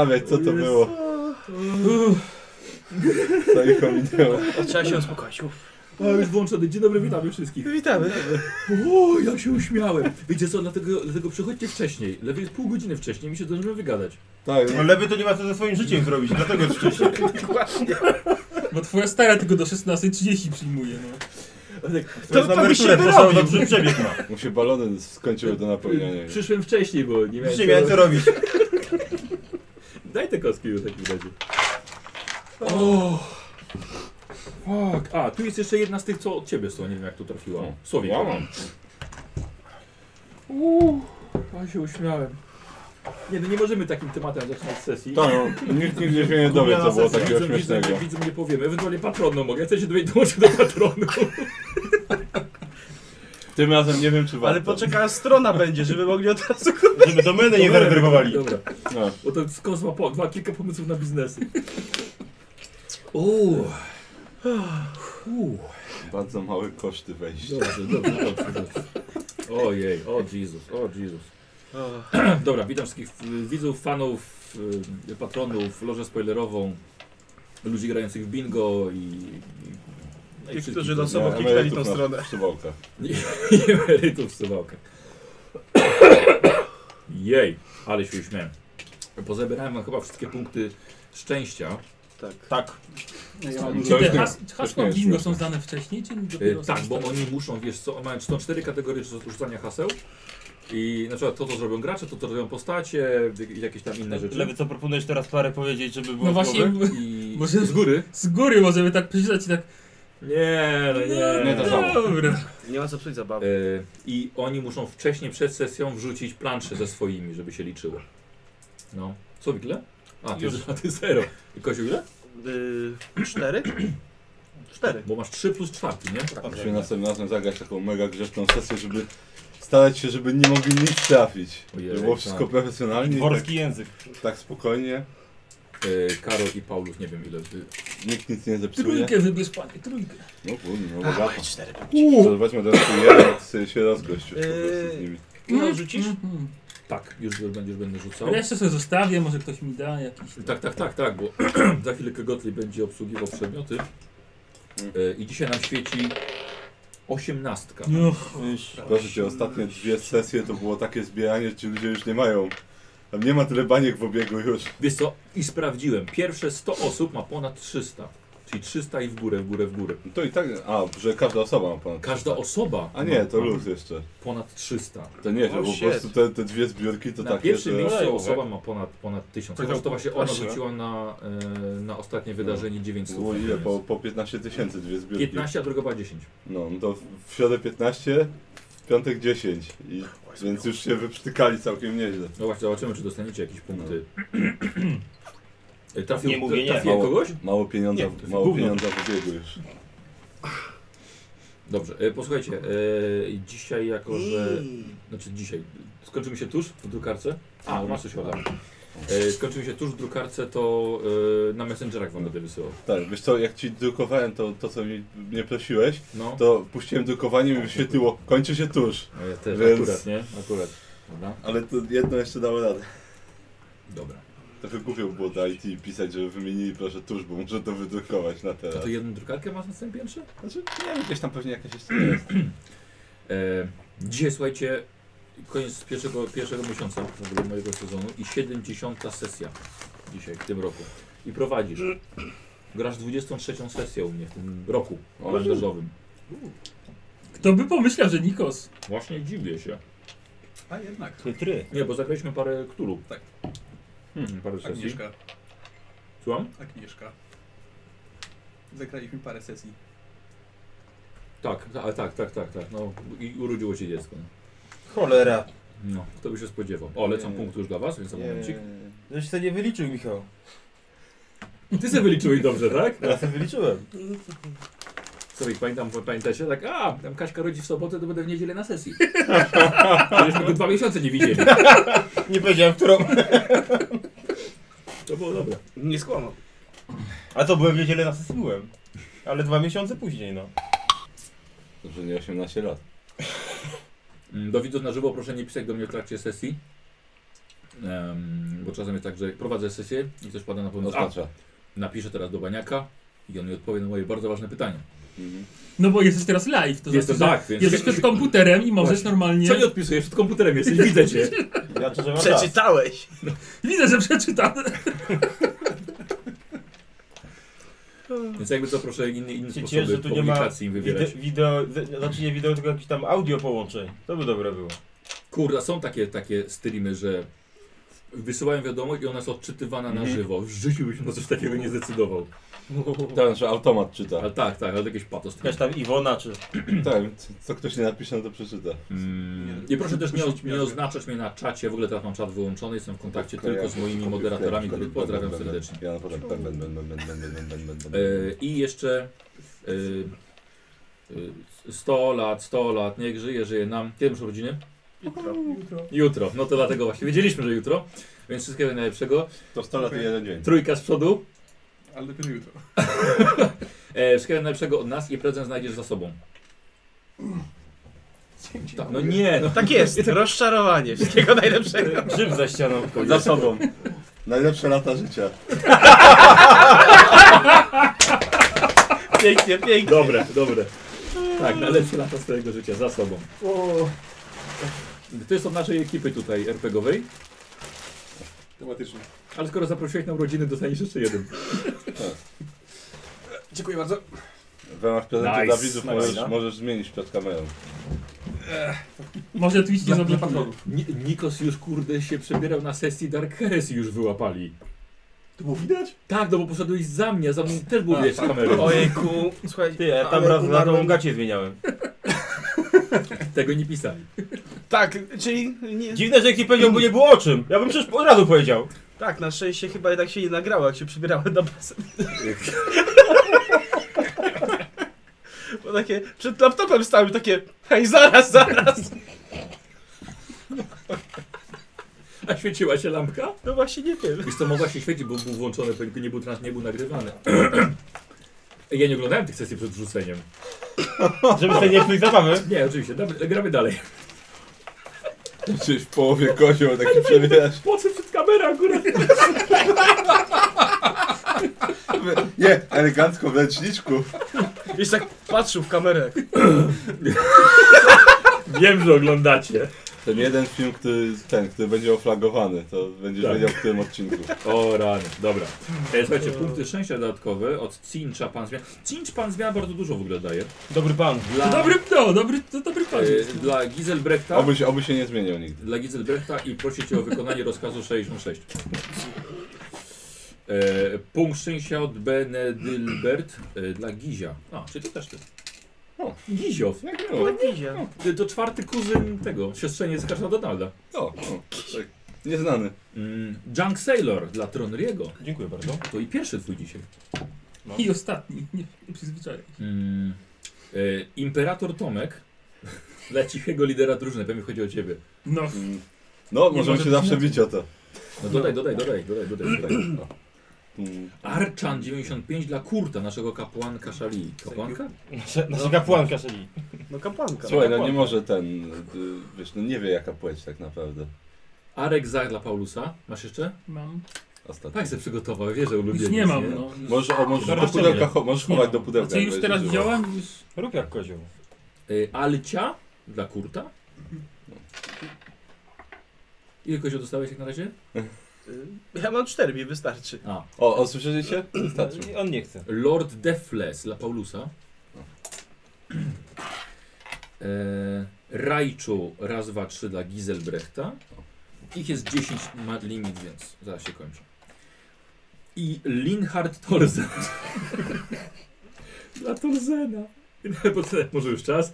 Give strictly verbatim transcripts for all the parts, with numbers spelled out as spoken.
zastanawiać, co to było. Co ich ominęło. Trzeba się uspokoić. A już włączony. Dzień dobry, witamy wszystkich. Witamy. O, jak się uśmiałem. Wiecie co, dlatego, dlatego przychodźcie wcześniej. Lewy jest pół godziny wcześniej, mi się zdążymy wygadać. Tak. No lewy to nie ma co ze swoim życiem zrobić, dlatego jest wcześniej. Dokładnie. Bo twoja stara tylko do szesnastej trzydzieści przyjmuje, no. To, to to byś się to wyrobił. dobrze przebieg ma. Mu się balony skończyły do napełniania. Przyszłem wcześniej, bo nie miałem Już nie miałem co robić. Daj te kostki już w takim razie. O, fuck. A, tu jest jeszcze jedna z tych, co od ciebie są, nie wiem jak tu trafiła. O, Słowik. ja mam. Uuu, ja się uśmiałem. Nie, no nie możemy takim tematem zaczynać sesji. Tak, no, nikt nigdzie się nie dowie, co było takiego Widzom, śmiesznego. widzom, widzom nie powiemy, ewentualnie patronu mogę. Ja chcę się dołączyć do patronu. Tym razem nie wiem, czy warto. Ale poczeka, strona będzie, żeby mogli od razu... Żeby domenę nie zarezerwowali. Dobra, No. bo to skąd ma po, dwa, kilka pomysłów na biznesy. Uuu. Uuu. Bardzo małe koszty wejścia. Dobrze, dobrze, dobrze, dobrze. Ojej, o Jezus, o Jezus. Dobra, witam wszystkich w- widzów, fanów, y, patronów, lożę spoilerową, ludzi grających w bingo i... i, i Tych, wszystkich, którzy losowo Ja kliknęli emerytów tą na stronę. Suwałkach. I emerytów w suwałkach. Jej, ale się uśmiałem. Pozabierałem wam chyba wszystkie punkty szczęścia. Tak. Tak. Ja mam Czy dużo... te nie- has to hasła nie jest bingo śmieszne. są znane wcześniej, czy E, dopiero tak, są bo ustalone? oni muszą, wiesz co, mają są cztery kategorie rzucania haseł. I na przykład to, co zrobią gracze, to, co robią postacie, i jakieś tam inne rzeczy. Lewy, co proponujesz teraz parę powiedzieć, żeby było No właśnie, słowy? I może z góry? z góry możemy tak przeczytać i tak... Nie, no nie. Nie to samo. Dobra. Nie ma co psuć zabawy. E, I oni muszą wcześniej, przed sesją wrzucić plansze ze swoimi, żeby się liczyło. No. Co, ile? A, ty, Już. a ty zero. I Kosiu ile? Yy, cztery? Cztery. Bo masz trzy plus czwarty, nie? Musimy następnym razem zagrać taką mega grzeczną sesję, żeby starać się, żeby nie mogli nic trafić. Ojej, Żeby było tak. wszystko profesjonalnie i Dworski język. tak, tak spokojnie. E, Karol i Paulus, nie wiem ile ty. Nikt nic nie zepsuje. Trójkę wybierz, panie, trójkę. No kurde, no bogato. cztery. To weźmy teraz tu jeden, to sobie się rozgościł po prostu z nimi. No, rzucisz? Mhm. Tak, już będziesz będę rzucał. Resztę sobie zostawię, może ktoś mi da jakiś... Tak, tak, tak, tak, bo za chwilkę Gottlieb będzie obsługiwał przedmioty. E, I dzisiaj nam świeci osiemnastka. No. Proszę cię, ostatnie dwie sesje to było takie zbieranie, że ci ludzie już nie mają. Tam nie ma tyle baniek w obiegu już. Wiesz co, i sprawdziłem, pierwsze sto osób ma ponad trzysta. Czyli trzysta i w górę, w górę, w górę. No to i tak, a, że każda osoba ma ponad Każda trzysta. osoba A nie, to ma luz jeszcze. ponad trzysta. To nie, że Oh, po shit. prostu te, te dwie zbiórki to Na takie, pierwszym że... miejscu Ej, osoba ma ponad, ponad tysiąc. Tak, Chyba, że to właśnie ona właśnie. rzuciła na, e, na ostatnie wydarzenie dziewięćset. Było ile? Po, po piętnaście tysięcy dwie zbiórki. piętnaście, a druga była dziesięć. No, no to w środę piętnaście, w piątek dziesięć. I, więc już się wyprztykali całkiem nieźle. No właśnie, zobaczymy, czy dostaniecie jakieś punkty. E, Trafił, Nie mówię nie. trafiłem Mało, kogoś? mało pieniądza, Nie, to jest mało gówno. pieniądza w obiegu już. Dobrze, e, posłuchajcie, e, dzisiaj jako, że... Znaczy dzisiaj, skończymy się tuż w drukarce. A, masz coś ode mnie. E, skończymy się tuż w drukarce, to e, na Messengerach wam będę wysyłał. Tak, wiesz co, jak ci drukowałem to, to co mi, mnie prosiłeś, No, to puściłem drukowanie i mi wyświetliło, kończy się tuż. no ja też, Więc- akurat, nie? Akurat. Dobra, Ale to jedno jeszcze dało radę. dobra. Trochę głupio było do I T pisać, żeby wymienili proszę tuż, bo muszę to wydrukować na A teraz. to jedną drukarkę masz na samym piętrze? Znaczy, nie wiem, gdzieś tam pewnie jakaś jeszcze jest. E, dzisiaj, słuchajcie, koniec pierwszego, pierwszego miesiąca w ogóle mojego sezonu i siedemdziesiąta sesja dzisiaj, w tym roku. I prowadzisz. Grasz dwudziestą trzecią sesję u mnie w tym roku kalendarzowym. Kto by pomyślał, że Nikos? Właśnie dziwię się. A jednak. Try. Nie, bo zagraliśmy parę Cthulhu. Tak. Hmm, parę sesji. Agnieszka. Słucham? Agnieszka. Zagraliśmy parę sesji. Tak, tak, tak, tak, tak, tak. No i urodziło się dziecko. Cholera. No, kto by się spodziewał. O, lecą Nie. punkty już dla was, więc za momencik. Żeś to nie wyliczył, Michał. Ty sobie wyliczyłeś dobrze, tak? Ja sobie wyliczyłem. Sobie pamiętam, pamiętacie, tak, a, tam Kaśka rodzi w sobotę, to będę w niedzielę na sesji. Żeśmy go dwa miesiące nie widzieli. Nie powiedziałem, którą. To było dobre. Nie skłamał. A to byłem w niedzielę na sesji byłem. Ale dwa miesiące później, no. Dobrze, nie osiemnaście lat. Mm, Do widzów na żywo proszę nie pisać do mnie w trakcie sesji. Um, bo czasem jest tak, że prowadzę sesję i ktoś pada na pomysł, a, Oznacza. napiszę teraz do Baniaka i on mi odpowie na moje bardzo ważne pytanie. Mhm. No bo jesteś teraz live, to Jestem znaczy, tak, że więc... jesteś przed komputerem i możesz Właśnie. normalnie... Co nie odpisujesz? Przed komputerem jesteś, widzę cię. Ja to, że mam czas. Przeczytałeś! Widzę, że przeczytane. Więc jakby to proszę inne, inne Się sposoby cieszę, że tu nie ma komunikacji im Wide, wybierać. wideo, z- znaczy nie wideo, tylko jakieś tam audio połączeń. To by dobre było. Kurde, są takie, takie streamy, że wysyłają wiadomość i ona jest odczytywana na Mhm. żywo. W życiu byś na coś takiego nie zdecydował. Tak, że automat czyta. Ale tak, tak, ale jakieś patos. Jakaś tam Iwona, czy... Tak, co ktoś nie napisze, no to przeczyta. Mm. I proszę też nie, o- nie oznaczać mnie na czacie, w ogóle teraz mam czat wyłączony, jestem w kontakcie tylko z moimi moderatorami, których pozdrawiam serdecznie. Ja na potem ben, ben, ben, ben, ben, ben, ben, ben, ben, ben. E, I jeszcze e, e, sto lat, sto lat, niech żyje, żyje nam. Kiedy masz urodziny? Jutro. Jutro, no to dlatego właśnie wiedzieliśmy, że jutro, więc wszystkiego najlepszego. To sto lat i jeden dzień. Trójka z przodu, Ale dopiero jutro. e, wszystkiego najlepszego od nas i prezent znajdziesz za sobą. Tak, no nie, no Tak jest, rozczarowanie. Wszystkiego najlepszego. Grzyb za ścianą. Za sobą. Najlepsze lata życia. Pięknie, pięknie. Dobre, dobre. Tak, najlepsze lata swojego życia za sobą. To jest od naszej ekipy tutaj er pe gie owej, Tematycznie. ale skoro zaprosiłeś na urodziny, dostaniesz jeszcze jeden. Dziękuję bardzo. W ramach prezentu Nice. dla widzów Nice, możesz, no. możesz zmienić przed kamerą. Może Twitch nie Dla, dla zablokuje. patronów. Ni Nikos już kurde się przebierał na sesji Dark Heresy, już wyłapali. To było widać? Tak, no bo poszedłeś za mnie, za mną też był A, widać z tak. kamery. Ojejku, słuchaj. Ty, ja tam ale raz na tą umarłem- gacie zmieniałem. Tego nie pisali. Tak, czyli nie, Dziwne, że jak ci powiedział, bo nie było o czym. Ja bym przecież od razu powiedział. tak, na szczęście chyba jednak się nie nagrało, jak się przybierałem na basen. Bo takie, przed laptopem stałem takie, hej, zaraz, zaraz. A świeciła się lampka? No właśnie nie wiem. Wiesz co, mogła się świecić, bo był włączony, tylko nie był, trans, nie był nagrywany. Ja nie oglądałem tych sesji przed wrzuceniem. Żeby sobie nie psuć zabawy. Nie, oczywiście, damy, gramy dalej. Czyli w połowie kozioł taki przebierasz. Po co przed kamerą akurat? Nie, elegancko w ręczniczku. Wiesz, tak patrzył w kamerę. Wiem, że oglądacie. Ten jeden film, który, ten, który będzie oflagowany, to będziesz Tak. wiedział w którym odcinku. O rany, dobra. E, słuchajcie, punkty szczęścia dodatkowe od Cincha Pan Zmian. Cinch Pan Zmian bardzo dużo w ogóle daje. Dobry pan. Dla, To dobry, no, dobry, to dobry pan. e, dla Giselbrechta. Oby się, oby się nie zmieniał nigdy. Dla Giselbrechta i prosi cię o wykonanie rozkazu sześćdziesiąt sześć. E, punkt szczęścia od Benedylbert e, dla Gizia. A, czyli to też ty. O. Giziow. Jak No, miło. idzie. To, to czwarty kuzyn tego, siostrzeniec Karsza Donalda. O, o, tak. Nieznany. Mm, Junk Sailor dla Tronriego. Dziękuję bardzo. To i pierwszy twój dzisiaj. I ostatni, nie, nie przyzwyczajaj się. Mm, e, Imperator Tomek dla cichego lidera drużyny. Pewnie chodzi o ciebie. No, Mm. No, Nie możemy może się być zawsze inaczej. bić o to. No dodaj, dodaj, dodaj, dodaj, dodaj. dodaj. O. Mm. Archan dziewięćdziesiąt pięć dla Kurta, naszego kapłanka Szali. Kapłanka? Nasza, nasza kapłanka szeli. No kapłanka. Słuchaj, no nie kapłanka. może ten, y, wiesz, no nie wie jaka płeć tak naprawdę. Arek Zach dla Paulusa. Masz jeszcze? mam. Ostatnio. Tak, se przygotował, wiesz, że ulubieniec. Już nie mam, no. Możesz, o, możesz do Zobaczymy. pudełka, cho- możesz Nie chować mam. do pudełka. Znaczy już jak teraz będziesz używał. widziałem, już... Rób jak kozioł. Y, Alcia dla Kurta. Ile kozioł dostałeś jak na razie? Y, Ja mam cztery, mi wystarczy. A. O, o, słyszeliście? Wystarczy. On nie chce. Lord Deathless dla Paulusa. E, Raichu raz, dwa, trzy dla Giselbrechta. Ich jest dziesięć ma limit, więc zaraz się kończą. I Linhard Torzen dla Torzena. Bo to- Może już czas?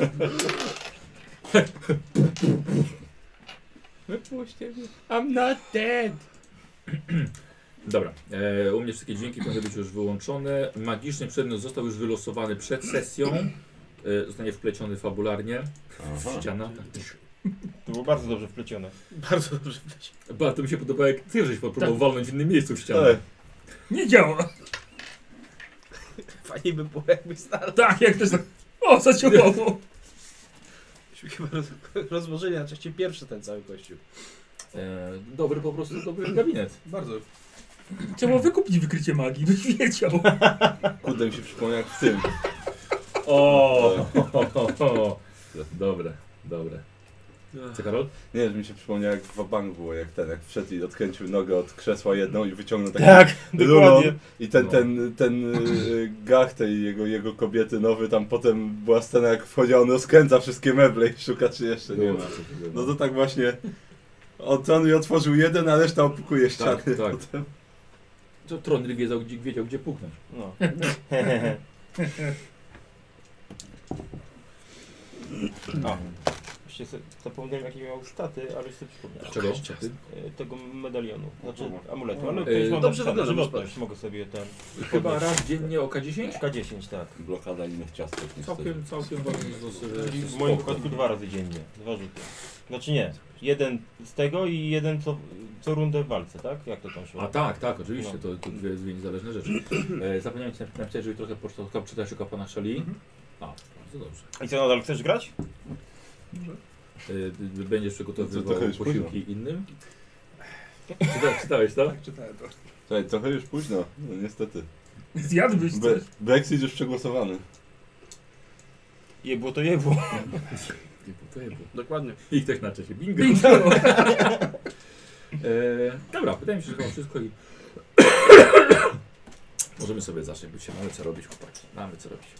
I'm not dead. Dobra, e, u mnie wszystkie dźwięki powinny być już wyłączone. Magiczny przedmiot został już wylosowany przed sesją. E, zostanie wpleciony fabularnie w ścianę. To było bardzo dobrze wplecione. Bardzo dobrze. Ba, to mi się podoba, jak ty żeś próbował Tak. walnąć w innym miejscu w ścianę. Tak. Nie działa. Fajnie by było, jakby stał. Tak, jak też tak... O, zaciągało. Chyba roz, rozłożenie na części pierwsze ten cały kościół. E, dobry po prostu, dobry gabinet. Bardzo. Trzeba wykupić wykrycie magii, byś wiedział. Kurde, mi się przypomniał jak w tym. O, dobre, dobre. Co, Karol? Nie, że mi się przypomniał jak w Wabank było, jak ten, jak wszedł i odkręcił nogę od krzesła jedną i wyciągnął taki Tak, rulon. dokładnie. I ten, No. ten, ten y, gach tej jego, jego kobiety nowy, tam potem była scena jak wchodzi, a on rozkręca wszystkie meble i szuka czy jeszcze nie ma. No to tak właśnie, on, on i otworzył jeden, a reszta opukuje ściany. Tak, tak. Potem. To Trondry wiedział, gdzie, wiedział, gdzie puknąć. No. O. Jeszcze sobie zapomniałem jakie miał staty, ale już sobie przypomniałem. Czego? E, Tego medalionu, znaczy amuletu, ale E, kiedyś mam dobrze napisane, wygląda, żywotność, mogę sobie ten... Chyba podnieść. raz dziennie o K dziesięć? K dziesięć, tak. Blokada innych ciastek niestety. Całkiem, całkiem bardzo W moim wypadku dwa razy dziennie, dwa rzuty. Znaczy nie, jeden z tego i jeden co, co rundę w walce, tak? Jak to tam szło? A tak, tak, oczywiście, No. to, to dwie, dwie niezależne rzeczy. E, zapomniałem ci nap- napisać, żeby trochę poczytać czytać o kapłanach Szali. Mhm. A, bardzo dobrze. I co, nadal chcesz grać? E, d- będziesz To przygotowywał trochę już posiłki innym? Czyta, czytałeś to? Tak, czytałem to. Słuchaj, trochę już późno, no niestety. Zjadłbyś Bre coś. Brexit już przegłosowany. Jebło to jebło. Dokładnie. I ktoś na czasie. Bingo! Bingo. e, dobra, wydaje mi się, że chyba wszystko i... Możemy sobie zacząć, bo się mamy co robić, chłopaki. Mamy co robić.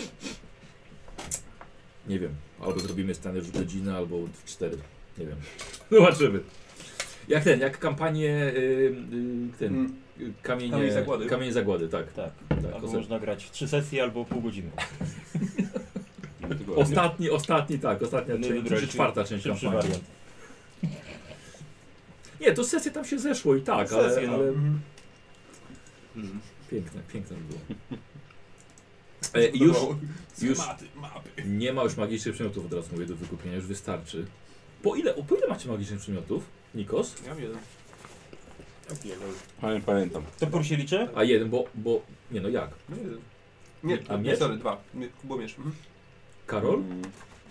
Nie wiem, albo zrobimy stan już w godzinę, albo w cztery. Nie wiem. Zobaczymy. Jak ten, jak kampanię, y, y, ten, Mm. y, kamienie, Kamień zagłady. Kamienie zagłady, tak. Tak, tak albo osta- można grać w trzy sesje, albo pół godziny. ostatni, ostatni, tak, ostatnia Nie część, wybraliśmy czy czwarta część Szybszy kampanii. wariant. Nie, to sesje tam się zeszło i tak, ale, Sesje, no. ale Mhm. piękne, piękne by było. E, już już- Schematy, mapy. nie ma już magicznych przedmiotów, od razu mówię, do wykupienia, już wystarczy. Po ile, po ile macie magicznych przedmiotów, Nikos? Ja wiem jeden. Nie pamiętam. To por się liczy? A jeden, bo, bo, nie no jak? No jeden. Nie, A nie, miecz? sorry, dwa. Mie- Było miecz. Mhm. Karol? Mm,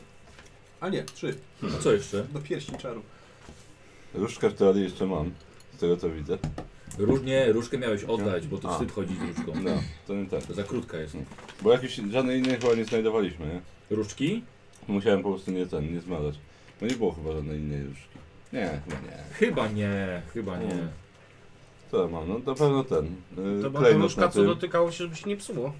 A nie, trzy. A co jeszcze? Do pierścień czaru. Różdżkę w teorii jeszcze mam, z tego co widzę. Róż, nie, różkę miałeś oddać, bo to A. wstyd chodzić z różką. No, to nie tak. To za krótka jest. Bo jakiś, żadnej innej chyba nie znajdowaliśmy, nie? Różdżki? Musiałem po prostu nie ten, nie zmazać. Bo nie było chyba żadnej innej różdżki. Nie, chyba nie. Chyba nie, chyba nie. Mm. Co ja mam? No na pewno ten. Yy, To była klejnot nóżka, na co tym. dotykało się, żeby się nie psuło.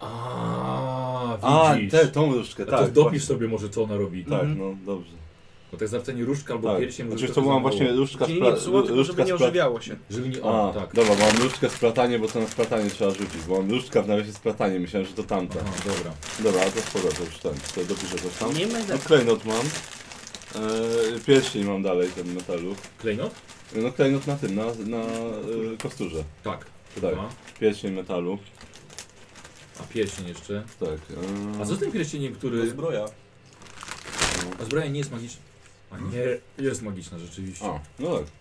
A, A, widzisz. te, tą różdżkę, A to tak. dopisz właśnie. sobie może co ona robi. Tak, Mhm. no dobrze. Bo tak zawcenie różdżka albo Tak. pierścień może Znaczy to trochę mam za mało. właśnie różdżka Czyli z nie pla- psuło, tylko różdżka żeby nie z pla- ożywiało się. Żeby nie... A, O, tak. dobra, mam różdżkę splatanie, bo to na splatanie trzeba rzucić. Bo mam różdżka w nawiasie splatanie, myślałem, że to tamta. Aha, dobra. Dobra, a to spoko, to już ten. To dopiszę coś tam. Nie będę. No klejnot mam. Eee, pierścień mam dalej, ten metalu. Klejnot? No klejnot na tym, na, na e, kosturze. Tak. Tak. A, Pierścień metalu. a pierścień jeszcze. Tak. eee, A co z tym pierścieniem, To który... zbroja. A zbroja nie jest magiczna. A nie, jest magiczna rzeczywiście. A, no tak.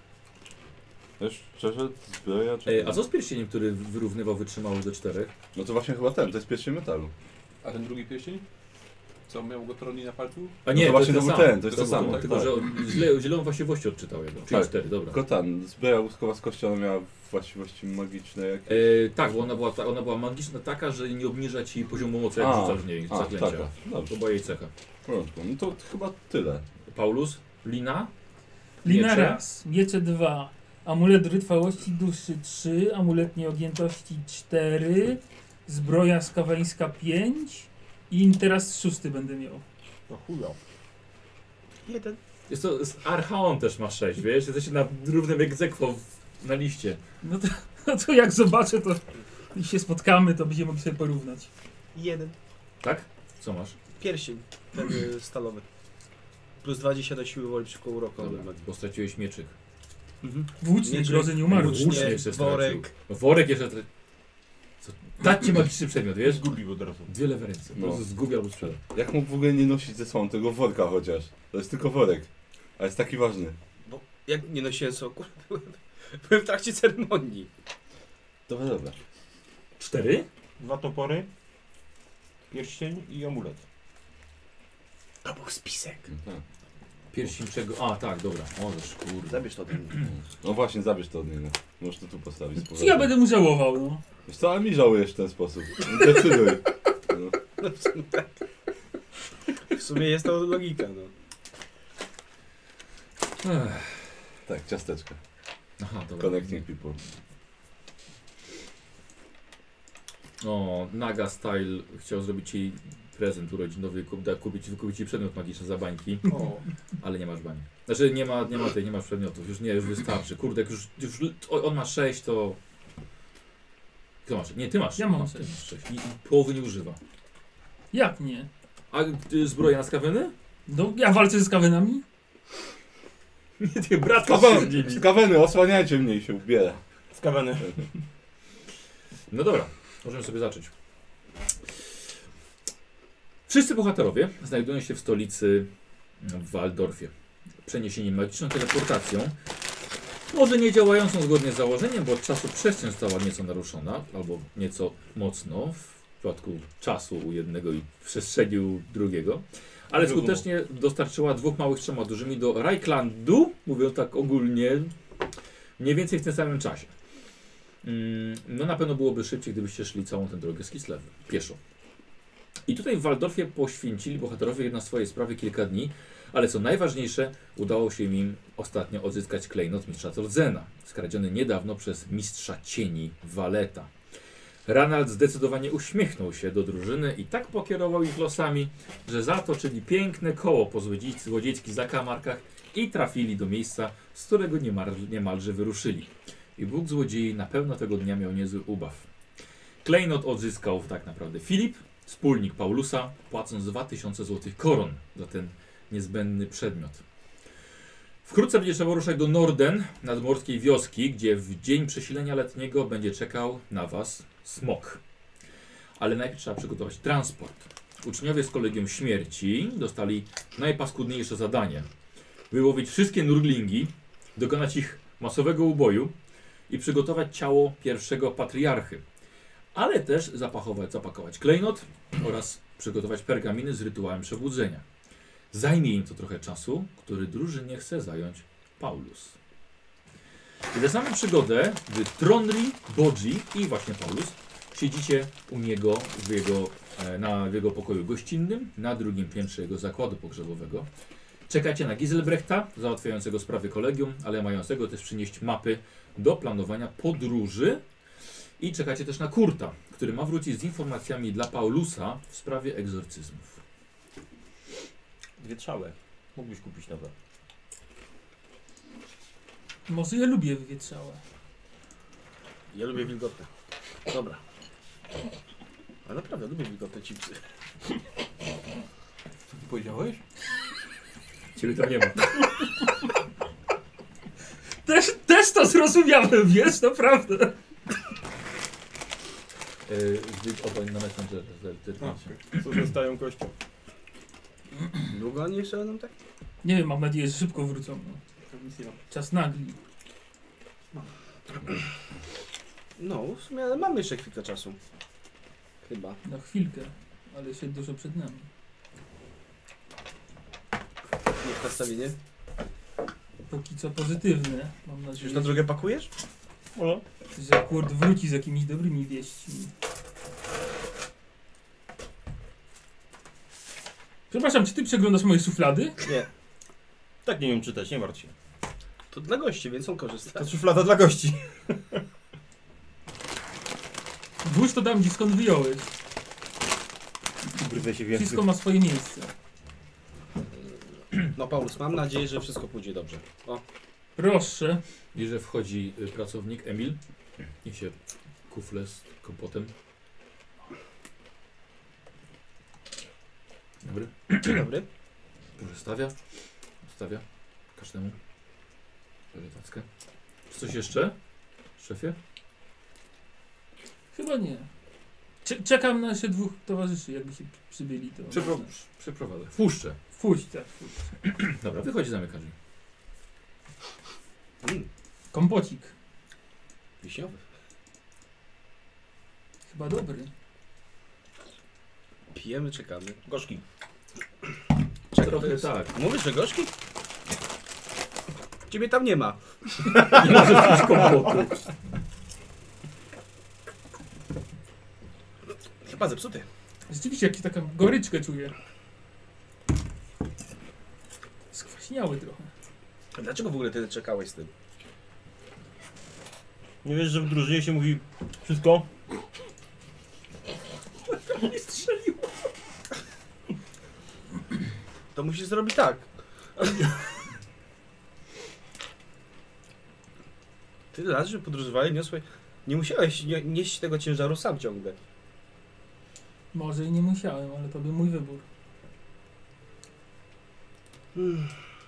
Wiesz, szczerze, zbroja czy... Ej, a co z pierścieniem, który wyrównywał wytrzymałość do czterech? No to właśnie chyba ten, to jest pierścień metalu. A ten drugi pierścień? Co, miał go Troni na palcu? A nie, No to właśnie jest to ten był sam. ten, to jest To to był samo. ten, Tylko, tak. że on źle, źle on właściwości odczytał jedno. Czyli Tak. cztery, dobra. Tylko ten, zbroja łuskowa z kości, ona miała właściwości magiczne jakieś. E, tak, bo ona była, ta- ona była magiczna taka, że nie obniża ci poziomu mocy, jak A, rzucasz w niej A, zaklęcia. taka. Dobrze, To była jej cecha. w porządku. No to chyba tyle. Paulus? Lina? Lina Miecze? raz, miecze dwa, amulet wytrwałości duszy trzy, amulet nieogiętości cztery, zbroja skawańska pięć i teraz szósty będę miał. To chujo. Jeden. Jest to, z Archaon też ma sześć, wiesz? Jesteście na równym egzekwo w- na liście. No to, no to jak zobaczę, to i się spotkamy, to będziemy mogli sobie porównać. Jeden. Tak? Co masz? Pierścień. Ten y, stalowy. Plus dwadzieścia do siły woli przeciwko urokom. Dobra, bo straciłeś mieczyk. Mhm. Włócznie Mieczyk, grozy nie umarł. włócznie, Włócznie jeszcze worek. stracił. No, worek jeszcze... Tra... Co? Dać ci magiczny przedmiot, wiesz? Zgubił od razu. Dwie lewe ręce. No. Po prostu zgubi albo sprzeda. Jak mógł w ogóle nie nosić ze sobą tego worka chociaż? To jest tylko worek. A jest taki ważny. Bo jak nie nosiłem soku, byłem, byłem w trakcie ceremonii. Dobra, dobra. Cztery? Dwa topory, pierścień i amulet. To był spisek. Tak. Pierścień czego? A, tak, dobra. Możesz, kurde. Zabierz to ode mnie. No właśnie, zabierz to od niego. Możesz to tu postawić. z Co powrotem. ja będę mu żałował, no? Wiesz co, ale mi żałujesz w ten sposób. Decyduj. No. No w sumie tak. W sumie jest to logika, no. Ech. Tak, ciasteczka. Aha, dobra. Connecting people. O, Naga Style chciał zrobić jej prezent urodzinowy, kup, da, kupić, wykupić ci przedmiot magiczny za bańki, O. ale nie masz bani. Znaczy nie ma, nie ma tej, nie masz przedmiotów, już nie, już wystarczy. Kurde, jak już, już o- on ma sześć, to... Ty masz, nie, ty masz. Ja mam ty sześć. masz sześć. I, I połowy nie używa. Jak nie? A y, zbroja na skaweny? No, ja walczę z kawenami? Nie, ty brat Skaweny, skaweny, osłaniajcie mnie i się ubiera. Skawany. No dobra, możemy sobie zacząć. Wszyscy bohaterowie znajdują się w stolicy w Waldorfie. Przeniesieni magiczną teleportacją, może nie działającą zgodnie z założeniem, bo od czasu przestrzeń została nieco naruszona, albo nieco mocno w przypadku czasu u jednego i przestrzeni u drugiego, ale skutecznie dostarczyła dwóch małych trzema dużymi do Reiklandu, mówią tak ogólnie, mniej więcej w tym samym czasie. Mm, No na pewno byłoby szybciej, gdybyście szli całą tę drogę z Kislewu, pieszo. I tutaj w Waldorfie poświęcili bohaterowie na swoje sprawy kilka dni, ale co najważniejsze, udało się im ostatnio odzyskać klejnot mistrza Tordzena, skradziony niedawno przez mistrza cieni Waleta. Ranald zdecydowanie uśmiechnął się do drużyny i tak pokierował ich losami, że zatoczyli piękne koło po złodziej- złodziejskich zakamarkach i trafili do miejsca, z którego niemal, niemalże wyruszyli. I Bóg złodziei na pewno tego dnia miał niezły ubaw. Klejnot odzyskał tak naprawdę Filip, wspólnik Paulusa, płacąc dwa tysiące złotych koron za ten niezbędny przedmiot. Wkrótce będzie trzeba ruszać do Norden, nadmorskiej wioski, gdzie w dzień przesilenia letniego będzie czekał na was smok. Ale najpierw trzeba przygotować transport. Uczniowie z Kolegium Śmierci dostali najpaskudniejsze zadanie. Wyłowić wszystkie nurglingi, dokonać ich masowego uboju i przygotować ciało pierwszego patriarchy. Ale też zapakować, zapakować klejnot oraz przygotować pergaminy z rytuałem przebudzenia. Zajmie im to trochę czasu, który drużynie chce zająć Paulus. I zaczynamy przygodę, gdy Tronri, Bodzi i właśnie Paulus siedzicie u niego w jego, e, na, w jego pokoju gościnnym, na drugim piętrze jego zakładu pogrzebowego. Czekacie na Giselbrechta, załatwiającego sprawy kolegium, ale mającego też przynieść mapy do planowania podróży. I czekacie też na Kurta, który ma wrócić z informacjami dla Paulusa w sprawie egzorcyzmów. Dwie trzałe. Mógłbyś kupić nowe. Może ja lubię wywietrzałe. Ja lubię wilgotne. Dobra. Ale naprawdę lubię wilgotne chipsy. Co ty powiedziałeś? Ciebie tam nie ma. Też, też to zrozumiałem, wiesz, naprawdę. Yy, Obań na Messengerze. Co zostają kością? Długo oni jeszcze będą tak? Nie wiem, mam nadzieję, że szybko wrócą. No. Nic nie mam. Czas nagli. No, w sumie ale mamy jeszcze chwilkę czasu. Chyba. Na chwilkę, ale jeszcze dużo przed nami. Niech nastawienie. Póki co pozytywne, mam nadzieję, Już na drogę pakujesz? O. że Kurt wróci z jakimiś dobrymi wieściami. Przepraszam, czy ty przeglądasz moje szuflady? Nie. Tak nie wiem czytać, nie martw się. To dla gości, więc on korzysta. To szuflada dla gości. Włóż to dam ci skąd wyjąłeś. Brwę się więcej. Wszystko ma swoje miejsce. No Paulus, mam nadzieję, że wszystko pójdzie dobrze. O, Proszę. I że wchodzi y, pracownik Emil. Niesie kufle z kompotem. Dobry. dzień dobry. Proszę stawia. Stawia. Każdemu. Bierze tackę. Czy coś jeszcze? Szefie? Chyba nie. Cze- czekam na jeszcze dwóch towarzyszy, jakby się przybyli. To Przepro przeprowadzę. Wpuszczę. Wpuść, tak. Wpuść. Dobra, wychodzi, zamyka drzwi. Mm, Kompocik. wiśniowy. Chyba dobry. Pijemy, czekamy. Gorzki. Czekaj, to Trochę jest... tak. Mówisz, że gorzki? Ciebie tam nie ma. Nie możesz pić kompotu. Chyba zepsuty. Rzeczywiście jakąś taką goryczkę czuję. Skwaśniały trochę. A dlaczego w ogóle tyle czekałeś z tym? Nie wiesz, że w drużynie się mówi wszystko? Nie strzeliło. To musisz zrobić tak. Tyle lat, że podróżowali, niosłeś... Nie musiałeś nie, nieść tego ciężaru sam ciągle. Może i nie musiałem, ale to był mój wybór. Hmm.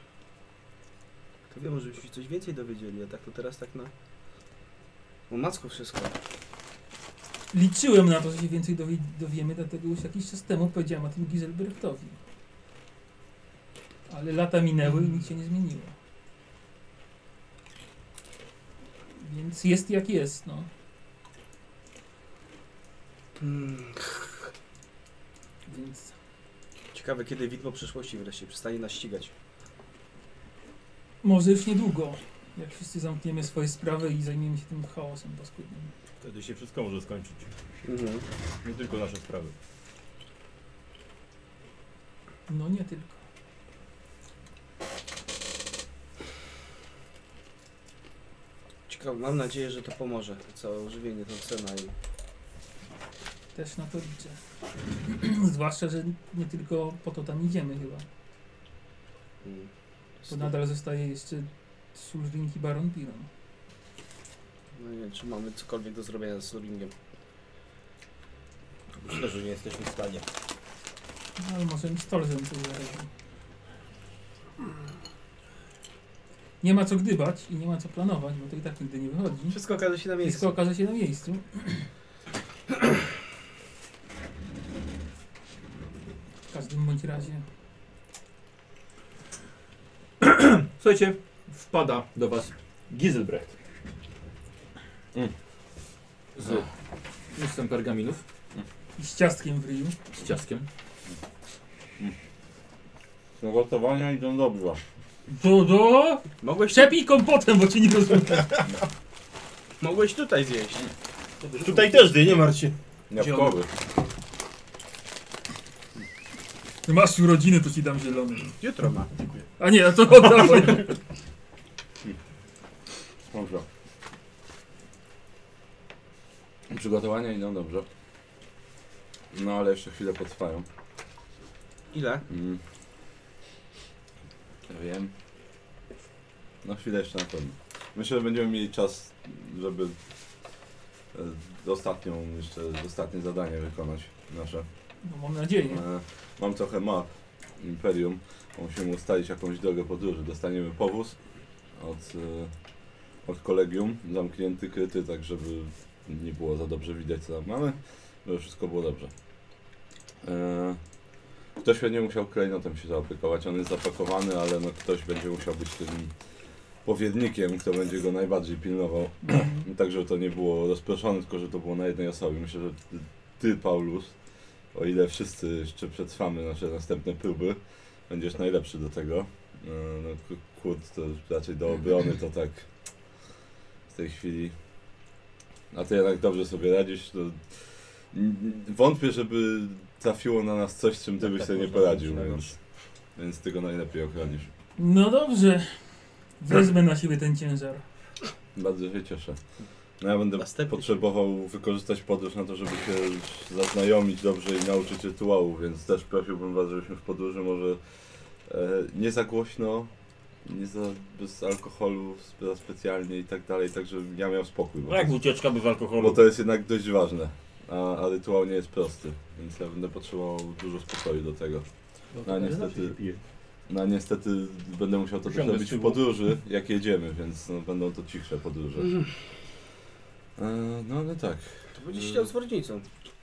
To wiem, może byśmy się coś więcej dowiedzieli, a tak to teraz tak na... O macku wszystko. Liczyłem na to, że się więcej dowie, dowiemy, dlatego już jakiś czas temu powiedziałem o tym Giselbrechtowi. Ale lata minęły i nic się nie zmieniło. Więc jest jak jest, no. Hmm. Więc Ciekawe, kiedy widmo przyszłości wreszcie przestanie nas ścigać. może już niedługo, jak wszyscy zamkniemy swoje sprawy i zajmiemy się tym chaosem paskudnym. Wtedy się wszystko może skończyć. Mhm. Nie tylko nasze sprawy. No nie tylko. Ciekawe, mam nadzieję, że to pomoże. To całe ożywienie, to cena i... Też na to liczę. Zwłaszcza, że nie tylko po to tam idziemy chyba. Mm. Bo nadal zostaje jeszcze Sulring i Baron Piron. No nie wiem, czy mamy cokolwiek do zrobienia z Luringiem. Myślę, że nie jesteśmy w stanie. No, ale może mi Stolzen coś zaraził. Nie ma co gdybać i nie ma co planować, bo to i tak nigdy nie wychodzi. Wszystko okaże się na miejscu. Wszystko okaże się na miejscu. W każdym bądź razie. Słuchajcie, wpada do was Giselbrecht. Mm. Z mnóstwem pergaminów, I z ciastkiem w ryju. z ciastkiem. Przygotowania idą dobrze. Do, do! Mogłeś, Przepij kompotem, bo cię nie rozumiem. mogłeś tutaj zjeść. Tutaj też ty, nie martw się. Jabłkowy. Masz urodziny, to ci dam zielony. Jutro ma. Dziękuję. A nie, no to oddawaj. Dobrze. Przygotowania idą dobrze. No ale jeszcze chwilę potrwają. Ile? Mm. Ja wiem. No chwilę jeszcze na pewno. Myślę, że będziemy mieli czas, żeby e, ostatnią, jeszcze ostatnie zadanie wykonać nasze. No, mam nadzieję. E, mam trochę map Imperium. Musimy ustalić jakąś drogę podróży. Dostaniemy powóz od, e, od kolegium, zamknięty, kryty, tak żeby nie było za dobrze widać co tam mamy, żeby wszystko było dobrze. E, Ktoś będzie musiał klejnotem się zaopiekować, on jest zapakowany, ale no ktoś będzie musiał być tym powiednikiem, kto będzie go najbardziej pilnował. Mhm. Tak, żeby to nie było rozproszone, tylko żeby to było na jednej osobie. Myślę, że ty, ty, Paulus, o ile wszyscy jeszcze przetrwamy nasze następne próby, będziesz najlepszy do tego. E, No K- Kurt to raczej do obrony to tak w tej chwili. A ty jednak dobrze sobie radzisz. To n- wątpię, żeby trafiło na nas coś, z czym ty Tak, byś tak, sobie nie można poradził, zrobić więc, więc ty go najlepiej ochronisz. No dobrze. Wezmę na siebie ten ciężar. Bardzo się cieszę. No ja będę Następny. potrzebował wykorzystać podróż na to, żeby się zaznajomić dobrze i nauczyć rytuału, więc też prosiłbym was, żebyśmy w podróży może e, nie za głośno, nie za bez alkoholu za specjalnie i tak dalej, tak żebym ja miał spokój. Bo No jak to, ucieczka bez alkoholu? bo to jest jednak dość ważne, a, a rytuał nie jest prosty, więc ja będę potrzebował dużo spokoju do tego. No niestety, no niestety będę musiał to też Ciągle robić z w tyłu. podróży, jak jedziemy, więc no, będą to cichsze podróże. E, no ale tak. To będzie siedział z wornicą.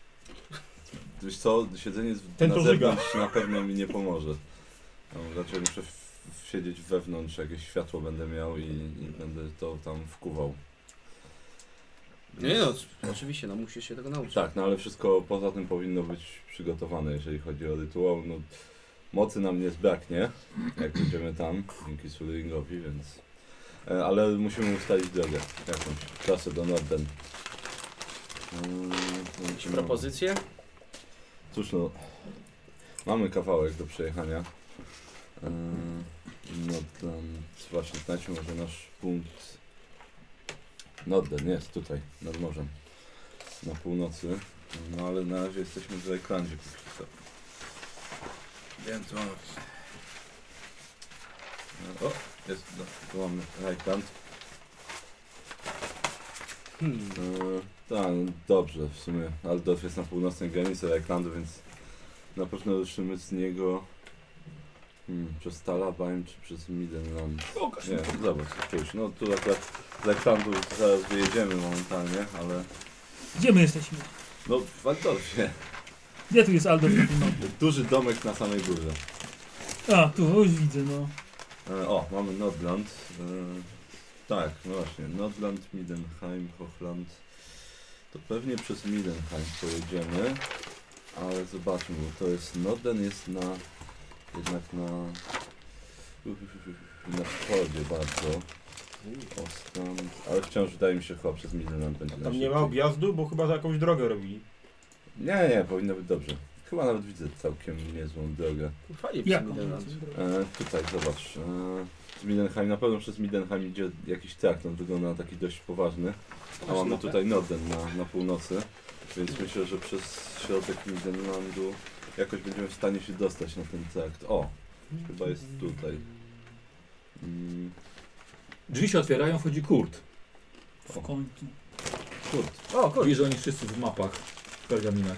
Wiesz co, siedzenie z, Ten na to żyga. zewnątrz na pewno mi nie pomoże. No, raczej muszę w, w siedzieć wewnątrz, jakieś światło będę miał i, i będę to tam wkuwał. Nie no, oczywiście, no musisz się tego nauczyć. Tak, no ale wszystko poza tym powinno być przygotowane, jeżeli chodzi o rytuał. No, mocy nam nie zbraknie, jak będziemy tam, dzięki Sulingowi, więc E, ale musimy ustalić drogę jakąś, trasę do Norden. Jakieś propozycje? Cóż no, mamy kawałek do przejechania. Eee, Norden, właśnie znajdźmy może nasz punkt. Norden jest tutaj, nad morzem, na północy. No ale na razie jesteśmy w Reiklandzie póki co. Więc mamy... O, jest, no, tu mamy Reikland. Hmm. Eee, tak, no dobrze, w sumie Altdorf jest na północnej granicy Reiklandu, więc na pewno ruszymy z niego hmm, przez Talabaim czy przez Middenland. Nie, zobacz, spójrz, no tu akurat z Reiklandu zaraz wyjedziemy momentalnie, ale Gdzie my jesteśmy? no w Altdorfie. Gdzie tu jest Aldorf na północy? Duży domek na samej górze. A, tu już widzę, no. E, o, mamy Nordland. E, tak, no właśnie, Nordland, Middenheim, Hochland. To pewnie przez Middenheim pojedziemy, ale zobaczmy, bo to jest, Norden jest na, jednak na, na wschodzie bardzo. Ostland, ale wciąż wydaje mi się, chyba przez Middenland będzie Tam najszybciej. nie ma objazdu, bo chyba za jakąś drogę robili. Nie, nie, powinno być dobrze. Chyba nawet widzę całkiem niezłą drogę. Fajnie Jak? przez Midland. E, tutaj zobacz, e, z Middenheim, na pewno przez Middenheim idzie jakiś trakt, on wygląda na taki dość poważny, a mamy tutaj Norden na, na północy, więc myślę, że przez środek Middenlandu jakoś będziemy w stanie się dostać na ten trakt. O, chyba jest tutaj. Mm, Drzwi się otwierają, wchodzi Kurt. W końcu. kurde. O, kurde. Widzisz, że oni wszyscy w mapach, w pergaminach.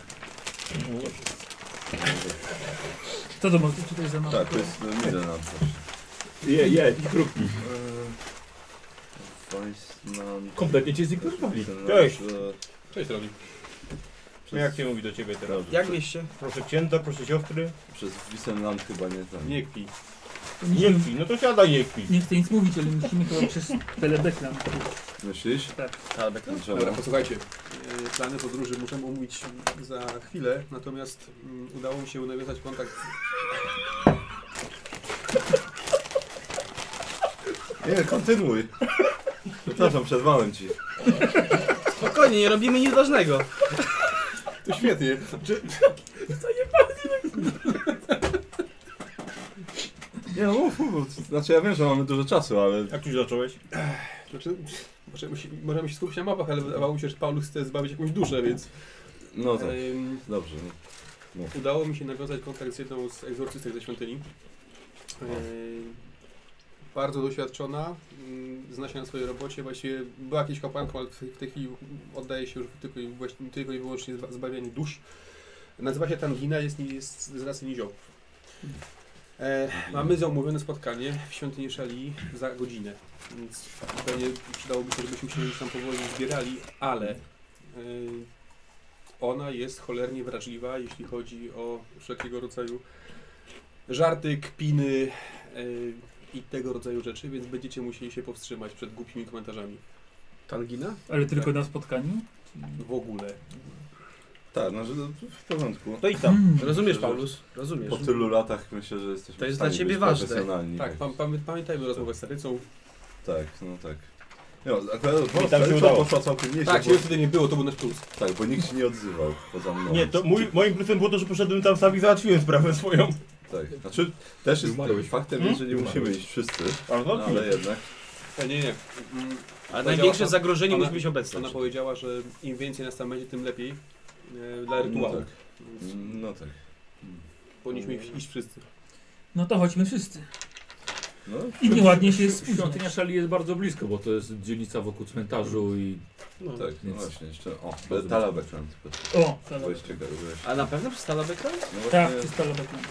Co to może tutaj za mapę? Tak, to jest e, Middenland właśnie. Je, je, i krótki. E, Weissland... Kompletnie cię zignorowali. Middenland, Cześć. e, Cześć Robi. przez- Jak się mówi do ciebie teraz? Dobrze, Jak przez- mieście? Proszę księdza, proszę siostry. Przez Wissenland chyba nie tam. Nie kpi. Nie, Nie kpi, no to siadaj, nie kpi. nie chcę nic mówić, ale musimy chyba przez telebekran. Myślisz? Ale Dlaczego? Dobra, posłuchajcie. e, Plany podróży muszę omówić za chwilę, natomiast mm, udało mi się nawiązać kontakt Nie, kontynuuj. Przepraszam, przerwałem ci. spokojnie, nie robimy nic ważnego. To świetnie. Czy, Nie no, mów, mów. Znaczy ja wiem, że mamy dużo czasu, ale... Jak już zacząłeś? znaczy, możemy się, możemy się skupić na mapach, ale wydawało mi się, że Paulus chce zbawić jakąś duszę, więc No tak, em, dobrze. No. udało mi się nawiązać kontakt z jedną z egzorcystek ze świątyni. Em, bardzo doświadczona, mm, zna się na swojej robocie, właściwie była jakieś kapłanką, ale w tej chwili oddaje się już tylko i, właśnie, tylko i wyłącznie zba- zbawianiu dusz. Nazywa się Tangina, jest, ni- jest z rasy niziołów. E, mamy zamówione spotkanie w świątyni Szali za godzinę, więc pewnie przydałoby się, żebyśmy się już tam powoli zbierali, ale e, ona jest cholernie wrażliwa, jeśli chodzi o wszelkiego rodzaju żarty, kpiny e, i tego rodzaju rzeczy, więc będziecie musieli się powstrzymać przed głupimi komentarzami. Tangina? Ale tylko na spotkaniu? W ogóle. Tak, no że to w porządku. To i tam. Mm. Rozumiesz, Paulus? Rozumiesz. Po tylu latach myślę, że jesteśmy To jest w stanie dla ciebie być ważne. profesjonalni. Tak, pam, pam, pamiętajmy rozmowę z Tarycą. Tak, no tak. No, akurat Mi tam się udało. poszła całkiem nieźle, Tak, bo, ciebie wtedy nie było, to był nasz plus. tak, bo nikt się nie odzywał poza mną. Nie, to mój, moim plusem było to, że poszedłem tam sam i załatwiłem sprawę swoją. Tak, znaczy też jest Umarłeś. faktem, Hmm? jest, że nie musimy iść wszyscy, Ale no, ale jednak. E, nie, nie. Mm, Ale największe ona- zagrożenie ona- musi być obecne. Ona powiedziała, że im więcej nas tam będzie, tym lepiej e, dla No rytuału. tak, Więc no tak. powinniśmy iść wszyscy. No to chodźmy wszyscy. No, I nieładnie się spóźnić. Świątynia Szali jest bardzo blisko, bo to jest dzielnica wokół cmentarzu i... No. tak, no Więc- właśnie, jeszcze, o, Talabekland. O, tak. Byłeś ciekawy, byłeś. A na pewno przez Talabekran? No Tak, właśnie, przez telebekran.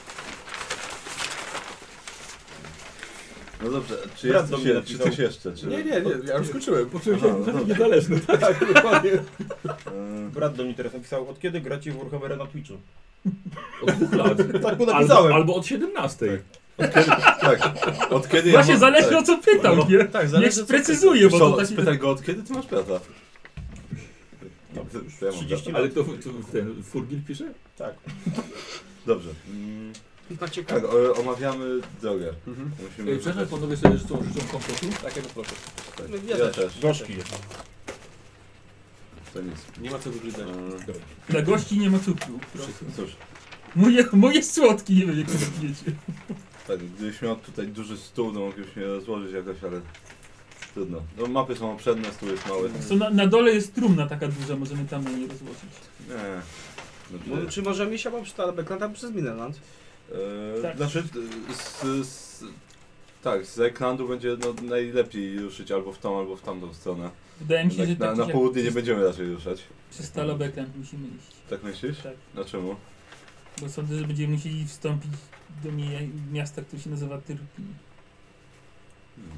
no dobrze, czy Brat jest do coś, mnie je- czy napisał. coś jeszcze? Czy... Nie, nie, nie, ja już skończyłem. Aha, no dobra. niezależny. Tak, dokładnie. E, Brat do mnie teraz napisał, od kiedy gracie w Warhammera na Twitchu? Od dwóch lat. Tak mu Albo, napisałem. albo od siedemnastej. Od kiedy, tak, od kiedy Właśnie ja mam- zależy tak. o co pytał, No, nie? Tak, Niech sprecyzuje, bo Co, to taki... spytaj go, od kiedy ty masz brata? No, to, to ja mam trzydzieści brata. Ale to, to ten Furgil pisze? Tak. Dobrze. Mm, Macie Tak, o, omawiamy drogę. Mhm. Musimy... Ej, Przepraszam, panowie sobie życzą, życzą kompotu? Takiego proszę. Tak. No, Ja, ja też. Gorzki jest. To nic. Nie ma co wybrzydzać. Eee, Dla gości nie ma cukru. proszę. Cóż, Mój, mój jest słodki, nie wiem jak to wiecie. tak, gdybyś miał tutaj duży stół, to moglibyśmy je rozłożyć jakoś, ale trudno. No, mapy są obszerne, stół jest mały. Co na, na dole jest trumna taka duża, możemy tam na niej rozłożyć. Nie. No, Znaczy, czy możemy iść albo przy Talabekland, tam przez Mineland? eee, Tak. znaczy z, z, tak, z Eklandu będzie no, najlepiej ruszyć albo w tą, albo w tamtą stronę. Wydaje mi się, Tak, że na, tak na jak południe nie przez- będziemy raczej ruszać. Przez Talabekland musimy iść. Tak myślisz? Tak. Dlaczego? Bo sądzę, że będziemy musieli wstąpić do mi- miasta, które się nazywa Tyrpin. Hmm.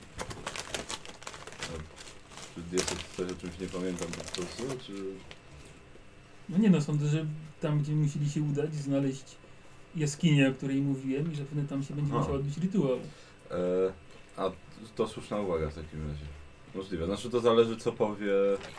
Czy jest to coś, o czymś nie pamiętam po prostu, czy... No nie no, sądzę, że tam będziemy musieli się udać, znaleźć jaskinię, o której mówiłem i że pewnie tam się będzie A. musiał odbyć rytuał. E, a to słuszna uwaga w takim razie. Możliwe. Znaczy to zależy co powie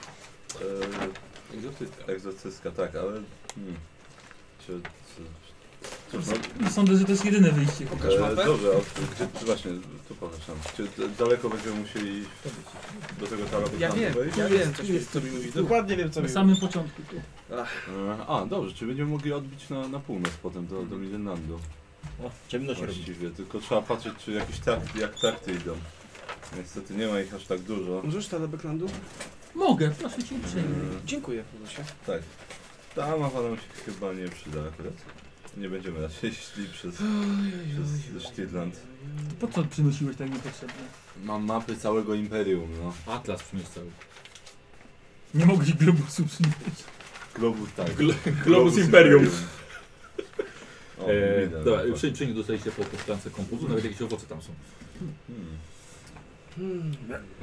e, Egzorcystka. egzorcystka, tak, ale... Hmm. Czy... czy cóż, no, I sądzę, że to jest jedyne wyjście. Pokaż e, mapę. dobrze, a gdzie, czy właśnie, tu pokażę. Czy d- daleko będziemy musieli iść do tego Talabeklandu Ja wiem, wejść? ja wiem, coś co mi mówi. Dokładnie wiem, co Na mi samym początku. Tu. E, a, dobrze, czy będziemy mogli odbić na, na północ potem do, do Milenlandu. O, ciemno się robi. Właściwie, tylko trzeba patrzeć czy jakieś trakty, jak trakty idą. Niestety nie ma ich aż tak dużo. Możesz Talabeklandu? Mogę, proszę cię uprzejmie. E, Dziękuję, Bogusie. tak. Ta mapa nam się chyba nie przyda akurat. Nie będziemy raczej szli przez, przez Sztidland. Po co przynosiłeś tak niepotrzebne? Mam mapy całego Imperium, no. Atlas przyniósł cały. Nie mogłeś globusu przynieść. Globus, tak. Globus Imperium. O, E, widać, dobra, no. wszędzie wszędzie dostaliście po, po szklance kompotu, nawet jakieś owoce tam są. Hmm. Hmm.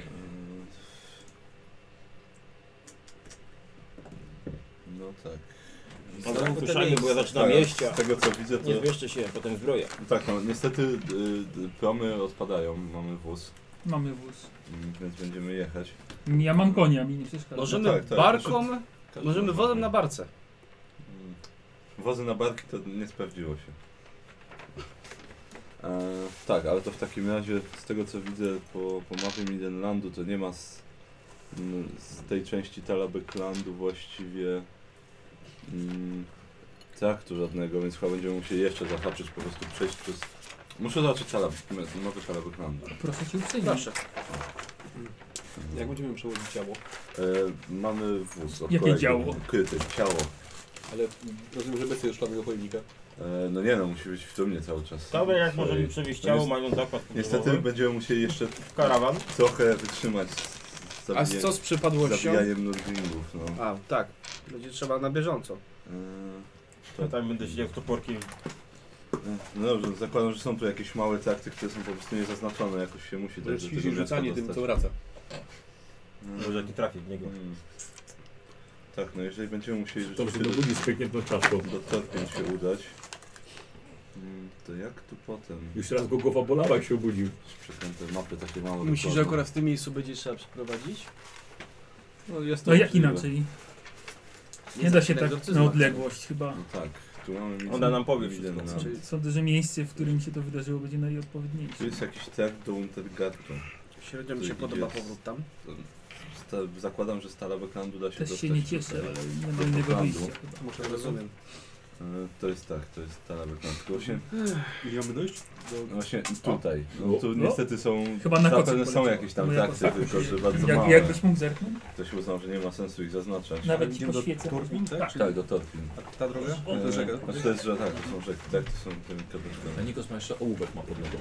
No tak. Ale upuszczajmy, bo ja zaczynam Tak, jeść, a z tego co widzę to... nie zbierzcie się, potem zbroję. Tak, no niestety y, y, promy odpadają, mamy wóz, Mamy wóz. mm, więc będziemy jechać. Ja mam konia, mi nie przeszkadza. Możemy No tak, tak. barką, Każdy możemy ma wozem mapę. na barce. Mm. Wozy na barki to nie sprawdziło się. E, tak, ale to w takim razie z tego co widzę po, po mapie Midenlandu to nie ma z, m, z tej części Talabeklandu właściwie mm, traktu żadnego, więc chyba będziemy musieli jeszcze zahaczyć, po prostu przejść przez... Muszę zobaczyć Talab, mapę Talabeklandu. Proszę cię uprzejmie. Proszę. Jak będziemy przełożyć ciało? E, mamy wóz od Jakie kolegi, działo? Kryty, ciało. Ale rozumiem, że bez tego szklanego pojemnika. E, no nie no, musi być w trumnie cały czas. Dobra, jak Swojej- możemy przewieźć No ciało, jest- mając zakład Niestety podstawowy. będziemy musieli jeszcze Karawan. trochę wytrzymać z, z, A zabija- co z przypadłością? zabijaniem nurglingów, no. A, tak. Będzie trzeba na bieżąco. E, Ja tam będę siedział z toporkiem. no dobrze, zakładam, że są tu jakieś małe trakty, które są po prostu niezaznaczone, jakoś się musi To do, do jest tego dzisiaj miasta rzucanie tym, dostać. co wraca. Mm. Może nie trafię w niego. Mm. Tak, no jeżeli będziemy musieli To by się rzeczywiście do budzi z piękniętą czaszką. do, do Torpin się udać, mm, to jak tu potem? Już raz go głowa bolała, jak się obudził. Przekręte mapy takie mało Myślisz, że dokładne. akurat w tym miejscu będzie trzeba przeprowadzić? No, jest to No jak możliwe. inaczej? Nie da się tak egzorcyzm. na odległość chyba. No tak, tu mamy Miden- Ona nam powie Miden- wszystko. no. Czyli Sądzę, że miejsce, w którym się to wydarzyło, będzie Tu najodpowiedniejsze. jest jakiś trakt do Untergartu. średnio mi się To podoba idzie- powrót tam. Sta zakładam, że z Talabeklandu da się Też dostać się nie tutaj. cieszę, ale nie ma do innego Portlandu. wyjścia chyba. Muszę Rozumiem. E, To jest tak, to jest Talabekland. Tylko właśnie, Gdzie mamy dojść? no właśnie tutaj. O. No, tu No. niestety są. Chyba na kocu zapewne są poleciał. jakieś tam No ja trakty, tak tylko myślę. że bardzo Jak, małe. jakbyś mógł zerknąć? Ktoś uznał, że nie ma sensu ich zaznaczać. Nawet ci idziemy do poświecę. Torpin, tak? Tak. Czy- Tak, do Torpin. A ta droga? O, To jest rzeka. E, Znaczy to jest, że tak, to są rzeki, tak, to są tymi A kropeczkami. Nikos ma jeszcze ołówek ma pod nogą.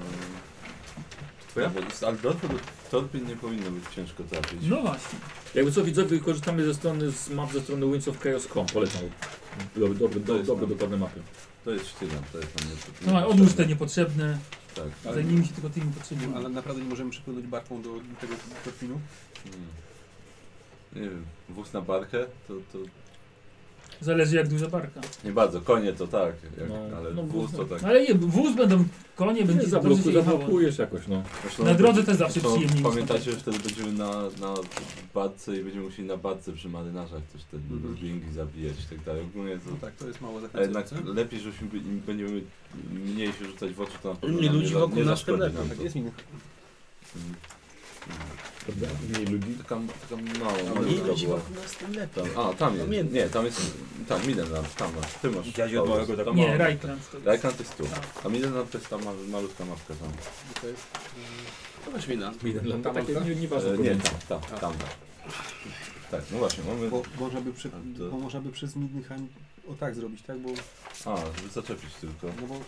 Twoja? Bo z Aldorfu do Torpin nie powinno być ciężko trafić. No właśnie. Jakby co widzowie, korzystamy ze strony, z map ze strony Winds of Chaos kropka com. Polecam. Dobry, dobry, To do, jest dobre, tam. dokładne mapy. To jest Sztyland, to jest tam nie- No nie- odłóż te niepotrzebne, Tak. Ale- zajmijmy się tylko tymi potrzebnymi. Ale naprawdę nie możemy przypłynąć barką do tego Torpinu? Hmm. Nie wiem, wóz na barkę, to, to Zależy jak duża barka. Nie bardzo, konie to tak, jak, No, ale no, wóz to tak. No, ale nie, wóz będą, konie będzie Nie, dobrze się zabloku, jechało. zablokujesz jakoś, no. Zresztą, Na drodze też zawsze zresztą przyjemniej. Pamiętajcie, że wtedy będziemy na, na badce i będziemy musieli na badce przy marynarzach też te Mhm. zwingi zabijać i tak dalej. Ogólnie to, No tak, to jest mało a jednak zachęcające. lepiej, żebyśmy by- im będziemy mniej się rzucać w oczy, to na pewno Mniej nam ludzi nie, za- wokół nie nas, zaszkodzi tym nam lepiej. to. Jest innych. Mm. Mniej ludzi. Taka, taka mała, Mniej malutka ludzi była. wokół nas, tym lepiej. Tam, a, tam jest. Pamiętam. Nie, tam jest. Tam, Midenland, tam masz. Ty masz. Dziadziu od Paulus, małego tam Nie, ma- Rajkrant to jest. Rajkant jest tu. Tak. A Midenland to jest ta ma, malutka mapka tam. Okej. To weź mina. Midland, Tam takie mam, nie, nie ważne. E, nie, powiem. tam, tam, tam. Tak, no właśnie, mamy. Bo można by, przy, A, to- bo można by przez Midnicham o tak zrobić, tak? Bo, A, żeby zaczepić tylko. no bo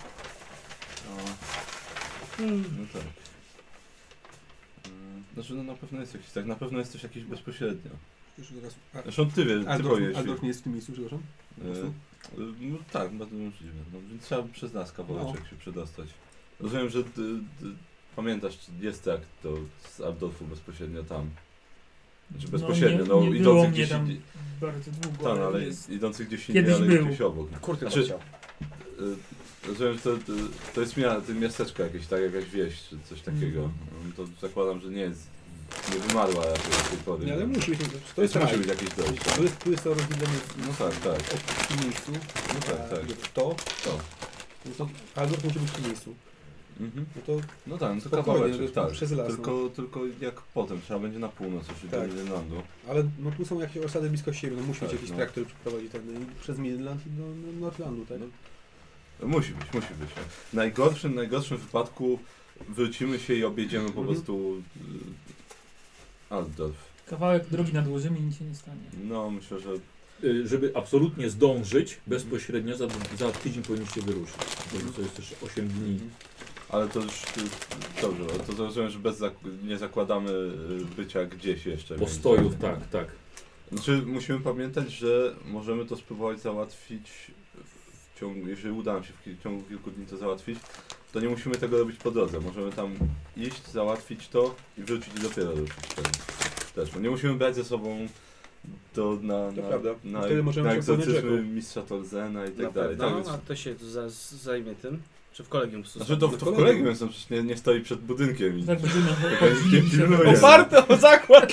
Hmm. No tak. Mm, Znaczy, no na pewno jest jakiś, tak, na pewno jest coś jakieś bezpośrednio. już teraz... A, Zresztą ty, wie- ty Aldorf, powiesz. Aldorf nie jest w tym miejscu, przepraszam? po prostu? E, No tak, bardzo możliwe. No, więc trzeba przez nas kawałeczek No. się przedostać. Rozumiem, że ty, ty, pamiętasz, jest tak to z Aldorfu bezpośrednio tam. Znaczy bezpośrednio, no, nie, nie było idący mnie gdzieś tam indziej. bardzo długo, Tak, ale ale jest. idący gdzieś indziej, Kiedyś ale był. gdzieś obok. Kurty Znaczy, chciał. y, Rozumiem, że to, to, to jest mia, to miasteczko jakieś, tak, jakaś wieś, czy coś takiego. Mhm. No, to zakładam, że nie jest, nie wymarła jakoś do tej pory. Nie, ale no. musi być, to To jest musi raj. być jakieś dojście. Tu jest, tu jest to rozdzielenie No tak, tak. w tym miejscu. No tak, tak. To, To. no to Aldorf musi być w tym miejscu. Mhm. No to No tak, no to Spokojnie, kawałeczek, no, tak. przez las, Tylko, tylko jak potem, trzeba będzie na północ już Tak. do Midlandu. ale no tu są jakieś osady blisko siebie, no musi Tak, być jakiś no. trak, który przeprowadzi ten i przez Midland i do, do Nordlandu, tak? No, musi być, musi być. W najgorszym, najgorszym wypadku wrócimy się i objedziemy po Mhm. prostu y, Altdorf. Kawałek drogi nadłożymy i nic się nie stanie. No myślę, że Y, Żeby absolutnie zdążyć, bezpośrednio za, za tydzień powinniście wyruszyć. Bo to jest też osiem dni. ale to już y, dobrze, ale to rozumiem, że bez zak nie zakładamy y, bycia gdzieś jeszcze. Postojów, więc- tak, tak. Znaczy musimy pamiętać, że możemy to spróbować załatwić w ciągu, jeżeli uda nam się w ki- ciągu kilku dni to załatwić, to nie musimy tego robić po drodze. Możemy tam iść, załatwić to i wrócić i dopiero ruszyć wtedy. Też, bo nie musimy brać ze sobą to na, To na, prawda. na, Wtedy możemy na się płynąć egzorcyzmy rzeką. mistrza Tolzena i Na tak dalej. pewno, Tak, więc, a to się za, zajmie tym? Czy w kolegium? znaczy to, to w kolegium jest, on przecież nie, nie stoi przed budynkiem i Tak będziemy nie chodzili i się pilnuje. Oparte o zakład!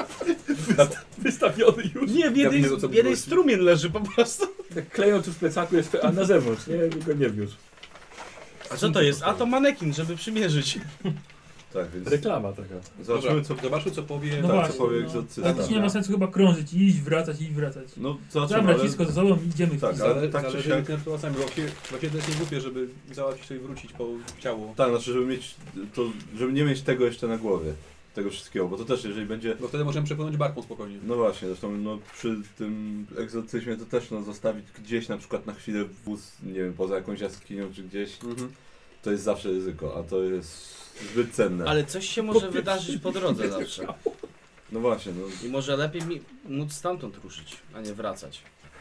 Wystawiony już. Nie, w Ja jednej, wiem, o co w jednej chodzi. strumień leży po prostu. Tak kleją tu w plecaku jest, a na zewnątrz, nie? Go nie wniósł. A co to jest? A to manekin, żeby przymierzyć. Tak, więc Reklama taka. zobaczymy co, Zobaczmy co powie... No tak, właśnie, co powie no. egzorcysta. Ale też nie ma sensu chyba krążyć, iść, wracać, iść, wracać. No zobaczymy, Zabrać ale wszystko ze sobą i idziemy w Tak, pizdę. ale Ale tak czy zależy siak- jak sytuacjami, bo właśnie, właśnie to jest niegłupie, żeby załatwić to i wrócić po ciało. tak, znaczy żeby mieć to, żeby nie mieć tego jeszcze na głowie. Tego wszystkiego, bo to też jeżeli będzie. Bo wtedy możemy przepłynąć barką spokojnie. No właśnie, zresztą no, przy tym egzorcyzmie to też no, zostawić gdzieś na przykład na chwilę wóz, nie wiem, poza jakąś jaskinią czy gdzieś, Mhm. to jest zawsze ryzyko, a to jest zbyt cenne. Ale coś się może wydarzyć po drodze zawsze. No właśnie, no I może lepiej mi móc stamtąd ruszyć, a nie wracać.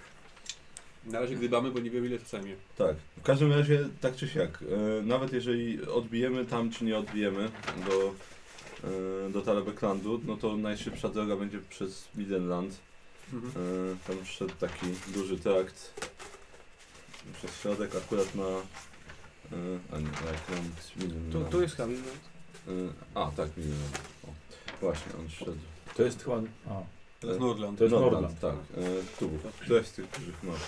Na razie gdybamy, bo nie wiemy ile to zajmie. tak. W każdym razie tak czy siak, e, nawet jeżeli odbijemy tam czy nie odbijemy do, e, do Talebeklandu, no to najszybsza droga będzie przez Middenland. Mhm. E, tam szedł taki duży trakt przez środek akurat na e, a nie, na ekran z Tu, Middenland. tu jest kamień. E, a tak, Middenland. O, właśnie, on szedł. To jest chyba... A. To jest Nordland. To jest Nordland, Nordland. tak. E, tu, to jest z tych dużych map.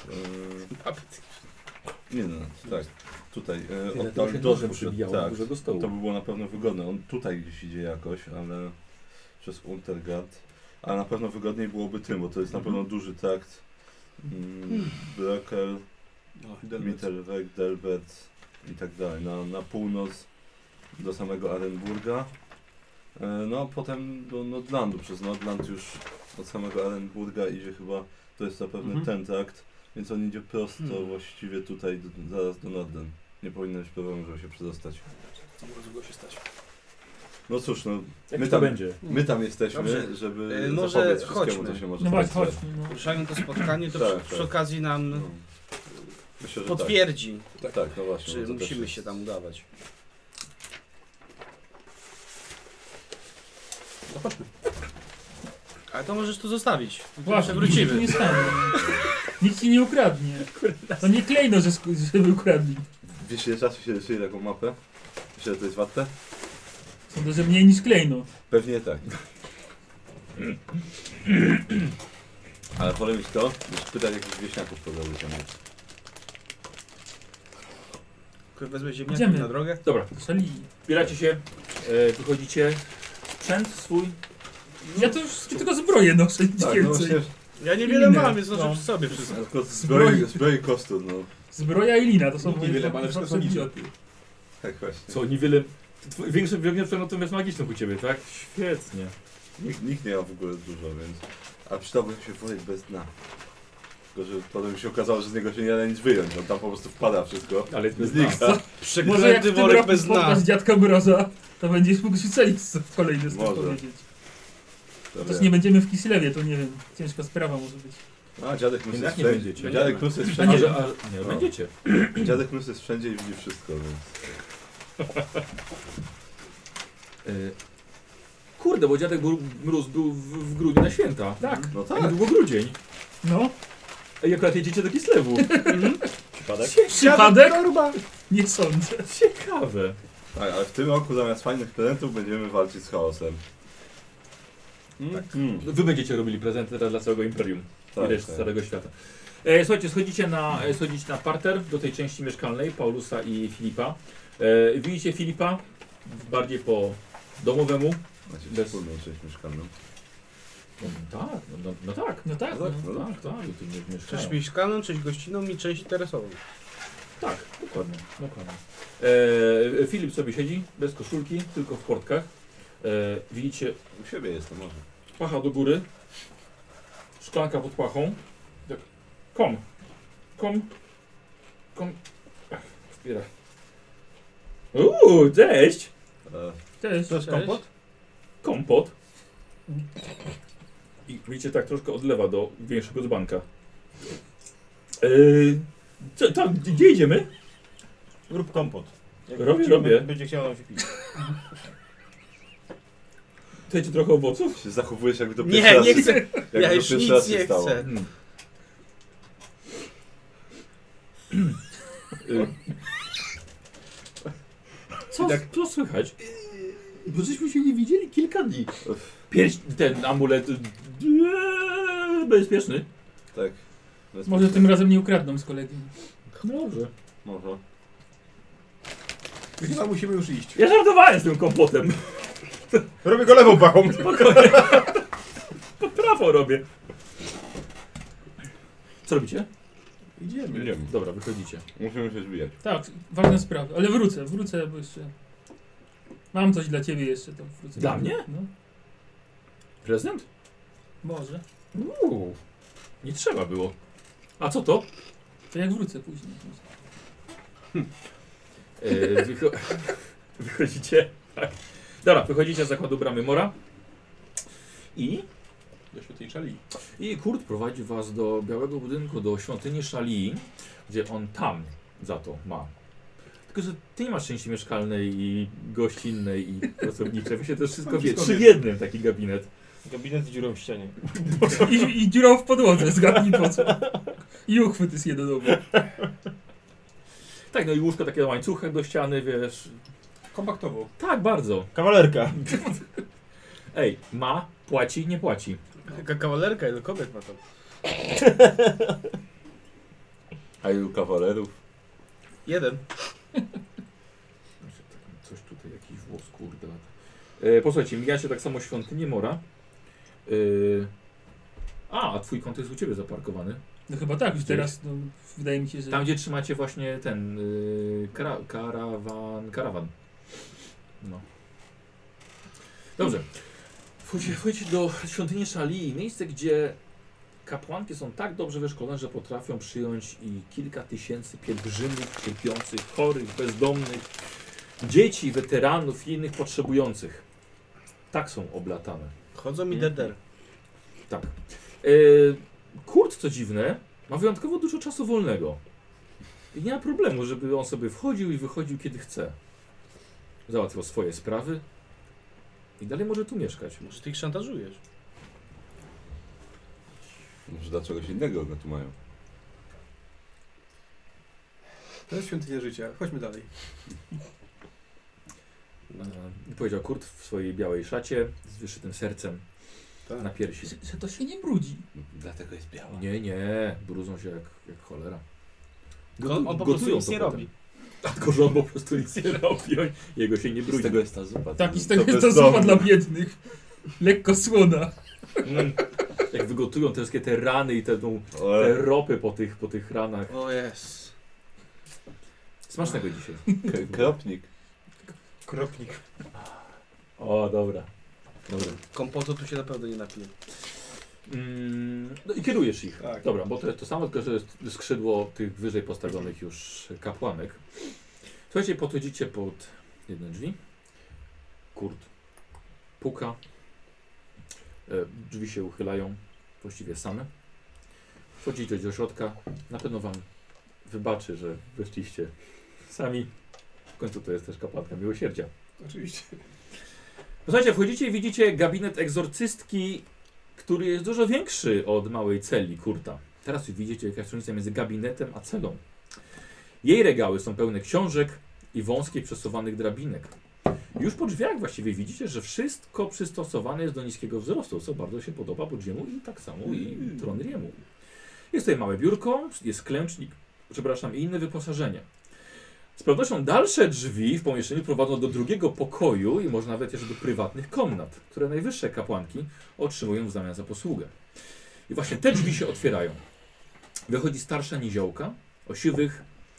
E, Middenland, tak. Tutaj, e, Tyle od to się Daldorfu nożem szedł, przybijało do tak. dużego stołu. To by było na pewno wygodne. On tutaj gdzieś idzie jakoś, ale przez Untergard. A na pewno wygodniej byłoby tym, bo to jest na Mhm. pewno duży trakt. Mm, Brökel, O, Delbert. Mittelweg, Delbert i tak dalej. Na, na północ do samego Arenburga. E, No a potem do Nordlandu. Przez Nordland już od samego Arenburga idzie chyba, to jest zapewne Mhm. ten trakt, więc on idzie prosto Hmm. właściwie tutaj do, zaraz do Norden. Nie powinno być problemu, żeby się przedostać. Co może złego się stać? No cóż, no Jak my to tam, będzie? my tam jesteśmy, Dobrze. żeby E, może zapobiec wszystkiemu, chodźmy. co się może No stać. właśnie, chodźmy. No. Ruszajmy to spotkanie, to Tak, przy, przy tak. okazji nam No. Myślę, że potwierdzi, tak. Tak, no właśnie. czy no to też musimy jest- się tam udawać. No chodźmy. Ale to możesz tu zostawić. Właśnie, Wrócimy. nic się tu nie stanie. Nikt ci nie ukradnie. To nie klejno, że sku- żeby ukradli. Wiesz ile czasu się rysuje taką mapę? Wiesz ile to jest warte? Sądzę, że mniej niż klejno. Pewnie tak. Ale wolę mieć to, niż pytać jakichś wieśniaków po drodze tam jest. Wezmę ziemniaki Idziemy. na drogę. Dobra, Szali. zbieracie się, e, wychodzicie. Sprzęt swój. Ja to już tylko zbroję noszę, nic Tak, no więcej. właśnie, Ja niewiele Inne. mam, więc noszę No. przy sobie wszystko. tylko zbroi, zbroi kostur, no. Zbroja i lina to są Niewiele, moje ale dwa wszystko przedmioty. Tak właśnie. Co, niewiele... Tw- Większy wymiar przedmiotów jest magiczny u ciebie, tak? Świetnie. Nikt, nikt nie ma w ogóle dużo, więc... A przydałby się worek bez dna. Tylko, że potem się okazało, że z niego się nie da nic wyjąć, on tam po prostu wpada wszystko. Ale bez dna. Znika. Może jak w Przeklęty tym worek roku bez dna. spotkasz dziadka Mroza, to będziesz mógł strzelić w kolejny sposób Może. powiedzieć. To Też wiem. nie będziemy w Kislewie, to nie wiem, ciężka sprawa może być. A, dziadek Nus Jak jest nie wszędzie. będziecie? Dziadek Nus jest A wszędzie. A, że, a, nie, No. będziecie. Dziadek Nus jest wszędzie i widzi wszystko, więc... E, kurde, bo dziadek był, Mróz był w, w grudniu na święta. Tak, No Tak. tak. Niedługo grudzień. no. A jak akurat jedziecie do Kislewu. Przypadek? Przypadek? Nie sądzę. Ciekawe. Tak, ale w tym roku zamiast fajnych prezentów będziemy walczyć z chaosem. Mm. Wy będziecie robili prezenty teraz dla całego Imperium. Tak, I reszty tak. całego świata. E, słuchajcie, schodzicie na, e, schodzicie na parter do tej części mieszkalnej Paulusa i Filipa. E, widzicie Filipa bardziej po domowemu. Macie Bez- wspólną część mieszkalną. No, tak, no, no, no tak. No tak, No tak, no. no Tak, tak, tu nie mieszkają. Część mieszkalną, część gościnną i część interesową. Tak, dokładnie. dokładnie. E, Filip sobie siedzi, bez koszulki, tylko w portkach. E, widzicie, U siebie jestem może. pacha do góry, szklanka pod pachą. Tak. Kom, kom, kom. Ach, wspiera. Uuu, cześć! E, Cześć. To jest kompot? Kompot. I widzicie, tak troszkę odlewa do większego dzbanka. Yy, co, tam, gdzie idziemy? Rób kompot. Jak Robię, ci robię. Będzie chciał nam się pić. Chcecie trochę owoców? się zachowujesz jakby to Nie, pierwszy raz nie się- chcę. jakby Ja to już pierwszy nic raz nie się stało. chcę. Hmm. Y, Co, Tak. co słychać? Bo żeśmy się nie widzieli kilka dni. Pierś, ten amulet eee, bezpieczny. Tak. Może tym razem nie ukradną z kolegi. Dobrze. Może. Chyba musimy już iść. Ja żartowałem z tym kompotem. Robię go lewą pachą. Spokojnie. Po prawo robię. Co robicie? Idziemy. Nie wiem. Dobra, wychodzicie. Musimy się zbijać. Tak, ważna sprawa. Ale wrócę, wrócę, bo jeszcze... Mam coś dla ciebie jeszcze, to wrócę. Dla mnie? No, Prezent? może. Uuu. Nie trzeba było. A co to? To jak wrócę później. E, wycho wychodzicie. Tak. Dobra, wychodzicie z zakładu bramy Mora. I, Do świetnej szali. I Kurt prowadzi was do białego budynku, do świątyni Szalii, gdzie on tam za to ma. Tylko, że ty nie masz części mieszkalnej i gościnnej i pracowniczej. Wy się też wszystko wie. Trzy w jednym taki gabinet. Gabinet z dziurą w ścianie. I, I dziurą w podłodze, zgadnij po co. I uchwyt jest jednodowy. Tak, no i łóżko takie na łańcuchach do ściany, wiesz. Kompaktowo. Tak, bardzo. Kawalerka. Ej, ma, płaci, nie płaci. Jaka kawalerka, ile kobiet ma tam? A ilu kawalerów? Jeden. Coś tutaj, jakiś włos, kurde. E, posłuchajcie, mijacie tak samo świątynię Mora. E, a, a twój kąt jest u ciebie zaparkowany. No chyba tak, już Gdzieś. teraz no, wydaje mi się, że... Tam, gdzie trzymacie właśnie ten y, kara, karawan, karawan. No. Dobrze. Wchodzicie, wchodzicie do świątyni Szalii, miejsce, gdzie kapłanki są tak dobrze wyszkolone, że potrafią przyjąć i kilka tysięcy pielgrzymów, cierpiących, chorych, bezdomnych, dzieci, weteranów i innych potrzebujących. Tak są oblatane. Chodzą mi derder. Tak. E, Kurt, co dziwne, ma wyjątkowo dużo czasu wolnego. I nie ma problemu, żeby on sobie wchodził i wychodził kiedy chce. Załatwiał swoje sprawy i dalej może tu mieszkać. Może ty ich szantażujesz? Może dla czegoś innego go tu mają. To jest świątynia życia. Chodźmy dalej. E, powiedział Kurt w swojej białej szacie z wyszytym sercem Tak. na piersi. Że, że to się nie brudzi. Dlatego jest biała. Nie, nie, brudzą się jak, jak cholera. On, on po prostu nic nie robi. A tylko, że on po prostu nic nie robi. on- Jego się nie Z brudzi. tego jest ta zupa. Tak, i z to tego jest ta bezdomny. zupa dla biednych. Lekko słona. Mm, Jak wygotują te wszystkie te rany i te, tą, te Oj, ropy po tych, po tych ranach. O jest. Smacznego dzisiaj. k- Kropnik. Kropnik. O, dobra. Dobra. Kompotu tu się naprawdę nie napije. Mm, no i kierujesz ich. Tak. Dobra, bo to jest to samo, tylko że jest skrzydło tych wyżej postawionych już kapłanek. Słuchajcie, podchodzicie pod jedne drzwi. Kurt puka. E, drzwi się uchylają właściwie same. Wchodzicie do środka. Na pewno wam wybaczy, że weszliście sami. W końcu to jest też kapłanka miłosierdzia. Oczywiście. Słuchajcie, wchodzicie i widzicie gabinet egzorcystki, który jest dużo większy od małej celi Kurta. Teraz już widzicie jakaś różnica między gabinetem a celą. Jej regały są pełne książek i wąskich przesuwanych drabinek. Już po drzwiach właściwie widzicie, że wszystko przystosowane jest do niskiego wzrostu, co bardzo się podoba Bodziemu i tak samo i Tronriemu. Jest tutaj małe biurko, jest klęcznik, przepraszam, i inne wyposażenie. Z pewnością dalsze drzwi w pomieszczeniu prowadzą do drugiego pokoju i może nawet jeszcze do prywatnych komnat, które najwyższe kapłanki otrzymują w zamian za posługę. I właśnie te drzwi się otwierają. Wychodzi starsza niziołka o siwych,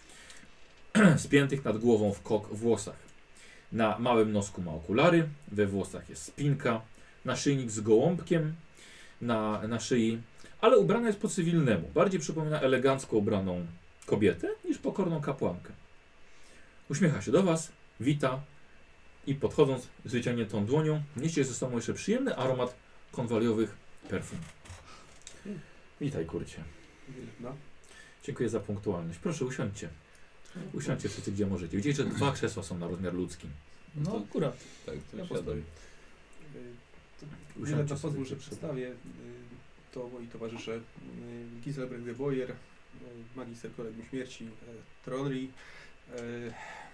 spiętych nad głową w kok włosach. Na małym nosku ma okulary, we włosach jest spinka, naszyjnik z gołąbkiem na, na szyi, ale ubrana jest po cywilnemu. Bardziej przypomina elegancko ubraną kobietę niż pokorną kapłankę. Uśmiecha się do was, wita i podchodząc z wyciągniętą dłonią niesie ze sobą jeszcze przyjemny aromat konwaliowych perfum. Witaj, Kurcie. No. Dziękuję za punktualność. Proszę, usiądźcie. Usiądźcie wszyscy, gdzie możecie. Widzicie, że dwa krzesła są na rozmiar ludzki. No To- akurat. Tak, to Ja siadaj. pozwolę. Wiele Usiądźcie to pozwól, sobie, że proszę. przedstawię. y, To moi towarzysze y, Giselbrecht de Boyer, y, magister Kolegi Śmierci, y, Tronri, y,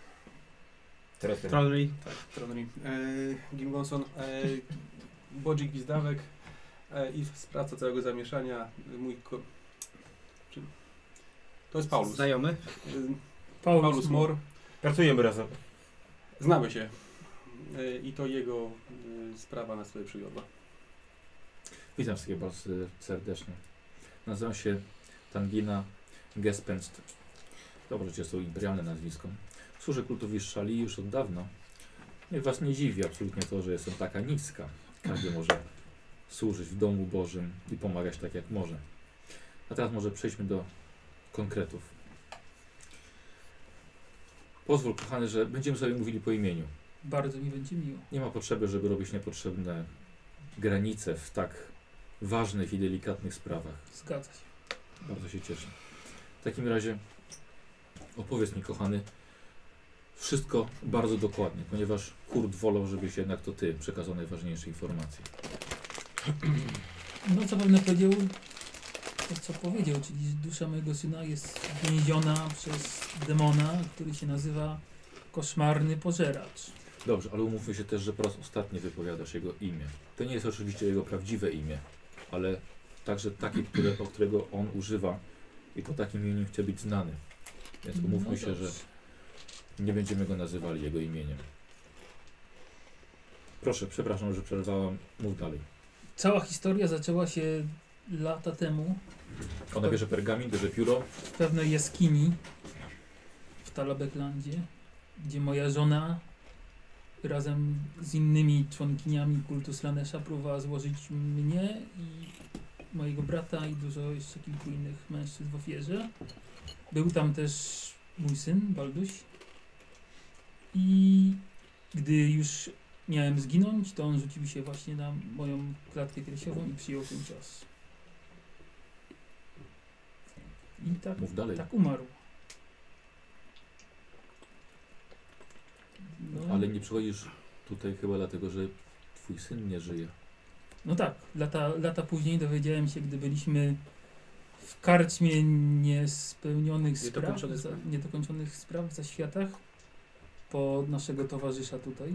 Teraz ten. Tronry. tak, Tronri, y, Gimgonson, y, Bodzik Gwizdawek y, i sprawca całego zamieszania, y, mój ko- czy- to jest Paulus. Znajomy? Y, Paulus, Paulus Mor. Pracujemy razem. Znamy się. Y, I to jego y, sprawa nas tutaj przywiodła. Witam wszystkich bardzo serdecznie. Nazywam się Tangina Gespenst. Dobrze, że jest to imperialne nazwisko. Służę kultowi Szali już od dawna. Niech was nie dziwi absolutnie to, że jestem taka niska. Każdy może służyć w domu Bożym i pomagać tak jak może. A teraz może przejdźmy do konkretów. Pozwól, kochany, że będziemy sobie mówili po imieniu. Bardzo mi będzie miło. Nie ma potrzeby, żeby robić niepotrzebne granice w tak ważnych i delikatnych sprawach. Zgadza się. Bardzo się cieszę. W takim razie opowiedz mi, kochany, wszystko bardzo dokładnie, ponieważ Kurt wolał, żebyś jednak to ty przekazał najważniejsze informacje. No co pewnie powiedział, to co powiedział, czyli dusza mojego syna jest więziona przez demona, który się nazywa Koszmarny Pożeracz. Dobrze, ale umówmy się też, że po raz ostatni wypowiadasz jego imię. To nie jest oczywiście jego prawdziwe imię, ale także takie, które, o którego on używa i po takim imieniu chce być znany. Więc umówmy No się, że dobrze. nie będziemy go nazywali jego imieniem. Proszę, przepraszam, że przerwałam. Mów dalej. Cała historia zaczęła się lata temu Ona bierze pergamin, bierze pióro. w pewnej jaskini w Talabeklandzie, gdzie moja żona razem z innymi członkiniami kultu Slanesha próbowała złożyć mnie i mojego brata i dużo jeszcze kilku innych mężczyzn w ofierze. Był tam też mój syn, Balduś. I gdy już miałem zginąć, to on rzucił się właśnie na moją klatkę piersiową i przyjął ten cios. I tak, Mów dalej. tak umarł. No, Ale nie przychodzisz tutaj chyba dlatego, że twój syn nie żyje. no tak, lata, lata później dowiedziałem się, gdy byliśmy w w karczmie niespełnionych spraw, Niedokończonych za, spraw. niedokończonych spraw w zaświatach po naszego towarzysza tutaj.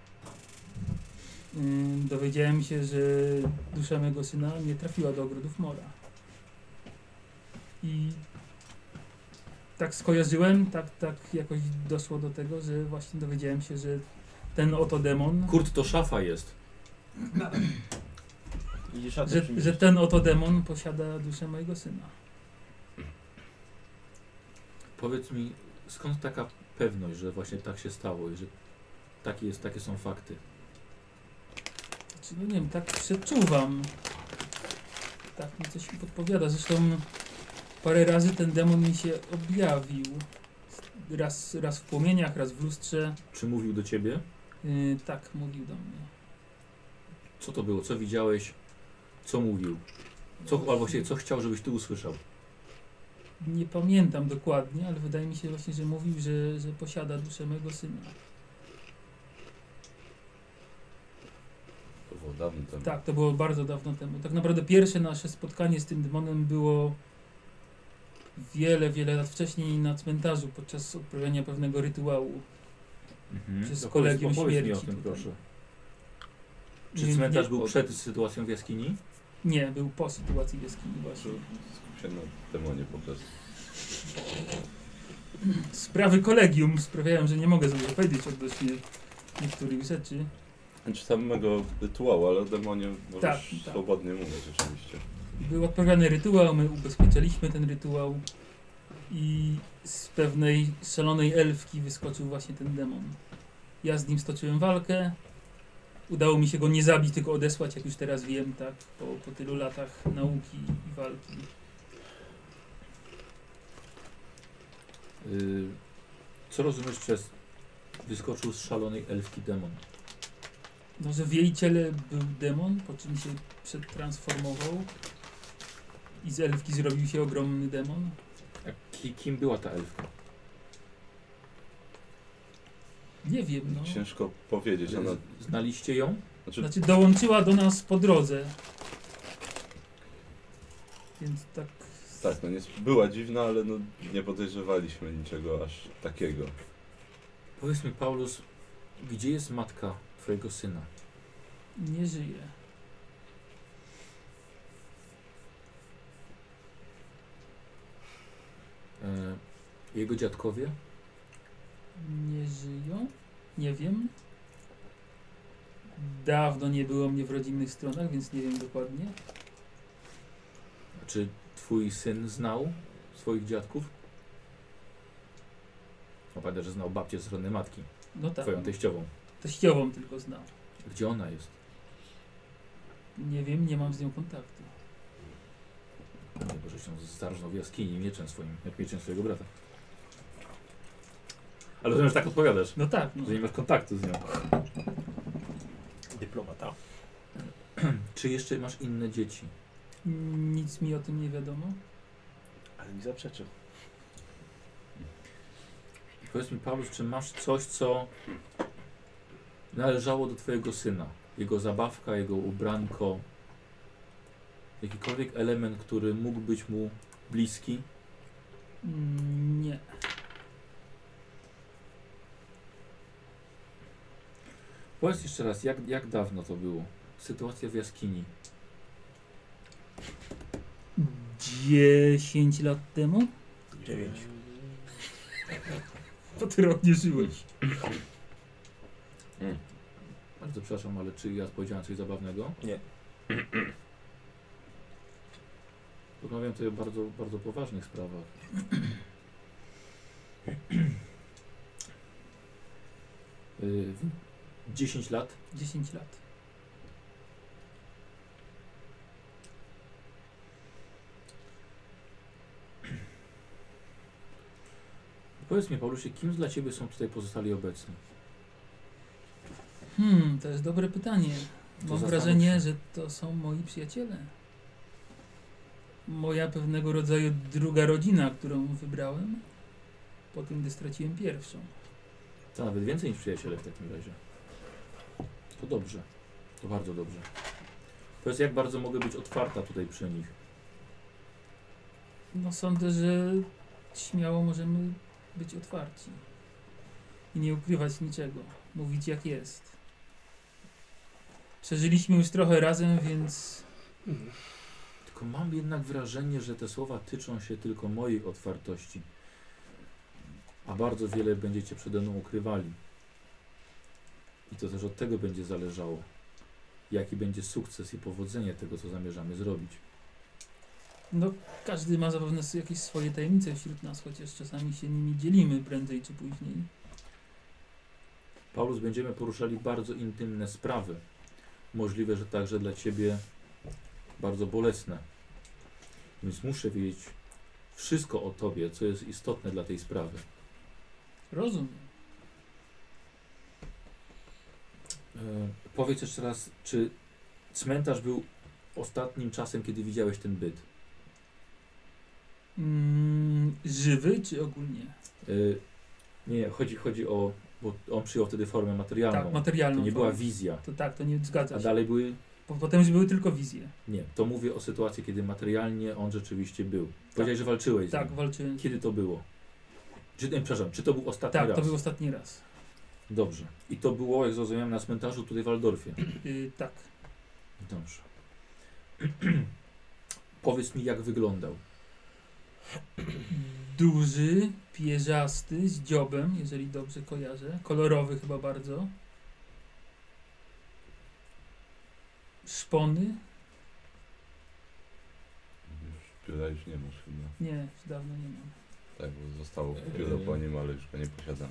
Ym, dowiedziałem się, że dusza mego syna nie trafiła do ogrodów Mora. I tak skojarzyłem, tak, tak jakoś doszło do tego, że właśnie dowiedziałem się, że ten oto demon, Kurt to szafa jest. Idzie szatę że, przynieść. że ten oto demon posiada duszę mojego syna. Powiedz mi, skąd taka pewność, że właśnie tak się stało i że takie, jest, takie są fakty? Znaczy, no nie wiem, tak przeczuwam. Tak mi coś mi podpowiada. Zresztą parę razy ten demon mi się objawił. Raz, raz w płomieniach, raz w lustrze. Czy mówił do ciebie? Yy, tak, mówił do mnie. Co to było? Co widziałeś? Co mówił? Co, albo właściwie co chciał, żebyś ty usłyszał? Nie pamiętam dokładnie, ale wydaje mi się właśnie, że mówił, że, że posiada duszę mego syna. To było dawno temu. Tak, to było bardzo dawno temu. Tak naprawdę pierwsze nasze spotkanie z tym demonem było wiele, wiele lat wcześniej na cmentarzu podczas odprawiania pewnego rytuału. Mhm. Przez To kolegium powiedz, opowiedz mi o śmierci tym, tutaj. proszę. Czy Nie- cmentarz nie- był przed sytuacją w jaskini? Nie, był po sytuacji w jaskini właśnie. Skup się na demonie po prostu. Sprawy kolegium sprawiają, że nie mogę sobie powiedzieć odnośnie niektórych rzeczy. Znaczy samego rytuału, ale o demonie możesz Tak, tak. swobodnie mówić oczywiście. Był odprawiany rytuał, my ubezpieczaliśmy ten rytuał i z pewnej szalonej elfki wyskoczył właśnie ten demon. Ja z nim stoczyłem walkę. Udało mi się go nie zabić, tylko odesłać, jak już teraz wiem, tak, po, po tylu latach nauki i walki. Yy, co rozumiesz przez wyskoczył z szalonej elfki demon? No, że w jej ciele był demon, po czym się przetransformował i z elfki zrobił się ogromny demon. A ki, kim była ta elfka? Nie wiem, no. Ciężko powiedzieć, ona... Znaliście ją? Znaczy, Znaczy dołączyła do nas po drodze. Więc tak... tak, no nie, była dziwna, ale no nie podejrzewaliśmy niczego aż takiego. Powiedz mi, Paulus, gdzie jest matka twojego syna? Nie żyje. E, jego dziadkowie? Nie żyją? Nie wiem. Dawno nie było mnie w rodzinnych stronach, więc nie wiem dokładnie. Czy twój syn znał swoich dziadków? No, pamiętasz, że znał babcię z strony matki, No tak. twoją teściową. Teściową tylko znał. Gdzie ona jest? Nie wiem, nie mam z nią kontaktu. Nie, bo że się zarżnął w jaskini mieczem swoim, jak mieczem swojego brata. Ale rozumiem, że tak odpowiadasz, No tak, no. że nie masz kontaktu z nią. Dyplomata. Czy jeszcze masz inne dzieci? Nic mi o tym nie wiadomo. Ale mi zaprzeczył. Powiedz mi, Paulus, czy masz coś, co należało do twojego syna? Jego zabawka, jego ubranko, jakikolwiek element, który mógł być mu bliski? Mm, Nie. Powiedz jeszcze raz, jak, jak dawno to było? Sytuacja w jaskini. Dziesięć lat temu? Dziewięć. To ty rok nie żyłeś. Bardzo przepraszam, ale czy ja powiedziałem coś zabawnego? Nie. Rozmawiam tutaj o bardzo, bardzo poważnych sprawach. Yy, dziesięć lat. Dziesięć lat. Powiedz mi, Paulusie, kim dla ciebie są tutaj pozostali obecni? Hmm, to jest dobre pytanie. To Mam zastanów wrażenie, się. że to są moi przyjaciele. Moja pewnego rodzaju druga rodzina, którą wybrałem po tym, gdy straciłem pierwszą. To nawet więcej niż przyjaciele w takim razie. To dobrze. To bardzo dobrze. Powiedz, jak bardzo mogę być otwarta tutaj przy nich? No sądzę, że śmiało możemy być otwarci. I nie ukrywać niczego. Mówić jak jest. Przeżyliśmy już trochę razem, więc Tylko mam jednak wrażenie, że te słowa tyczą się tylko mojej otwartości. A bardzo wiele będziecie przede mną ukrywali. I to też od tego będzie zależało. Jaki będzie sukces i powodzenie tego, co zamierzamy zrobić. no każdy ma zapewne s- jakieś swoje tajemnice wśród nas, chociaż czasami się nimi dzielimy prędzej czy później. Paulus, będziemy poruszali bardzo intymne sprawy. Możliwe, że także dla Ciebie bardzo bolesne. Więc muszę wiedzieć wszystko o Tobie, co jest istotne dla tej sprawy. Rozumiem. E, powiedz jeszcze raz, czy cmentarz był ostatnim czasem, kiedy widziałeś ten byt? Mm, żywy czy ogólnie? E, nie, chodzi, chodzi o... bo on przyjął wtedy formę materialną. Tak, materialną To nie była formę. wizja. To tak, to nie zgadza A się. dalej były... Po, potem już były tylko wizje. Nie, to mówię o sytuacji, kiedy materialnie on rzeczywiście był. Powiedziałeś, że walczyłeś z Tak, nim. walczyłem. Kiedy to było? Czy, nie, przepraszam, czy to był ostatni Tak, raz? to był ostatni raz. Dobrze. I to było, jak zrozumiałem, na cmentarzu tutaj w Waldorfie. Yy, tak. Dobrze. Powiedz mi, jak wyglądał. Duży, pierzasty, z dziobem, jeżeli dobrze kojarzę. Kolorowy chyba bardzo. Szpony? Już pióra już nie masz chyba. Nie, już dawno nie mam. Tak, bo zostało pióro po nim, ale już go nie posiadamy.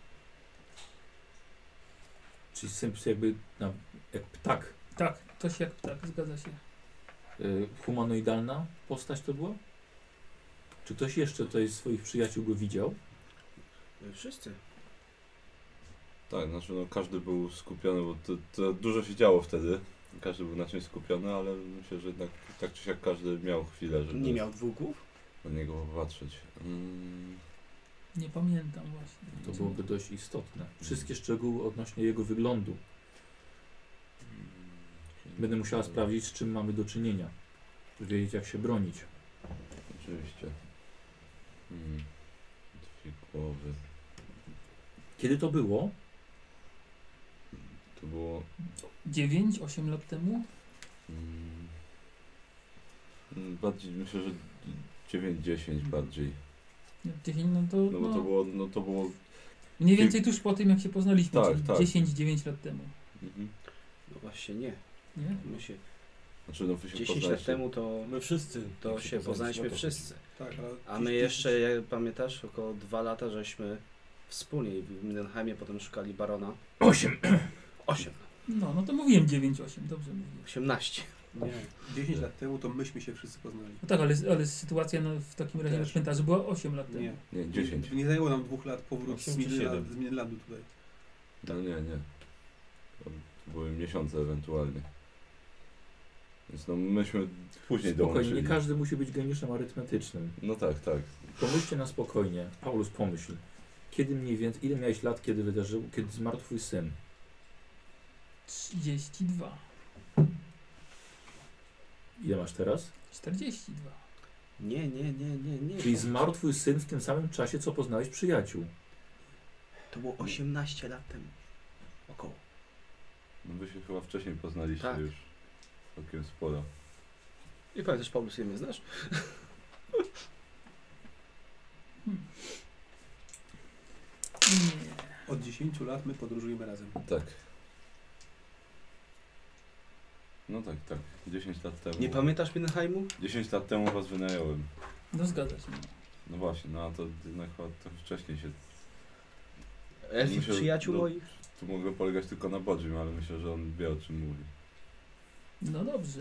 Czyli symp jakby na, jak ptak. Tak, coś jak ptak, zgadza się. Y, humanoidalna postać to była? Czy ktoś jeszcze tutaj z swoich przyjaciół go widział? Wszyscy. Tak, znaczy no każdy był skupiony, bo to, to dużo się działo wtedy. Każdy był na czymś skupiony, ale myślę, że jednak tak czy siak każdy miał chwilę, żeby Nie miał dwóch głów? na niego popatrzeć. Mm, Nie pamiętam właśnie. To byłoby dość istotne. Wszystkie szczegóły odnośnie jego wyglądu. Będę musiała sprawdzić, z czym mamy do czynienia. Żeby wiedzieć, jak się bronić. Oczywiście. Mm, dwie głowy. Kiedy to było? To było... dziewięć, osiem lat temu? Mm, mm, bardziej, myślę, że dziewięć dziesięć bardziej. Nie, dziesięć, no to, No bo no, to było... No to było mniej więcej tuż po tym, jak się poznaliśmy, Tak, czyli tak. dziesięć dziewięć lat temu. mhm. No właśnie nie. Nie? My się Znaczy no wy się dziesięć lat poznaliście- temu to, My wszyscy. to jak się poznaliśmy no to- wszyscy. Tak, ale A my jeszcze, jak pamiętasz, około dwa lata żeśmy wspólnie w Mindenheimie potem szukali Barona. Osiem. Osiem. No, no to mówiłem dziewięć osiem, dobrze mówię. Osiemnaście. Nie, dziesięć lat temu to myśmy się wszyscy poznali. No tak, ale, ale sytuacja no, w takim razie na Też. cmentarzu była osiem lat temu. Nie. Nie, dziesięć. Nie zajęło nam dwóch lat powrót z osiem czy Midland- siedem? z Midlandu tutaj. No nie, nie. To były miesiące ewentualnie. Więc no myśmy później Spokojnie, dołączyli. nie każdy musi być geniuszem arytmetycznym. No tak, tak. Pomyślcie na spokojnie. Paulus, pomyśl. Kiedy mniej więcej, ile miałeś lat, kiedy wydarzył, kiedy zmarł twój syn? trzydzieści dwa. Ile masz teraz? czterdzieści dwa. Nie, nie, nie, nie, nie. Czyli zmarł twój syn w tym samym czasie, co poznałeś przyjaciół. To było osiemnaście lat temu. Około. No wy się chyba wcześniej poznaliście Tak. już całkiem sporo. I pamiętasz, Paulus, mnie znasz? Nie. Od dziesięciu lat my podróżujemy razem. Tak. No tak, tak. dziesięć lat temu. Nie pamiętasz Mindenheimu? dziesięć lat temu was wynająłem. No zgadza się. No właśnie, no a to jednak chyba trochę wcześniej się... Elfich Myślę, przyjaciół no- moich? Tu mogę polegać tylko na Bodzim, ale myślę, że on wie, o czym mówi. No dobrze.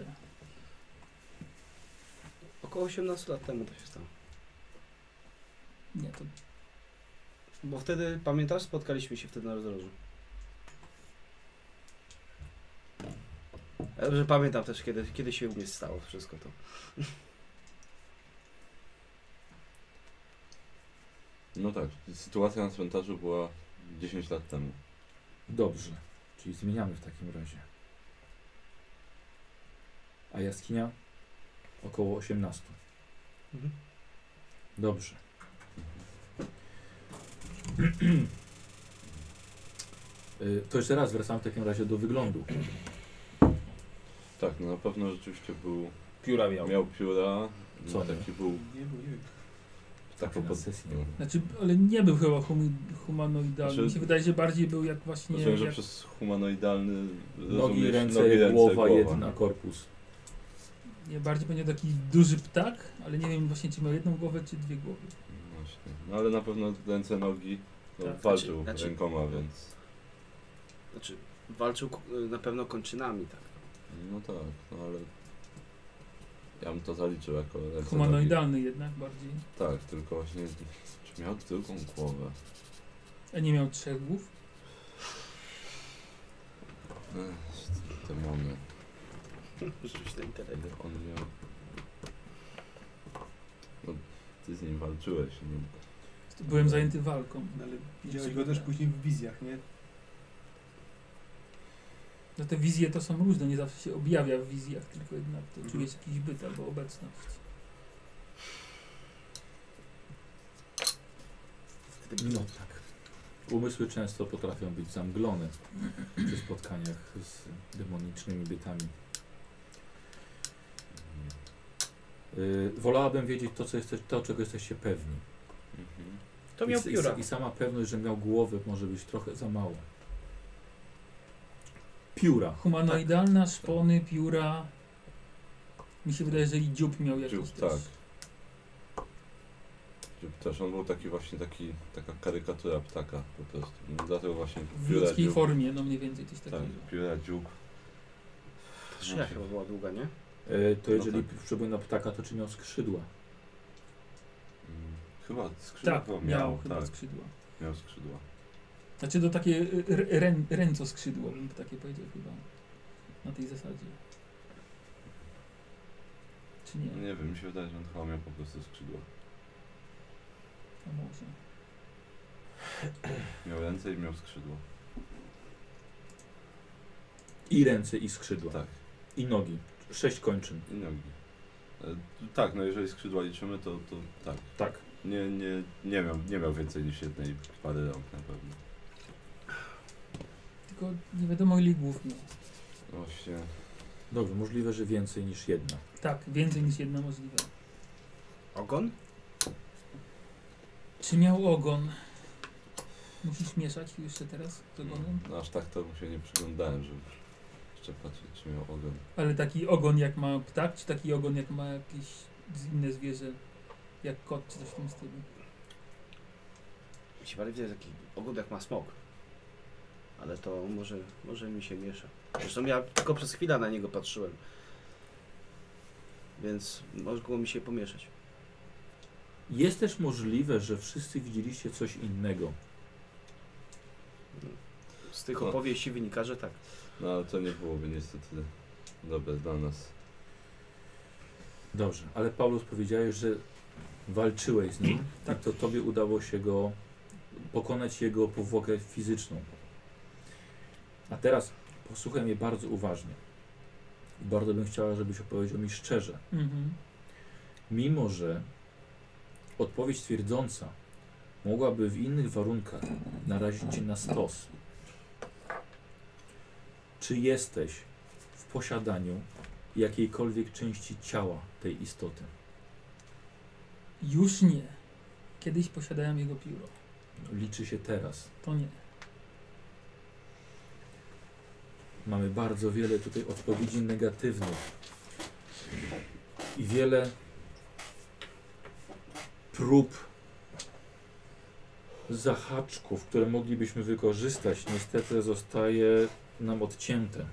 Około osiemnaście lat temu to się stało. Nie, to Bo wtedy, pamiętasz, spotkaliśmy się wtedy na rozdrożu. Ja dobrze pamiętam też, kiedy, kiedy się u mnie stało wszystko to. No tak, sytuacja na cmentarzu była dziesięć lat temu. Dobrze. Czyli zmieniamy w takim razie. A jaskinia? Około osiemnastu. Mhm. Dobrze. Y, to jeszcze raz wracam w takim razie do wyglądu. Tak, no na pewno rzeczywiście był, Pióra miał. miał pióra, Co no, nie? taki był, Nie, był, nie. tak Na pod... sesji. no. Znaczy, ale nie był chyba humi, humanoidalny. Znaczy- Mi się wydaje, że bardziej był jak właśnie... Rozumiem, że jak, przez humanoidalny Nogi, rozumiesz ręce, nogi, ręce, głowa, jedna, korpus. nie, bardziej będzie taki duży ptak, ale nie wiem właśnie, czy miał jedną głowę, czy dwie głowy. Właśnie. No ale na pewno ręce, nogi, no, Tak. walczył Znaczy- znaczy- rękoma, więc... Znaczy, walczył k- na pewno kończynami, tak. No tak, no ale... Ja bym to zaliczył jako ręce, nogi. Humanoidalny jednak bardziej. Tak, tylko właśnie... Czy miał drugą głowę? A nie miał trzech głów? Ech, demony. Rzuć na intelekt. Ile on miał... No, ty z nim walczyłeś, no. Byłem zajęty walką. No, ale widziałeś go też później w wizjach, nie? No te wizje to są różne, nie zawsze się objawia w wizjach, tylko jednak to Mhm. czujesz jakiś byt albo obecność. No tak. Umysły często potrafią być zamglone przy spotkaniach z demonicznymi bytami. Yy, wolałabym wiedzieć to, co jesteś, to, czego jesteście pewni. Mhm. To miał I, pióra. i, I sama pewność, że miał głowę, może być trochę za mało. Pióra. Humanoidalna, szpony, pióra. Mi się wydaje, że i dziób miał jakoś Dziób, też. tak. Dziób też, on był taki właśnie, taki, taka karykatura ptaka po prostu. No, dlatego właśnie W pióra, ludzkiej dziób. formie, no mniej więcej coś Tak, takiego. pióra, dziób. Szyja chyba była długa, nie? Yy, to No jeżeli tak. przypomina ptaka, to czy miał skrzydła? Mm, Chyba skrzydła Tak, chyba miał, miał, chyba tak, skrzydła. miał skrzydła. Znaczy to takie y, r- rę, ręco skrzydło, bym takie powiedział chyba. Na tej zasadzie. Czy nie? Nie wiem, mi się wydaje, że on chyba miał po prostu skrzydła. A może. Miał ręce i miał skrzydła. I ręce, i skrzydła. Tak, I nogi. Sześć kończyn. i nogi. E, tak, no jeżeli skrzydła liczymy, to, to tak. Tak. Nie, nie, nie, miał, nie miał więcej niż jednej pary rąk na pewno. Tylko nie wiadomo ile głów miał. Właśnie. Dobrze, możliwe, że więcej niż jedna. Tak, więcej niż jedna możliwe. Ogon? Czy miał ogon? Musisz mieszać jeszcze teraz z ogonem? No, aż tak to mu się nie przyglądałem, żeby jeszcze patrzeć, czy miał ogon. Ale taki ogon jak ma ptak, czy taki ogon jak ma jakieś z- inne zwierzę? Jak kot, czy coś w tym stylu? Mi się bardziej wydaje taki ogon jak ma smok. Ale to może, może mi się miesza. Zresztą ja tylko przez chwilę na niego patrzyłem. Więc mogło mi się pomieszać. Jest też możliwe, że wszyscy widzieliście coś innego. Z tych No. opowieści wynika, że tak. No ale to nie byłoby niestety dobre dla nas. Dobrze, ale Paulus powiedziałeś, że walczyłeś z nim, tak to tobie udało się go pokonać jego powłokę fizyczną. A teraz posłuchaj mnie bardzo uważnie. Bardzo bym chciała, żebyś opowiedział mi szczerze. Mhm. Mimo, że odpowiedź twierdząca mogłaby w innych warunkach narazić cię na stos. Czy jesteś w posiadaniu jakiejkolwiek części ciała tej istoty? Już nie. Kiedyś posiadałem jego pióro. Liczy się teraz. To nie. Mamy bardzo wiele tutaj odpowiedzi negatywnych i wiele prób zahaczków, które moglibyśmy wykorzystać, niestety zostaje nam odcięte.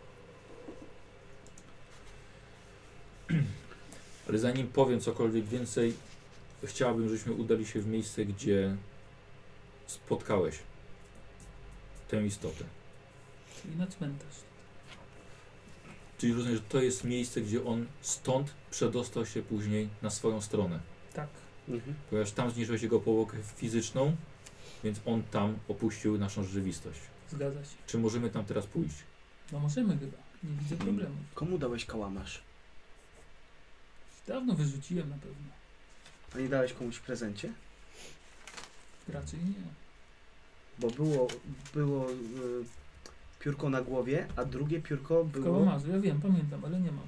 Ale zanim powiem cokolwiek więcej, chciałbym, żebyśmy udali się w miejsce, gdzie spotkałeś tę istotę. Czyli na cmentarz. Czyli rozumiem, że to jest miejsce, gdzie on stąd przedostał się później na swoją stronę. Tak. Mhm. Ponieważ tam zniżyłeś jego powłokę fizyczną, więc on tam opuścił naszą rzeczywistość. Zgadza się. Czy możemy tam teraz pójść? No możemy chyba. Nie widzę problemu. Komu dałeś kałamarz? Dawno wyrzuciłem na pewno. A nie dałeś komuś w prezencie? Raczej nie. Bo było, było y, piórko na głowie, a drugie piórko W było... kałamarzu, ja wiem, pamiętam, ale nie mam.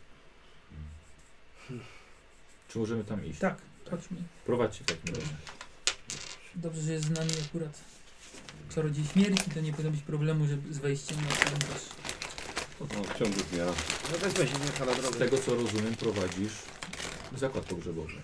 Czy możemy tam iść? Tak, chodźmy. Prowadźcie w takim razie. Dobrze, że jest z nami akurat czarodziej śmierci, to nie powinno być problemu że z wejściem na cmentarz. No, w ciągu dnia. No wezmę się nie na Z drogę. tego co rozumiem, prowadzisz zakład pogrzebowy.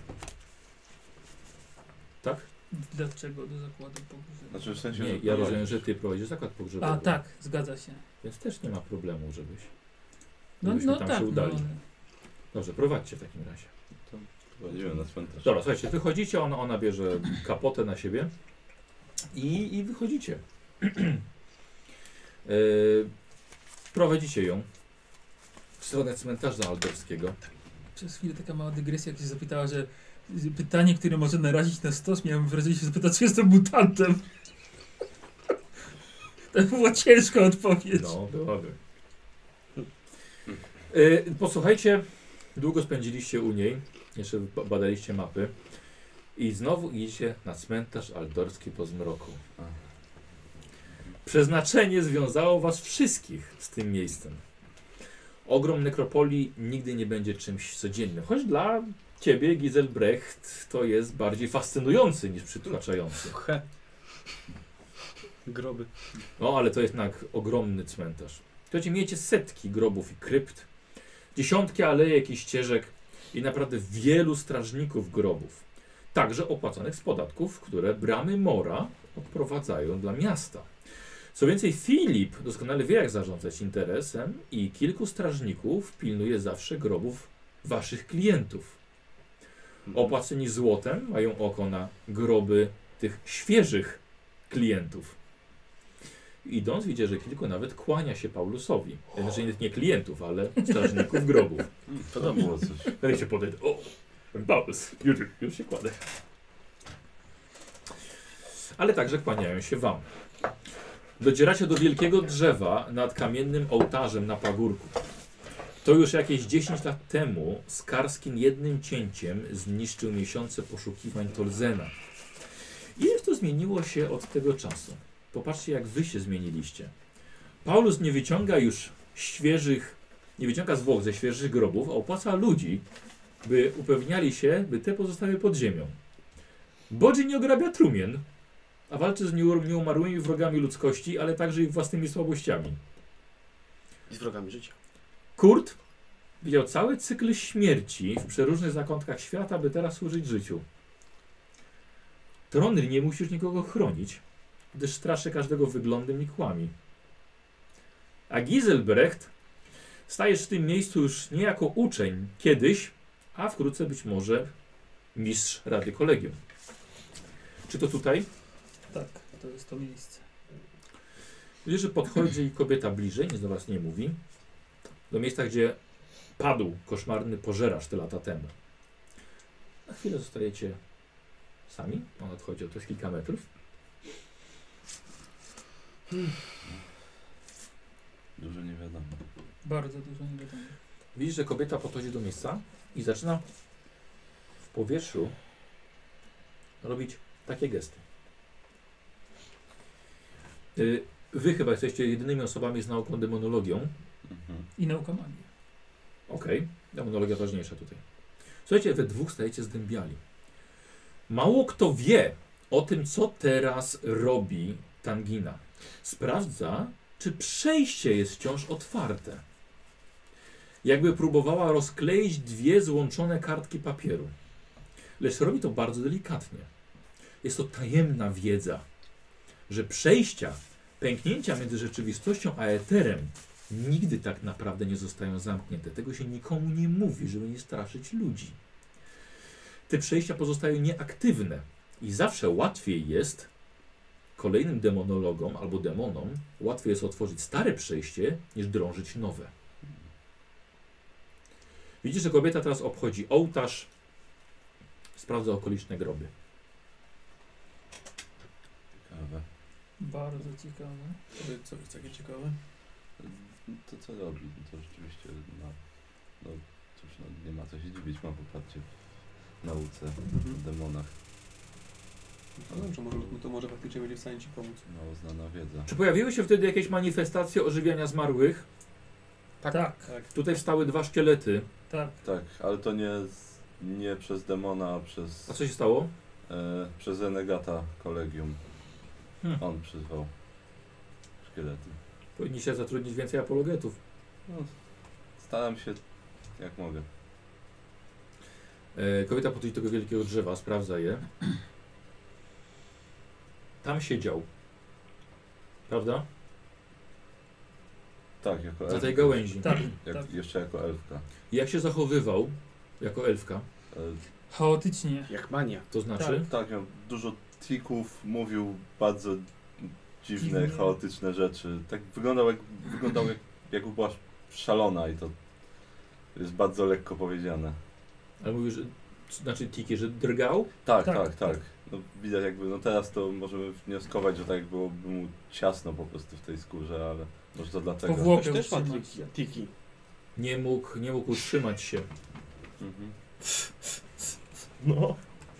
Tak? Dlaczego do zakładu pogrzebowego? Znaczy w sensie, Nie, że ja prowadzisz. rozumiem, że ty prowadzisz zakład pogrzebowy. A tak, zgadza się. Więc też nie ma problemu, żebyś. No, żebyśmy no tam tak, się no, udali. ale Dobrze, prowadźcie w takim razie. Prowadzimy na cmentarz. Dobra, słuchajcie, wychodzicie, ona, ona bierze kapotę na siebie i, i wychodzicie. yy, prowadzicie ją w stronę cmentarza alberskiego. przez chwilę taka mała dygresja, jak się zapytała, że że pytanie, które może narazić na stos, miałem wrażenie się zapytać, czy jestem mutantem. To była ciężka odpowiedź. No, byłaby. Yy, posłuchajcie, długo spędziliście u niej, jeszcze ba- badaliście mapy i znowu idziecie na cmentarz aldorski po zmroku. Przeznaczenie związało was wszystkich z tym miejscem. Ogrom nekropolii nigdy nie będzie czymś codziennym, choć dla ciebie, Giselbrecht, to jest bardziej fascynujący niż przytłaczający. He. Groby. No, ale to jest jednak ogromny cmentarz. Słuchajcie, miejecie setki grobów i krypt, dziesiątki alejek i ścieżek i naprawdę wielu strażników grobów. Także opłaconych z podatków, które bramy Mora odprowadzają dla miasta. Co więcej, Filip doskonale wie, jak zarządzać interesem i kilku strażników pilnuje zawsze grobów waszych klientów. Opłaceni złotem mają oko na groby tych świeżych klientów. Idąc widzę, że kilku nawet kłania się Paulusowi. Znaczy nie klientów, ale strażników grobów. To tam było coś. Wtedy się podejdę. O, Paulus, już, już się kładę. Ale także kłaniają się wam. Docieracie do wielkiego drzewa nad kamiennym ołtarzem na pagórku. To już jakieś dziesięć lat temu Skarskin jednym cięciem zniszczył miesiące poszukiwań Tolzena. Ileż to zmieniło się od tego czasu? Popatrzcie, jak wy się zmieniliście. Paulus nie wyciąga już świeżych, nie wyciąga zwłok ze świeżych grobów, a opłaca ludzi, by upewniali się, by te pozostały pod ziemią. Bodzi nie ograbia trumien, a walczy z nieumarłymi nieumarłymi wrogami ludzkości, ale także ich własnymi słabościami. I z wrogami życia. Kurt widział cały cykl śmierci w przeróżnych zakątkach świata, by teraz służyć życiu. Tronry nie musi już nikogo chronić, gdyż straszy każdego wyglądem i kłami. A Giselbrecht stajesz w tym miejscu już nie jako uczeń kiedyś, a wkrótce być może mistrz Rady Kolegium. Czy to tutaj? Tak, to jest to miejsce. Widzisz, że podchodzi kobieta bliżej, nic do was nie mówi. Do miejsca, gdzie padł koszmarny pożeracz te lata temu. Na chwilę zostajecie sami. On odchodzi o to jest kilka metrów. Dużo nie wiadomo. Bardzo dużo nie wiadomo. Widzisz, że kobieta podchodzi do miejsca i zaczyna w powietrzu robić takie gesty. Y, Wy chyba jesteście jedynymi osobami z nauką demonologią. Mhm. I nauka magii. Okej, okay. Demonologia ważniejsza tutaj. Słuchajcie, we dwóch stajecie zdębiali. Mało kto wie o tym, co teraz robi Tangina. Sprawdza, czy przejście jest wciąż otwarte. Jakby próbowała rozkleić dwie złączone kartki papieru. Lecz robi to bardzo delikatnie. Jest to tajemna wiedza, że przejścia, pęknięcia między rzeczywistością a eterem nigdy tak naprawdę nie zostają zamknięte. Tego się nikomu nie mówi, żeby nie straszyć ludzi. Te przejścia pozostają nieaktywne i zawsze łatwiej jest kolejnym demonologom albo demonom, łatwiej jest otworzyć stare przejście, niż drążyć nowe. Widzisz, że kobieta teraz obchodzi ołtarz, sprawdza okoliczne groby. Ciekawe. Bardzo ciekawe. Co jest takie ciekawe? To co robi? No to rzeczywiście, no, no cóż, no, nie ma co się dziwić, ma poparcie nauce Mhm. o demonach. No dobrze, może, no to może faktycznie będzie w stanie ci pomóc. Mało znana wiedza. Czy pojawiły się wtedy jakieś manifestacje ożywiania zmarłych? Tak, tak. Tak. Tutaj wstały dwa szkielety. tak. Tak, ale to nie, z, nie przez demona, a przez, A co się stało? e, przez renegata kolegium. Hmm. On przyzwał szkielety. Powinniście zatrudnić więcej apologetów. No, staram się jak mogę. E, kobieta podchodzi do tego wielkiego drzewa, sprawdza je. Tam siedział. Prawda? Tak, jako elfka. Na tej gałęzi. Tak, Jak, tak. Jeszcze jako elfka. I jak się zachowywał jako elfka? E, Chaotycznie. Jak mania. To znaczy? tak, miał dużo tików, mówił bardzo dziwne, Dziwnie. chaotyczne rzeczy. Tak wyglądał jak, wyglądał jak, jakby była szalona i to jest bardzo lekko powiedziane. Ale mówisz, że, znaczy tiki, że drgał? Tak, Tak, tak, tak. No, widać jakby, no teraz to możemy wnioskować, że tak byłoby mu ciasno po prostu w tej skórze, ale może to dlatego. Powłokę Ktoś też ma utrzymać. tiki. tiki. Nie mógł, nie mógł utrzymać się. Mhm. No.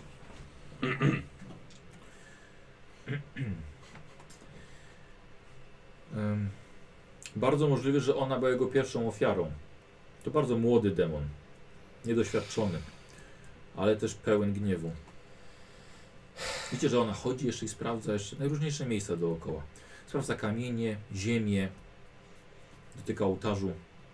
Em, bardzo możliwe, że ona była jego pierwszą ofiarą. To bardzo młody demon. Niedoświadczony. Ale też pełen gniewu. Widzicie, że ona chodzi jeszcze i sprawdza jeszcze najróżniejsze miejsca dookoła. Sprawdza kamienie, ziemię. Dotyka ołtarzu.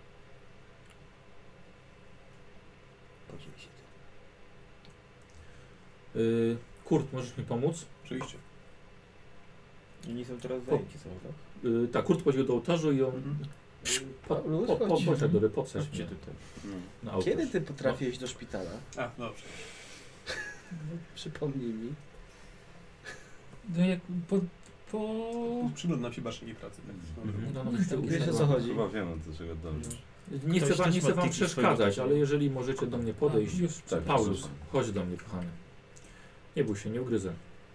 Yy, Kurt, możesz mi pomóc? Oczywiście. Oni są teraz zajęci są, tak? Yy, tak, Kurt podział do ołtarzu i on... Mhm. Po, po, po, poszedł do podstać Chodźcie mnie tutaj. Mm. na ołtarz. Kiedy ty potrafiłeś do szpitala? A, dobrze. Przypomnij mi. No jak po... po... Przyglądam się waszej pracy. Tak. Mhm. No, no, Nie, wiesz, tak to- Wiesz, o co chyba- chodzi? Chyba wiem, do czego dążysz. Nie chcę Ktoś wam, też nie ma chcę wam tiki przeszkadzać, swojego ale jeżeli możecie do mnie podejść. A, już Tak, Paulus, proszę. chodź do mnie, kochany. Nie bój się, nie ugryzę.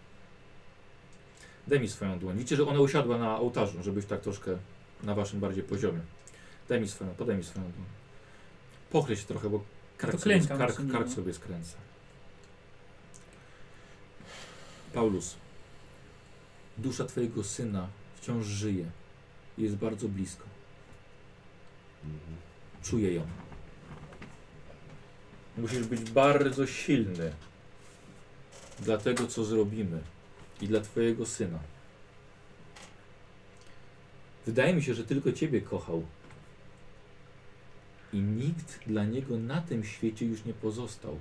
Daj mi swoją dłoń. Widzicie, że ona usiadła na ołtarzu, żebyś tak troszkę na waszym bardziej poziomie. Daj mi swoją, podaj mi swoją dłoń. Pochyl się trochę, bo kark, to sobie, klękam kark, przy nim, kark no. sobie skręca. Paulus, dusza twojego syna wciąż żyje i jest bardzo blisko. Mhm. Czuję ją. Musisz być bardzo silny dla tego, co zrobimy i dla twojego syna. Wydaje mi się, że tylko ciebie kochał i nikt dla niego na tym świecie już nie pozostał.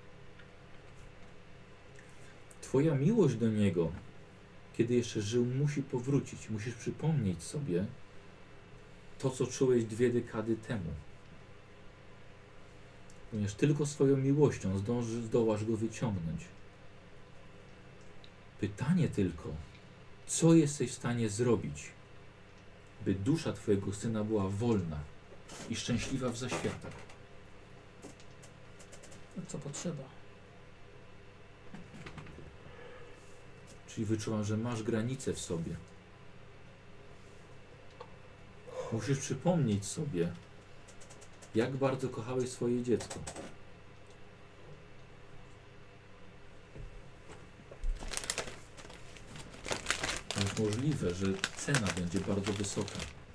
Twoja miłość do niego, kiedy jeszcze żył, musi powrócić. Musisz przypomnieć sobie to, co czułeś dwie dekady temu. Ponieważ tylko swoją miłością zdąży, zdołasz go wyciągnąć. Pytanie tylko, co jesteś w stanie zrobić, by dusza twojego syna była wolna i szczęśliwa w zaświatach. Co potrzeba. Czyli wyczuwam, że masz granice w sobie. Musisz przypomnieć sobie, jak bardzo kochałeś swoje dziecko. Jest możliwe, że cena będzie bardzo wysoka.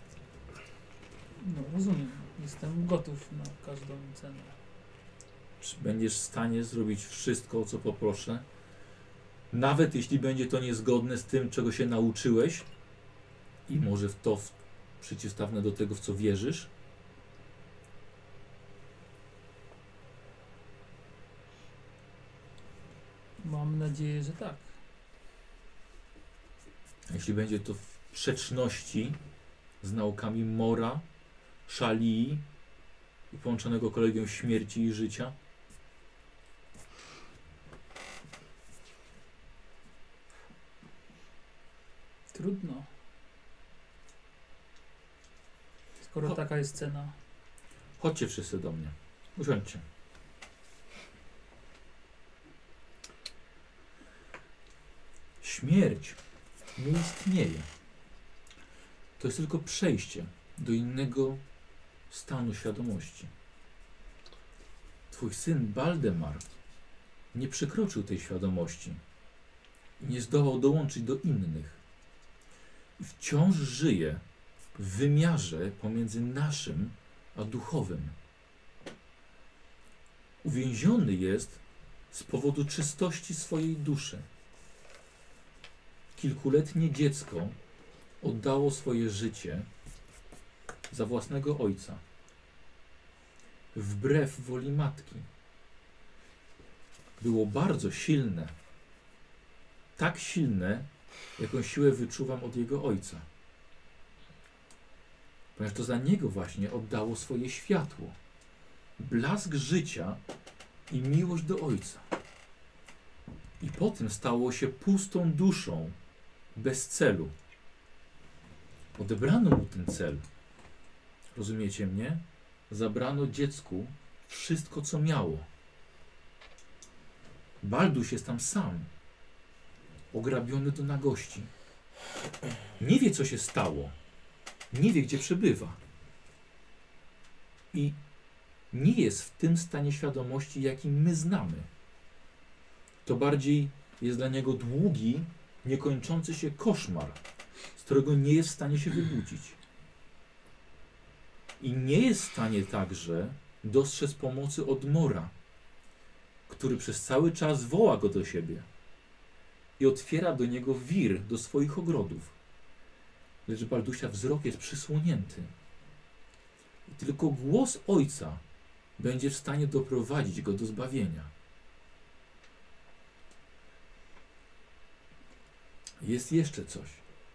No rozumiem. Jestem gotów na każdą cenę. Czy będziesz w stanie zrobić wszystko, o co poproszę? Nawet jeśli będzie to niezgodne z tym, czego się nauczyłeś i może w to w przeciwstawne do tego, w co wierzysz? Mam nadzieję, że tak. Jeśli będzie to w sprzeczności z naukami Mora, Szalii i połączonego kolegium śmierci i życia? Trudno. Skoro No. taka jest cena. Chodźcie wszyscy do mnie. Usiądźcie. Śmierć nie istnieje. To jest tylko przejście do innego stanu świadomości. Twój syn Baldemar nie przekroczył tej świadomości i nie zdołał dołączyć do innych. I wciąż żyje w wymiarze pomiędzy naszym a duchowym. Uwięziony jest z powodu czystości swojej duszy. Kilkuletnie dziecko oddało swoje życie za własnego ojca. Wbrew woli matki. Było bardzo silne. Tak silne, jaką siłę wyczuwam od jego ojca. Ponieważ to za niego właśnie oddało swoje światło. Blask życia i miłość do ojca. I potem stało się pustą duszą, bez celu. Odebrano mu ten cel. Rozumiecie mnie? Zabrano dziecku wszystko, co miało. Balduś jest tam sam. Ograbiony do nagości. Nie wie, co się stało. Nie wie, gdzie przebywa. I nie jest w tym stanie świadomości, jaki my znamy. To bardziej jest dla niego długi, niekończący się koszmar, z którego nie jest w stanie się wybudzić. I nie jest w stanie także dostrzec pomocy od Mora, który przez cały czas woła go do siebie i otwiera do niego wir do swoich ogrodów. Lecz Baldusia wzrok jest przysłonięty. I tylko głos ojca będzie w stanie doprowadzić go do zbawienia. Jest jeszcze coś.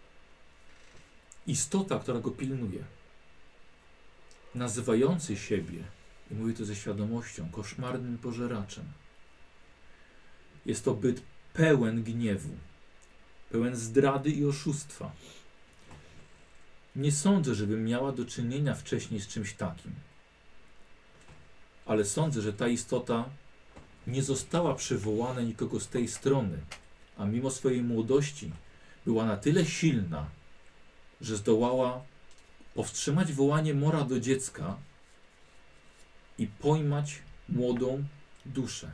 Istota, która go pilnuje. Nazywający siebie, i mówię to ze świadomością, koszmarnym pożeraczem. Jest to byt pełen gniewu, pełen zdrady i oszustwa. Nie sądzę, żebym miała do czynienia wcześniej z czymś takim. Ale sądzę, że ta istota nie została przywołana nikogo z tej strony, a mimo swojej młodości była na tyle silna, że zdołała powstrzymać wołanie Mora do dziecka i pojmać młodą duszę.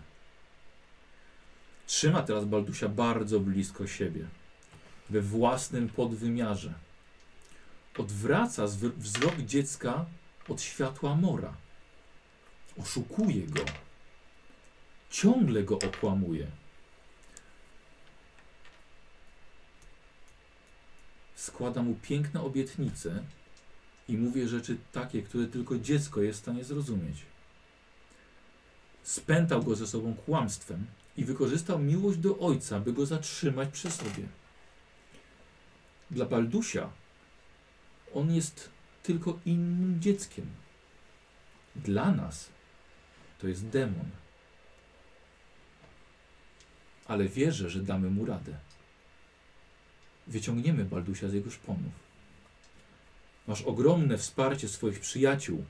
Trzyma teraz Baldusia bardzo blisko siebie, we własnym podwymiarze. Odwraca wzrok dziecka od światła Mora. Oszukuje go. Ciągle go okłamuje. Składa mu piękne obietnice i mówi rzeczy takie, które tylko dziecko jest w stanie zrozumieć. Spętał go ze sobą kłamstwem i wykorzystał miłość do ojca, by go zatrzymać przy sobie. Dla Baldusia on jest tylko innym dzieckiem. Dla nas to jest demon. Ale wierzę, że damy mu radę. Wyciągniemy Baldusia z jego szponów. Masz ogromne wsparcie swoich przyjaciół,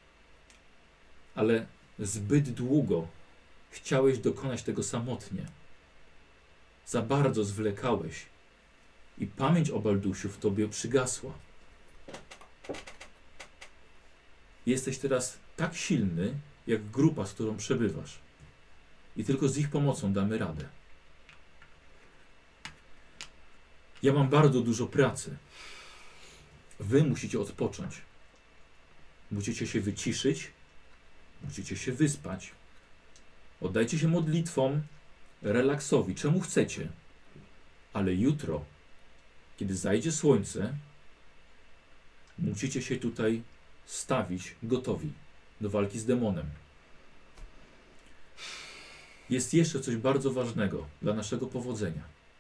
ale zbyt długo chciałeś dokonać tego samotnie. Za bardzo zwlekałeś i pamięć o Baldusiu w tobie przygasła. Jesteś teraz tak silny, jak grupa, z którą przebywasz. I tylko z ich pomocą damy radę. Ja mam bardzo dużo pracy. Wy musicie odpocząć. Musicie się wyciszyć. Musicie się wyspać. Oddajcie się modlitwom, relaksowi, czemu chcecie. Ale jutro, kiedy zajdzie słońce, musicie się tutaj stawić gotowi do walki z demonem. Jest jeszcze coś bardzo ważnego dla naszego powodzenia.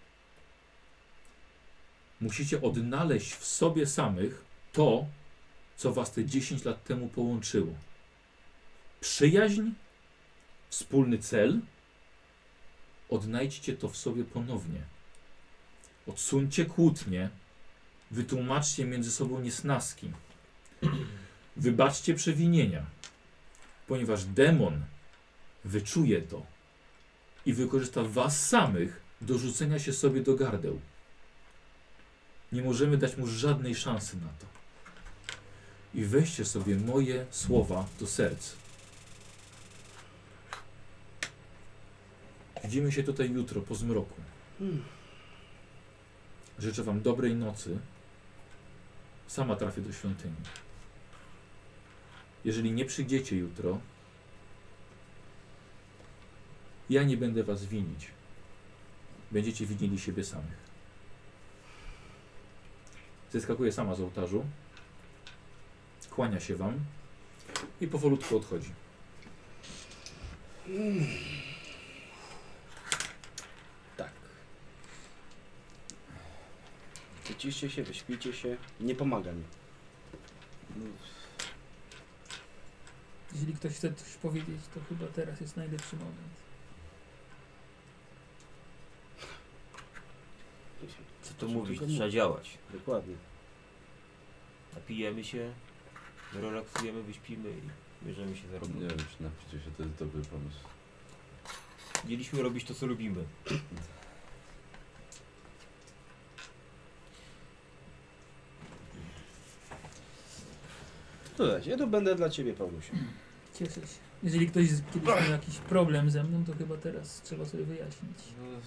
Musicie odnaleźć w sobie samych to, co was te dziesięć lat temu połączyło. Przyjaźń, wspólny cel. Odnajdźcie to w sobie ponownie. Odsuńcie kłótnie. Wytłumaczcie między sobą niesnaski. Wybaczcie przewinienia. Ponieważ demon wyczuje to i wykorzysta was samych do rzucenia się sobie do gardeł. Nie możemy dać mu żadnej szansy na to. I weźcie sobie moje słowa do serc. Widzimy się tutaj jutro po zmroku. Hmm. Życzę wam dobrej nocy. Sama trafię do świątyni. Jeżeli nie przyjdziecie jutro, ja nie będę was winić. Będziecie winili siebie samych. Zeskakuje sama z ołtarzu. Kłania się wam i powolutku odchodzi. Mm. Tak. Wyciszcie się, wyśpijcie się. Nie pomaga mi. No, Jeżeli ktoś chce coś powiedzieć, to chyba teraz jest najlepszy moment. Co to mówić? Trzeba działać. Dokładnie. Napijemy się, relaksujemy, wyśpimy i bierzemy się za nie robotę. wiem, czy napicie się to jest dobry pomysł. Mieliśmy robić to, co lubimy. To dać, ja tu będę dla ciebie, Paulusie. Cieszę się. Jeżeli ktoś z- kiedyś miał jakiś problem ze mną, to chyba teraz trzeba sobie wyjaśnić.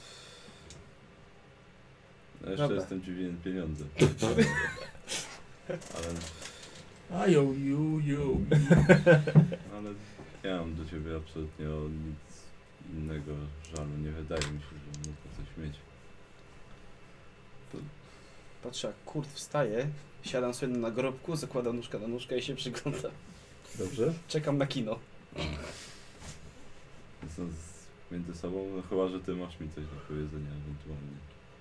No jeszcze Dobra. jestem ci winien pieniądze. ale, A jo, jo, jo. ale ja mam do ciebie absolutnie o nic innego żalu. Nie wydaje mi się, że mógł coś mieć. Patrzę, jak kurt wstaje, siadam sobie na grobku, zakładam nóżkę na nóżkę i się przyglądam. Dobrze? Czekam na kino. Są z, między sobą, no chyba, że ty masz mi coś do powiedzenia ewentualnie.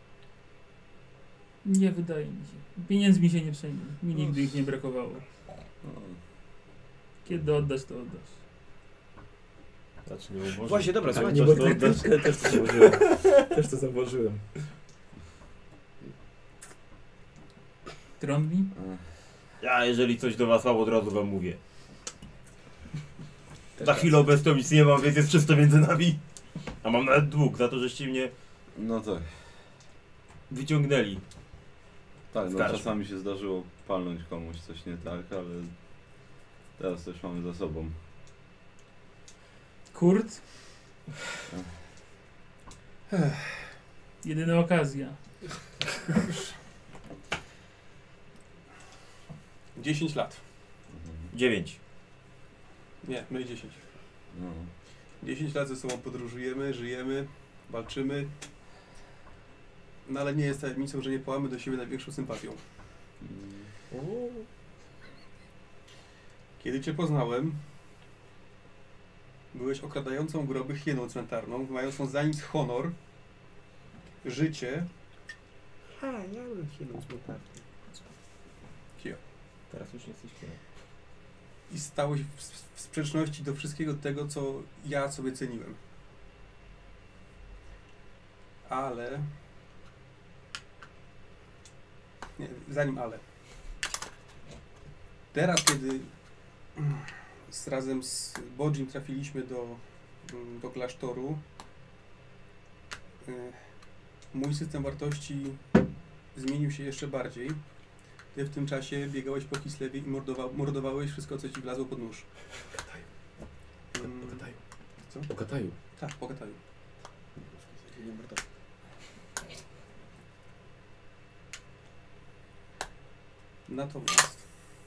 Nie wydaje mi się. Pieniędzy mi się nie przejmie. Mi nigdy ich nie brakowało. No, Kiedy oddasz, to oddasz. Znaczy nie umożliwi. Właśnie, dobra, Tak, słuchajcie. nie, bo tak, też, też to zauważyłem. Też to zauważyłem. Trąbi? Ja jeżeli coś do was mam, od razu wam mówię. Też Na tak. chwilę obecną nic nie mam, więc jest czysto między nami. A mam nawet dług za to, żeście mnie no tak. wyciągnęli. Tak, no Skarż. czasami się zdarzyło palnąć komuś coś nie tak, ale teraz coś mamy za sobą. Kurt? Jedyna okazja. dziesięć lat. Mhm. Dziewięć. Nie, my dziesięć. No. dziesięć lat ze sobą podróżujemy, żyjemy, walczymy. No ale nie jest tajemnicą, że nie pałamy do siebie największą sympatią. Mm. Kiedy cię poznałem, byłeś okradającą groby hieną cmentarną, mającą za nic honor, życie. Ha, ja bym chwilę zbudowany. Teraz już nie jesteś chwilą. I stałeś w, w sprzeczności do wszystkiego tego, co ja sobie ceniłem. Ale... Nie, zanim ale. Teraz, kiedy z, razem z Bodzim trafiliśmy do, do klasztoru, y, mój system wartości zmienił się jeszcze bardziej. Ty w tym czasie biegałeś po Kislewie i mordowa mordowałeś wszystko, co ci wlazło pod nóż. Mm, Co? O Kataju. Tak, po Kataju. Natomiast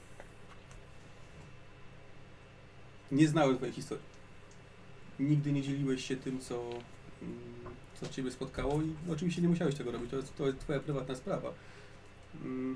nie znałem twojej historii. Nigdy nie dzieliłeś się tym, co, mm, co ciebie spotkało i oczywiście nie musiałeś tego robić. To jest, to jest twoja prywatna sprawa. Mm,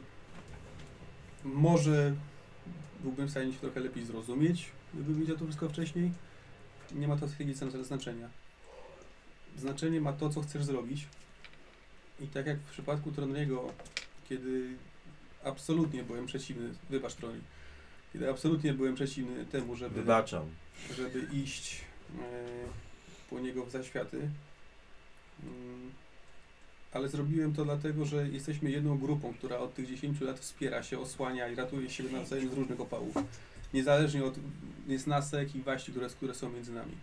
Może byłbym w stanie się trochę lepiej zrozumieć, gdybym wiedział to wszystko wcześniej. Nie ma to w tej chwili znaczenia. Znaczenie ma to, co chcesz zrobić. I tak jak w przypadku Troniego, kiedy absolutnie byłem przeciwny, wybacz Troni, kiedy absolutnie byłem przeciwny temu, żeby, Wybaczam. żeby iść e, po niego w zaświaty. Mm, ale zrobiłem to dlatego, że jesteśmy jedną grupą, która od tych dziesięciu lat wspiera się, osłania i ratuje siebie nawzajem z różnych opałów. Niezależnie od niesnasek i waści, które, które są między nami.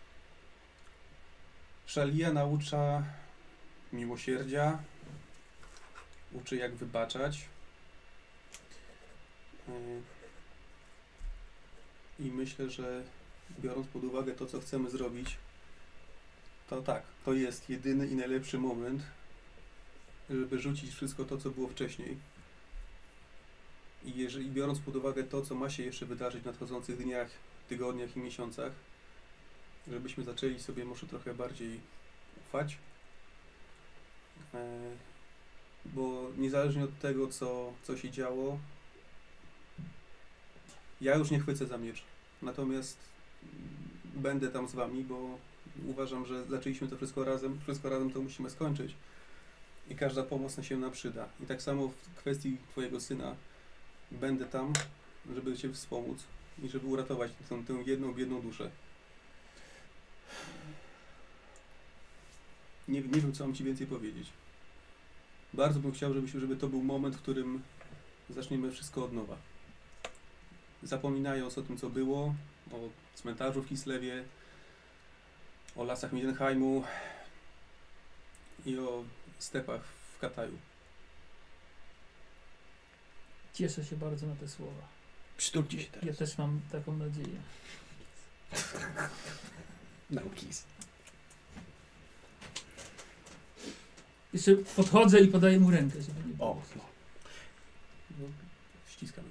Szalia naucza miłosierdzia, uczy jak wybaczać. Yy, I myślę, że biorąc pod uwagę to, co chcemy zrobić, to tak, to jest jedyny i najlepszy moment, żeby rzucić wszystko to, co było wcześniej. I jeżeli biorąc pod uwagę to, co ma się jeszcze wydarzyć w nadchodzących dniach, tygodniach i miesiącach, żebyśmy zaczęli sobie może trochę bardziej ufać. E, bo niezależnie od tego, co, co się działo, ja już nie chwycę za miecz. Natomiast będę tam z wami, bo uważam, że zaczęliśmy to wszystko razem, wszystko razem to musimy skończyć. I każda pomoc na się nam przyda. I tak samo w kwestii twojego syna będę tam, żeby cię wspomóc i żeby uratować tę, tę jedną, biedną duszę. Nie, nie wiem, co mam ci więcej powiedzieć. Bardzo bym chciał, żebyśmy, żeby to był moment, w którym zaczniemy wszystko od nowa. Zapominając o tym, co było, o cmentarzu w Kislewie, o lasach Mindenheimu i o stepach w Kataju. Cieszę się bardzo na te słowa. Przytulcie się Ja teraz. też mam taką nadzieję. Nauki. Jeszcze podchodzę i podaję mu rękę, żeby nie było. O, no. No, ściskamy.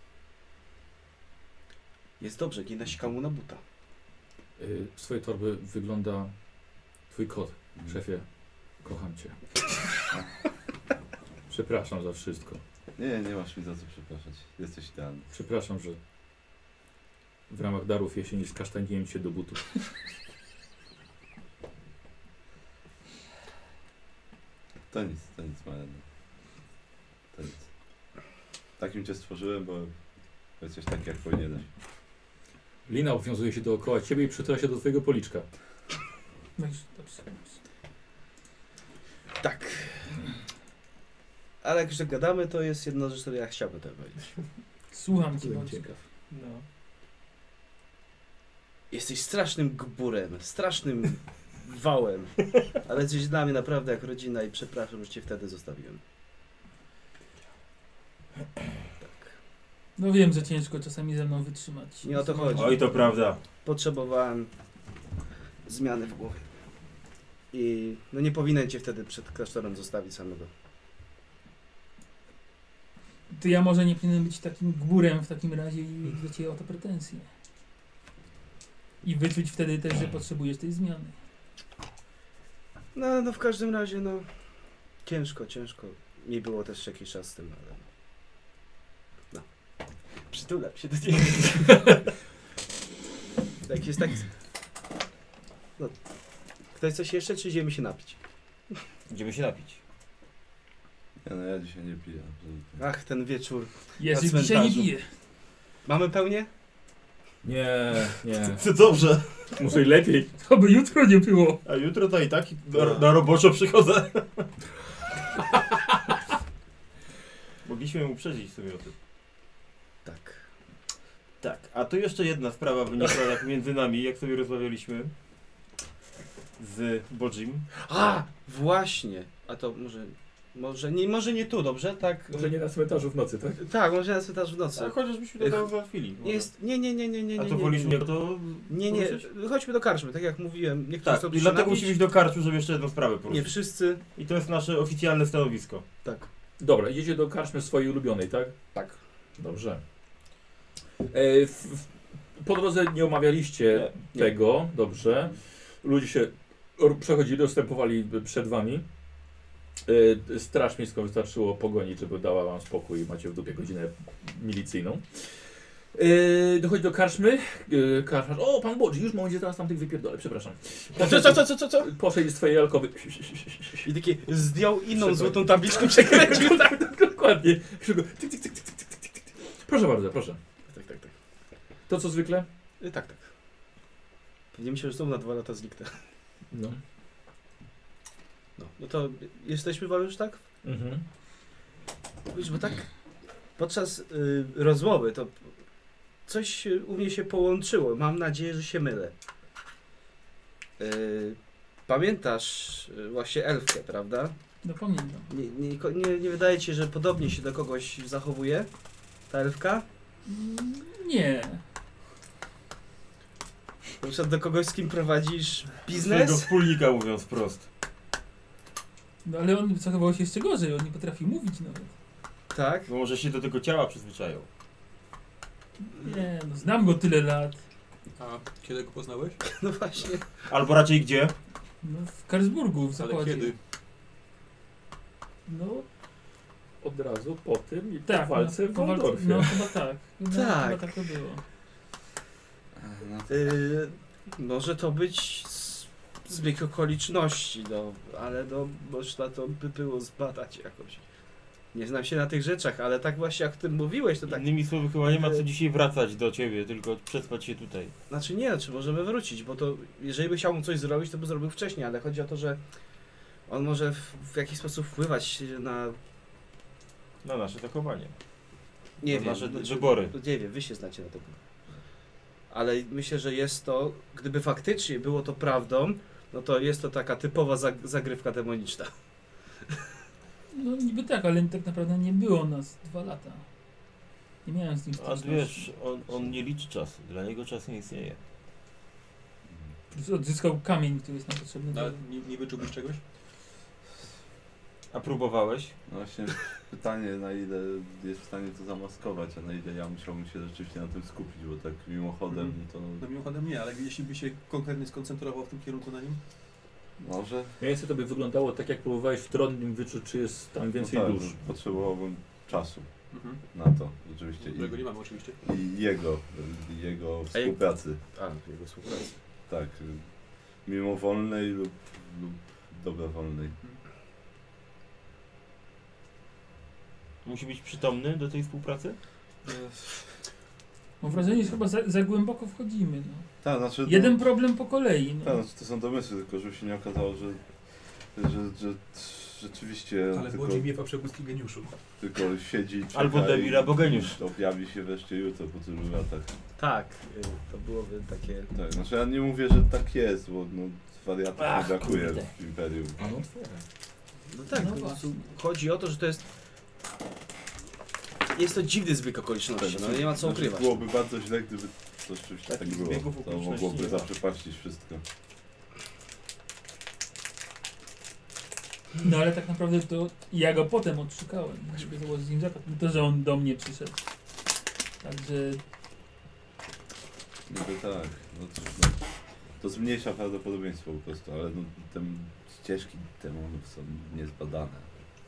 Jest dobrze, nie nasikał mu na buta. Y, Z twojej torby wygląda twój kot. Szefie, kocham cię. Przepraszam za wszystko. Nie, nie masz mi za co przepraszać. Jesteś idealny. Przepraszam, że w ramach darów jesieni skasztaniłem cię do butów. To nic, to nic, Marena. To nic. Takim cię stworzyłem, bo jesteś taki, jak powinieneś. Lina obwiązuje się dookoła ciebie i przytula się do twojego policzka. No już, dobrze, dobrze. Tak. Ale jak już tak gadamy, to jest jedna rzecz, której ja chciałbym tutaj powiedzieć. Słucham cię Byłem bardzo. ciekaw. No. Jesteś strasznym gburem, strasznym wałem, ale jesteś dla mnie naprawdę jak rodzina i przepraszam, że cię wtedy zostawiłem. Tak. No wiem, że ciężko czasami ze mną wytrzymać. Nie o to chodzi. Oj, to prawda. Potrzebowałem zmiany w głowie. I no nie powinien cię wtedy przed klasztorem zostawić samego. To ja może nie powinienem być takim gburem w takim razie i mieć do ciebie o to pretensje. I wyczuć wtedy też, że potrzebujesz tej zmiany. No, no w każdym razie, no ciężko, ciężko. Mi było też jakiś czas z tym, ale no. Przytulam się do niego. Tak jest tak. No. Ktoś coś jeszcze, czy idziemy się napić? Idziemy się napić. Nie, no ja dzisiaj nie piję. absolutnie. Ach, ten wieczór. Jerzy Na dzisiaj nie cmentarzu. pije. Mamy pełnię? Nie, nie. To dobrze. Może i lepiej. To by jutro nie było. A jutro to i tak na, na roboczo przychodzę. Mogliśmy mu uprzedzić sobie o tym. Tak. Tak, a tu jeszcze jedna sprawa wynikła tak między nami, jak sobie rozmawialiśmy z Bodzim. A, właśnie. A to może, może nie, może nie tu, dobrze? Tak. Może nie na cmentarzu w nocy, tak? Tak, może na cmentarzu w nocy. A chociażbyśmy to tam załatwili. może. Jest, nie, nie, nie, nie, nie, A nie, to nie, wolisz nie, mnie to... nie, nie, poruszyć? chodźmy do karczmy, tak jak mówiłem. Niektórzy Tak, chcą i tu się dlatego napić. musimy iść do karczu, żeby jeszcze jedną sprawę Nie poruszyć. wszyscy. I to jest nasze oficjalne stanowisko. Tak. Dobra, idziecie do karczmy swojej ulubionej, tak? Tak. Dobrze. E, w, w, po drodze nie omawialiście Nie. tego, dobrze. Ludzie się r- przechodzili, dostępowali przed wami. E, Straż miejską wystarczyło pogonić, żeby dała wam spokój i macie w dupie godzinę milicyjną. E, dochodzi do karczmy. E, karczmarz, o, pan Bodzi, już będzie teraz tam tych wypierdolę, przepraszam. Co, co, co, co, co, co? Poszedł z twojej alkowy. I takie zdjął inną Przepraszam. złotą tabliczkę, przekręcił. tak, tak, dokładnie. Tyk, tyk, tyk, tyk, tyk, tyk, tyk, tyk. Proszę bardzo, proszę. Tak, tak, tak. To co zwykle? Y, Tak, tak. Pewnie myślę, że znowu na dwa lata zniknę. No. No, no to jesteśmy wam już tak? Mhm. Wiesz, bo tak podczas y, rozmowy to coś y, u mnie się połączyło. Mam nadzieję, że się mylę. Y, pamiętasz y, właśnie elfkę, prawda? No pamiętam. Nie, nie, nie, nie wydaje ci się, że podobnie się do kogoś zachowuje ta elfka? Mm, Nie. No, przykład do kogoś, z kim prowadzisz Swojego biznes? wspólnika, mówiąc wprost. No ale on zachował się jeszcze gorzej, on nie potrafi mówić nawet. Tak? No może się do tego ciała przyzwyczają. Nie, no znam go tyle lat. A kiedy go poznałeś? No właśnie. Albo raczej gdzie? No w Karlsburgu, w Ale zakładzie. kiedy? No Od razu po tym i po tak, walce no, w po walce, Waldorfie. no chyba tak. No, Tak. Chyba tak to było. No, Yy, może to być z- zbieg okoliczności, no, ale no, można to by było zbadać jakoś. Nie znam się na tych rzeczach, ale tak właśnie jak ty mówiłeś, to tak... Innymi słowy, chyba nie ma co dzisiaj wracać do ciebie, tylko przespać się tutaj. Znaczy nie, czy możemy wrócić, bo to jeżeli by chciał mu coś zrobić, to by zrobił wcześniej, ale chodzi o to, że on może w, w jakiś sposób wpływać na... Na nasze zachowanie. Nie Na wiem. nasze znaczy- wybory. No nie wiem, wy się znacie na tego. Ale myślę, że jest to, gdyby faktycznie było to prawdą, no to jest to taka typowa zag- zagrywka demoniczna. No niby tak, ale tak naprawdę nie było nas dwa lata. Nie miałem z nim A styczności. wiesz, on, on nie liczy czasu. Dla niego czas nie istnieje. Plus odzyskał kamień, który jest nam potrzebny. No, Do... ale nie, nie wyczułbyś czegoś? A próbowałeś? no właśnie pytanie, na ile jest w stanie to zamaskować, a na ile ja musiałbym się rzeczywiście na tym skupić, bo tak mimochodem Mhm. to No mimochodem nie, ale jeśli by się konkretnie skoncentrował w tym kierunku na nim? może. Mniej więcej to by wyglądało tak, jak próbowałeś w Trondheim wyczuć, czy jest tam więcej no tak, dusz. Potrzebowałbym czasu Mhm. na to, rzeczywiście. Którego nie I, mamy oczywiście. i jego, i jego A jak- współpracy. A, jego współpracy. Tak, mimowolnej lub, lub dobrowolnej. Musi być przytomny do tej współpracy? Mam wrażenie, że chyba za, za głęboko wchodzimy. No. Tak, znaczy, Jeden problem po kolei. tak, No. znaczy to są domysły, tylko żeby się nie okazało, że, że, że rzeczywiście Ale tylko, Bodzi miewa przebłyski geniuszu. tylko siedzi, czeka Albo debil, i albo geniusz. objawi się wreszcie jutro po tylu latach. Tak, y, to byłoby takie... Tak, znaczy ja nie mówię, że tak jest, bo no, wariatów Ach, nie brakuje kurde. w Imperium. A no otwieram. No tak, No po właśnie. prostu chodzi o to, że to jest... Jest to dziwny zbieg okoliczności, no nie ma co Znaczy, ukrywać. byłoby bardzo źle, gdyby to rzeczywiście tak Takich było. zbiegów To okoliczności mogłoby nie ma. zaprzepaścić wszystko. no ale tak naprawdę to ja go potem odszukałem, żeby założyć z nim zakład. Nie to, że on do mnie przyszedł. Także Niby tak, no cóż, no, to zmniejsza prawdopodobieństwo po prostu, ale no, te ścieżki demonów są niezbadane.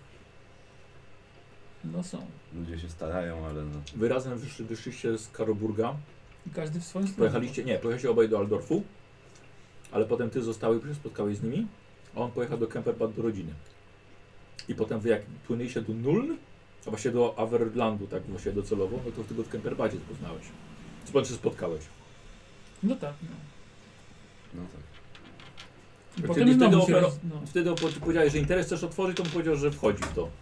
no są. Ludzie się starają, ale no... Wy razem wyszli, wyszliście z Karoburga. I każdy w swoim stronę. Pojechaliście, nie, pojechaliście obaj do Aldorfu, ale potem ty zostałeś, spotkałeś z nimi, a on pojechał do Kemperbad do rodziny. I potem wy jak płynęliście do Nuln, a właściwie do Averlandu, tak właściwie docelowo, no to wtedy w Kemperbadzie poznałeś. Czy się spotkałeś. No tak, no. no tak. I Wtedy- potem wtedy znowu się opero- roz... no. Wtedy opo- powiedziałeś, że interes chcesz otworzyć, to on powiedział, że wchodzi w to.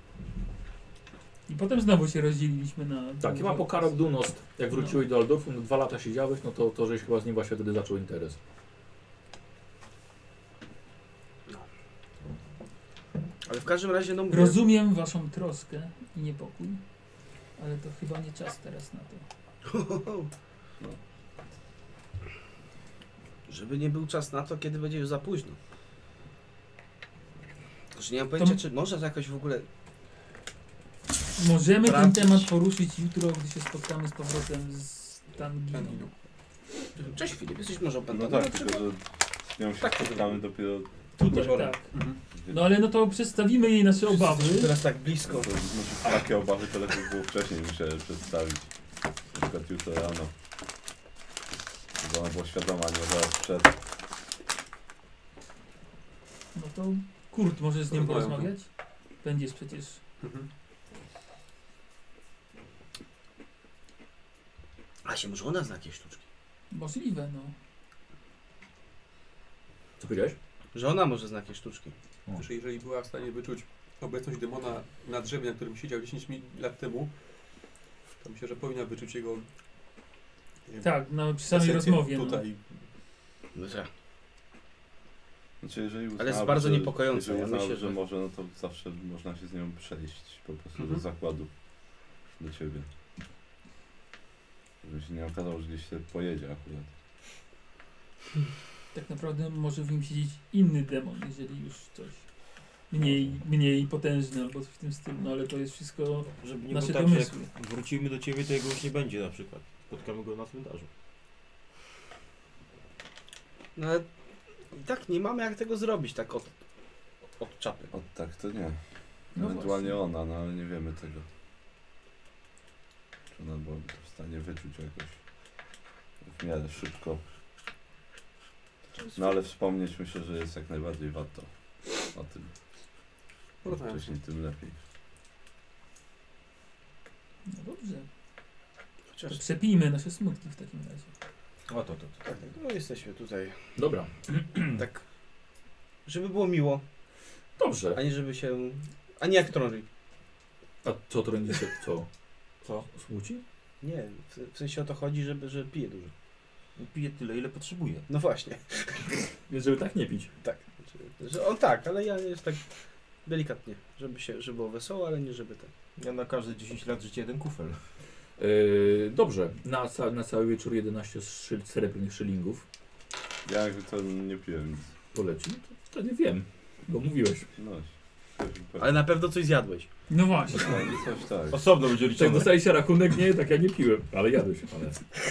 I potem znowu się rozdzieliliśmy na... Tak, i ma po Karok Dunost, jak wróciłeś do Aldorfu, no dwa lata siedziałeś, no to, to żeś chyba z nim właśnie wtedy zaczął interes. Ale w każdym razie, no mówię, Rozumiem waszą troskę i niepokój, ale to chyba nie czas teraz na to. no. Żeby nie był czas na to, kiedy będzie już za późno. Tylko, że nie mam pojęcia, To- czy można to jakoś w ogóle... Możemy Sprawdzić. ten temat poruszyć jutro, gdy się spotkamy z powrotem z Tanginą. Tanginą. Cześć Filip, jesteś może No opętany? tak, tylko że z nią się Tak to spotkamy dopiero... Tutaj, Wieczorem. tak. Mhm. No ale no to przedstawimy jej nasze obawy. Teraz tak blisko. No to, znaczy, takie obawy to lepiej było wcześniej, muszę przedstawić. Na przykład jutro rano. Żeby ona była świadoma, nie zaraz przed. No to Kurt, możesz z nim Porozmawiam. porozmawiać? Będziesz przecież... Mhm. A się może ona zna jakieś sztuczki? Możliwe, no. Co powiedziałeś? Że ona może zna jakieś sztuczki. Wiesz, jeżeli była w stanie wyczuć obecność demona na drzewie, na którym siedział dziesięć mi- lat temu, to myślę, że powinna wyczuć jego... nie wiem, Tak, no, przy samej esencję rozmowie. No. Tutaj. No tak. Znaczy, jeżeli Ale jest uznałaby, bardzo że, niepokojące, Jeżeli ja uznałaby, myślę, że że- może, no to zawsze można się z nią przejść po prostu Mhm. do zakładu. Do ciebie. Żeby się nie okazało, że gdzieś się pojedzie akurat. Tak naprawdę może w nim siedzieć inny demon, jeżeli już coś mniej, mniej potężny albo coś w tym stylu, no ale to jest wszystko Żeby nie nasze było tak, że jak domysły. wrócimy do ciebie, to jego już nie będzie na przykład. Spotkamy go na cmentarzu. No ale i tak nie mamy jak tego zrobić, tak od, od czapy. O tak to nie. No Ewentualnie właśnie. ona, no ale nie wiemy tego. Czy ona byłaby to w stanie wyczuć jakoś w miarę szybko. No ale wspomnieć myślę, że jest jak najbardziej warto o tym. Im Porozmawiam. wcześniej, tym lepiej. No dobrze. Chociaż To przepijmy nasze smutki w takim razie. O to, to, to. tak, no jesteśmy tutaj Dobra. tak, żeby było miło, Dobrze. a nie żeby się, a nie jak trążyć. A co to będzie się, co? Co? Smuci? Nie, w, w sensie o to chodzi, żeby, że pije dużo. Pije tyle, ile potrzebuje. No właśnie, Więc żeby tak nie pić. tak. Że, że on tak, ale ja jest tak delikatnie, żeby się, żeby było wesoło, ale nie żeby ten. Ja na każde dziesięć lat życie jeden kufel. Yy, dobrze. Na, ca na cały wieczór jedenaście szyl srebrnych szylingów. Ja jakby to nie piłem nic. Poleci? No to wtedy wiem, bo mówiłeś. No. Ale na pewno coś zjadłeś. No właśnie. No, coś tak. Osobno będzie Jak liczone. dostaliście rachunek, nie, tak ja nie piłem, ale jadłeś. Ale...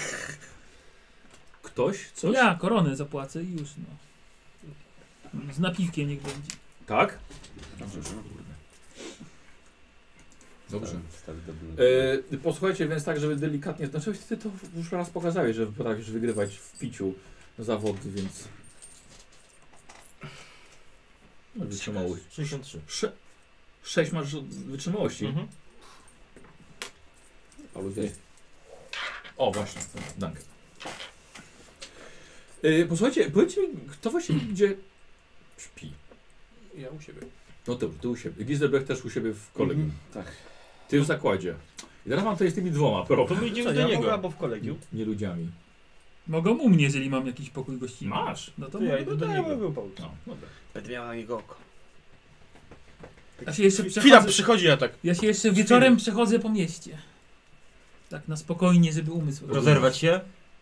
Ktoś? Coś? Ja koronę zapłacę i już no. Z napiwkiem niech będzie. Tak? Dobrze. Dobrze. Stary, dobry. E, posłuchajcie, więc tak, żeby delikatnie, znaczy ty to już raz pokazałeś, że potrafisz wygrywać w piciu zawody, więc... No, wytrzymałość. sześćdziesiąt trzy. Sze sześć masz wytrzymałości. Mhm. Paweł, wie. O, właśnie, dankę. E, posłuchajcie, powiedzcie mi, kto właściwie gdzie śpi? Ja u siebie. No to ty u siebie. Giselbrecht też u siebie w kolegium. Tak. Ty w zakładzie. I teraz mam tutaj z tymi dwoma problem. To my idziemy Co, do ja niego. mogę albo w kolegium? Nie ludziami. Mogą u mnie, jeżeli mam jakiś pokój gościnny. Masz? No to To ja mogę. idę No do to ja niego. bym był Paul. No, dobra. Będę miał na niego oko. Ja się jeszcze Chwila przechodzę, przychodzi, ja tak. ja się jeszcze wieczorem przechodzę po mieście. Tak na spokojnie, żeby umysł... Rozerwać się?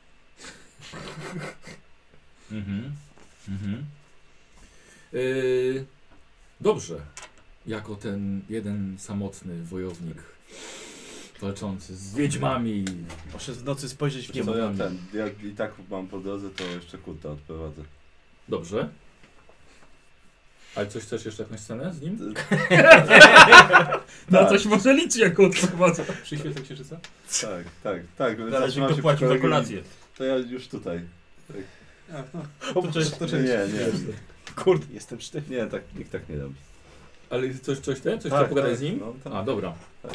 Mhm. Mhm. Yy, dobrze. Jako ten jeden samotny wojownik walczący z wiedźmami. Muszę w nocy spojrzeć w Co niebo. ja ten, jak i tak mam po drodze, to jeszcze kurta odprowadzę. Dobrze. Ale coś chcesz jeszcze jakąś scenę z nim? Na coś może liczy jako odprowadzę. Przyświecę księżyca? Tak, tak, tak. Zaraz zatrzymam mi się to płacił przy za kolegii. kolację. To ja już tutaj. A, no. O, to To Nie, nie, nie. Kurde, jestem sztywny. Nie, tak, nikt tak nie robi. Ale coś, coś ten? Coś Tak, trzeba pogadać tak, z nim? no, tak. A, dobra. Tak.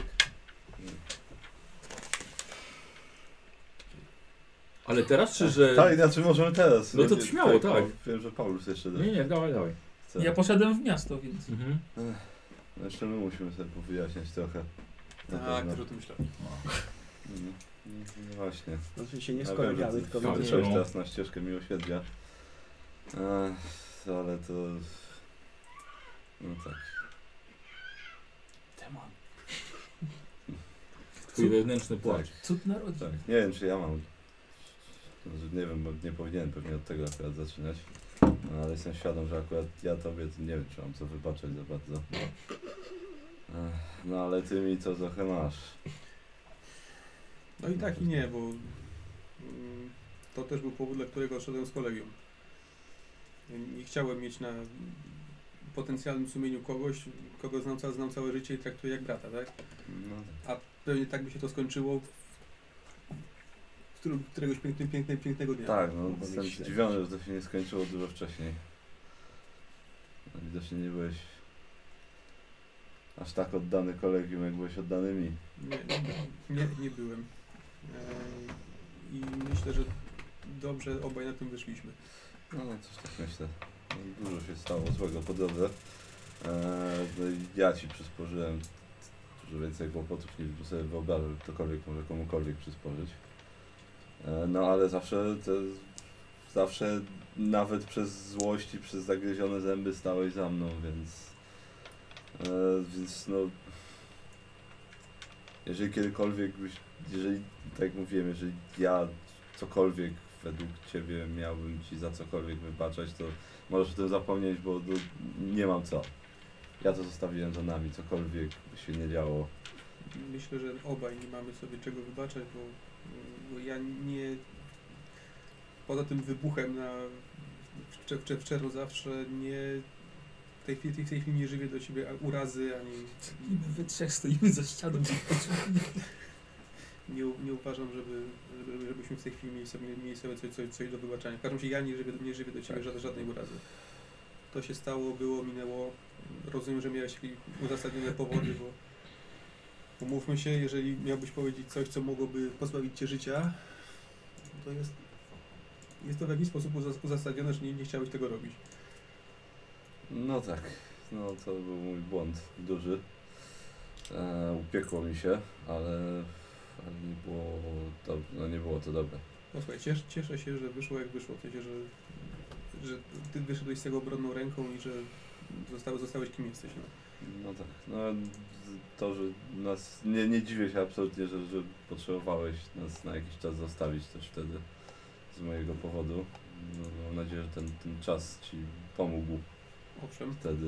Ale teraz czy że... Tak, znaczy możemy teraz. No to Nie, śmiało, tak. o, Wiem, że Paulus jeszcze Nie, nie, dawaj, dawaj. chce. Ja poszedłem w miasto, więc... Mhm. No jeszcze my musimy sobie powyjaśniać trochę. Na Tak, pewno. też o tym myślałem. Mhm. No właśnie. Znaczy się nie z Ja wiem, że kolegami, ty tylko no, wyszłeś no. teraz na ścieżkę miłosierdzia. Ech, ale to... No tak. Demon. Twój wewnętrzny płacz. Tak, Cud narodzi. tak. Nie wiem, czy ja mam... Znaczy, nie wiem, bo nie powinienem pewnie od tego akurat zaczynać. No, ale jestem świadom, że akurat ja tobie to nie wiem, czy mam co wybaczać za bardzo. Ech, no ale ty mi to trochę masz. No i tak i nie, bo mm, to też był powód, dla którego odszedłem z kolegium. Nie chciałem mieć na potencjalnym sumieniu kogoś, kogo znam, ca- znam całe życie i traktuję jak brata, tak? No, A pewnie tak by się to skończyło w którym- któregoś piękny, piękny, pięknego dnia. tak, no Mogę jestem myśleć. zdziwiony, że to się nie skończyło dużo wcześniej. No, widocznie nie byłeś aż tak oddany kolegium, jak byłeś oddany mi. Nie, nie, nie byłem. Eee, I myślę, że dobrze obaj na tym wyszliśmy. No, coś tak myślę. No, dużo się stało złego po drodze. Eee, no i ja ci przysporzyłem dużo więcej kłopotów, niż bym sobie wyobrażał, że ktokolwiek może komukolwiek przysporzyć. Eee, no ale zawsze, te, zawsze nawet przez złość i przez zagryzione zęby stałeś za mną, więc... Eee, więc no... Jeżeli kiedykolwiek byś, jeżeli, tak jak mówiłem, jeżeli ja cokolwiek według ciebie miałbym ci za cokolwiek wybaczać, to możesz o tym zapomnieć, bo do, nie mam co. Ja to zostawiłem za nami, cokolwiek się nie działo. Myślę, że obaj nie mamy sobie czego wybaczać, bo, bo ja nie... Poza tym wybuchem na, w, w, w czerwcu zawsze nie... W tej, chwili, w tej chwili nie żywię do ciebie urazy, ani... I my we trzech stoimy za ścianą. Nie, nie uważam, żeby, żeby, żebyśmy w tej chwili mieli sobie, mieli sobie coś, coś, coś do wybaczenia. W każdym razie ja nie żywię, nie żywię do ciebie żadnej, żadnej urazy. To się stało, było, minęło. Rozumiem, że miałeś jakieś uzasadnione powody, bo umówmy się, jeżeli miałbyś powiedzieć coś, co mogłoby pozbawić cię życia, to jest, jest to w jakiś sposób uzasadnione, że nie, nie chciałeś tego robić. No tak, no to był mój błąd duży. E, upiekło mi się, ale, ale nie było to, no nie było to dobre. No słuchaj, cieszę, cieszę się, że wyszło jak wyszło, w sensie, że, że ty wyszedłeś z tego obronną ręką i że zostałeś, zostałeś kim jesteś. No, No tak, no to, że nas, nie, nie dziwię się absolutnie, że, że potrzebowałeś nas na jakiś czas zostawić też wtedy z mojego powodu. No, mam nadzieję, że ten, ten czas ci pomógł Owszem. wtedy.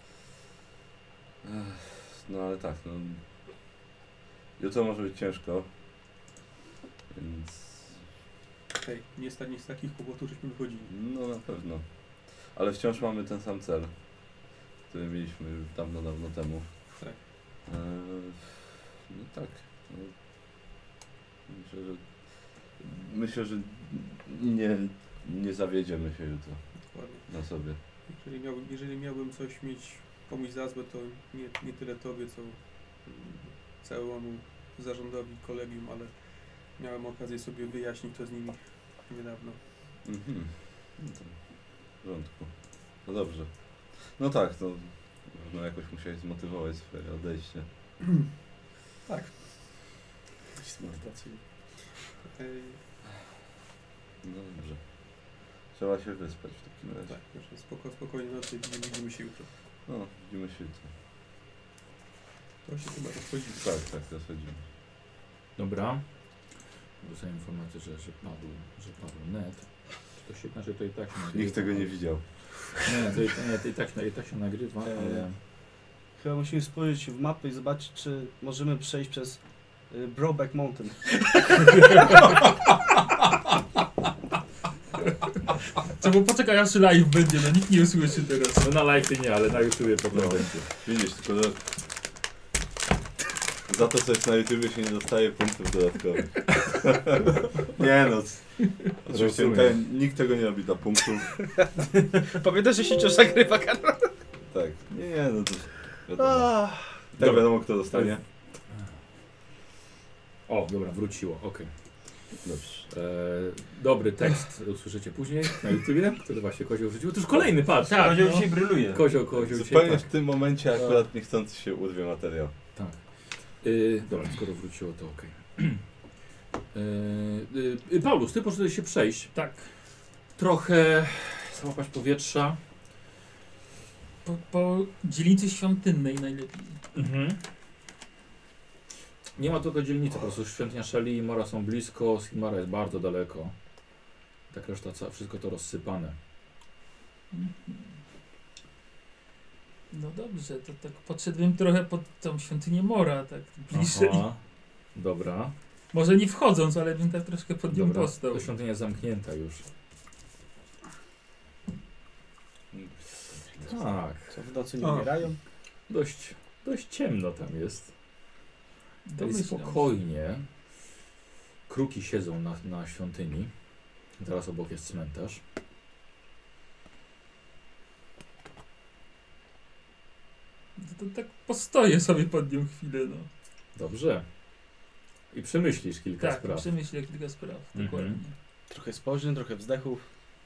Ech, no ale tak, no jutro może być ciężko, więc Hej, nie z, nie z takich kłopotów żeśmy wychodzili. no na pewno. Ale wciąż mamy ten sam cel, który mieliśmy dawno, dawno temu. Tak. Eee, no tak. No, myślę, że myślę, że nie, nie zawiedziemy się jutro Dokładnie. na sobie. Jeżeli, miał, jeżeli miałbym coś mieć komuś za złe, to nie, nie tyle tobie, co mm, całemu zarządowi, kolegium, ale miałem okazję sobie wyjaśnić to z nimi niedawno. Mhm. No to w porządku. No dobrze. No tak, no, no jakoś musiałeś zmotywować swoje odejście. Tak. Pracuję. Ej, No dobrze. Trzeba się wyspać w takim razie. tak, proszę, spoko, spokojnie nocy, widzimy, widzimy się jutro. No, widzimy się jutro. To się chyba rozchodzimy. Tak, tak, rozchodzimy. Dobra. Dostałem informację, że, że padł, że padł net. To się, znaczy to i tak się nagrywa. Nikt tego nie widział. Nie, to i, nie, to i, tak, i tak się nagrywa, Eee. ale... Chyba musimy spojrzeć w mapę i zobaczyć, czy możemy przejść przez y, Brokeback Mountain. Co, bo poczekaj, aż live będzie, no nikt nie usłyszy teraz. No na live nie, ale na YouTubie pewno No. będzie. Widzisz, tylko że za to, co jest na YouTubie, się nie dostaje punktów dodatkowych. Nie no. Oczywiście Rozumiem. ten, nikt tego nie robi dla punktów. Pamiętasz, że się wciąż nagrywa kanał? Tak. Nie, nie, no to wiadomo. Ah. Tak Dobra. wiadomo, kto dostanie. O, dobra, wróciło, okej. Dobrze. E, Dobry tekst usłyszycie później na YouTubie, który właśnie Kozioł wrzucił. To już kolejny, patrz. Tak, Kozioł no. dzisiaj bryluje. Kozioł, Kozioł dzisiaj, Zupełnie tak. w tym momencie akurat niechcący się urwie materiał. Tak. Y, dobra, skoro wróciło, to okej. Y, y, Paulus, ty poszedłeś się przejść. Tak. Trochę złapać powietrza. Po, po dzielnicy świątynnej najlepiej. Mhm. Nie ma tylko dzielnicy, po prostu świątynia Shelley i Mora są blisko, Skimara jest bardzo daleko. Tak reszta, ca- wszystko to rozsypane. Mhm. No dobrze, to tak podszedłem trochę pod tą świątynię Mora, tak bliżej. Aha, dobra. Może nie wchodząc, ale bym tak troszkę pod nią Dobra, postał. to świątynia jest zamknięta już. Tak, Co, w nocy nie O. umierają? dość, dość ciemno tam jest. Tutaj Domyślam. spokojnie. Kruki siedzą na, na świątyni. Teraz obok jest cmentarz. To, to tak postoję sobie pod nią chwilę, no. Dobrze. I przemyślisz kilka Tak, spraw. przemyślę kilka spraw, Mhm. dokładnie. Trochę spojrzeń, trochę wzdechów.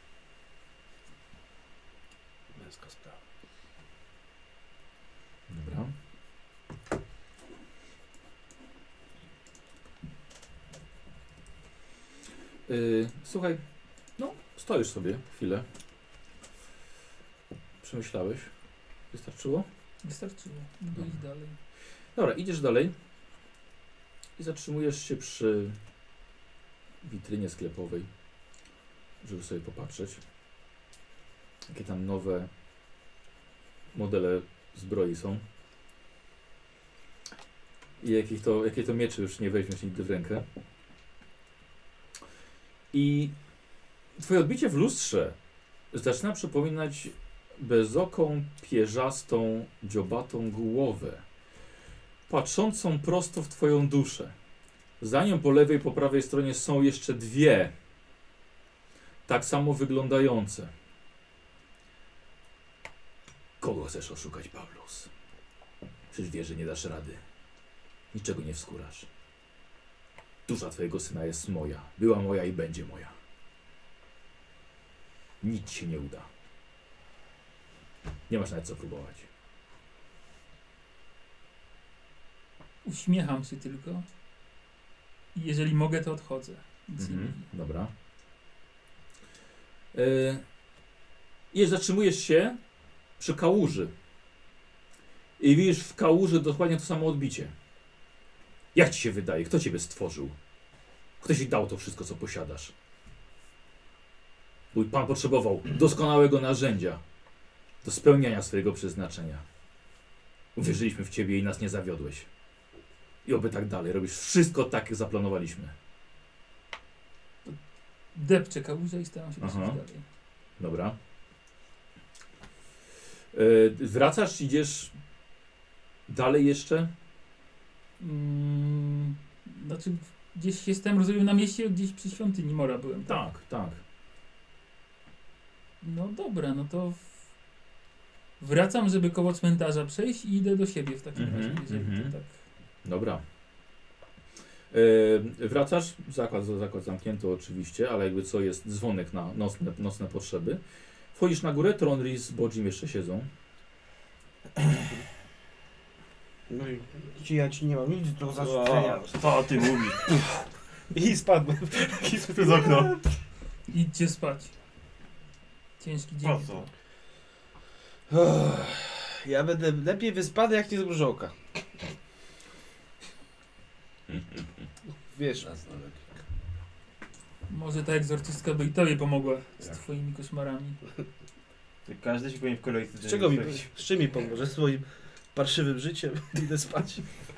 Męska sprawa. Dobra. Yy, słuchaj, no stoisz sobie chwilę. Przemyślałeś? Wystarczyło? Wystarczyło, mogę Dobra. iść dalej. Dobra, idziesz dalej i zatrzymujesz się przy witrynie sklepowej. żeby sobie popatrzeć, jakie tam nowe modele zbroi są. I jakich to, jakie to miecze już nie weźmiesz nigdy w rękę. I twoje odbicie w lustrze zaczyna przypominać bezoką, pierzastą, dziobatą głowę, patrzącą prosto w twoją duszę. Za nią po lewej, po prawej stronie są jeszcze dwie, tak samo wyglądające. Kogo chcesz oszukać, Paulus? Przecież wiesz, że nie dasz rady. Niczego nie wskórasz. Dusza twojego syna jest moja. Była moja i będzie moja. Nic się nie uda. Nie masz nawet co próbować. Uśmiecham się tylko. I jeżeli mogę, to odchodzę. Nic nie Mhm, mówię. dobra. Yy, I zatrzymujesz się przy kałuży. I widzisz w kałuży dokładnie to samo odbicie. Jak ci się wydaje? Kto ciebie stworzył? Kto ci dał to wszystko, co posiadasz? Mój Pan potrzebował doskonałego narzędzia do spełniania swojego przeznaczenia. Uwierzyliśmy w ciebie i nas nie zawiodłeś. I oby tak dalej. Robisz wszystko tak, jak zaplanowaliśmy. Depczę kałużę i staram się Aha. dosyć dalej. Dobra. Yy, wracasz, idziesz dalej jeszcze? Mm, znaczy gdzieś jestem, rozumiem, na mieście, gdzieś przy świątyni Mora byłem. Tak, tak. No dobra, no to w... wracam, żeby koło cmentarza przejść i idę do siebie w takim Mhm, razie, jeżeli mhm. to tak. Dobra. Yy, wracasz, zakład, zakład zamknięty oczywiście, ale jakby co jest dzwonek na nocne, nocne potrzeby. Wchodzisz na górę, Tronri z Bodzim jeszcze siedzą. No i ci, ja ci nie mam nic do zarzucenia. O, co ty mówisz? I spadłem. I przez okno. Idźcie spać. Ciężki dzień. Po co? Uff, ja będę lepiej wyspany jak nie z mrzołka. Wiesz, Może ta egzorcystka by i tobie pomogła z Jak? twoimi koszmarami. Każdy się powinien w kolejce z czego mi, przejść. z czym mi pomoże? Swoim parszywym życiem idę spać.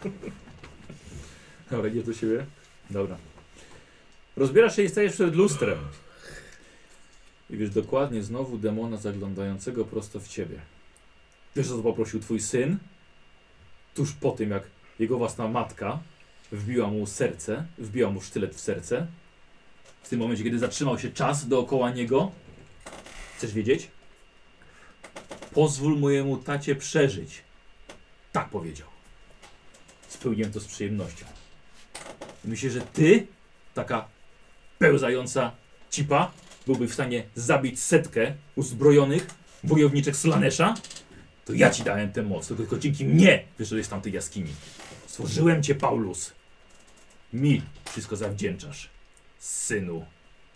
Dobra, idziesz do siebie? Dobra. Rozbierasz się i stajesz przed lustrem. I wiesz dokładnie znowu demona zaglądającego prosto w ciebie. Wiesz, o co poprosił twój syn? Tuż po tym, jak jego własna matka wbiła mu serce, wbiła mu sztylet w serce. W tym momencie, kiedy zatrzymał się czas dookoła niego. Chcesz wiedzieć? Pozwól mojemu tacie przeżyć. Tak powiedział. Spełniłem to z przyjemnością. Myślę, że ty, taka pełzająca cipa, byłby w stanie zabić setkę uzbrojonych wojowniczek Slanesha? To ja ci dałem tę moc, tylko, tylko dzięki mnie wyszedłeś z tamtej jaskini. Stworzyłem cię, Paulus. Mi wszystko zawdzięczasz, synu.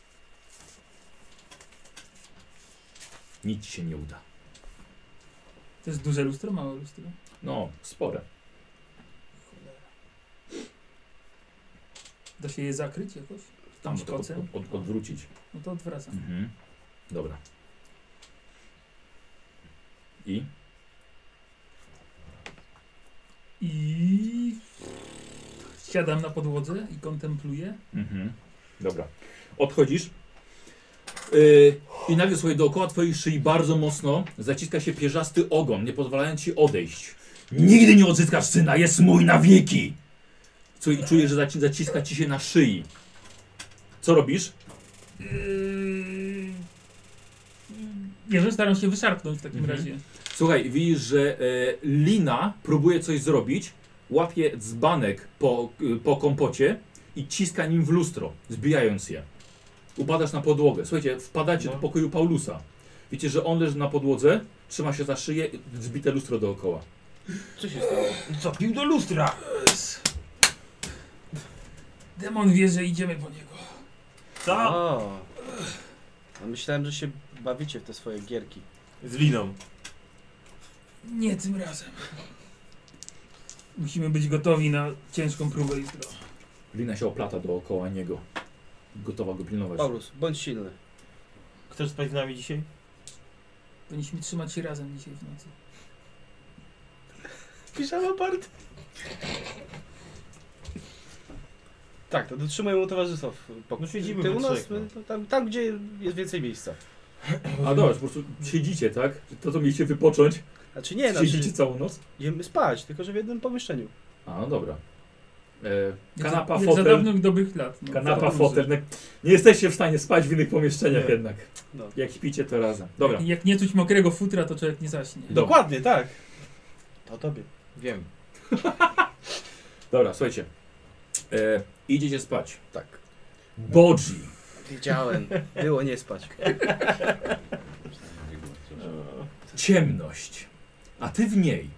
Nic ci się nie uda. To jest duże lustro, małe lustro? No, spore. Cholera. Da się je zakryć jakoś? Tam to od, Szkocem? od, od, odwrócić. No to odwracam. Mhm. Dobra. I? I siadam na podłodze i kontempluję. Mhm. Dobra. Odchodzisz. Yy, I nagle sobie dookoła twojej szyi bardzo mocno zaciska się pierzasty ogon, nie pozwalając ci odejść. Nigdy nie odzyskasz syna, jest mój na wieki! Co, i czujesz, że zaci zaciska ci się na szyi. Co robisz? Yy... Nie wiem, staram się wyszarpnąć w takim Mhm. razie. Słuchaj, widzisz, że e, Lina próbuje coś zrobić, łapie dzbanek po, y, po kompocie i ciska nim w lustro, zbijając je. Upadasz na podłogę. Słuchajcie, wpadacie No. do pokoju Paulusa. Widzicie, że on leży na podłodze, trzyma się za szyję, zbite lustro dookoła. Co się stało? Co, pił do lustra? Demon wie, że idziemy po niego. Co? O, a myślałem, że się bawicie w te swoje gierki. Z liną. Nie tym razem. Musimy być gotowi na ciężką próbę jutro. Lina się oplata dookoła niego. Gotowa go pilnować. Paulus, bądź silny. Chcesz spać z nami dzisiaj? Powinniśmy trzymać się razem dzisiaj w nocy. Piżama party. Tak, to dotrzymujemy towarzystwa w pokoju. No siedzimy Ty we u nas, trzech, no. my- tam, tam gdzie jest więcej miejsca. A dobra, po prostu siedzicie, tak? To co mieliście wypocząć? Znaczy nie, Siedzicie znaczy całą noc? idziemy spać, tylko że w jednym pomieszczeniu. A, no dobra. E, Jak kanapa, za, jak za fotel. dawnych dobrych lat. No. Kanapa, Tak, fotel. Nie, nie jesteście w stanie spać w innych pomieszczeniach Nie. jednak. No. Jak śpicie, to razem. Dobra. Jak, jak nie czuć mokrego futra, to człowiek nie zaśnie. Dobra. Dokładnie, tak. To tobie. Wiem. Dobra, słuchajcie. E, idziecie spać. Tak. Bodzi. Wiedziałem. Było nie spać. Ciemność. A ty w niej.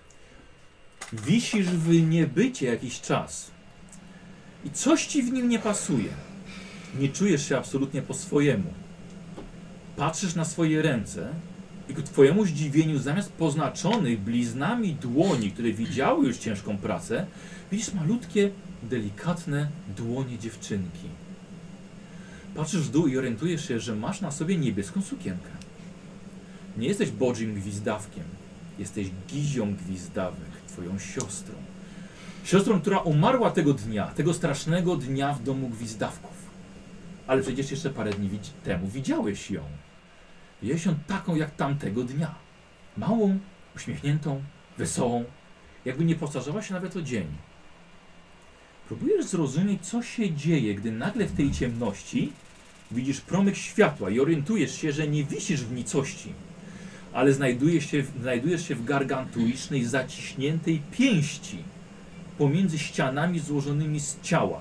Wisisz w niebycie jakiś czas. I coś ci w nim nie pasuje. Nie czujesz się absolutnie po swojemu. Patrzysz na swoje ręce i ku twojemu zdziwieniu zamiast poznaczonych bliznami dłoni, które widziały już ciężką pracę, widzisz malutkie, delikatne dłonie dziewczynki. Patrzysz w dół i orientujesz się, że masz na sobie niebieską sukienkę. Nie jesteś Bodzim Gwizdawkiem. Jesteś Gizią Gwizdawek, twoją siostrą. Siostrą, która umarła tego dnia, tego strasznego dnia w domu Gwizdawków. Ale przecież jeszcze parę dni widz- temu widziałeś ją. Widziałeś ją taką jak tamtego dnia. Małą, uśmiechniętą, wesołą. Jakby nie postarzała się nawet o dzień. Próbujesz zrozumieć, co się dzieje, gdy nagle w tej ciemności widzisz promyk światła i orientujesz się, że nie wisisz w nicości, ale znajdujesz się, znajdujesz się w gargantuicznej, zaciśniętej pięści pomiędzy ścianami złożonymi z ciała.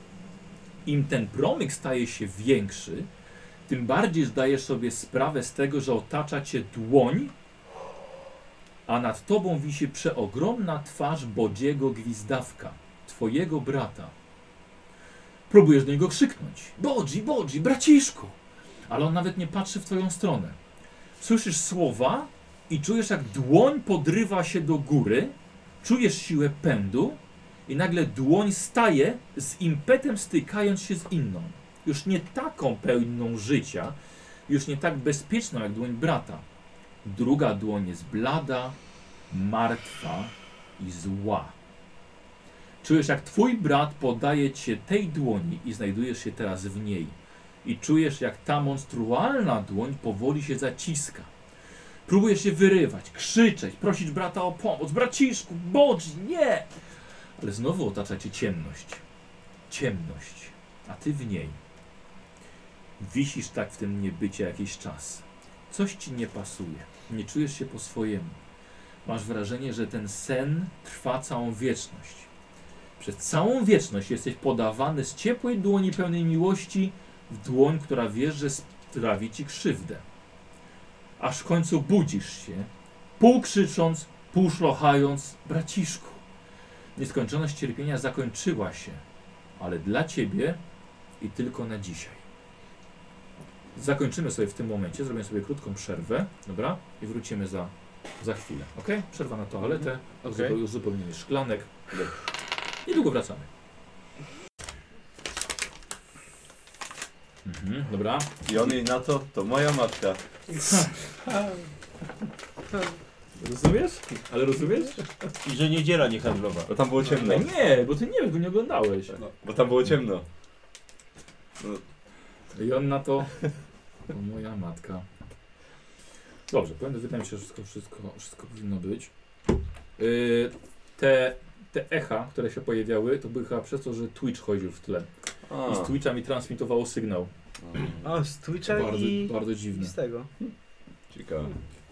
Im ten promyk staje się większy, tym bardziej zdajesz sobie sprawę z tego, że otacza cię dłoń, a nad tobą wisi przeogromna twarz Bodziego Gwizdawka, twojego brata. Próbujesz do niego krzyknąć: Bodzi, Bodzi, braciszku! Ale on nawet nie patrzy w twoją stronę. Słyszysz słowa i czujesz, jak dłoń podrywa się do góry, czujesz siłę pędu i nagle dłoń staje z impetem, stykając się z inną. Już nie taką pełną życia, już nie tak bezpieczną jak dłoń brata. Druga dłoń jest blada, martwa i zła. Czujesz, jak twój brat podaje cię tej dłoni i znajdujesz się teraz w niej. I czujesz, jak ta monstrualna dłoń powoli się zaciska. Próbujesz się wyrywać, krzyczeć, prosić brata o pomoc. Braciszku, Bodzi, nie! Ale znowu otacza cię ciemność. Ciemność, a ty w niej. Wisisz tak w tym niebycie jakiś czas. Coś ci nie pasuje. Nie czujesz się po swojemu. Masz wrażenie, że ten sen trwa całą wieczność. Przez całą wieczność jesteś podawany z ciepłej dłoni pełnej miłości w dłoń, która wiesz, że sprawi ci krzywdę. Aż w końcu budzisz się, pół krzycząc, pół szlochając: braciszku. Nieskończoność cierpienia zakończyła się, ale dla ciebie i tylko na dzisiaj. Zakończymy sobie w tym momencie, zrobimy sobie krótką przerwę, dobra? I wrócimy za, za chwilę, ok? Przerwa na toaletę, Okej. okay. Uzupełnienie szklanek. Niedługo wracamy. Mhm, dobra. I on jej na to, to moja matka. Rozumiesz? Ale rozumiesz? I że niedziela niehandlowa. Bo tam było ciemno. No nie, bo ty nie wiesz, bo nie oglądałeś. No, bo tam było ciemno. I on na to... To moja matka. Dobrze, powiem, wydaje mi się, że wszystko, wszystko, wszystko powinno być. Yy, te, te echa, które się pojawiały, to były chyba przez to, że Twitch chodził w tle. A. I z Twitcha mi transmitowało sygnał. O, z Twitcha Bardzo, i... bardzo i dziwne. z tego. Ciekawe.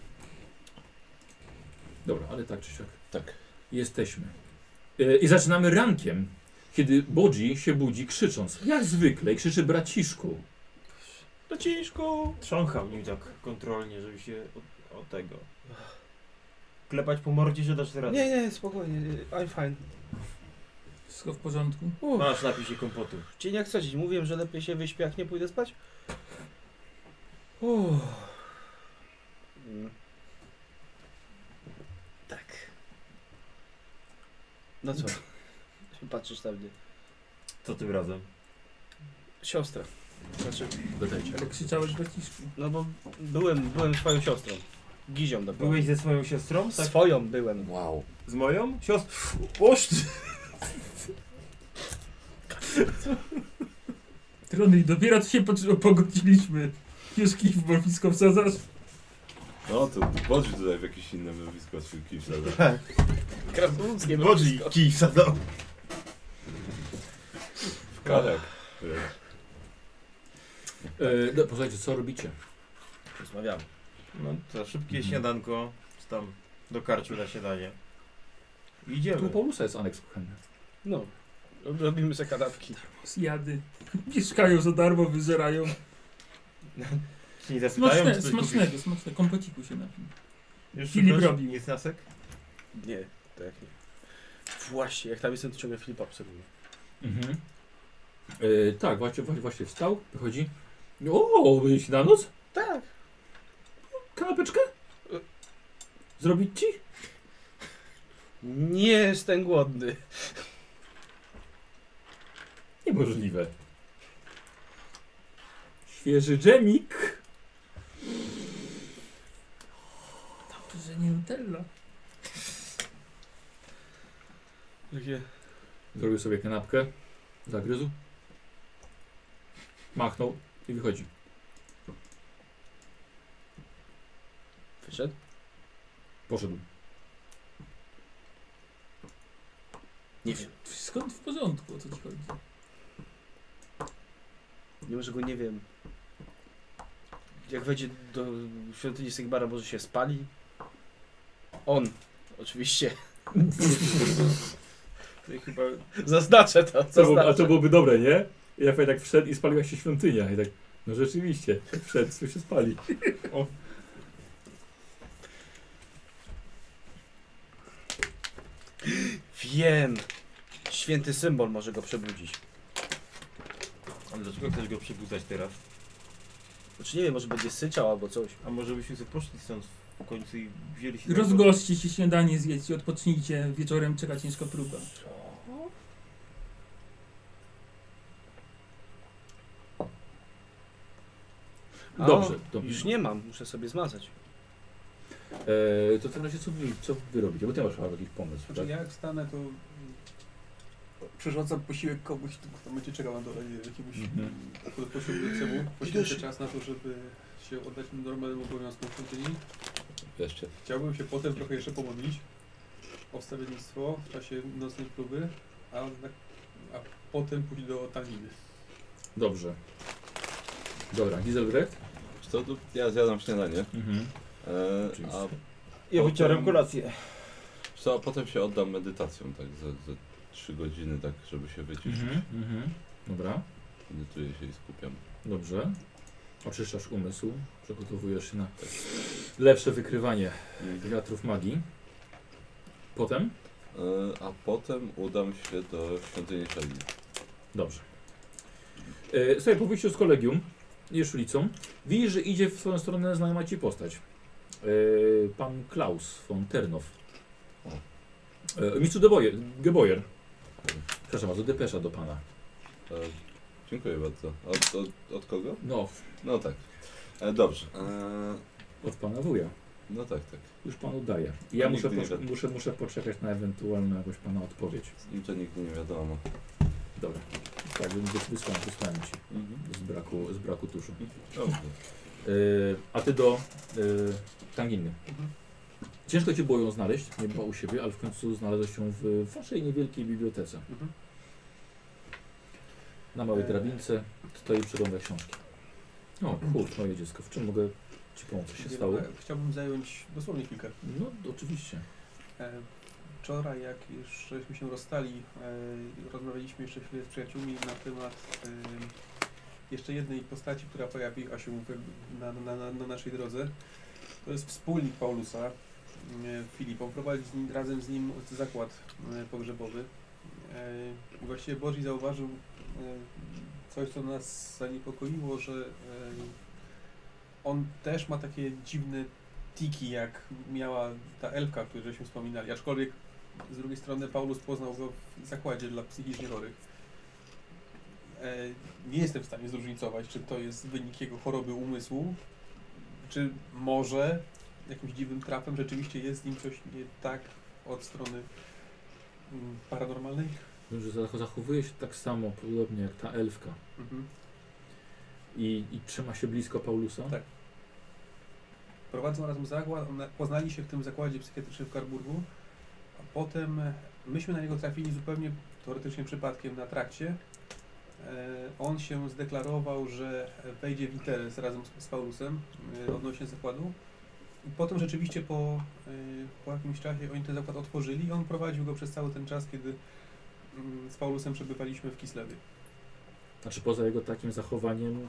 Dobra, ale tak czy siak. Tak. Jesteśmy. Yy, I zaczynamy rankiem, kiedy Bodzi się budzi krzycząc, jak zwykle, i krzyczy: braciszku. Braciszku! Trząchał nim tak kontrolnie, żeby się od, od tego... Klepać po mordzie, że dasz radę. Nie, nie, spokojnie, I'm fine. Wszystko w porządku. Uff, Masz, napij się kompotu. dzień jak co dzień. Mówiłem, że lepiej się wyśpię, jak nie pójdę spać. Uff. Mm. Tak. No co? Patrzysz na mnie. Co tym razem? Siostra. Znaczy, Pytajcie. Ale krzyczałeś braciszku. no bo byłem, byłem swoją siostrą. Gizią dokładnie. Byłeś ze swoją siostrą? Tak? Swoją byłem. Wow. Z moją? Siostrą? Oż ty! Trony, dopiero tu się po- pogodziliśmy. Już kij w bowisko wsadzasz? No to bodzi tutaj w jakieś inne mrowisko z kilki wsadza. Krasnoludzkie Bodzi kij wsadzał. W karek. E, no, posłuchajcie, co robicie? Rozmawiamy. No to szybkie Mhm. śniadanko, czy tam do karczu na śniadanie. I Tu idziemy. u Paulusa jest aneks kuchenny. No. Robimy sobie kanapki. Zjady. Mieszkają za darmo, wyżerają. Się nie zapytają, Smaczne, czy coś smacznego, kupić? smacznego. Kompociku się napij. Już Filip szukasz robił. niesnasek? Nie, tak nie. Właśnie, jak tam jestem, to ciągle Filipa obserwuję. Mhm. E, tak, właśnie, właśnie, właśnie wstał, wychodzi. O, byliście na noc? Tak. Kanapeczkę? Zrobić ci? Nie jestem głodny. Niemożliwe. Świeży dżemik. Dobrze, że nie Nutella. Takie... Zrobił sobie kanapkę, zagryzł, machnął i wychodzi. Wyszedł? Poszedł. Nie wiem. Skąd w porządku, o co ci chodzi? Nie może go nie wiem. Jak wejdzie do świątyni Sygbara, może się spali? On, oczywiście. To chyba... Zaznaczę to. To było, a Zaznaczę. to byłoby dobre, nie? Ja fajnie tak wszedł i spaliła się świątynia. I tak, no rzeczywiście, jak wszedł, to się spali. O. Wiem. Święty symbol może go przebudzić. Ale dlaczego chcesz go przybudzać teraz? Znaczy nie wiem, może będzie syczał albo coś. A może byśmy sobie poszli stąd w końcu i wzięli się... Rozgośćcie się, śniadanie zjedźcie, odpocznijcie. Wieczorem czeka ciężka próba. A, Dobrze, dobrze. Już nie mam, muszę sobie zmazać. E, to w takim razie co wy, co wy robicie? Bo ty masz chyba jakiś pomysł, Znaczy tak? ja jak wstanę, to mm, przerzucam posiłek komuś, kto będzie czekał na dole, nie wiem, jakiemuś Mhm. potrzebującemu. Poświęcę czas na to, żeby się oddać normalnym obowiązkom świątyni. Jeszcze. Chciałbym się potem trochę jeszcze pomodlić o wstawiennictwo w czasie nocnej próby, a, a potem pójść do Taniny. Dobrze. Dobra, Giselbrecht? Co tu? Ja zjadam śniadanie. Mhm. E, Oczywiście. a Ja Potem- wyciąłem kolację. co, a potem się oddam medytacją, tak, za, za trzy godziny, tak, żeby się wyciszyć. Mhm. Mhm. Dobra, Medytuję się i skupiam. dobrze. Oczyszczasz umysł, przygotowujesz się na lepsze wykrywanie wiatrów magii. Potem? E, a potem udam się do świątyni Szali. Dobrze. E, sobie po wyjściu z kolegium, idziesz ulicą, widzisz, że idzie w swoją stronę znajoma ci postać. E, pan Klaus von Ternow. E, Mistrzu de Boyer, Geboyer. Przepraszam bardzo, depesza do pana. E, dziękuję bardzo. Od, od, od kogo? No, No tak. E, dobrze. E, od pana wuja. no tak, tak. Już panu daję. I ja No, muszę, nigdy nie poczek- wiem. muszę, muszę poczekać na ewentualną jakąś pana odpowiedź. Z nim to nigdy nie wiadomo. Dobra. Tak, wys- wysłałem, wysłałem ci Mhm. z braku, z braku tuszu. Dobrze. Yy, a ty do yy, Tanginy. Mhm. Ciężko ci było ją znaleźć, nie była u siebie, ale w końcu znalazłeś ją w waszej niewielkiej bibliotece. Mhm. Na małej Eee. drabince stoi przegląda książki. O, kurde, moje dziecko, w czym mogę ci pomóc? Co się Wiele- stało? Chciałbym zająć dosłownie kilka. No, oczywiście. E, Wczoraj, jak już żeśmy się rozstali, e, rozmawialiśmy jeszcze chwilę z przyjaciółmi na temat e, jeszcze jednej postaci, która pojawiła się w- na, na, na, na naszej drodze. To jest wspólnik Paulusa, e, Filip. On prowadzi z nim, razem z nim zakład e, pogrzebowy. E, i właściwie Boży zauważył e, coś, co nas zaniepokoiło, że e, on też ma takie dziwne tiki, jak miała ta elfka, o której żeśmy wspominali, aczkolwiek z drugiej strony Paulus poznał go w zakładzie dla psychicznie chorych. e, nie jestem w stanie zróżnicować, czy to jest wynik jego choroby umysłu, czy może jakimś dziwnym trafem rzeczywiście jest z nim coś nie tak od strony mm, paranormalnej. Że zach- zachowuje się tak samo, podobnie jak ta elfka. Mhm. I, i trzyma się blisko Paulusa? Tak. Prowadzą razem zakład, one poznali się w tym zakładzie psychiatrycznym w Karburgu, a potem myśmy na niego trafili zupełnie teoretycznie przypadkiem na trakcie. E, on się zdeklarował, że wejdzie w interes razem z, z Paulusem e, odnośnie zakładu. I potem rzeczywiście po, e, po jakimś czasie oni ten zakład otworzyli i on prowadził go przez cały ten czas, kiedy mm, z Paulusem przebywaliśmy w Kislewie. Znaczy poza jego takim zachowaniem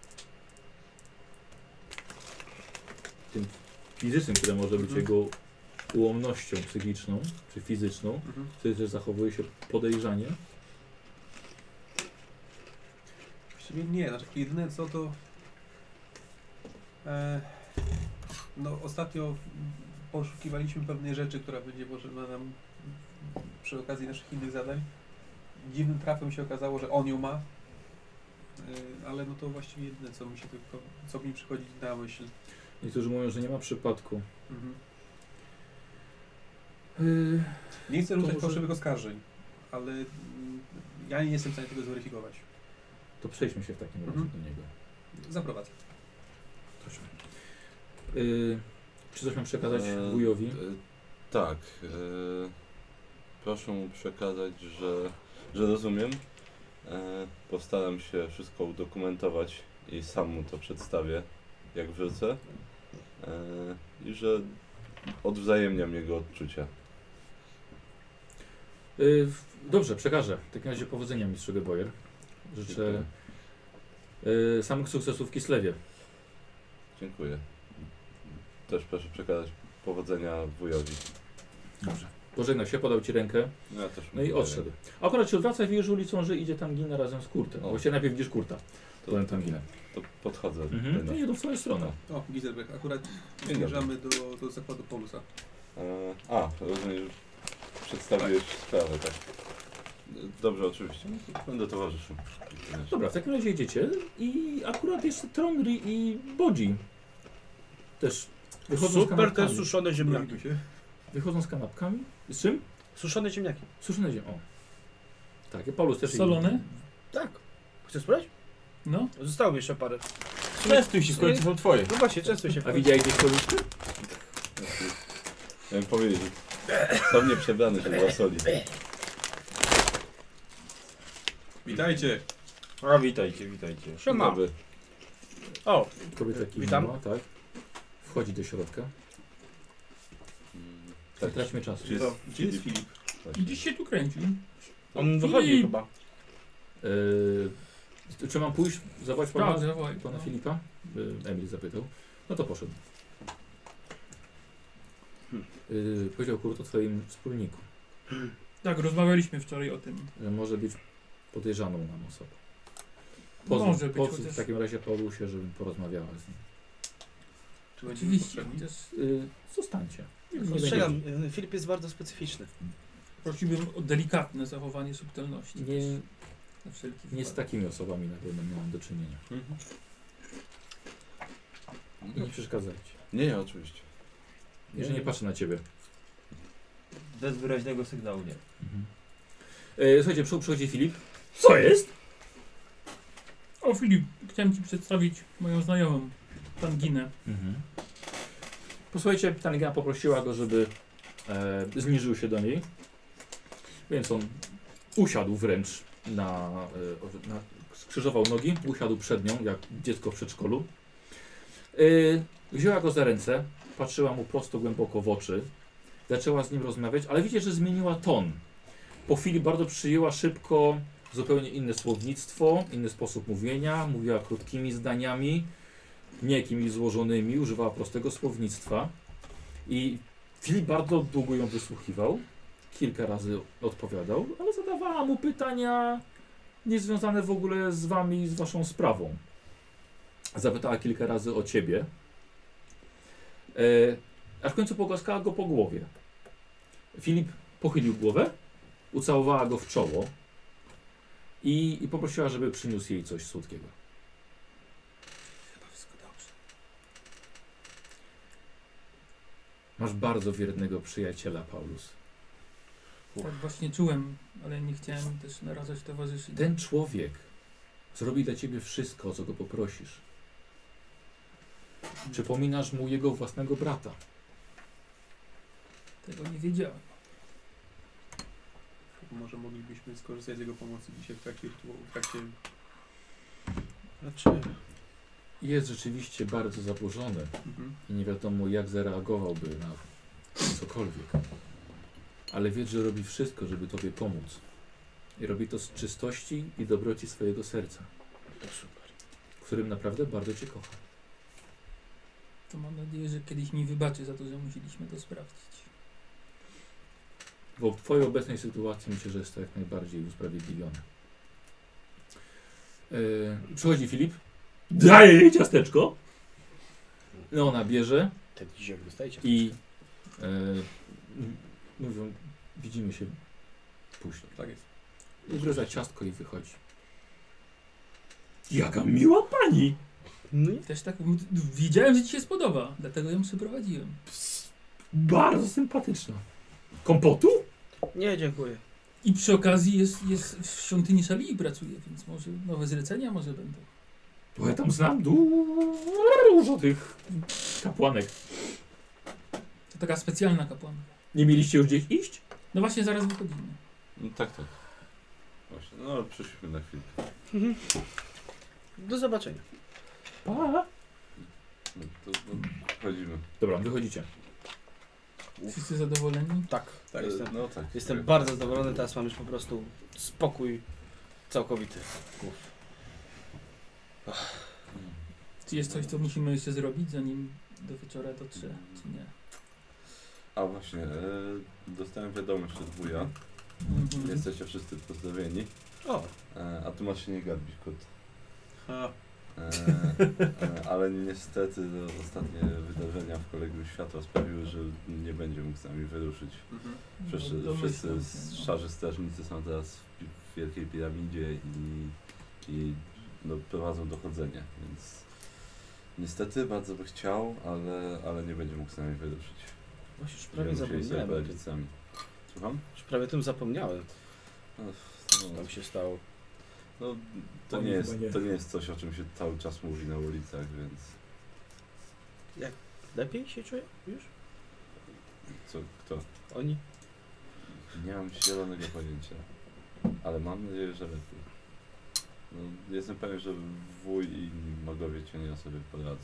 tym fizycznym, które może być Mhm. jego ułomnością psychiczną czy fizyczną, Mhm. wtedy też zachowuje się podejrzanie. Właściwie nie, znaczy jedyne co to e, no ostatnio poszukiwaliśmy pewnej rzeczy, która będzie potrzebna nam przy okazji naszych innych zadań. Dziwnym trafem się okazało, że on ją ma, e, ale no to właściwie jedyne co mi się tylko, co mi przychodzi na myśl. Niektórzy mówią, że nie ma przypadku. Mhm. Yy, Nie chcę To rzucać może- fałszywych oskarżeń, ale mm, ja nie jestem w stanie tego zweryfikować. to przejdźmy się w takim razie Mhm. do niego. Zaprowadzę. Proszę. Yy, czy coś mam przekazać E, wujowi? e, tak. E, proszę mu przekazać, że, że rozumiem. E, postaram się wszystko udokumentować i sam mu to przedstawię, jak wrócę. E, I że odwzajemniam jego odczucia. Yy, w- dobrze, przekażę. W takim razie powodzenia, mistrzu Geboyer. Życzę yy, samych sukcesów w Kislewie. Dziękuję. Też proszę przekazać powodzenia wujowi. Dobrze. Pożegnał się, podał ci rękę, Ja też no i mu odszedł. Akurat się odwraca i widzisz ulicą, że idzie Tangina razem z Kurtem. O. Właściwie najpierw widzisz Kurta, To, potem Tanginę. to podchodzę. Mhm. do I idą w twoją stronę. O, Gizelberg, akurat Dzień zmierzamy do, do zakładu Paulusa. E, a, rozumiem, że przedstawiłeś sprawę, tak? Dobrze, oczywiście. No to Będę towarzyszył. Dobra, w takim razie idziecie i akurat jest Trongri i Bodzi. Też wychodzą z Super, te kanapkami. suszone ziemniaki. się. Wychodzą z kanapkami. Z czym? Suszone ziemniaki. Suszone ziem. O. Tak, i Paulus też Solone? Tak. Chcesz spróbować? No. Zostało mi jeszcze parę. Częstuj się, w końcu są twoje. No właśnie, często się A widziałeś gdzieś policzkę? Miałem powiedzieć. Są nie przebrany, żeby była soli. Witajcie! A witajcie, witajcie. Siema. Dobry. O, Kobieta Witam. kiwnęła, tak. Wchodzi do środka. Mm, Nie Tak, traćmy czasu. Gdzie jest, To, gdzie jest Filip? Właśnie. Gdzieś się tu kręci. on wychodzi Filip. chyba. Yy, czy mam pójść, zawołać pana, Tak, zawołaj. pana No. Filipa? Yy, Emil zapytał. No to poszedł. Yy, powiedział Kurt o twoim wspólniku, Tak, rozmawialiśmy wczoraj o tym. że może być podejrzaną nam osobą. Pozwól, Może być, pozwól chociaż- w takim razie Paulusie, żebym porozmawiała z nim. Czy będziemy Oczywiście, potrzebni? chociaż Yy, zostańcie. Nie Ostrzegam, będziecie. y, Filip jest bardzo specyficzny. prosiłbym o delikatne zachowanie subtelności. Nie, Na wszelki nie z wypadek. takimi osobami na pewno miałem do czynienia. Mhm. I nie przeszkadzajcie. Nie, nie, oczywiście. Jeżeli nie patrzę na ciebie. Bez wyraźnego sygnału nie. Mhm. Yy, słuchajcie, przy- przychodzi Filip. Co jest? O Filip, chciałem Ci przedstawić moją znajomą, Tanginę. Mhm. Posłuchajcie, Tangina poprosiła go, żeby e, zniżył się do niej. Więc on usiadł wręcz na, e, na skrzyżował nogi, usiadł przed nią, jak dziecko w przedszkolu. E, wzięła go za ręce, patrzyła mu prosto głęboko w oczy, zaczęła z nim rozmawiać, ale widzicie, że zmieniła ton. Po chwili bardzo przyjęła szybko zupełnie inne słownictwo, inny sposób mówienia, mówiła krótkimi zdaniami, nie jakimiś złożonymi, używała prostego słownictwa i Filip bardzo długo ją wysłuchiwał, kilka razy odpowiadał, ale zadawała mu pytania niezwiązane w ogóle z wami, z waszą sprawą. Zapytała kilka razy o ciebie, e, aż w końcu pogłaskała go po głowie. Filip pochylił głowę, ucałowała go w czoło I, i poprosiła, żeby przyniósł jej coś słodkiego. Chyba wszystko dobrze. Masz bardzo wiernego przyjaciela, Paulus. Tak właśnie czułem, ale nie chciałem też narażać towarzyszy. Ten człowiek zrobi dla ciebie wszystko, o co go poprosisz. Przypominasz mu jego własnego brata. Tego nie wiedziałem. Może moglibyśmy skorzystać z jego pomocy dzisiaj w trakcie rytuału, w trakcie... Znaczy, Jest rzeczywiście bardzo zaburzony Mhm. i nie wiadomo, jak zareagowałby na cokolwiek. Ale wie, że robi wszystko, żeby tobie pomóc. I robi to z czystości i dobroci swojego serca, to super. w którym naprawdę bardzo cię kocha. To mam nadzieję, że kiedyś mi wybaczy za to, że musieliśmy to sprawdzić. Bo w twojej obecnej sytuacji myślę, że jest to jak najbardziej usprawiedliwione. Yy, przychodzi Filip. Daje jej ciasteczko. No ona bierze Ten dzisiaj dostajecie. i yy, mówią, widzimy się później. Tak jest. Ugryza ciastko i wychodzi. Jaka miła pani! No i Też tak m- wiedziałem, że ci się spodoba, dlatego ją przyprowadziłem. Bardzo sympatyczna. Kompotu? nie, dziękuję. I przy okazji jest, jest w świątyni Szalii pracuje, więc może nowe zlecenia może będą. Bo ja tam znam dużo tych kapłanek. To taka specjalna kapłanka. Nie mieliście już gdzieś iść? No właśnie zaraz wychodzimy. No tak, tak. Właśnie, no przyszliśmy na chwilkę. Mhm. Do zobaczenia. Pa. No, to, no, chodzimy. Dobra, wychodzicie. Wszyscy zadowoleni? Tak, Tak, jestem, no tak. jestem tak. bardzo zadowolony, teraz mam już po prostu spokój całkowity. Czy jest coś, co musimy jeszcze zrobić, zanim do wieczora dotrze, czy nie? A właśnie, e, dostałem wiadomość od wuja. Mhm. Jesteście wszyscy pozdrowieni. O, E, a tu masz się nie gapić, kot. Ha. E, e, ale niestety no, ostatnie wydarzenia w Kolegium Światła sprawiły, że nie będzie mógł z nami wyruszyć. Mhm. Wszyscy, No, wszyscy domyślam się, no. szarzy strażnicy są teraz w, pi- w Wielkiej Piramidzie i, i no, prowadzą dochodzenie, więc niestety bardzo by chciał, ale, ale nie będzie mógł z nami wyruszyć. właśnie już prawie Będziemy musieli sobie zapomniałem o tym. poradzić sami. Słucham? Już prawie tym zapomniałem, No, co no, tam się stało. no, to, Oni nie jest, chyba nie. to nie jest coś, o czym się cały czas mówi na ulicach, więc Lepiej się czuję już? co, kto? Oni? Nie mam zielonego pojęcia, ale mam nadzieję, że lepiej. No, jestem pewien, że wuj i magowie cienia sobie poradzą.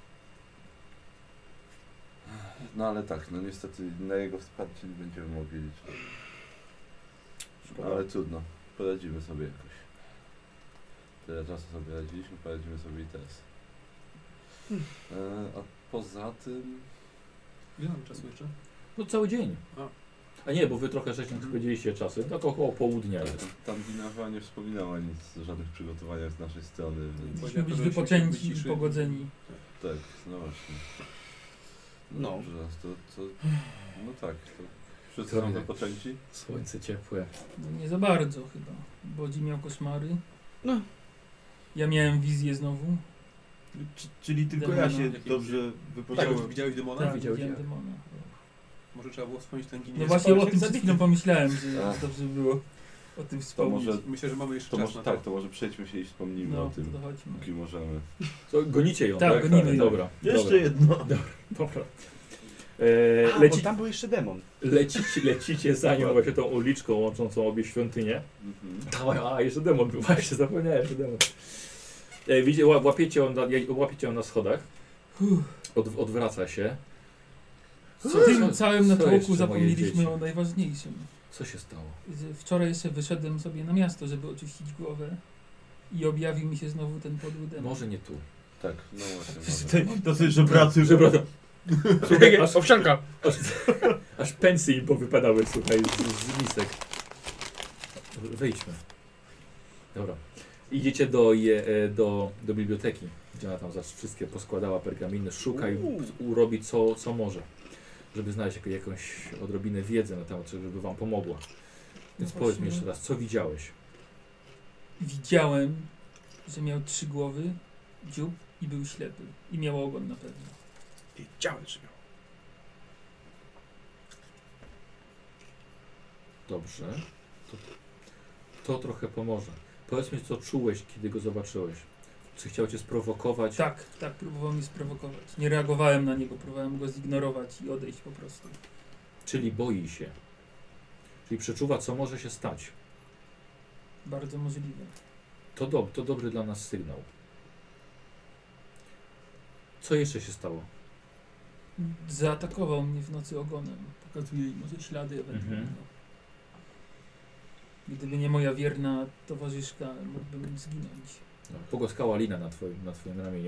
No ale tak, no niestety na jego wsparcie nie będziemy mogli liczyć. Szkoda. Ale trudno, poradzimy sobie jakoś. Tyle czasu sobie radziliśmy, poradzimy sobie i teraz. E, a poza tym... Ile mamy czasu jeszcze? No cały dzień. A. A nie, bo wy trochę wcześniej Mhm. spędziliście czasy. Tak około południa Tak, jest. tam, tam Dina chyba nie wspominała nic, żadnych przygotowaniach z naszej strony, więc Musimy być Powiedział, że się wypoczęci i wyciszy. pogodzeni. tak, no właśnie. No. Dobrze, to, to, no tak, to wszyscy są Trochę. zapoczęci? Słońce ciepłe. No nie za bardzo chyba. Bodzi miał koszmary. No. Ja miałem wizję znowu. C- czyli tylko Demona. ja się Jakie dobrze Tak, wypowiedziałem. widziałeś demona? Tak, widziałeś widziałem jak? demona. Może trzeba było wspomnieć ten ginie. No właśnie o jak tym przed zabity. chwilą pomyślałem, że Ach. dobrze było o tym To wspomnieć. może, Myślę, że mamy jeszcze to czas może na tak, to. to może przejdźmy się i wspomnimy No, o tym, dochodźmy. póki możemy. To gonicie ją, Tak, tak? gonimy ją. Dobra. Jeszcze dobra, jedno. dobra. E, A, leci, bo tam był jeszcze demon. lecicie, lecicie za nią właśnie tą uliczką łączącą obie świątynie. Mhm. Dawaj, a jeszcze demon był, właśnie zapomniałem, jeszcze demon. E, widzicie, ła- łapiecie ją, na, łapiecie ją na schodach, Uff. od, odwraca się. W tym całym co jeszcze, natłoku moje zapomnieliśmy dzieci? o najważniejszym. Co się stało? Że Wczoraj jeszcze wyszedłem sobie na miasto, żeby oczyścić głowę i objawił mi się znowu ten podły demon. Może nie tu. Tak, no właśnie. Te- Może. To sobie żebracy. Przepraszam. Słuchaj, aż, Owsianka! aż, aż pensje im powypadały, słuchaj, z, z misek. Wejdźmy. Dobra. Idziecie do, je, e, do, do biblioteki, gdzie ona tam za wszystkie poskładała pergaminy, szuka i Uuu. u- robi co, co może, żeby znaleźć jak, jakąś odrobinę wiedzy na temat, żeby wam pomogła. Więc No powiedz mi właśnie. jeszcze raz, co widziałeś? widziałem, że miał trzy głowy, dziób i był ślepy. I miał ogon na pewno. Wiedziałem, że miał. Dobrze. To, to trochę pomoże. Powiedz mi, co czułeś, kiedy go zobaczyłeś. Czy chciał cię sprowokować? Tak, tak, próbował mnie sprowokować. Nie reagowałem na niego, próbowałem go zignorować i odejść po prostu. Czyli boi się. Czyli przeczuwa, co może się stać. Bardzo możliwe. To, do, to dobry dla nas sygnał. Co jeszcze się stało? Zaatakował mnie w nocy ogonem. Pokazuje im może ślady ewentualnie. Mhm. Gdyby nie moja wierna towarzyszka, mógłbym zginąć. No, pogłaskała lina na twoim, na twoim ramieniu.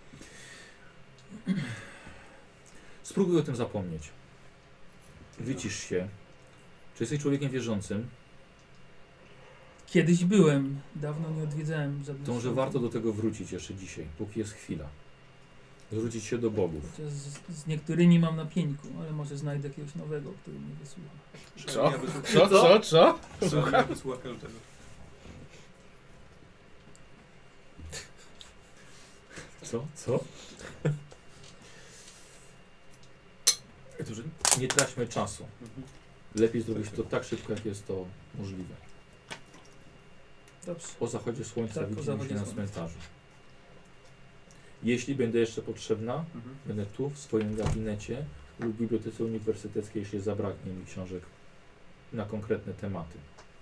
Spróbuj o tym zapomnieć. Wycisz się. Czy jesteś człowiekiem wierzącym? Kiedyś byłem, dawno nie odwiedzałem żadnych To może świątyń. warto do tego wrócić jeszcze dzisiaj, póki jest chwila. Zwrócić się do bogów. Chociaż z, z niektórymi mam na pieńku, ale może znajdę jakiegoś nowego, który mnie wysłucha. Co? Ja wysłucham- Co, co, co? Słucham. Wysłucham każdego. Co? Co? Którzy nie traćmy czasu. Lepiej zrobić to tak szybko, jak jest to możliwe. Dobrze. Po zachodzie słońca Tak, po widzimy zachodzie się na słońca. cmentarzu. Jeśli będę jeszcze potrzebna, Mhm. będę tu, w swoim gabinecie lub bibliotece uniwersyteckiej, jeśli zabraknie mi książek na konkretne tematy.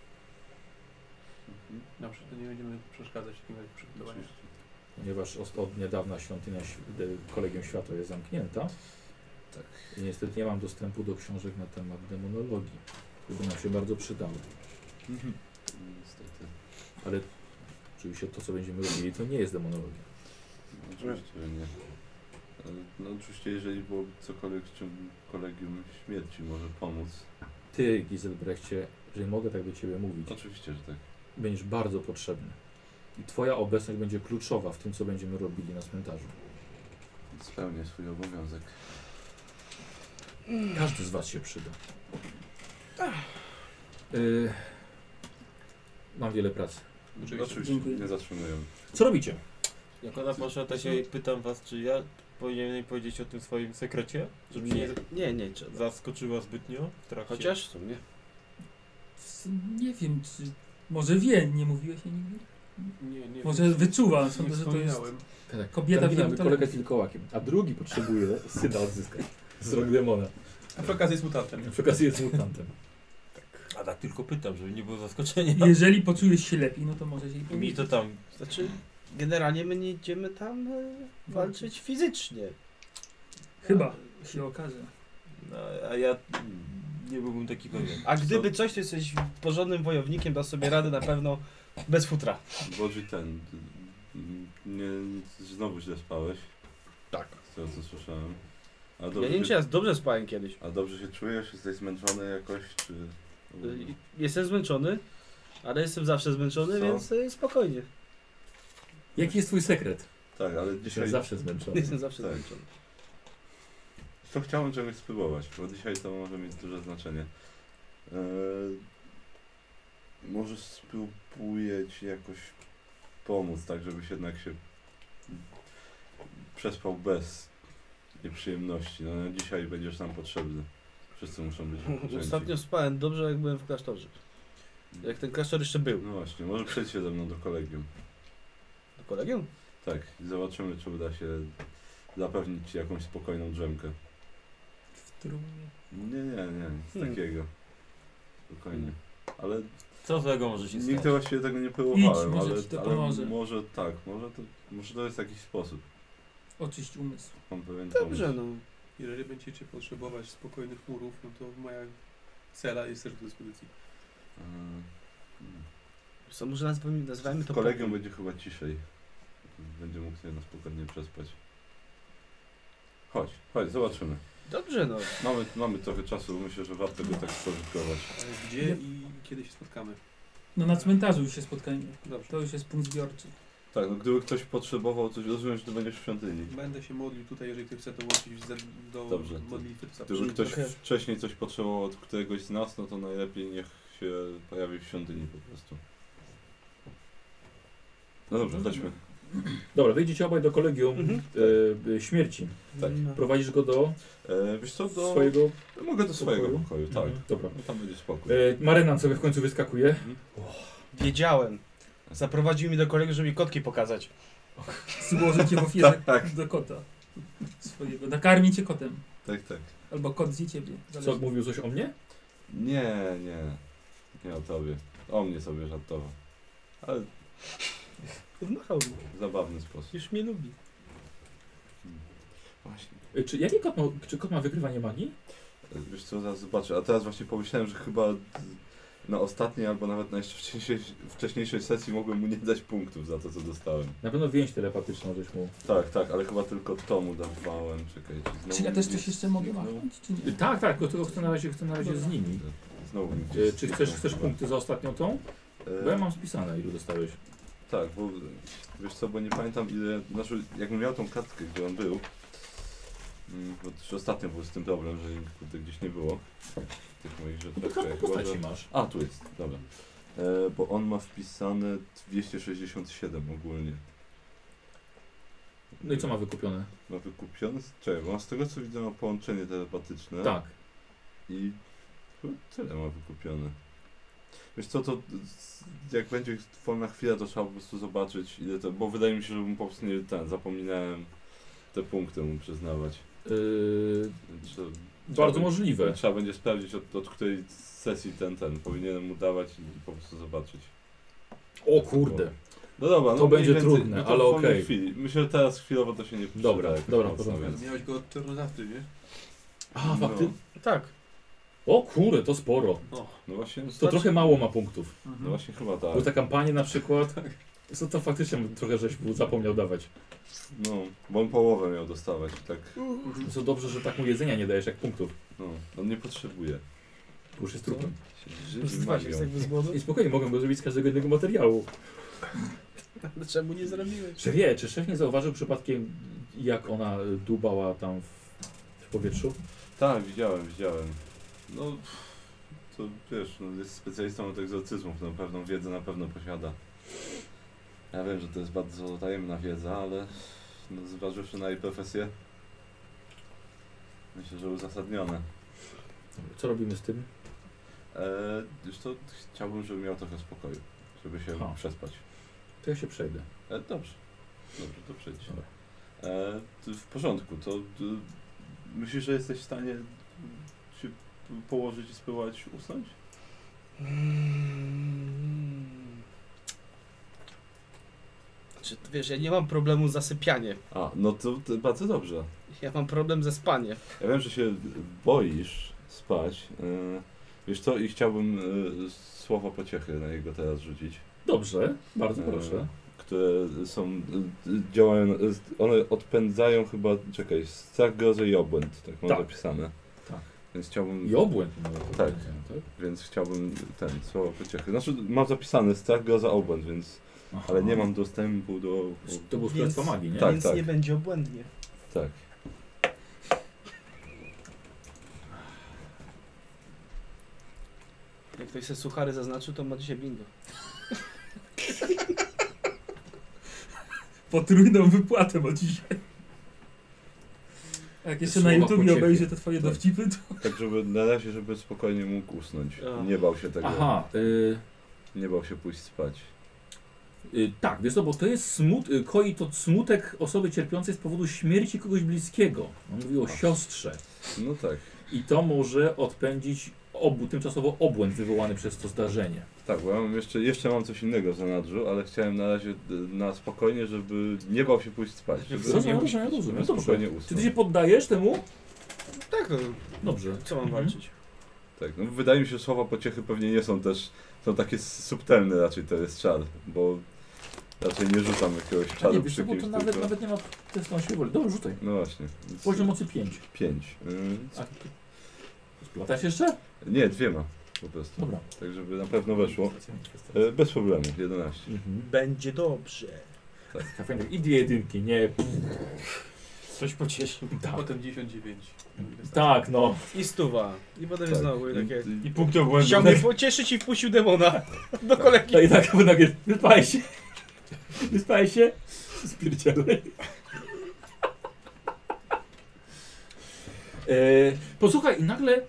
Dobrze, to nie będziemy przeszkadzać w takim razie w przygotowaniu. Ponieważ od, od niedawna świątynia Św- de- Kolegium Światła jest zamknięta. Tak. I niestety nie mam dostępu do książek na temat demonologii, które by nam się bardzo przydały. Niestety. Ale oczywiście to, co będziemy robili, to nie jest demonologia. No, oczywiście nie. Ale, no oczywiście jeżeli było cokolwiek, w czym kolegium śmierci może pomóc. Ty, Giselbrechcie, jeżeli mogę tak do Ciebie mówić, Oczywiście, że tak. będziesz bardzo potrzebny. I Twoja obecność będzie kluczowa w tym, co będziemy robili na cmentarzu. Spełnię swój obowiązek. Każdy z Was się przyda. Y, mam wiele pracy. Oczywiście. Oczywiście, Dziękuję. nie zatrzymujemy. Co robicie? Jak ona poszła, to się pytam was, czy ja powinienem powiedzieć o tym swoim sekrecie? Żeby mnie Nie, nie, nie trzeba. zaskoczyła zbytnio w trakcie. Chociaż w sumie. W- Nie wiem, czy... Może wie, nie mówiłeś jej nigdy? Nie, nie. Może nie- wyczuwa, nie sądzę, że to jest... wspominałem. Tak, Kobieta Zabina wiem, by to kolega lepiej. wilkołakiem, a drugi potrzebuje syna odzyskać z rąk demona. A przy okazji jest mutantem. Przy okazji jest mutantem. A tak tylko pytam, żeby nie było zaskoczenia. Jeżeli poczujesz się lepiej, no to możesz jej I mi powiedzieć. to tam... Znaczy, generalnie my nie idziemy tam e, walczyć fizycznie. Chyba się okaże. No, a ja nie byłbym taki pewien. A gdyby coś, to jesteś porządnym wojownikiem, dasz sobie radę na pewno bez futra. Bodzi ten. Nie, znowu źle spałeś, Tak. z tego co słyszałem. A Ja dobrze, nie wiem, czy się, ja dobrze spałem kiedyś. a dobrze się czujesz? Jesteś zmęczony jakoś, czy... Y, Jestem zmęczony, ale jestem zawsze zmęczony, Co? więc y, spokojnie. Jaki jest Twój sekret? Tak, ale Dzisiaj dzisiaj... zawsze zmęczony. Jestem zawsze Tak. zmęczony. To chciałem czegoś spróbować, bo dzisiaj to może mieć duże znaczenie. Eee, może spróbuję Ci jakoś pomóc, tak żebyś jednak się przespał bez nieprzyjemności. No, no dzisiaj będziesz nam potrzebny. Wszyscy muszą być wypoczęci. Ostatnio spałem dobrze, jak byłem w klasztorze. Jak ten klasztor jeszcze był. No właśnie, może przejdź się ze mną do kolegium. Do kolegium? Tak, i zobaczymy, czy uda się zapewnić Ci jakąś spokojną drzemkę. W trumnie. Nie, nie, nie, nic Hmm. takiego. Spokojnie. Ale Co złego może się nigdy stać? właściwie tego nie próbowałem, może ale, ci to ale pomoże. może tak, może to, może to jest jakiś sposób. Oczyść umysł. Mam pewien Dobrze, pomysł. no. Jeżeli będziecie potrzebować spokojnych murów, no to moja cela jest też do dyspozycji. Eee, hmm. Co, może nazwijmy, nazwijmy to W kolegium pokój. będzie chyba ciszej. Będzie mógł się na spokojnie przespać. Chodź, chodź, zobaczymy. Dobrze, no. Mamy, mamy trochę czasu, myślę, że warto go tak spożytkować. Ale gdzie i kiedy się spotkamy? No na cmentarzu już się spotkajmy. Dobrze. To już jest punkt zbiorczy. Tak, no gdyby ktoś potrzebował coś, rozumiem, że ty będziesz w świątyni. Będę się modlił tutaj, jeżeli ktoś chce dołączyć z- do Dobrze. modlitwy. to Gdyby zapraszam. ktoś Okej. wcześniej coś potrzebował od któregoś z nas, no to najlepiej niech się pojawi w świątyni po prostu. No dobrze, chodźmy. Dobra, wejdziecie obaj do kolegium Mhm. e, e, śmierci. Tak. No. Prowadzisz go do E, wiesz co, do... swojego... Mogę do swojego pokoju? pokoju, tak. Mhm. Dobra. No tam będzie spokój. E, Marynan sobie w końcu wyskakuje. Wiedziałem. Zaprowadził mi do kolegów, żeby mi kotki pokazać. Złożę cię w ofierze Tak. do kota swojego. Nakarmi cię kotem. Tak, tak. Albo kot zje ciebie. Co, Zależy. mówił coś o mnie? Nie, nie. Nie o tobie. O mnie sobie żartował. Ale Odmachał mi. w zabawny sposób. Już mnie lubi. Właśnie. E, Czy, jaki kot ma, czy kot ma wykrywanie magii? E, Wiesz co, zaraz zobaczę. A teraz właśnie pomyślałem, że chyba na ostatniej albo nawet na jeszcze wcześniejszej, wcześniejszej sesji mogłem mu nie dać punktów za to, co dostałem. Na pewno więź telepatyczną żeś mu... Tak, tak, ale chyba tylko to mu dawałem. Czekajcie. Znowu Czy ja też mi coś gdzieś jeszcze mogę zniknął. machnąć, czy E, nie? Tak, tak, tylko chcę na razie, chcę na razie z nimi. Znowu mi E, gdzieś Czy chcesz, zniknął chcesz chyba. punkty za ostatnią tą? E, Bo ja mam spisane, ilu dostałeś. Tak, bo wiesz co, bo nie pamiętam ile, znaczy jakbym miał tą kartkę, gdzie on był, mm, bo też ostatnio był z tym problem, że kurde, gdzieś nie było tych moich rzeczy. No to kartę postaci masz. A, tu jest, dobra. E, bo on ma wpisane dwieście sześćdziesiąt siedem ogólnie. No i co ma wykupione? Ma wykupione? Czekaj, bo z tego co widzę ma połączenie telepatyczne. Tak. I chyba tyle ma wykupione. Wiesz co, to z- jak będzie wolna chwila, to trzeba po prostu zobaczyć ile to, bo wydaje mi się, że mu po prostu nie ten, zapominałem te punkty mu przyznawać. Yy, Trzeba, bardzo trzeba, możliwe. Trzeba będzie sprawdzić od, od której sesji ten, ten, powinienem mu dawać i po prostu zobaczyć. O kurde. No dobra, To no będzie mniej więcej, trudne, no to ale w wolnej okej. chwili. Myślę, że teraz chwilowo to się nie przyda. Dobra, jakoś dobra, mocno, porządek. więc- Miałeś go od czarnozaty, nie? A, No. fakty. Tak. O kurde, to sporo. No właśnie, To trochę mało ma punktów. no właśnie chyba tak. Bo te kampanie na przykład, to, to faktycznie trochę żeś był zapomniał dawać. No, bo on połowę miał dostawać, tak. To dobrze, że tak mu jedzenia nie dajesz jak punktów. No, on nie potrzebuje. To już jest trudem. Się żywi Zwać jest magią. jakby z głodu. I spokojnie, mogę go zrobić z każdego innego materiału. Czemu nie zrobiłeś? Czy wie, czy szef nie zauważył przypadkiem, jak ona y, dłubała tam w, w powietrzu? Tak, widziałem, widziałem. No, to wiesz, no, jest specjalistą od egzorcyzmów, no pewną wiedzę na pewno posiada. Ja wiem, że to jest bardzo tajemna wiedza, ale no, zważywszy na jej profesję, myślę, że uzasadnione. Co robimy z tym? Eee, już to chciałbym, żeby miał trochę spokoju, żeby się Ha. przespać. To ja się przejdę. E, dobrze, dobrze, to przyjdź. Dobra. E, to w porządku, to y, myślisz, że jesteś w stanie się p- położyć i spróbować usnąć? Mm. Znaczy, wiesz, ja nie mam problemu z zasypianiem. A, no to, to bardzo dobrze. Ja mam problem ze spaniem. Ja wiem, że się boisz spać, e, wiesz co, i chciałbym e, słowo pociechy na niego teraz rzucić, Dobrze, bardzo E, proszę. które są, e, działają, e, one odpędzają chyba, czekaj, strach, grozę i obłęd, tak mam Tak. zapisane. Tak. Więc chciałbym... I obłęd nawet. Tak. tak? Więc chciałbym ten, słowo pociechy. Znaczy mam zapisane strach, groza, obłęd, więc... Aha. Ale nie mam dostępu do... To było królestwo magii, nie? Tak, Więc tak. nie będzie obłędnie. Tak. Jak ktoś sobie suchary zaznaczył, to ma dzisiaj bingo. Potrójną wypłatę ma dzisiaj. A jak jeszcze na Słowa YouTubie pociechy. obejrzy te twoje Tak. dowcipy, to... Tak, żeby na razie, żeby spokojnie mógł usnąć. A. Nie bał się tego. Aha, y, Nie bał się pójść spać. y, tak, wiesz co, bo to jest smut, y, koi to smutek osoby cierpiącej z powodu śmierci kogoś bliskiego. On mówi o Ach. siostrze. No tak. I to może odpędzić obu, tymczasowo obłęd wywołany przez to zdarzenie. Tak, bo ja mam jeszcze, jeszcze mam coś innego w zanadrzu, ale chciałem na razie y, na spokojnie, żeby nie bał się pójść spać. Żeby Rozumiem, rozumiem, rozumiem. żeby Dobrze. spokojnie Czy usnął. ty się poddajesz temu? Tak, no, Dobrze. co mam Mhm. walczyć? Tak, no wydaje mi się, że słowa pociechy pewnie nie są też, są takie subtelne raczej, to jest czar, bo raczej nie rzucam jakiegoś A czaru nie, wiesz przy co, bo kimś, to nawet, tylko... nawet nie ma testu na siłę woli. Dobrze, rzucaj. No właśnie. Więc Poziom mocy pięć. pięć. Yy, A, splatasz jeszcze? nie, dwiema po prostu. Dobra. Tak, żeby na pewno weszło. E, bez problemu, jedenaście. Mhm. Będzie dobrze. Kafejnek i dwie jedynki, nie. Coś pocieszy. Tak, Potem dziewięćdziesiąt dziewięć. tak no. I stuwa. I potem Tak. znowu i takie... I- I punkty obłędu. Chciał mnie pocieszyć i wpuścił demona do kolegi. No i tak nagle wypaj się. Wyspałeś się? Spierdzielaj. E, posłuchaj, i nagle...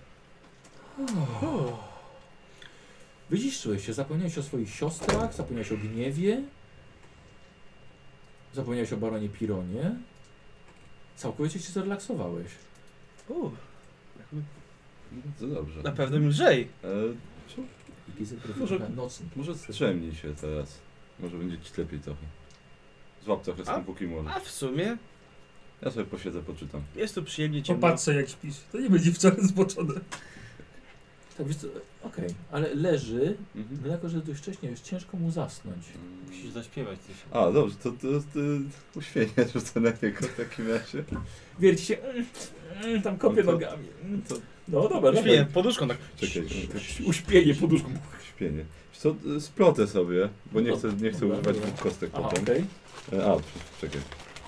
Wyciszyłeś się, zapomniałeś o swoich siostrach, zapomniałeś o gniewie, zapomniałeś o baronie Pironie. Całkowicie się zrelaksowałeś. U, Bardzo dobrze. na pewno lżej. E, co? Jakiś Może- może, nocny. Może strzemnij się teraz. Może będzie ci lepiej trochę. Złap trochę z A? tym póki możesz. A w sumie Ja sobie posiedzę, poczytam. jest tu przyjemnie ciemno. Popatrzę jak śpisz. To nie będzie wczoraj zboczone. Tak, wiesz co, okej, ale leży, Mhm. no jako że dość wcześnie, już ciężko mu zasnąć. Musisz zaśpiewać coś. A, dobrze, to, to, to uświenie rzucę na niego w takim razie. Wierci się, mm, mm, tam kopie No to- nogami. Mm. To No dobra, Śpię, dobra. poduszką tak. czekaj, Uśpienie poduszką. śpienie. Wiesz co, splotę sobie, bo nie No, chcę, nie chcę dobra, używać dobra. dwóch kostek Aha, potem. okej. E, A, czekaj.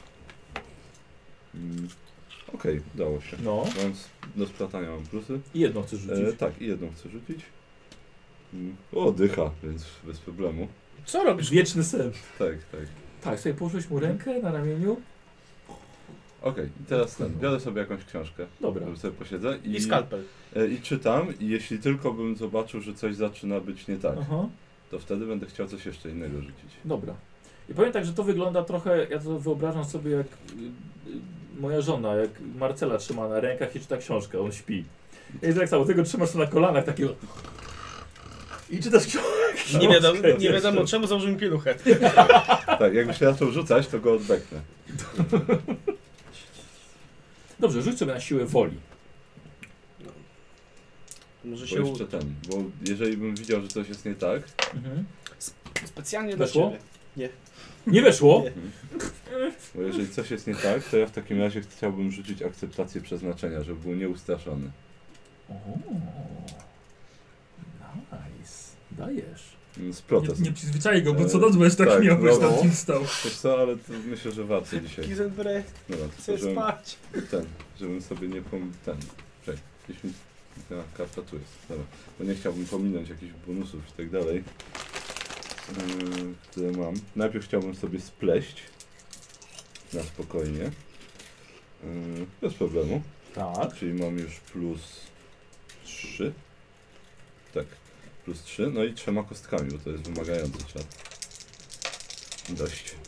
Mm, Okej, udało się. No, Mam, s- do splatania mam plusy. i jedno chcesz rzucić. E, tak, i jedną chcę rzucić. Mm, O, dycha, więc bez problemu. Co robisz? Wieczny sen. Tak, tak. Tak, sobie położyłeś mu rękę na ramieniu. Okej, i teraz ten, biorę sobie jakąś książkę, Dobra. żeby sobie posiedzę i, I skalpel. e, i czytam i jeśli tylko bym zobaczył, że coś zaczyna być nie tak, Aha. to wtedy będę chciał coś jeszcze innego rzucić. Dobra. I powiem tak, że to wygląda trochę, ja to wyobrażam sobie jak y, y, moja żona, jak Marcela trzyma na rękach i czyta książkę, on śpi. I tak samo, tego trzymasz to na kolanach takiego... I czytasz książkę. Nie wiadomo, nie wiadomo czemu założył mi pieluchę. Tak, jakby się zaczął rzucać, to go odbeknę. Dobrze, rzuć sobie na siłę woli. Może Bo się jeszcze ten, bo jeżeli bym widział, że coś jest nie tak, Mhm. u... specjalnie dla Weszło? ciebie. Nie weszło? Nie. bo jeżeli coś jest nie tak, to ja w takim razie chciałbym rzucić akceptację przeznaczenia, żeby był nieustraszony. O, nice. Dajesz. Mm, Splotę. Nie, nie przyzwyczaj go, bo co E, noc będziesz tak, tak, miał, będziesz no. tam kim stał. Wiesz co, ale to myślę, że warto dzisiaj. Giselbrecht, Dobra, chcę tylko żebym, spać. ten, żebym sobie nie pom... ten, czekaj, gdzieś mi... ta karta tu jest, dobra, bo nie chciałbym pominąć jakichś bonusów i tak dalej, yy, które mam. Najpierw chciałbym sobie spleść na spokojnie, yy, bez problemu, Tak. czyli mam już plus trzy, tak, plus trzy, no i trzema kostkami, bo to jest wymagający czat. Dość.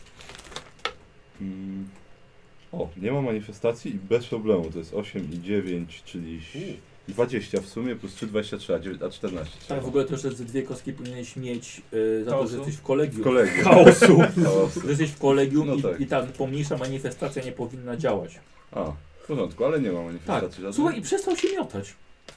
Mm. O, nie ma manifestacji i bez problemu, to jest osiem i dziewięć, czyli dwadzieścia w sumie, plus trzy, dwadzieścia trzy, a, dziewięć, a czternaście. Tak, w ogóle też te dwie kostki powinieneś mieć yy, za to, Chaosu? że jesteś w kolegium. Kolegium. Chaosu. Chaosu. Że jesteś w kolegium No i, tak. i ta pomniejsza manifestacja nie powinna działać. A, w porządku, ale nie ma Tak. manifestacji żadnej. Słuchaj, i przestał się miotać.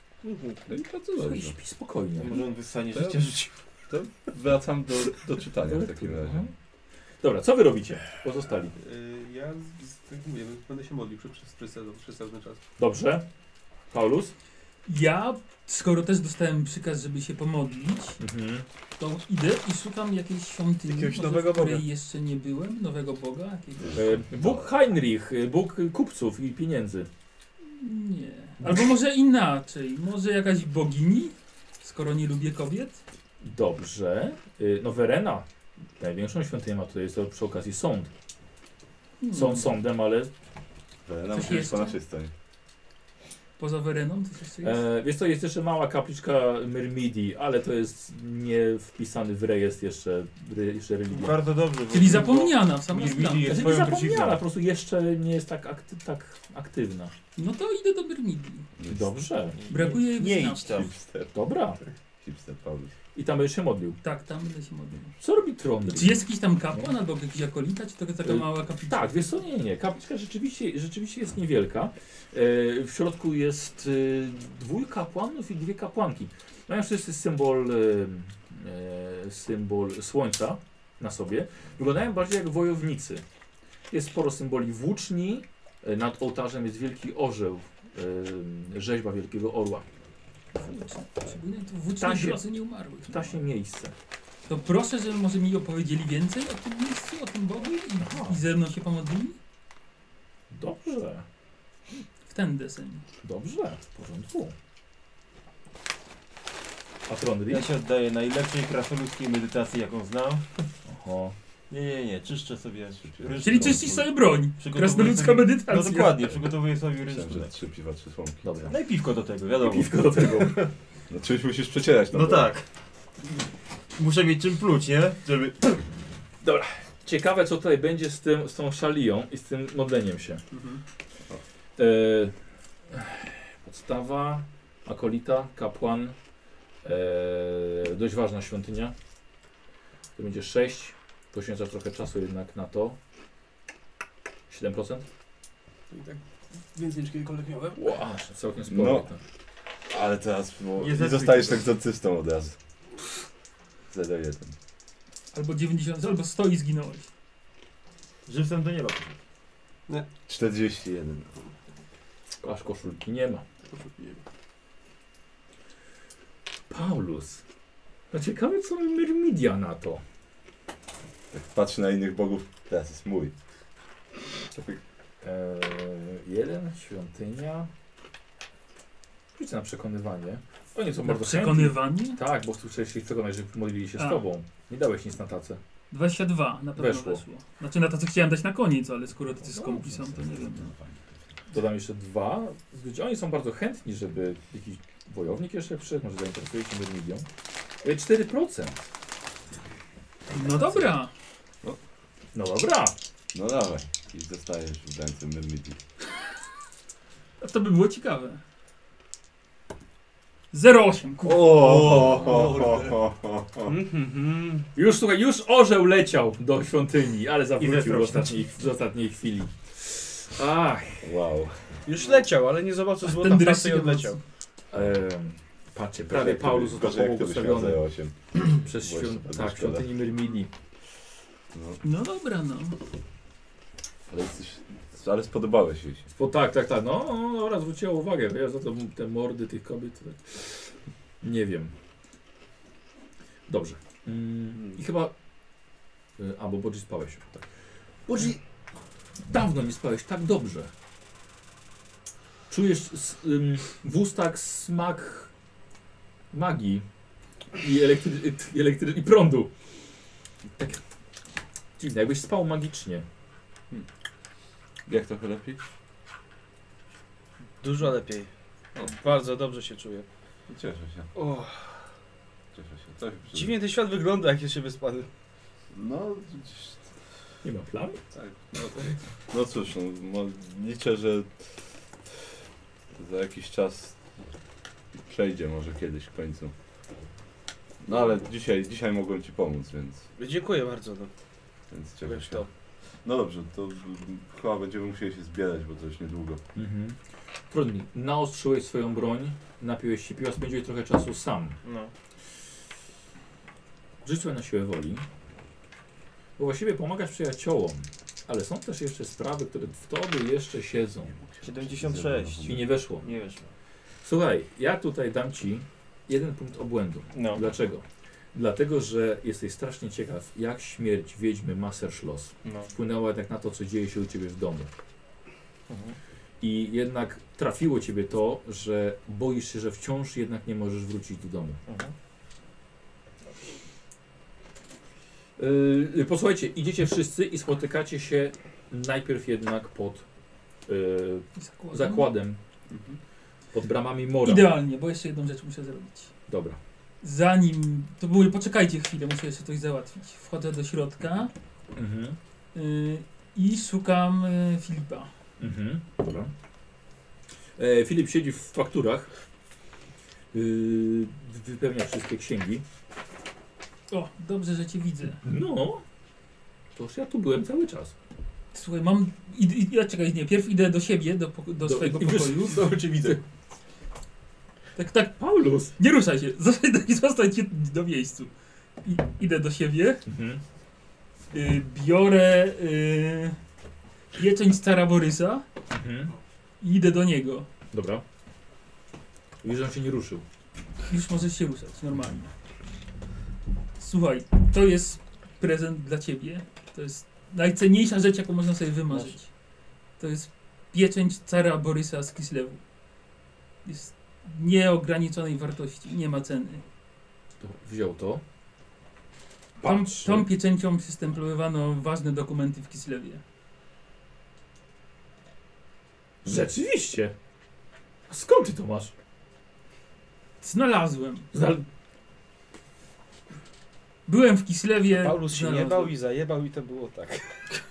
No i bardzo Słuchaj, dobrze. śpi spokojnie. Może on wyssanie To ja- życie rzucił. To wracam do, do czytania w takim razie. Mhm. Dobra, co wy robicie? Pozostali. Y, Ja, z- tak mówię, będę się modlił przez, przez, przez, przez cały ten czas. Dobrze. Paulus? Ja, skoro też dostałem przykaz, żeby się pomodlić, Mhm. to idę i szukam jakiejś świątyni, Jakiegoś może nowego w której Boga. jeszcze nie byłem, nowego Boga. Jakiegoś... E, Bóg Heinrich, e, Bóg kupców i pieniędzy. Nie. Albo może inaczej, może jakaś bogini, skoro nie lubię kobiet. Dobrze. E, no Werena. Największą świątynię ma tutaj, jest to przy okazji sąd. Hmm. Sąd sądem, ale Werena Coś musi być po jeszcze? naszej stronie. Poza Wereną coś jeszcze jest? e, wiesz co, jest jeszcze mała kapliczka Myrmidii, ale to jest nie wpisany w rejestr jeszcze, re, jeszcze religii. Bardzo dobrze. bo- Czyli zapomniana w sam raz Mirmidi plan. jest Znaczy, nie twoją zapomniana, trucizną. po prostu jeszcze nie jest tak, akty, tak aktywna. No to idę do Myrmidii. Dobrze. Brakuje jej Nie wyznawców. idź tam. Hipster, Dobra. hipster Paulus. I tam będziesz się modlił. Tak, tam będę się modlił. Co robi Trondri? Czy jest jakiś tam kapłan albo jakiś akolita, czy to jest taka Y, mała kapliczka? Tak, wiesz co, nie, nie. Kapliczka rzeczywiście, rzeczywiście jest niewielka. E, w środku jest e, dwóch kapłanów i dwie kapłanki. Mają wszyscy symbol, e, e, symbol słońca na sobie. Wyglądają bardziej jak wojownicy. Jest sporo symboli włóczni. E, nad ołtarzem jest wielki orzeł, e, rzeźba wielkiego orła. Szczególnie tu włócznej Ptasie- grozy nie umarłych. Ptasie miejsce. To proszę, żeby może mi opowiedzieli więcej o tym miejscu, o tym Bogu Aha. i, i ze mną się pomodlili? Dobrze, W ten deseń. dobrze, w porządku. A Trondri? Ja się oddaję najlepszej krasnoludzkiej medytacji, jaką znam. Oho. Nie, nie, nie, czyszczę sobie. ryż- Czyli czyścisz sobie broń. Przygotowuję Krasnoludzka sobie- medytacja. No dokładnie, przygotowuję sobie Myślałem, że ryż. trzy piwa, trzy słomki. Dobra. No i piwko do tego, wiadomo. Piwko do tego. No czymś musisz przecierać. No tak. Muszę mieć czym pluć, nie? Żeby... Ciekawe co tutaj będzie z, tym, z tą szalią i z tym modleniem się. Mhm. E, podstawa, akolita, kapłan, e, dość ważna świątynia. To będzie sześć, poświęcasz trochę czasu jednak na to. siedem procent? I tak więcej niż kiedykolwiek miałem. Wow, całkiem sporo. No. jednak. Ale teraz bo Nie nie zepsuj zostajesz tego. egzorcystą od razu. zero jeden. Albo dziewięćdziesiąt, albo sto i zginąłeś. Żywcem do nieba. czterdzieści jeden. Aż koszulki nie ma. Paulus. No ciekawe co Myrmidia na to. Jak patrzę na innych bogów, teraz jest mój. Tak, Eee, jeden, świątynia. Rzuć na przekonywanie. Oni są Na bardzo chętni. przekonywanie? Tak, bo tu chciałeś się przekonać, że modlili się A. z tobą. Nie dałeś nic na tacę. dwadzieścia dwa na pewno Weszło. weszło. Znaczy na to co chciałem dać na koniec, ale skoro te No, skąpi są, to nie wiem. Dodam jeszcze dwa. Gdzie Oni są bardzo chętni, żeby jakiś wojownik jeszcze przyszedł, może zainteresuje się Myrmidią. E, cztery procent. No dobra. No dobra. no dawaj. I zostajesz w ręce Myrmidii. A to by było ciekawe. zero osiem, kurwa. Mhm. Już słuchaj, już orzeł leciał do świątyni, ale I zawrócił zestrał w się. ostatniej, w ostatniej chwili. Ach. Wow. Już leciał, ale nie zobaczył złota Ten w dreszczyk pracy i odleciał. Em, patrzcie, prawie Paulus został Gorzej jak to byś miał pobłogosławiony zero osiem. przez Właśnie, świąt... bardzo tak, szkoda. świątyni Myrmidii. No, No dobra, no. ale, jesteś, ale spodobałeś jej się. Bo tak, tak, tak. No, no dobra, zwróciła uwagę. Ja za to te mordy tych kobiet. Tak. Nie wiem. Dobrze. Mm, I chyba. y, A, bo Bodzi spałeś. Tak. Bodzi, dawno nie spałeś tak dobrze. Czujesz s, ym, w ustach smak magii i, elektry, i, elektry, i prądu. Tak dziwne, jakbyś spał magicznie. Jak trochę lepiej? Dużo lepiej. Bardzo dobrze się czuję. Cieszę się. O, Cieszę się. To się przyda. dziwnie ten świat wygląda, jak jest się wyspany. No, gdzieś Nie ma planu? tak. No, to, no cóż, no, mo- liczę, że za jakiś czas przejdzie może kiedyś w końcu. No ale dzisiaj, dzisiaj mogłem ci pomóc, więc, Dziękuję bardzo. No. więc cieszę Wiesz się. to. No dobrze, to mm, chyba będziemy musieli się zbierać, bo to już niedługo. Mhm. Trudniej. Naostrzyłeś swoją broń, napiłeś się piwa, spędziłeś trochę czasu sam. No. Rzuć sobie na siłę woli. Bo właściwie pomagasz przyjaciołom, ale są też jeszcze sprawy, które w tobie jeszcze siedzą. siedemdziesiąt sześć. I nie weszło. Nie weszło. Słuchaj, ja tutaj dam ci jeden punkt obłędu. No. Dlaczego? Dlatego, że jesteś strasznie ciekaw, jak śmierć wiedźmy Masserschloss No. wpłynęła jednak na to, co dzieje się u ciebie w domu. Mhm. I jednak trafiło ciebie to, że boisz się, że wciąż jednak nie możesz wrócić do domu. Mhm. Yy, posłuchajcie, idziecie wszyscy i spotykacie się najpierw jednak pod yy, Zakładam. zakładem, pod bramami Mora. Idealnie, bo jeszcze jedną rzecz muszę zrobić. Dobra. Zanim, to były, poczekajcie chwilę, muszę jeszcze coś załatwić. Wchodzę do środka Mhm. y, i szukam y, Filipa. Mhm. Dobra. E, Filip siedzi w fakturach. Yy, wypełnia wszystkie księgi. O, dobrze, że cię widzę. No. Toż ja tu byłem cały czas. Słuchaj, mam, id, id, ja czekaj, nie, pierw idę do siebie, do, poko- do swojego i wiesz, pokoju. Zobacz, czy widzę. Tak, tak, Paulus. nie ruszaj się, zostań, zostań cię do miejscu. I, idę do siebie, Mhm. y, biorę y, pieczęć cara Borysa Mhm. i idę do niego. Dobra. Widzisz, że on się nie ruszył. Już możesz się ruszać, normalnie. Słuchaj, to jest prezent dla ciebie. To jest najcenniejsza rzecz, jaką można sobie wymarzyć. To jest pieczęć cara Borysa z Kislewu. Jest nieograniczonej wartości, nie ma ceny. To wziął to. Tą, Patrz. tą pieczęcią przystemplowano ważne dokumenty w Kislewie. Rzeczywiście. A skąd ty to masz? Znalazłem. Znal... Byłem w Kislewie. Paulus się nie znalazłem. bał i zajebał i to było tak.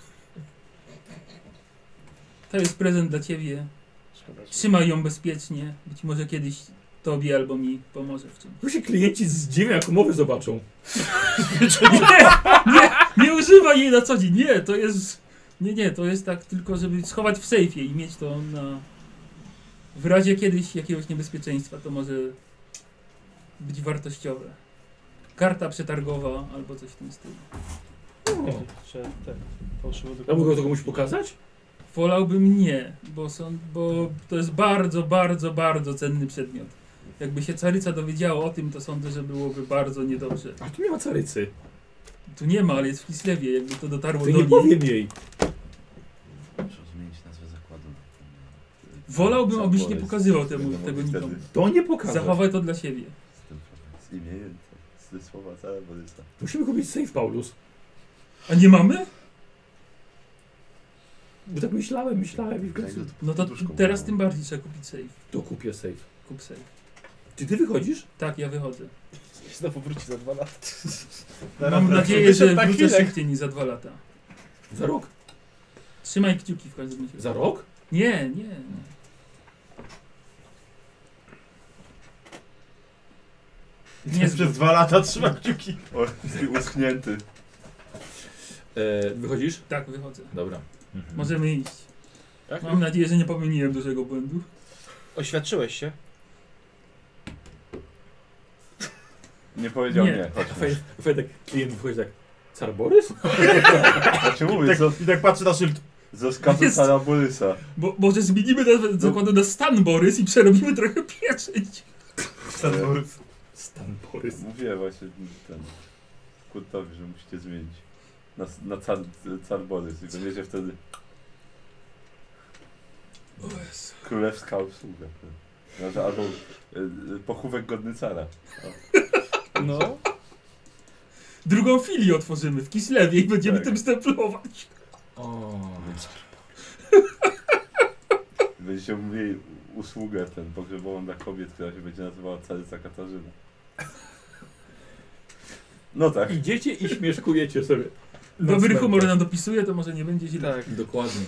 To jest prezent dla ciebie. Szkoda, że- Trzymaj ją bezpiecznie. Być może kiedyś tobie albo mi pomoże w czymś. Właśnie klienci zdziwią, jak umowy zobaczą. Nie, nie, nie używaj jej na co dzień. Nie, to jest... Nie, nie, to jest tak tylko, żeby schować w sejfie i mieć to na... W razie kiedyś jakiegoś niebezpieczeństwa to może być wartościowe. Karta przetargowa albo coś w tym stylu. O. Że ten fałszywy A dokument. mogę to komuś pokazać? Wolałbym nie, bo, są, bo to jest bardzo, bardzo, bardzo cenny przedmiot. Jakby się caryca dowiedziała o tym, to sądzę, że byłoby bardzo niedobrze. A tu nie ma carycy. Tu nie ma, ale jest w Kislewie, jakby to dotarło To do nie niej. powiem jej. Muszę zmienić nazwę zakładu. Wolałbym, abyś nie Borys. pokazywał temu, Będę tego mógł nikomu. wtedy To nie pokażę. Zachowaj to dla siebie. Z tym z imieniem, to- ze słowa całe Borysa. Musimy kupić safe, Paulus. A nie mamy? Bo tak myślałem, myślałem i w końcu... No to Poduszką teraz było. tym bardziej trzeba kupić safe. To kupię safe. Kup safe. Czy ty wychodzisz? Tak, ja wychodzę. Znowu wróci za dwa lata. Mam nadzieję, Wyszedł że na wrócę chwilę. szybciej niż za dwa lata. Za rok. Trzymaj kciuki w każdym razie. Za rok? Nie, nie. Nie Nie przez dwa lata trzymam kciuki. O, jaki uschnięty. E, wychodzisz? Tak, wychodzę. Dobra. Mhm. Możemy iść. Tak? Mam nadzieję, że nie popełniłem dużego błędu. Oświadczyłeś się? Nie powiedział Nie. nie. Chodźmy. Fajnie, fajnie tak klient wychodzi tak. Car Borys? Znaczy mówię, Tak, zo- I tak patrzy na szyld. z rozkazu Jest- cara Borysa. Bo może zmienimy nazwę zakładu na Stan Borys i przerobimy trochę pieczęć. Stan Borys. Mówiłem właśnie ten Kurtowi, że musicie zmienić. Na, na car, car Borys i będziecie wtedy królewska usługa. Znaczy, albo y, y, pochówek godny cara. No. Drugą filię otworzymy w Kislewie i będziemy Tak. tym stemplować. O. Będziecie mieli usługę ten pogrzebową dla kobiet, która się będzie nazywała Caryca Katarzyna. No tak. Idziecie i śmieszkujecie sobie. na Dobry cmentarz. humor nam dopisuje, to może nie będzie źle. Tak. Dokładnie.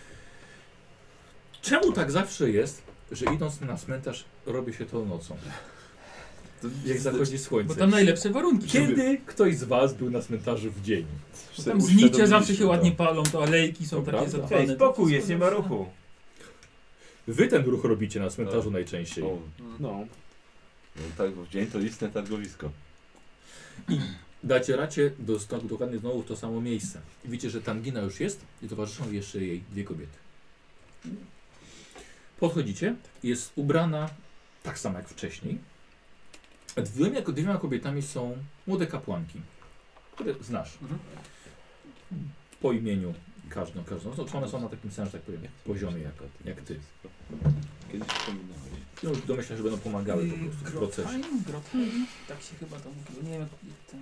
Czemu tak zawsze jest, że idąc na cmentarz robi się to nocą? Jak zachodzi słońce. Bo tam najlepsze warunki. Kiedy ktoś z was był na cmentarzu w dzień? Bo tam znicze zawsze się ładnie palą, to alejki są To takie prawda. zadbane. Ej, to spokój wszystko jest, nie ma zawsze- ruchu. Wy ten ruch robicie na cmentarzu Tak. najczęściej. O, No. no tak, w dzień to istne targowisko. Dacie racie do, do, dokładnie znowu w to samo miejsce. I widzicie, że Tangina już jest i towarzyszą jeszcze jej dwie kobiety. Podchodzicie, jest ubrana tak samo jak wcześniej. A dwiema, dwiema kobietami są młode kapłanki, które znasz. Mhm. Po imieniu każdą, każdą. No, one są na takim samym, że tak powiem, poziomie jak, jak ty. Kiedyś wspominałeś. No, domyślam, że będą pomagały po prostu w procesie. Grotheim? Grotheim? Tak się chyba to mówiło. Nie wiem jak ten...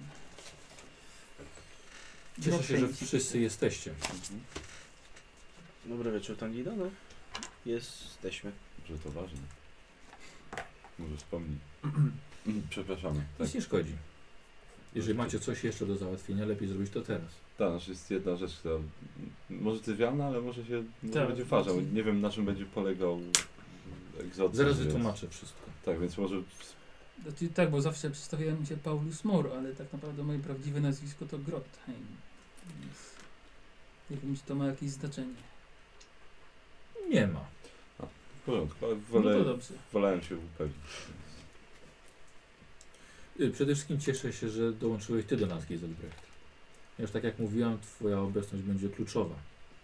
Cieszę się, że Grotheim. wszyscy jesteście. Mhm. Dobry wieczór, Tangida, no. Jesteśmy. Że to ważne. Może wspomnij. Przepraszamy. Tak, Nic nie szkodzi. Jeżeli macie coś jeszcze do załatwienia, lepiej zrobić to teraz. ta, znaczy jest jedna rzecz, która może trywialna, ale może się może Tak. będzie ważał. Nie wiem, na czym będzie polegał egzorcyzm. Zaraz więc- wytłumaczę wszystko. Tak, więc może Znaczy, tak, bo zawsze przedstawiałem się Paulus Mor, ale tak naprawdę moje prawdziwe nazwisko to Grotheim. Więc nie wiem, czy to ma jakieś znaczenie. Nie ma. w porządku, ale No wolę, to dobrze. wolałem się upewnić. Y, Przede wszystkim cieszę się, że dołączyłeś ty do nas, Giselbrecht. Już tak jak mówiłam, twoja obecność będzie kluczowa.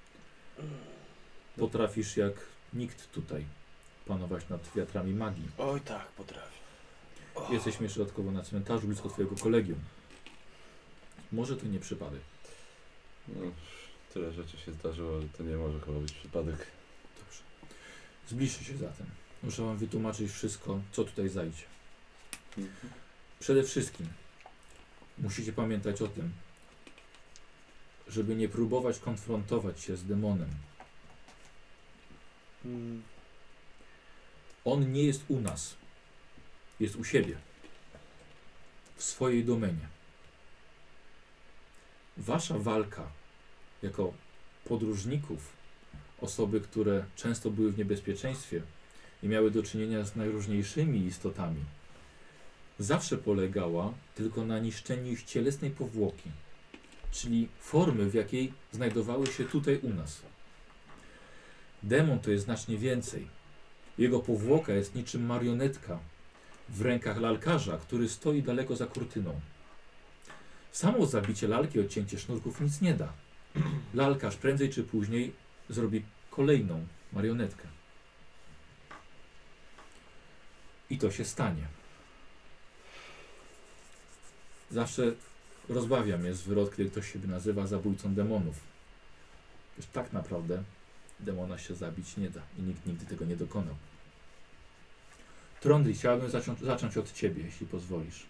Potrafisz jak nikt tutaj panować nad wiatrami magii. Oj tak, potrafię. Jesteśmy środkowo na cmentarzu, blisko twojego kolegium. Może to nie przypadek. No, tyle rzeczy się zdarzyło, ale to nie może chyba być przypadek. Dobrze. Zbliżcie się zatem. Muszę wam wytłumaczyć wszystko, co tutaj zajdzie. Przede wszystkim Musicie pamiętać o tym, żeby nie próbować konfrontować się z demonem. Mm. On nie jest u nas. Jest u siebie. W swojej domenie. Wasza walka jako podróżników, osoby, które często były w niebezpieczeństwie i miały do czynienia z najróżniejszymi istotami, zawsze polegała tylko na niszczeniu ich cielesnej powłoki, czyli formy, w jakiej znajdowały się tutaj u nas. Demon to jest znacznie więcej. Jego powłoka jest niczym marionetka w rękach lalkarza, który stoi daleko za kurtyną. Samo zabicie lalki, odcięcie sznurków nic nie da. Lalkarz prędzej czy później zrobi kolejną marionetkę. I to się stanie. Zawsze rozbawia mnie zwrot, kiedy ktoś siebie nazywa zabójcą demonów. Już tak naprawdę demona się zabić nie da i nikt nigdy tego nie dokonał. Trondri, chciałabym zacząć, zacząć od ciebie, jeśli pozwolisz.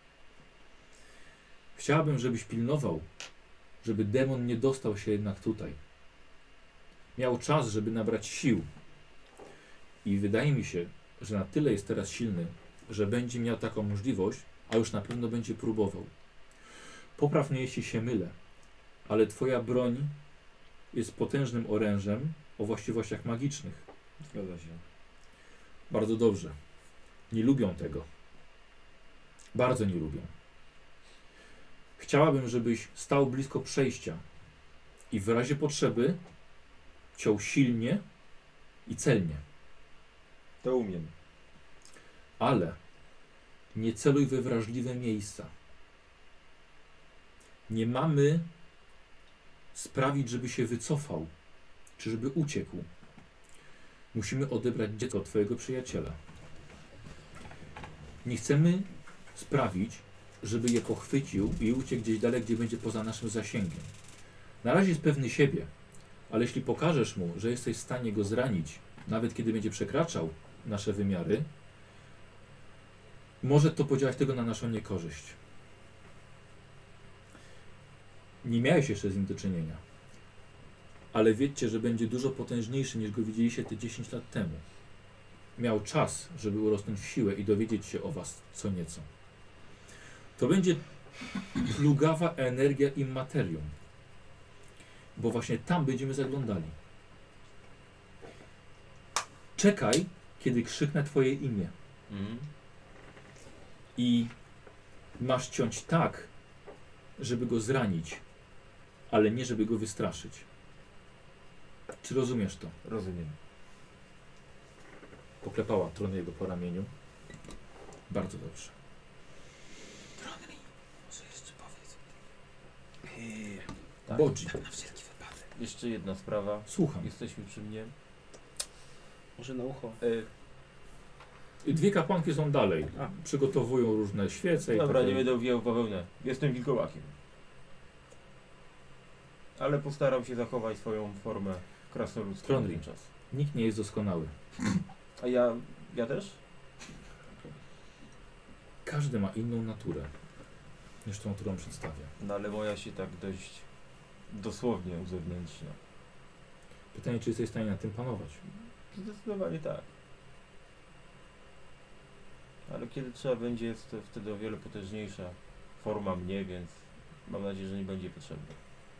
Chciałabym, żebyś pilnował, żeby demon nie dostał się jednak tutaj. Miał czas, żeby nabrać sił. I wydaje mi się, że na tyle jest teraz silny, że będzie miał taką możliwość, a już na pewno będzie próbował. Popraw mnie, jeśli się mylę, ale twoja broń jest potężnym orężem o właściwościach magicznych. Zgadza się. Bardzo dobrze. Nie lubią tego. Bardzo nie lubią. Chciałabym, żebyś stał blisko przejścia i w razie potrzeby ciął silnie i celnie. To umiem. Ale nie celuj we wrażliwe miejsca. Nie mamy sprawić, żeby się wycofał, czy żeby uciekł. Musimy odebrać dziecko od twojego przyjaciela. Nie chcemy sprawić, żeby je pochwycił i uciekł gdzieś dalej, gdzie będzie poza naszym zasięgiem. Na razie jest pewny siebie, ale jeśli pokażesz mu, że jesteś w stanie go zranić, nawet kiedy będzie przekraczał nasze wymiary, może to podziałać tego na naszą niekorzyść. Nie miałeś jeszcze z nim do czynienia, ale wiedzcie, że będzie dużo potężniejszy niż go widzieliście te dziesięć lat temu. Miał czas, żeby urosnąć w siłę i dowiedzieć się o was co nieco. To będzie plugawa energia immaterium, bo właśnie tam będziemy zaglądali. Czekaj, kiedy krzyknę twoje imię. Mhm. I masz ciąć tak, żeby go zranić, ale nie żeby go wystraszyć. Czy rozumiesz to? Rozumiem. Poklepała Troniego po ramieniu. Bardzo dobrze. Trony, może jeszcze powiedz. Tak. Bodzi, Tak na wszelki wypadek. Jeszcze jedna sprawa. słucham. Jesteśmy przy mnie. Może na ucho. E, Dwie kapłanki są dalej. A. Przygotowują różne świece. dobra, i takie... nie będę uwijał w bawełnę. Jestem wilkołakiem. Ale postaram się zachować swoją formę krasnoludzką na Trondri. ten czas. Nikt nie jest doskonały. A ja, ja też? Każdy ma inną naturę niż tą, którą przedstawia. No ale moja się tak dość dosłownie uzewnętrznia. Pytanie, czy jesteś w stanie nad tym panować? Zdecydowanie tak. Ale kiedy trzeba będzie, jest to wtedy o wiele potężniejsza forma mnie, więc mam nadzieję, że nie będzie potrzebna.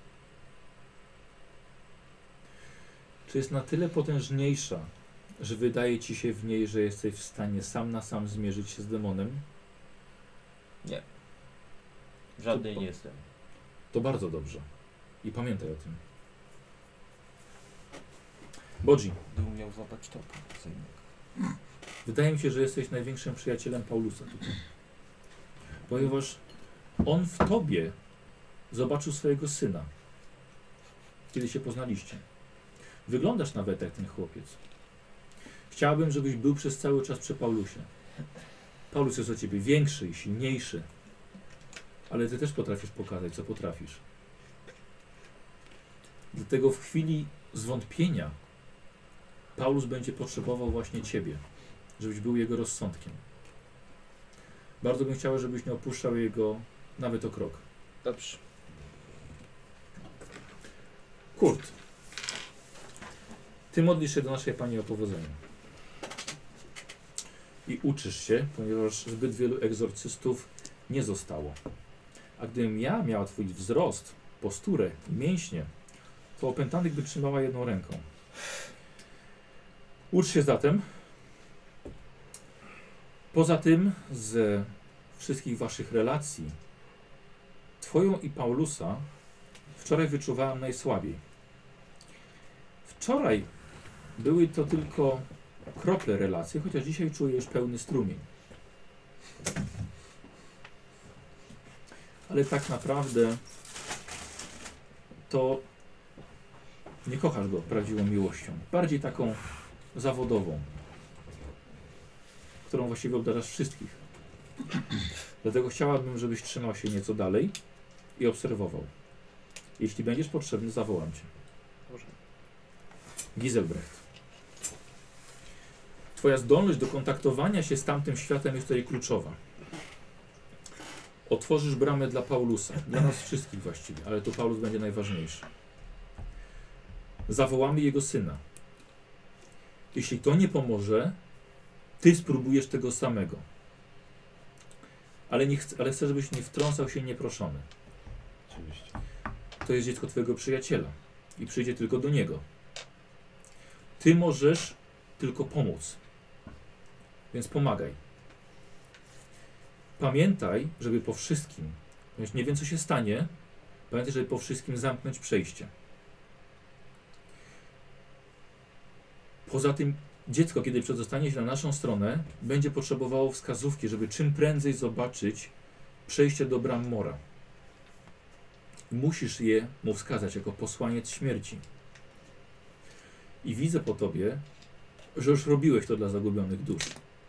Czy jest na tyle potężniejsza, że wydaje ci się w niej, że jesteś w stanie sam na sam zmierzyć się z demonem? Żadnej To- nie jestem. To bardzo dobrze. I pamiętaj o tym. Bodzi, Gdybym miał złapać topa, co innego. wydaje mi się, że jesteś największym przyjacielem Paulusa tutaj. Ponieważ on w tobie zobaczył swojego syna, kiedy się poznaliście. Wyglądasz nawet jak ten chłopiec. Chciałbym, żebyś był przez cały czas przy Paulusie. Paulus jest od ciebie większy i silniejszy, ale ty też potrafisz pokazać, co potrafisz. Dlatego w chwili zwątpienia Paulus będzie potrzebował właśnie ciebie, żebyś był jego rozsądkiem. Bardzo bym chciał, żebyś nie opuszczał jego Nawet o krok. Dobrze. Kurt. Ty modlisz się do naszej Pani o powodzenie. I uczysz się, ponieważ zbyt wielu egzorcystów nie zostało. A gdybym ja miała Twój wzrost, posturę i mięśnie, to opętanych by trzymała jedną ręką. Ucz się zatem. Poza tym z wszystkich Waszych relacji, Twoją i Paulusa wczoraj wyczuwałem najsłabiej. Wczoraj były to tylko krople relacji, chociaż dzisiaj czuję już pełny strumień. Ale tak naprawdę to nie kochasz go prawdziwą miłością. Bardziej taką zawodową, którą właściwie obdarzasz wszystkich. Dlatego chciałabym, żebyś trzymał się nieco dalej i obserwował. Jeśli będziesz potrzebny, zawołam cię. Dobrze. Giselbrecht. Twoja zdolność do kontaktowania się z tamtym światem jest tutaj kluczowa. Otworzysz bramę dla Paulusa. Dla nas wszystkich właściwie, ale tu Paulus będzie najważniejszy. Zawołamy jego syna. Jeśli to nie pomoże, ty spróbujesz tego samego. Ale, nie chcę, ale chcę, żebyś nie wtrącał się nieproszony. Oczywiście. To jest dziecko twojego przyjaciela i przyjdzie tylko do niego. Ty możesz tylko pomóc. Więc pomagaj. Pamiętaj, żeby po wszystkim, ponieważ nie wiem co się stanie, pamiętaj, żeby po wszystkim zamknąć przejście. Poza tym dziecko, kiedy przedostanie się na naszą stronę, będzie potrzebowało wskazówki, żeby czym prędzej zobaczyć przejście do bram Mora. Musisz je mu wskazać jako posłaniec śmierci. I widzę po tobie, że już robiłeś to dla zagubionych dusz.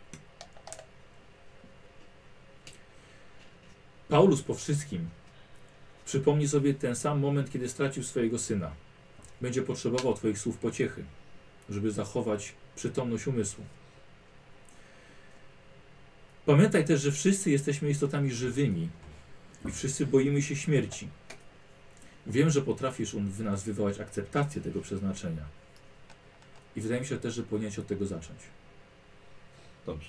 Paulus po wszystkim przypomni sobie ten sam moment, kiedy stracił swojego syna. Będzie potrzebował twoich słów pociechy, żeby zachować przytomność umysłu. Pamiętaj też, że wszyscy jesteśmy istotami żywymi i wszyscy boimy się śmierci. Wiem, że potrafisz w nas wywołać akceptację tego przeznaczenia. I wydaje mi się też, że powinieneś od tego zacząć. Dobrze.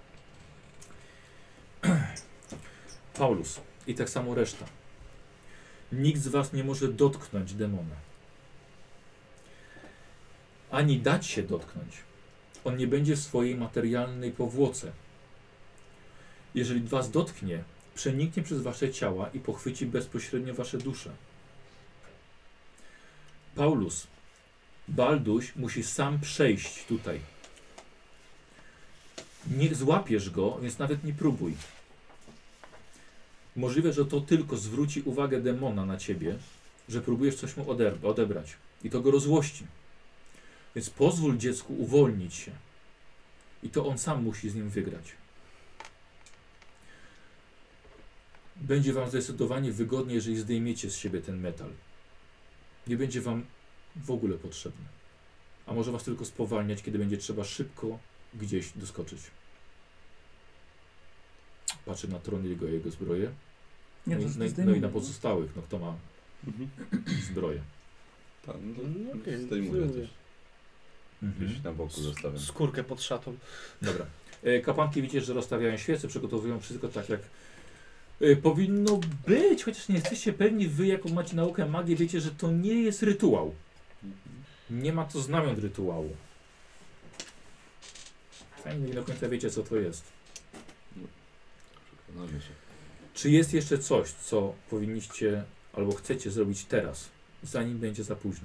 Paulus i tak samo reszta. Nikt z was nie może dotknąć demona. Ani dać się dotknąć. On nie będzie w swojej materialnej powłoce. Jeżeli was dotknie, przeniknie przez wasze ciała i pochwyci bezpośrednio wasze dusze. Paulus, Balduś musi sam przejść tutaj. Nie złapiesz go, więc nawet nie próbuj. Możliwe, że to tylko zwróci uwagę demona na ciebie, że próbujesz coś mu odebrać. I to go rozłości. Więc pozwól dziecku uwolnić się. I to on sam musi z nim wygrać. Będzie wam zdecydowanie wygodniej, jeżeli zdejmiecie z siebie ten metal. Nie będzie wam w ogóle potrzebny. A może was tylko spowalniać, kiedy będzie trzeba szybko gdzieś doskoczyć. Patrzę na tron jego i jego zbroję. Nie, No, to i, no, i- no zdejmuję, i na no. pozostałych, no kto ma Mhm. zbroję. Tak, no to No okej, zdejmuję zdejmuję. też. Gdzieś na boku zostawiam. Skórkę pod szatą. Dobra. E, kapłanki widzicie, że rozstawiają świece, przygotowują wszystko tak jak e, powinno być, chociaż nie jesteście pewni, wy jaką macie naukę magii, wiecie, że to nie jest rytuał. Nie ma to znamion rytuału. Fajnie, nie do końca wiecie, co to jest. Przekonamy się. Czy jest jeszcze coś, co powinniście albo chcecie zrobić teraz, zanim będzie za późno?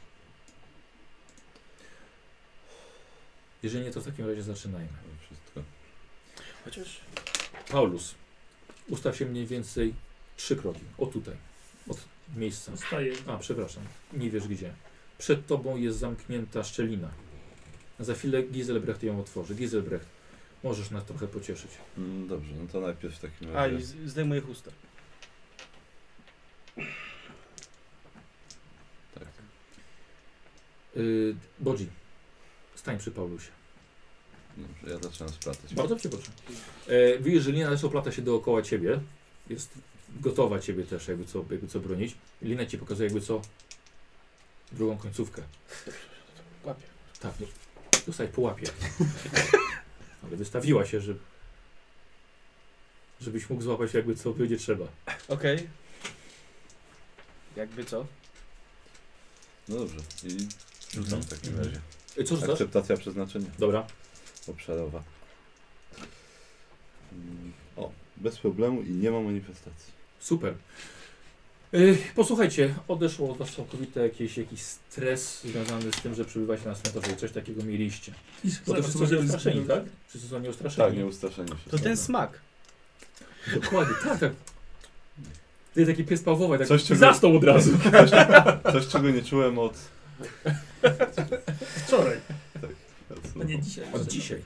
Jeżeli nie, to w takim razie zaczynajmy. To wszystko. Chociaż Paulus, ustaw się mniej więcej trzy kroki. O tutaj, od miejsca. Zostaje. A, przepraszam, nie wiesz gdzie. Przed tobą jest zamknięta szczelina. Za chwilę Giselbrecht ją otworzy. Giselbrecht, możesz nas trochę pocieszyć. Mm, dobrze, no to najpierw w takim A, razie. i z- zdejmuję chustę. Tak. Yy, Bodzi, stań przy Paulusie. Dobrze, ja zaczynam sprawdzać. Bardzo cię proszę. E, widzisz, że lina też oplata się dookoła ciebie. Jest gotowa ciebie też, jakby co, jakby co bronić. Lina ci pokazuje jakby co drugą końcówkę. Łapie. Tak, no, dostać po łapie. Ale wystawiła się, że żebyś mógł złapać jakby co będzie trzeba. Okej. Jakby co? No dobrze. I rzucam w takim Mhm. razie. E, Co rzucasz? Akceptacja przeznaczenia Dobra. obszarowa. Mm, O, bez problemu i nie ma manifestacji. Super. Yy, posłuchajcie, odeszło od was całkowite jakiś, jakiś stres związany z tym, że przebywacie na cmentarzu. Coś takiego mieliście. Bo to wszyscy są nieustraszeni, tak? Wszyscy są nieustraszeni. Tak, nieustraszenie się. To ten smak. Dokładnie, tak, tak. Ty taki pies Pawłowa, tak Coś, i czego- zasnął od razu. Coś, coś, czego nie czułem od... Wczoraj, od a nie dzisiaj. Od dzisiaj.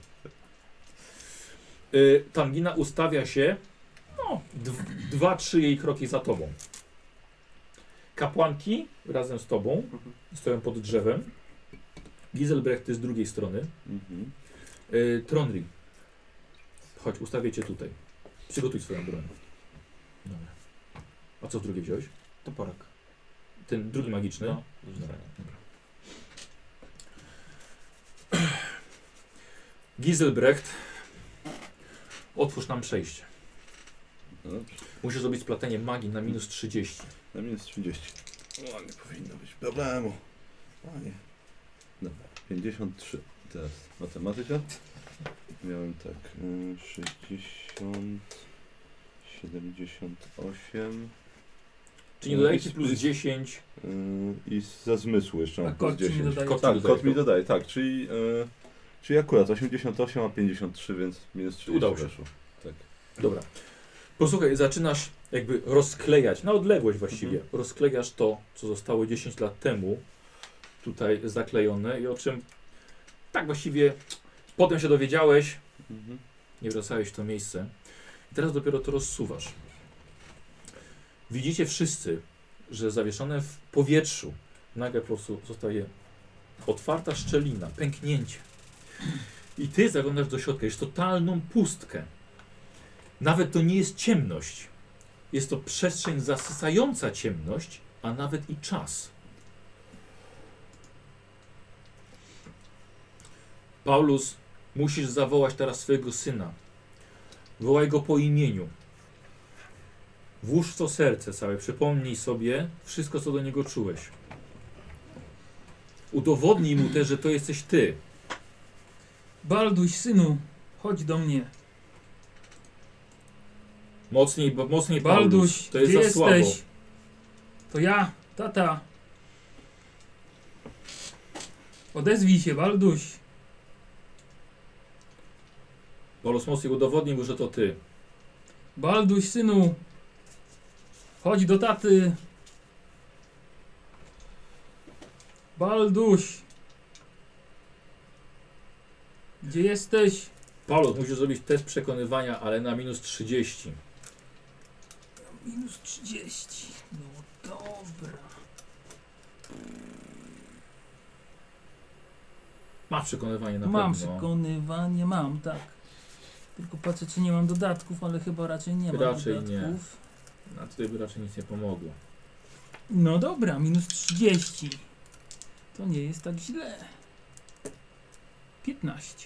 Yy, Tangina ustawia się no, dw- dwa, trzy jej kroki za tobą. Kapłanki razem z tobą stoją pod drzewem. Giselbrecht z drugiej strony. Mhm. Yy, Tronri, chodź, ustawię cię tutaj. Przygotuj swoją broń. Dobra. A co z drugiej wziąłeś? Toporek. Ten drugi magiczny? No. Dobra. Giselbrecht, otwórz nam przejście. No dobrze. Musisz zrobić splatenie magii na minus trzydzieści. Na minus trzydzieści. O, nie powinno być problemu. Panie. Dobra, pięćdziesiąt trzy. Teraz matematyka. Miałem tak, y, sześćdziesiąt, siedemdziesiąt osiem. Czyli No dodaję i ci z- plus dziesięć. y, I za zmysłu jeszcze A mam plus kot ci nie dziesięć. dodaje? Kot ci Tak, dodaje. kot mi dodaje, tak, czyli, y, czyli akurat osiemdziesiąt osiem, a pięćdziesiąt trzy, więc minus trzydzieści Udało się. weszło. Tak. Dobra. Posłuchaj, zaczynasz jakby rozklejać, na odległość właściwie, Mhm. rozklejasz to, co zostało dziesięć lat temu tutaj zaklejone i o czym tak właściwie potem się dowiedziałeś, Mhm. nie wracałeś w to miejsce. I teraz dopiero to rozsuwasz. Widzicie wszyscy, że zawieszone w powietrzu nagle po prostu zostaje otwarta szczelina, pęknięcie. I ty zaglądasz do środka, jest totalną pustkę. Nawet to nie jest ciemność. Jest to przestrzeń zasysająca ciemność, a nawet i czas. Paulus, musisz zawołać teraz swojego syna. Wołaj go po imieniu. Włóż w to serce całe, przypomnij sobie wszystko, co do niego czułeś. Udowodnij mu też, że to jesteś ty. Balduś, synu, chodź do mnie. Mocniej, bo mocniej Balduś, Paulus. To jest gdzie za słabo. jesteś? To ja, tata. Odezwij się, Balduś. Paulus, mocniej udowodnij mu, że to ty. Balduś, synu, chodź do taty. Balduś. Gdzie jesteś? Paulus, musisz zrobić test przekonywania, ale na minus trzydzieści. Minus trzydzieści. No dobra. Masz przekonywanie na Mam pewno. przekonywanie, mam, tak. Tylko patrzę, czy nie mam dodatków, ale chyba raczej nie mam Raczej dodatków. A tutaj by raczej nic nie pomogło. No dobra, minus trzydzieści. To nie jest tak źle. piętnaście.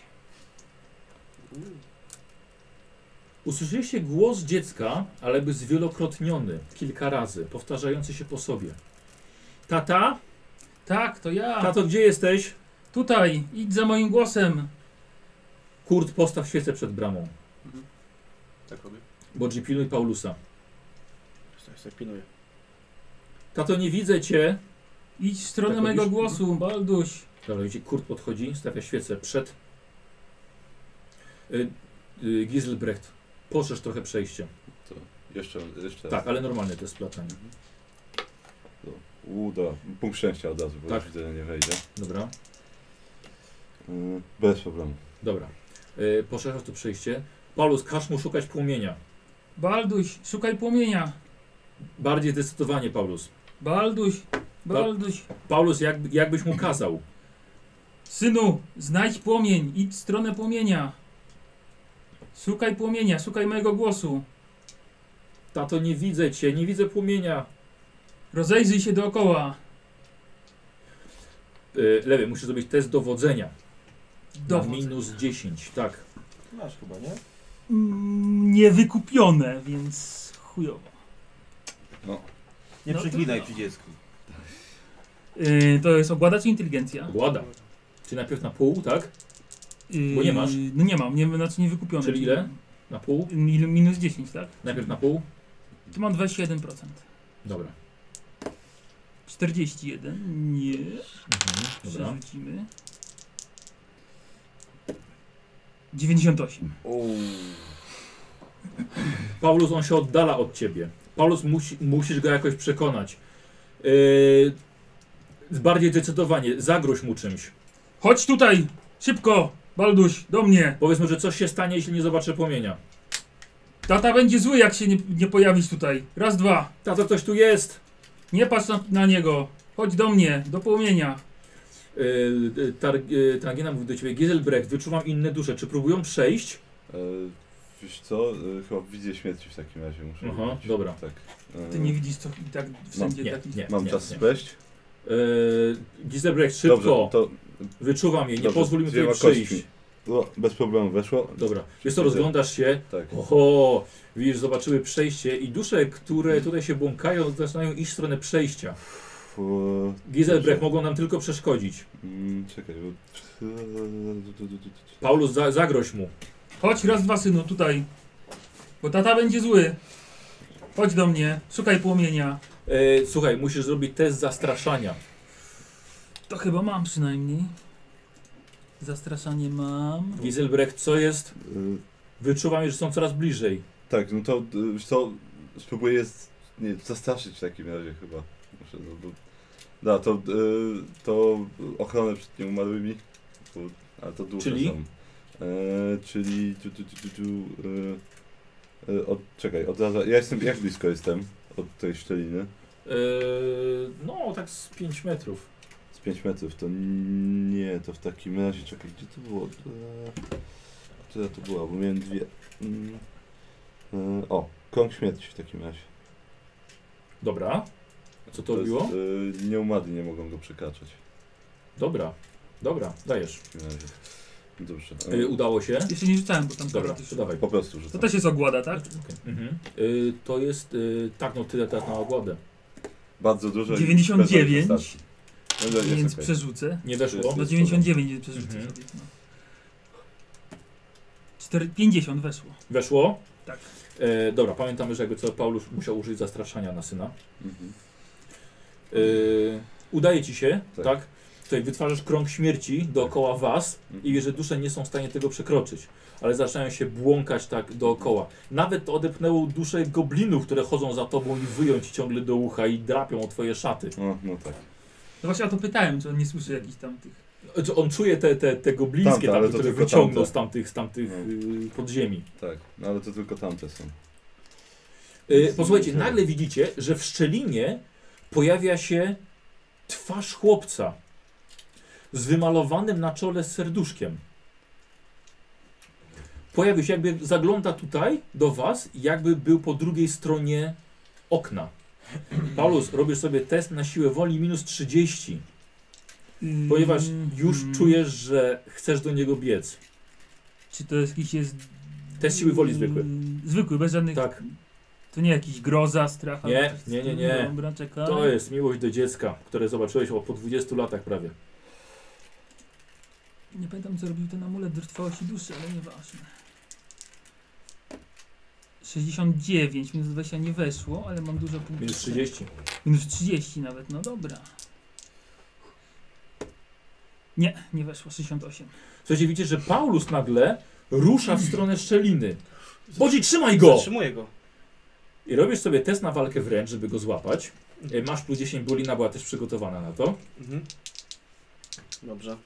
Usłyszeliście głos dziecka, ale by zwielokrotniony kilka razy, powtarzający się po sobie. Tata? Tak, to ja. Tato, gdzie jesteś? Tutaj, idź za moim głosem. Kurt, postaw świecę przed bramą. Tak robię. Bodzi, pilnuj Paulusa. Ja sobie pilnuję. Tato, nie widzę cię. Idź w stronę Tak mego robisz? głosu, Balduś. Dobra, widzicie, Kurt podchodzi, stawia świecę przed... Y, y, Giselbrecht, poszerz trochę przejście. To jeszcze, jeszcze Tak, ale normalny to jest splatanie. To uda. Punkt szczęścia od razu, bo Tak. już widzę, nie wejdzie. Dobra, Yy, bez problemu. dobra. Y, poszerzasz to przejście. Paulus, każ mu szukać płomienia. Balduś, szukaj płomienia. Bardziej zdecydowanie, Paulus. Balduś, Balduś. Paulus, jak, jakbyś mu kazał. Synu, znajdź płomień, idź w stronę płomienia. Szukaj płomienia, szukaj mojego głosu. Tato, nie widzę cię, nie widzę płomienia. Rozejrzyj się dookoła. Yy, lewy, musisz zrobić test dowodzenia. Na Dowodzenia. minus dziesięć, tak. Masz chyba, nie? Mm, Niewykupione, więc chujowo. Nie No przeklinaj to- przy dziecku. Yy, to jest ogłada czy inteligencja? Ogłada. Czyli najpierw na pół, tak? Yy, Bo nie masz. No nie mam, nie, znaczy nie wykupione. Czyli ile? Na pół? Mil- Minus dziesięć, tak? Najpierw na pół? Tu mam dwadzieścia jeden procent. Dobra. czterdzieści jeden. Nie. Mhm, dobra. Przerzucimy. dziewięćdziesiąt osiem. Paulus, on się oddala od ciebie. Paulus, musi, musisz go jakoś przekonać. Yy, bardziej zdecydowanie, zagroź mu czymś. Chodź tutaj! Szybko! Balduś, do mnie! Powiedzmy, że coś się stanie, jeśli nie zobaczę płomienia. Tata będzie zły, jak się nie, nie pojawisz tutaj. Raz, dwa. Tato, ktoś tu jest. Nie patrz na, na niego. Chodź do mnie, do płomienia. Yy, tar, yy, Tangina mówi do ciebie, Giselbrecht, wyczuwam inne dusze. Czy próbują przejść? E, wiesz co? E, chyba w widzie śmierci w takim razie muszę Aha, robić. dobra. Tak. E, Ty nie widzisz co i tak wszędzie nie, taki... nie. Mam czas spleść? Yy, Giselbrecht, szybko. Dobrze, to Wyczuwam je, nie Dobrze, pozwól mi tutaj dwiema przyjść. kośćmi. no, bez problemu weszło. Dobra, wiesz co, rozglądasz się. Tak. Oho, widzisz, zobaczyły przejście i dusze, które tutaj się błąkają, zaczynają iść w stronę przejścia. Fu- Giselbrecht mogą nam tylko przeszkodzić. Mm, czekaj, bo... Paulus, za, zagroź mu. Chodź raz, dwa, synu, tutaj. Bo tata będzie zły. Chodź do mnie, szukaj płomienia. E, słuchaj, musisz zrobić test zastraszania. To chyba mam przynajmniej. Zastraszanie mam. Giselbrecht, co jest? Y, Wyczuwam, że są coraz bliżej. Tak, no to y, wiesz co, spróbuję z, nie, zastraszyć w takim razie chyba. Muszę, no, bo, da, to, y, to ochronę przed nieumarłymi, bo, ale to duże Czyli? są. E, czyli tu, tu, tu, tu, tu y, y, od, czekaj, od razu, ja jestem, jak blisko jestem od tej szczeliny? E, no, tak z pięć metrów. Z pięć metrów, to nie, to w takim razie, czekaj, gdzie to było? Która to była, bo miałem dwie. Mm. E, o, krąg śmierci w takim razie. Dobra. Co to jest, było? y, nieumarli nie mogą go przekraczać Dobra, dobra, dajesz. w takim razie. Dobrze. E, udało się? Jeszcze nie rzucałem, bo tam Dobra, parę też- to dawaj. Po prostu, że To też jest ogłada, tak? Okay. Mhm. E, to jest, e, tak, no tyle teraz na ogładę. bardzo dużo. i dziewięćdziesiąt bez nich dziewięć, wystarczy. No, jest więc okej. przerzucę. Nie weszło? Jest- No dziewięćdziesiąt dziewięć przerzucę Mhm. sobie. No. cztery, pięćdziesiąt weszło. Weszło? Tak. E, dobra, pamiętamy, że jakby co Paulus musiał użyć zastraszania na syna. Mhm. E, udaje ci się, tak? Tak. Tutaj wytwarzasz krąg śmierci dookoła was i wiesz, że dusze nie są w stanie tego przekroczyć. Ale zaczynają się błąkać tak dookoła. Nawet to odepnęło dusze goblinów, które chodzą za tobą i wyją ci ciągle do ucha i drapią o twoje szaty. No, no tak. No właśnie o to pytałem, czy on nie słyszy jakichś tam tych... Znaczy, on czuje te, te, te goblińskie Tamte, ale tamte, to które tylko wyciągnął tamte. z tamtych, z tamtych No. y, podziemi. Tak, no ale to tylko tamte są. Y, posłuchajcie, nagle widzicie, że w szczelinie pojawia się twarz chłopca z wymalowanym na czole serduszkiem. Pojawił się, jakby zagląda tutaj do was, jakby był po drugiej stronie okna. Paulus, robisz sobie test na siłę woli minus trzydzieści, ponieważ już Mm, czujesz, że chcesz do niego biec. Czy to jest jakiś jest... Test siły woli zwykły. Mm, Zwykły, bez żadnych... Tak, To nie jakiś groza, strach... Nie, albo coś nie, nie, takiego. nie. Dobra, czekaj. to jest miłość do dziecka, które zobaczyłeś o po dwudziestu latach prawie. Nie pamiętam, co robił ten amulet do trwałości duszy, ale nieważne. sześćdziesiąt dziewięć, minus dwadzieścia nie weszło, ale mam dużo punktów. Minus trzydzieści. Minus trzydzieści nawet, no dobra. Nie, nie weszło, sześćdziesiąt osiem. Słuchajcie, widzicie, że Paulus nagle rusza w stronę szczeliny. Bodzi, trzymaj go! Zatrzymuję go. I robisz sobie test na walkę wręcz, żeby go złapać. E, Masz plus dziesięć, bo Lina była też przygotowana na to. Mhm. Dobrze.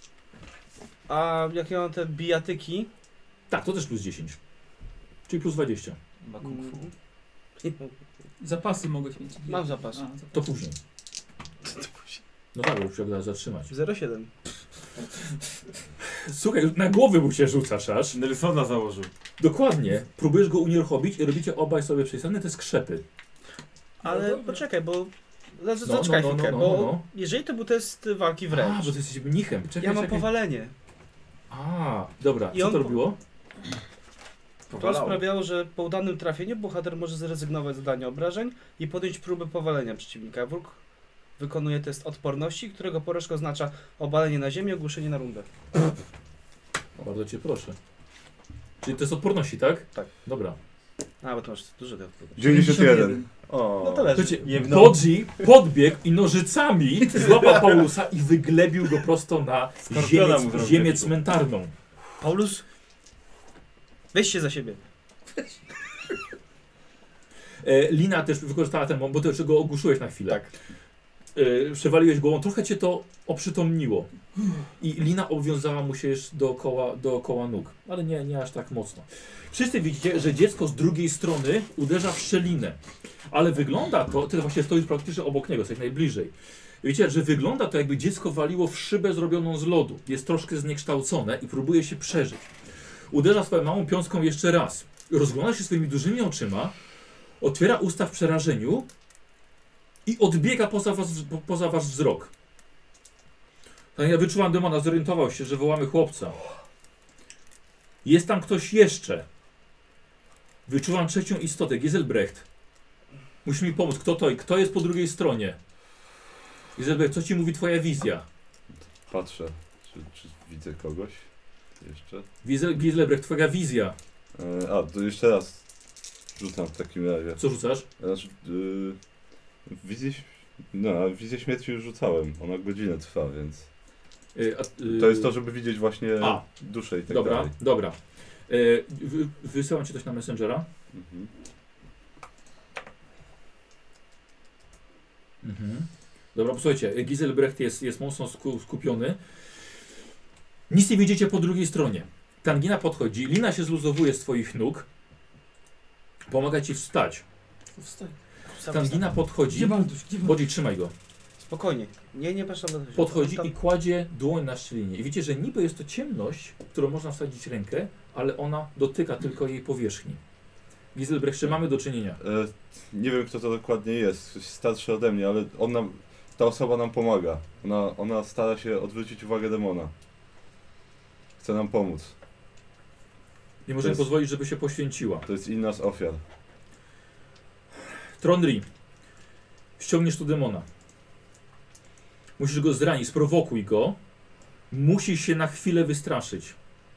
A jakie mam te bijatyki? Tak, to też plus dziesięć. Czyli plus dwadzieścia. Ma kung fu. Mm. Zapasy mogłeś mieć. Mam zapas. A, zapasy. To później. No tak, bo już się da zatrzymać. zero siedem. Słuchaj, na głowy mu się rzucasz aż. Nelsona założył. Dokładnie. Próbujesz go unieruchomić i robicie obaj sobie przejstane te skrzepy. Ale dobra. poczekaj, bo... No, Zaczekaj no, no, chwilkę, no, bo no, no. jeżeli to był test walki A, wręcz, bo ty jesteś mnichem. Czekaj, ja mam czekaj. powalenie. A, dobra. I Co on to po- robiło? To sprawiało, że po udanym trafieniu bohater może zrezygnować z zadania obrażeń i podjąć próbę powalenia przeciwnika. Wróg wykonuje test odporności, którego porażka oznacza obalenie na ziemię, ogłuszenie na rundę. Bardzo cię proszę. Czyli to jest odporności, tak? Tak. Dobra. A, bo to masz dużo tych odporności. dziewięćdziesiąt jeden. O. No to leży. Słuchajcie, Podzi podbiegł i nożycami złapał Paulusa i wyglebił go prosto na Skorpiona mu ziemię, zrobił. ziemię cmentarną. Paulus, weź się za siebie. E, Lina też wykorzystała ten moment, bo ty jeszcze go ogłuszyłeś na chwilę. Tak. E, przewaliłeś głową, trochę cię to oprzytomniło. I Lina obwiązała mu się już dookoła, dookoła nóg, ale nie, nie aż tak mocno. Wszyscy widzicie, że dziecko z drugiej strony uderza w szczelinę. Ale wygląda to, ty właśnie stoisz praktycznie obok niego, jesteś najbliżej. Wiecie, że wygląda to, jakby dziecko waliło w szybę zrobioną z lodu. Jest troszkę zniekształcone i próbuje się przeżyć. Uderza swoją małą piąską jeszcze raz. Rozgląda się swoimi dużymi oczyma, otwiera usta w przerażeniu i odbiega poza, was, po, poza wasz wzrok. Tak, ja wyczułam demona, zorientował się, że wołamy chłopca. Jest tam ktoś jeszcze. Wyczuwam trzecią istotę, Giselbrecht. Musisz mi pomóc, kto to i kto jest po drugiej stronie. Giselbrecht, co ci mówi twoja wizja? Patrzę, czy, czy widzę kogoś jeszcze. Gisel, Giselbrecht, twoja wizja. E, a, to jeszcze raz rzucam w takim razie. Co rzucasz? Znaczy, yy, wizję, ś- no, a wizję śmierci już rzucałem. Ona godzinę trwa, więc... Y, a, y, To jest to, żeby widzieć właśnie A. duszę i tak Dobra, dalej. dobra. Y, wy, wysyłam ci coś na Messengera. Mhm. Mhm. Dobra, posłuchajcie, Giselbrecht jest, jest mocno sku, skupiony. Nic nie widzicie po drugiej stronie. Tangina podchodzi, Lina się zluzowuje z twoich nóg. Pomaga ci wstać. Wstań. Tangina podchodzi. Gdzie Baldusz? Gdzie Baldusz? Bodzi, trzymaj go. Spokojnie, nie, nie patrz na to. Podchodzi Tam- i kładzie dłoń na szczelinie. I widzicie, że niby jest to ciemność, w którą można wsadzić rękę, ale ona dotyka tylko jej powierzchni. Giselbrecht, czy mamy do czynienia? E, nie wiem, kto to dokładnie jest. Ktoś starszy ode mnie, ale on nam, ta osoba nam pomaga. Ona, ona stara się odwrócić uwagę demona. Chce nam pomóc. Nie możemy jest- pozwolić, żeby się poświęciła. To jest inna z ofiar. Trondri, ściągniesz tu demona. Musisz go zranić, sprowokuj go. Musisz się na chwilę wystraszyć.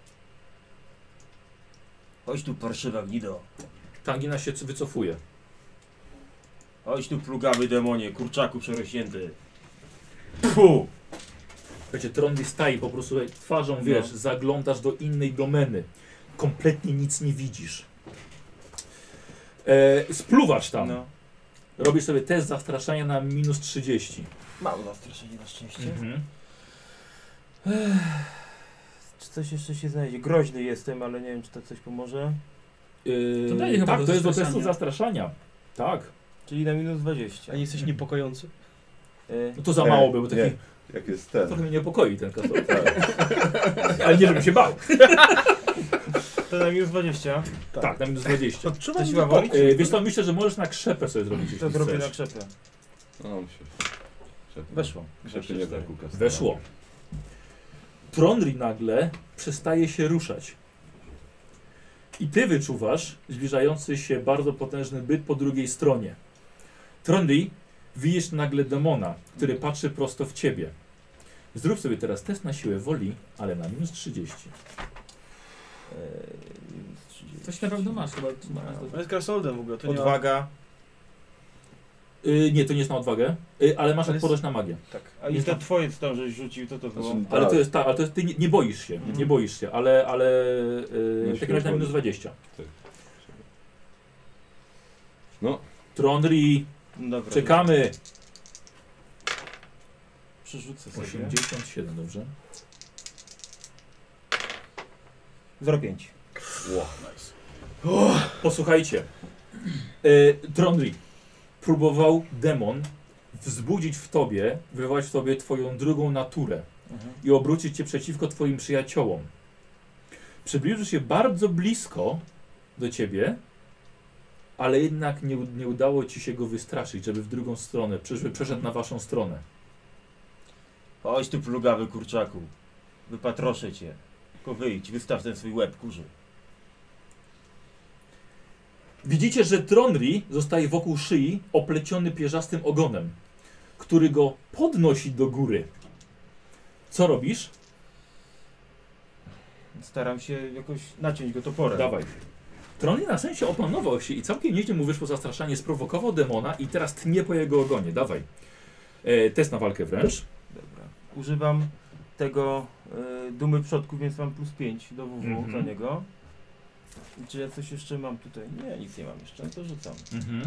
Chodź tu, parszywa gnido. Tangina się c- wycofuje. Chodź tu, plugawy demonie, kurczaku przerośnięty. Fu! Wiecie, Trondri staje po prostu tutaj twarzą, wiesz, No. zaglądasz do innej domeny. Kompletnie nic nie widzisz. E, spluwasz tam. No. Robisz sobie test zastraszania na minus trzydzieści. Mało zastraszenie na szczęście. Mhm. Czy coś jeszcze się znajdzie? Groźny jestem, ale nie wiem, czy to coś pomoże. Yy, To daje chyba tak, do to jest do zastraszania. testu zastraszania. Tak. Czyli na minus dwadzieścia. A nie jesteś niepokojący? E, No to za Nie, mało było, taki nie. Jak jest ten. trochę mnie niepokoi ten kastor. Tak. Ale nie, żebym się bał. to na minus dwadzieścia. Tak, na minus dwadzieścia. Odczuwam To siła niepokój. woli? Yy, wiesz co, myślę, że możesz na krzepę sobie zrobić, To jeśli zrobię na chcesz. krzepę. No, mi się... Krzepy- Weszło. Krzepy nie brak u Kastora. Weszło. Tronri nagle przestaje się ruszać. I ty wyczuwasz zbliżający się bardzo potężny byt po drugiej stronie. Tronri, widzisz nagle demona, który patrzy prosto w ciebie. Zrób sobie teraz test na siłę woli, ale na minus trzydzieści. E, minus trzydzieści. Coś na pewno masz chyba. czy masz On do- jest Grasoldem w ogóle, to nie ma... Odwaga. Yy, nie, to nie jest na odwagę, yy, ale masz Ale jest- odporność na magię. Tak. A i te twoje, co tam żeś rzucił, to to było? Znaczy, Ale tak. to jest tak, ale to jest, ty nie, nie boisz się, Mhm. nie boisz się, ale, ale yy, Na w takim siłę razie na woli. minus dwadzieścia. No, Tronri, Dobra. czekamy. Przerzucę sobie. osiemdziesiąt siedem, dobrze? zero pięć. Posłuchajcie. E, Trondri, próbował demon wzbudzić w tobie, wywołać w tobie twoją drugą naturę. i obrócić cię przeciwko twoim przyjaciołom. Przybliżył się bardzo blisko do ciebie, ale jednak nie, nie udało ci się go wystraszyć, żeby w drugą stronę, przeszedł, przeszedł na waszą stronę. Chodź tu plugawy kurczaku. Wypatroszę cię. Tylko wyjdź, wystaw ten swój łeb, kurzy. Widzicie, że Tronri zostaje wokół szyi opleciony pierzastym ogonem, który go podnosi do góry. Co robisz? Staram się jakoś naciąć go toporem. Dawaj. Tronri na sensie opanował się i całkiem nieźle mu wyszło zastraszanie, sprowokował demona i teraz tnie po jego ogonie. Dawaj. E, test na walkę wręcz. Dobra. Używam tego y, dumy przodków, więc mam plus pięć do W W Mhm. za niego. I czy ja coś jeszcze mam tutaj? Nie, nic nie mam jeszcze, no to rzucam. Mhm.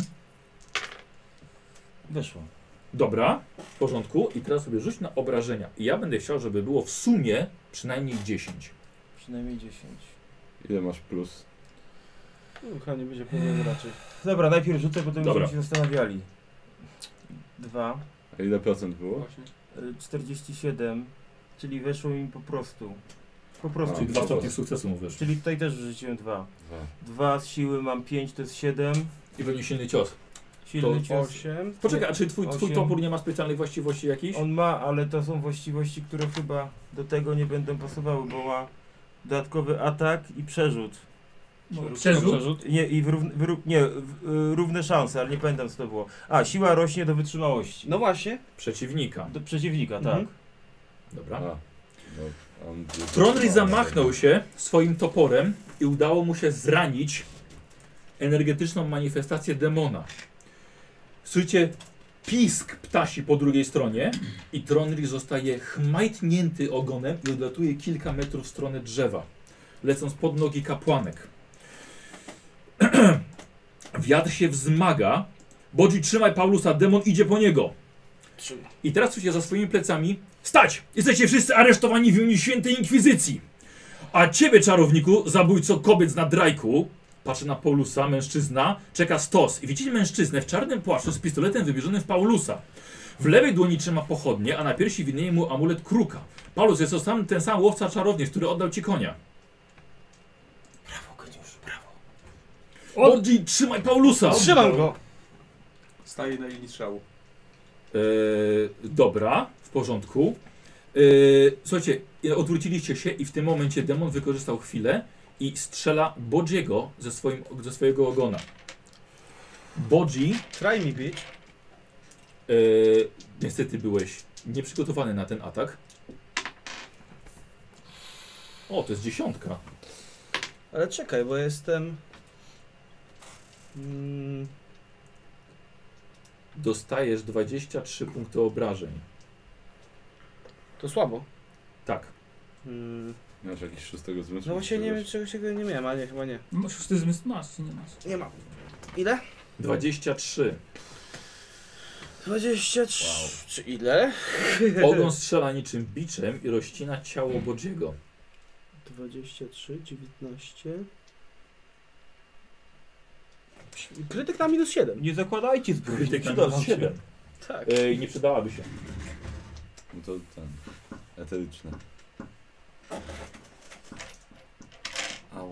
Weszło. Dobra, w porządku. I teraz sobie rzuć na obrażenia. I ja będę chciał, żeby było w sumie przynajmniej dziesięć. Przynajmniej dziesięć. Ile masz plus? Chyba nie będzie problem raczej. Dobra, najpierw rzucę, potem Dobra. będziemy się zastanawiali. Dwa. A ile procent było? Właśnie. y, czterdzieści siedem. Czyli weszło mi po prostu. Po prostu. A, Czyli Czyli, dwa stopnie sukcesu mu wyszły. czyli tutaj też rzuciłem dwa. Dwa. Dwa z siły mam pięć, to jest siedem. I będzie silny cios. Silny To cios. osiem. Poczekaj, a czy twój, twój Osiem. topór nie ma specjalnych właściwości jakichś? On ma, ale to są właściwości, które chyba do tego nie będą pasowały, bo ma dodatkowy atak i przerzut. No, przerzut. Nie, i wyrów, wyrów, nie, w, y, równe szanse, ale nie pamiętam co to było. A, siła rośnie do wytrzymałości. No właśnie. Przeciwnika. Do przeciwnika, Mhm. tak. Dobra. A, no, on Tronry zamachnął się swoim toporem i udało mu się zranić energetyczną manifestację demona. Słyszycie pisk ptasi po drugiej stronie i Tronry zostaje chmajtnięty ogonem i odlatuje kilka metrów w stronę drzewa, lecąc pod nogi kapłanek. Wiatr się wzmaga. Bodzi, trzymaj Paulusa, demon idzie po niego. Trzymaj. I teraz słyszycie za swoimi plecami: stać! Jesteście wszyscy aresztowani w imieniu świętej inkwizycji. A ciebie, czarowniku, zabójco kobiet z nadrajku, patrzę na Paulusa, mężczyzna, czeka stos. I widzicie mężczyznę w czarnym płaszczu z pistoletem wymierzonym w Paulusa. W lewej dłoni trzyma pochodnie, a na piersi widnieje mu amulet kruka. Paulus, jest to sam, ten sam łowca czarownic, który oddał ci konia. Brawo, geniuszu, brawo. Bodzi, trzymaj Paulusa! Trzymam go. Staje na linii strzału. Eee, dobra, w porządku. Eee, słuchajcie, odwróciliście się i w tym momencie demon wykorzystał chwilę i strzela Bodziego ze, swoim, ze swojego ogona. Bodzi, Try me, bitch. eee, niestety byłeś nieprzygotowany na ten atak. O, to jest dziesiątka. Ale czekaj, bo jestem... Mm, Dostajesz dwadzieścia trzy punkty obrażeń. to słabo. Tak. Mm, Masz jakiś szóstego zmysłu? no właśnie nie wiem, czegoś? czegoś takiego nie miałem, ale nie, chyba nie. Masz szósty zmysł masz, czy nie masz? Nie mam. Ile? dwadzieścia trzy. dwadzieścia trzy. Czy ile? Ogon strzela niczym biczem i rozcina ciało Bodziego. dwadzieścia trzy, dziewiętnaście. Krytyk na minus siedem. Nie zakładajcie zbroi, nie Krytyk na przyda minus wam się. siedem. Tak. Eee, nie przydałaby się. No to ten... eteryczne. Ała.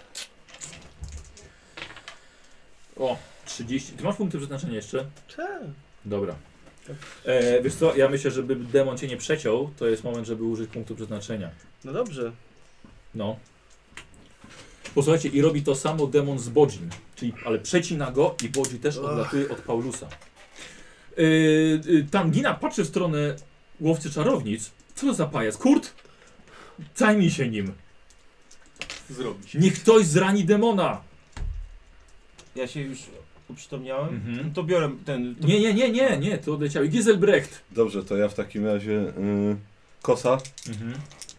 O, trzydzieści. Ty masz punkty przeznaczenia jeszcze? Tak. Dobra. E, wiesz co, ja myślę, żeby demon cię nie przeciął, to jest moment, żeby użyć punktu przeznaczenia. No dobrze. No. Posłuchajcie, i robi to samo demon z Bodzim, czyli, ale przecina go i Bodzi też odlatuje od Paulusa. E, e, Tangina patrzy w stronę łowcy czarownic. Co to za pajac? Kurt? Zajmij się nim. Zrobić. Niech ktoś zrani demona. Ja się już uprzytomniałem. Mhm. No to biorę ten... To... Nie, nie, nie, nie, nie, to odleciały. Giselbrecht. Dobrze, to ja w takim razie... Yy, kosa. Mhm.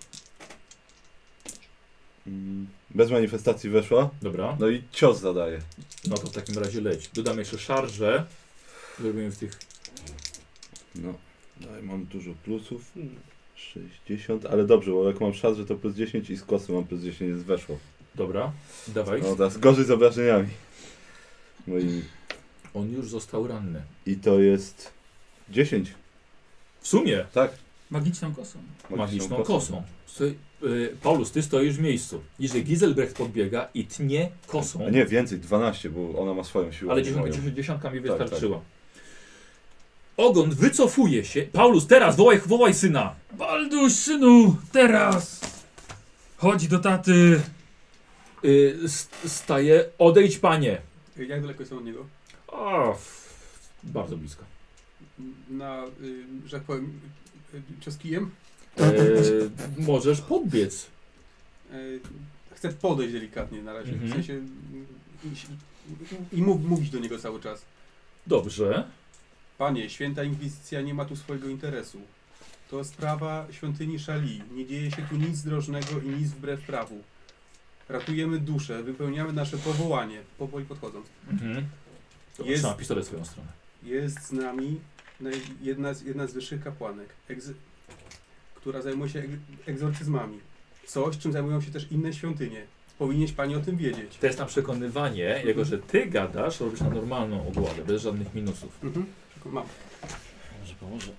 Yy, bez manifestacji weszła. Dobra. No i cios zadaje. No to w takim razie leć. Dodam jeszcze szarżę. Zrobimy w tych... No. Daj, mam dużo plusów. Hmm. sześćdziesiąt, ale dobrze, bo jak mam szarżę to plus dziesięć i z kosy mam plus dziesięć, jest weszło. Dobra, dawaj. No teraz gorzej z obrażeniami. Moimi. On już został ranny. I to jest dziesięć. W sumie? Tak. Magiczną kosą. magiczną kosą. Słuchaj, y, Paulus, ty stoisz w miejscu. Idzie Giselbrecht podbiega i tnie kosą. A nie, więcej, dwanaście, bo ona ma swoją siłę. Ale nie moją. dziesiątka, dziesiątka mi Tak, wystarczyła. Ogon wycofuje się. Paulus, teraz wołaj, wołaj syna. Balduś, synu, teraz! Chodź do taty. Y, st- staje, odejdź panie. Jak daleko są od niego? O, f- bardzo blisko. Na, y, że tak powiem, y, czy z kijem? E, możesz podbiec. Y, chcę podejść delikatnie na razie, Mhm. w sensie... y, I, i mów, mówić do niego cały czas. Dobrze. Panie, święta inkwizycja nie ma tu swojego interesu. To sprawa świątyni Szali. Nie dzieje się tu nic drożnego i nic wbrew prawu. Ratujemy duszę, wypełniamy nasze powołanie. Powoli podchodząc. Mhm. Dobra, Jest- trzymam pistolet w swoją stronę. Jest z nami naj- jedna z, jedna z wyższych kapłanek, egzy- która zajmuje się eg- egzorcyzmami. Coś, czym zajmują się też inne świątynie. Powinieneś pani o tym wiedzieć. To jest na przekonywanie, jako że ty gadasz, robisz na normalną ogładę, bez żadnych minusów. Mhm. Mam. Może pomoże.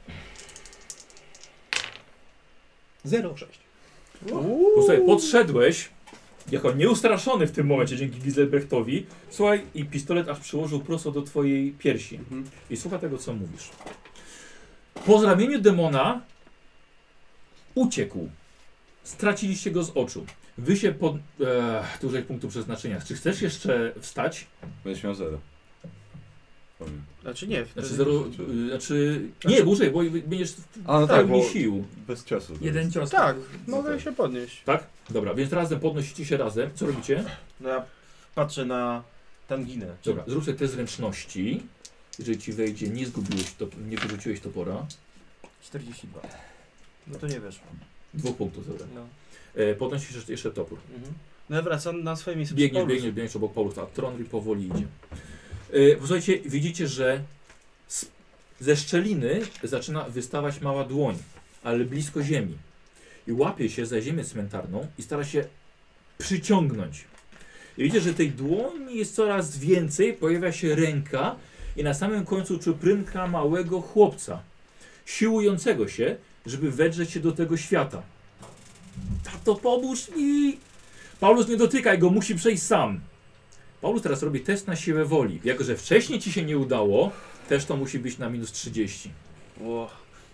zero sześć. Posłuchaj, podszedłeś, jako nieustraszony w tym momencie dzięki Giselbrechtowi, słuchaj, i pistolet aż przyłożył prosto do twojej piersi. Mhm. I słucha tego, co mówisz. Po zramieniu demona uciekł. Straciliście go z oczu. Wy się pod... E, dużej punktu przeznaczenia. Czy chcesz jeszcze wstać? Będziesz miał zero. Powiem. Znaczy nie. Znaczy, wtedy- zero, y, znaczy nie, dłużej, bo będziesz w A no tak, pełni bo sił. bez ciosu. to Jeden jest. cios. Tak, No mogę tak. się podnieść. Tak? Dobra, więc razem podnosicie się razem. Co robicie? No ja patrzę na tanginę. Dobra, zrób sobie test zręczności. Jeżeli ci wejdzie, nie zgubiłeś, to, nie wyrzuciłeś topora. czterdzieści dwa. No to nie weszło. Dwóch punktów, dobra. No. E, podnosisz jeszcze, jeszcze topór. Mhm. No ja wracam na swoje miejsce. Biegniesz, przy Paulusie. biegniesz, biegniesz obok Paulusa, a Tronry powoli idzie. E, posłuchajcie, widzicie, że z, ze szczeliny zaczyna wystawać mała dłoń, ale blisko ziemi. I łapie się za ziemię cmentarną i stara się przyciągnąć. I widzicie, że tej dłoni jest coraz więcej, pojawia się ręka i na samym końcu czuprynka małego chłopca, siłującego się, żeby wedrzeć się do tego świata. Tato, pomóż mi! Paulus, nie dotykaj go, musi przejść sam. Paulus teraz robi test na siłę woli. Jako że wcześniej ci się nie udało, też to musi być na minus trzydzieści. Ło.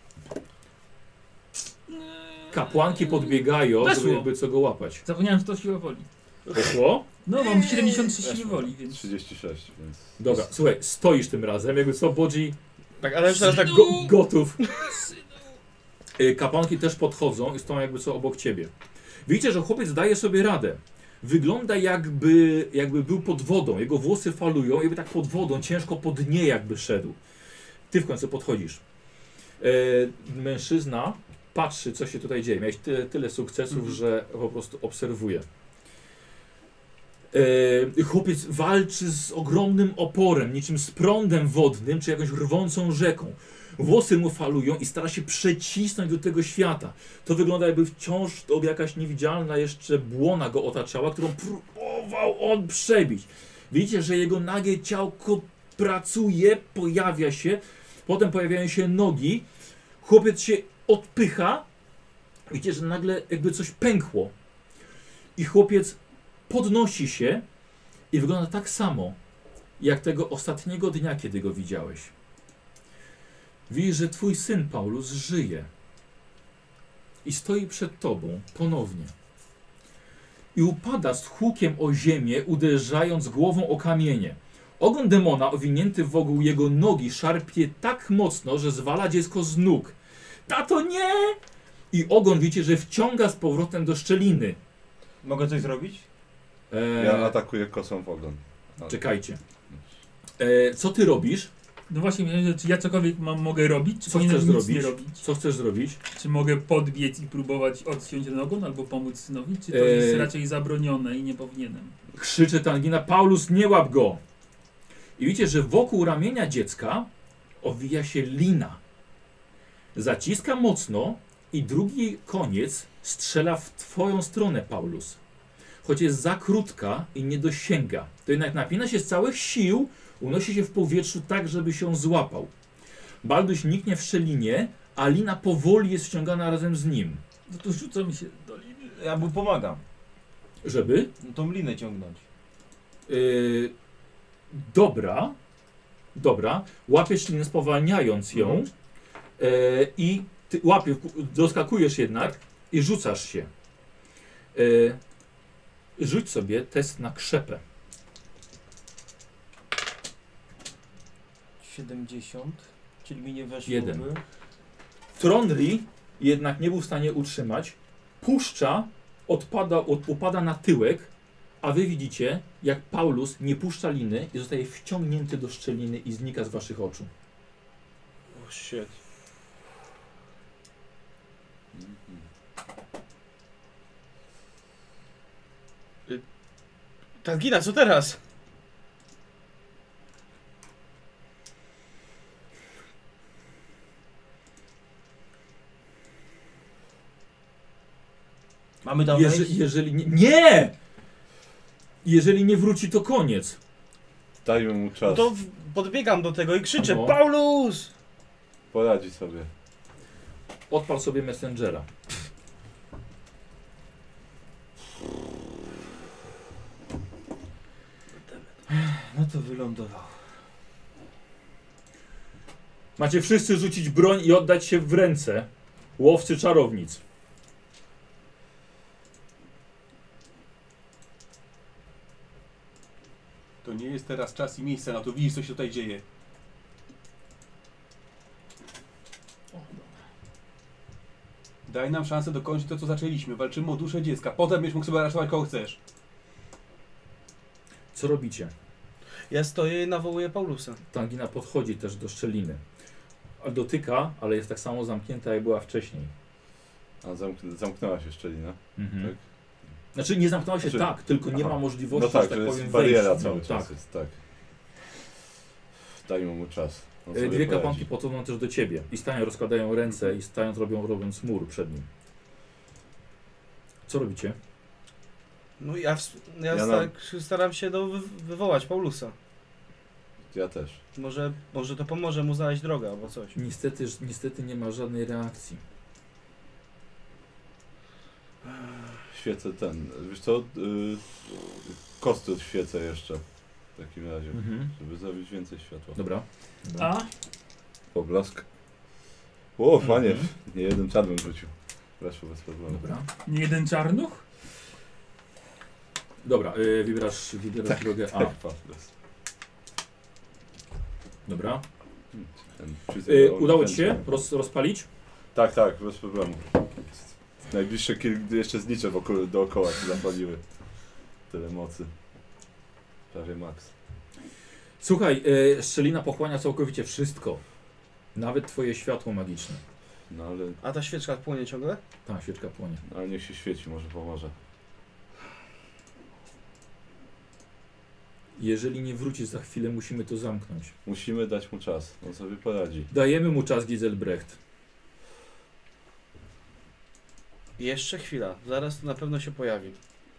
Kapłanki podbiegają, Weszło. żeby jakby co go łapać. Zapomniałem, że to siła woli. Poszło? No, mam siedemdziesiąt trzy siły Weszło. woli, więc... trzydzieści sześć, więc... Dobra, słuchaj, stoisz tym razem, jakby co, Bodzi Tak, ale już teraz tak go, gotów. Y, Kapłanki też podchodzą i stoją jakby co obok ciebie. Widzicie, że chłopiec daje sobie radę. Wygląda jakby, jakby był pod wodą, jego włosy falują, jakby tak pod wodą, ciężko po dnie jakby szedł. Ty w końcu podchodzisz. E, mężczyzna patrzy, co się tutaj dzieje. Miałeś tyle, tyle sukcesów, Mhm. że po prostu obserwuje. E, chłopiec walczy z ogromnym oporem, niczym z prądem wodnym, czy jakąś rwącą rzeką. Włosy mu falują i stara się przecisnąć do tego świata. To wygląda, jakby wciąż to jakaś niewidzialna jeszcze błona go otaczała, którą próbował on przebić. Widzicie, że jego nagie ciałko pracuje, pojawia się, potem pojawiają się nogi. Chłopiec się odpycha. Widzicie, że nagle jakby coś pękło. I chłopiec podnosi się i wygląda tak samo, jak tego ostatniego dnia, kiedy go widziałeś. Widzisz, że twój syn Paulus żyje i stoi przed tobą ponownie. I upada z hukiem o ziemię, uderzając głową o kamienie. Ogon demona owinięty wokół jego nogi szarpie tak mocno, że zwala dziecko z nóg. Tato, nie! I ogon, widzicie, że wciąga z powrotem do szczeliny. Mogę coś zrobić? Eee, Ja atakuję kosą w ogon. Ale- czekajcie. Eee, co ty robisz? No właśnie, miałem, że czy ja cokolwiek mam, mogę robić, czy Co powinienem chcesz nic zrobić? nie robić? Co chcesz zrobić? Czy mogę podbiec i próbować odciąć ten ogon, albo pomóc synowi? Czy to Eee. jest raczej zabronione i nie powinienem? Krzyczy Tangina, Paulus, nie łap go! I widzicie, że wokół ramienia dziecka owija się lina. Zaciska mocno i drugi koniec strzela w twoją stronę, Paulus. Choć jest za krótka i nie dosięga. To jednak napina się z całych sił, unosi się w powietrzu tak, żeby się złapał. Balduś niknie w szczelinie, a lina powoli jest ściągana razem z nim. No to rzucam się do liny. Ja mu pomagam. Żeby? No tą linę ciągnąć. Yy, dobra. Dobra. Łapiesz linę spowalniając ją Mhm. yy, i ty łapiesz, doskakujesz jednak i rzucasz się. Yy, rzuć sobie test na krzepę. siedemdziesiąt, czyli mi nie weszło. Jeden. Tronri jednak nie był w stanie utrzymać. Puszcza, odpada, od, upada na tyłek, a wy widzicie, jak Paulus nie puszcza liny i zostaje wciągnięty do szczeliny i znika z waszych oczu. O, shit. Y, Tangina, co teraz? Mamy tam Jeże, wejść? jeżeli nie, nie! Jeżeli nie wróci, to koniec. Dajmy mu No czas. to w- podbiegam do tego i krzyczę, No. Paulus! Poradzi sobie. Odpal sobie Messengera. No to wylądował. Macie wszyscy rzucić broń i oddać się w ręce łowcy czarownic. To nie jest teraz czas i miejsce na to. Widzisz, co się tutaj dzieje. Daj nam szansę dokończyć to, co zaczęliśmy. Walczymy o duszę dziecka. Potem będziesz mógł sobie aresztować kogo chcesz. Co robicie? Ja stoję i nawołuję Paulusa. Tangina podchodzi też do szczeliny. A dotyka, ale jest tak samo zamknięta, jak była wcześniej. A zamk zamknęła się szczelina. Mhm. Tak? Znaczy nie zamknęła się Znaczy- tak, tylko nie Aha. ma możliwości, No tak, że tak że powiem, jest bariera wejść. cały No, czas. tak. Jest, tak. Dajmy mu czas. On E, sobie Dwie poradzi. kapłanki podchodzą też do ciebie i stają, rozkładają ręce i stając robią, robiąc mur przed nim. Co robicie? No ja, w- ja, Ja sta na- staram się do, wy wywołać Paulusa. Ja też. Może, może to pomoże mu znaleźć drogę albo coś. Niestety, niestety nie ma żadnej reakcji. Świecę ten. Wiesz co? Yy, kostur świecę jeszcze. W takim razie. Mhm. Żeby zrobić więcej światła. Dobra. Dobra. A? Poblask. O, panie. Mhm. Nie jeden czar bym rzucił. Weszło bez problemu. Dobra. Nie jeden czarnuch? Dobra, yy, wybierasz, wybierasz Tak, drogę A. Tak, Poblask. Dobra. Ten przycisk Yy, do udało ci OnlyFansa. się roz, rozpalić? Tak, tak, bez problemu. Najbliższe kilka jeszcze znicze wokół, dookoła się zapaliły. Tyle mocy. Prawie max. Słuchaj, yy, szczelina pochłania całkowicie wszystko. Nawet twoje światło magiczne. No ale, A ta świeczka płonie ciągle? Ta świeczka płonie. ale niech się świeci, może pomoże. Jeżeli nie wrócisz za chwilę, musimy to zamknąć. Musimy dać mu czas, on sobie poradzi. Dajemy mu czas, Giselbrecht. Jeszcze chwila, zaraz to na pewno się pojawi.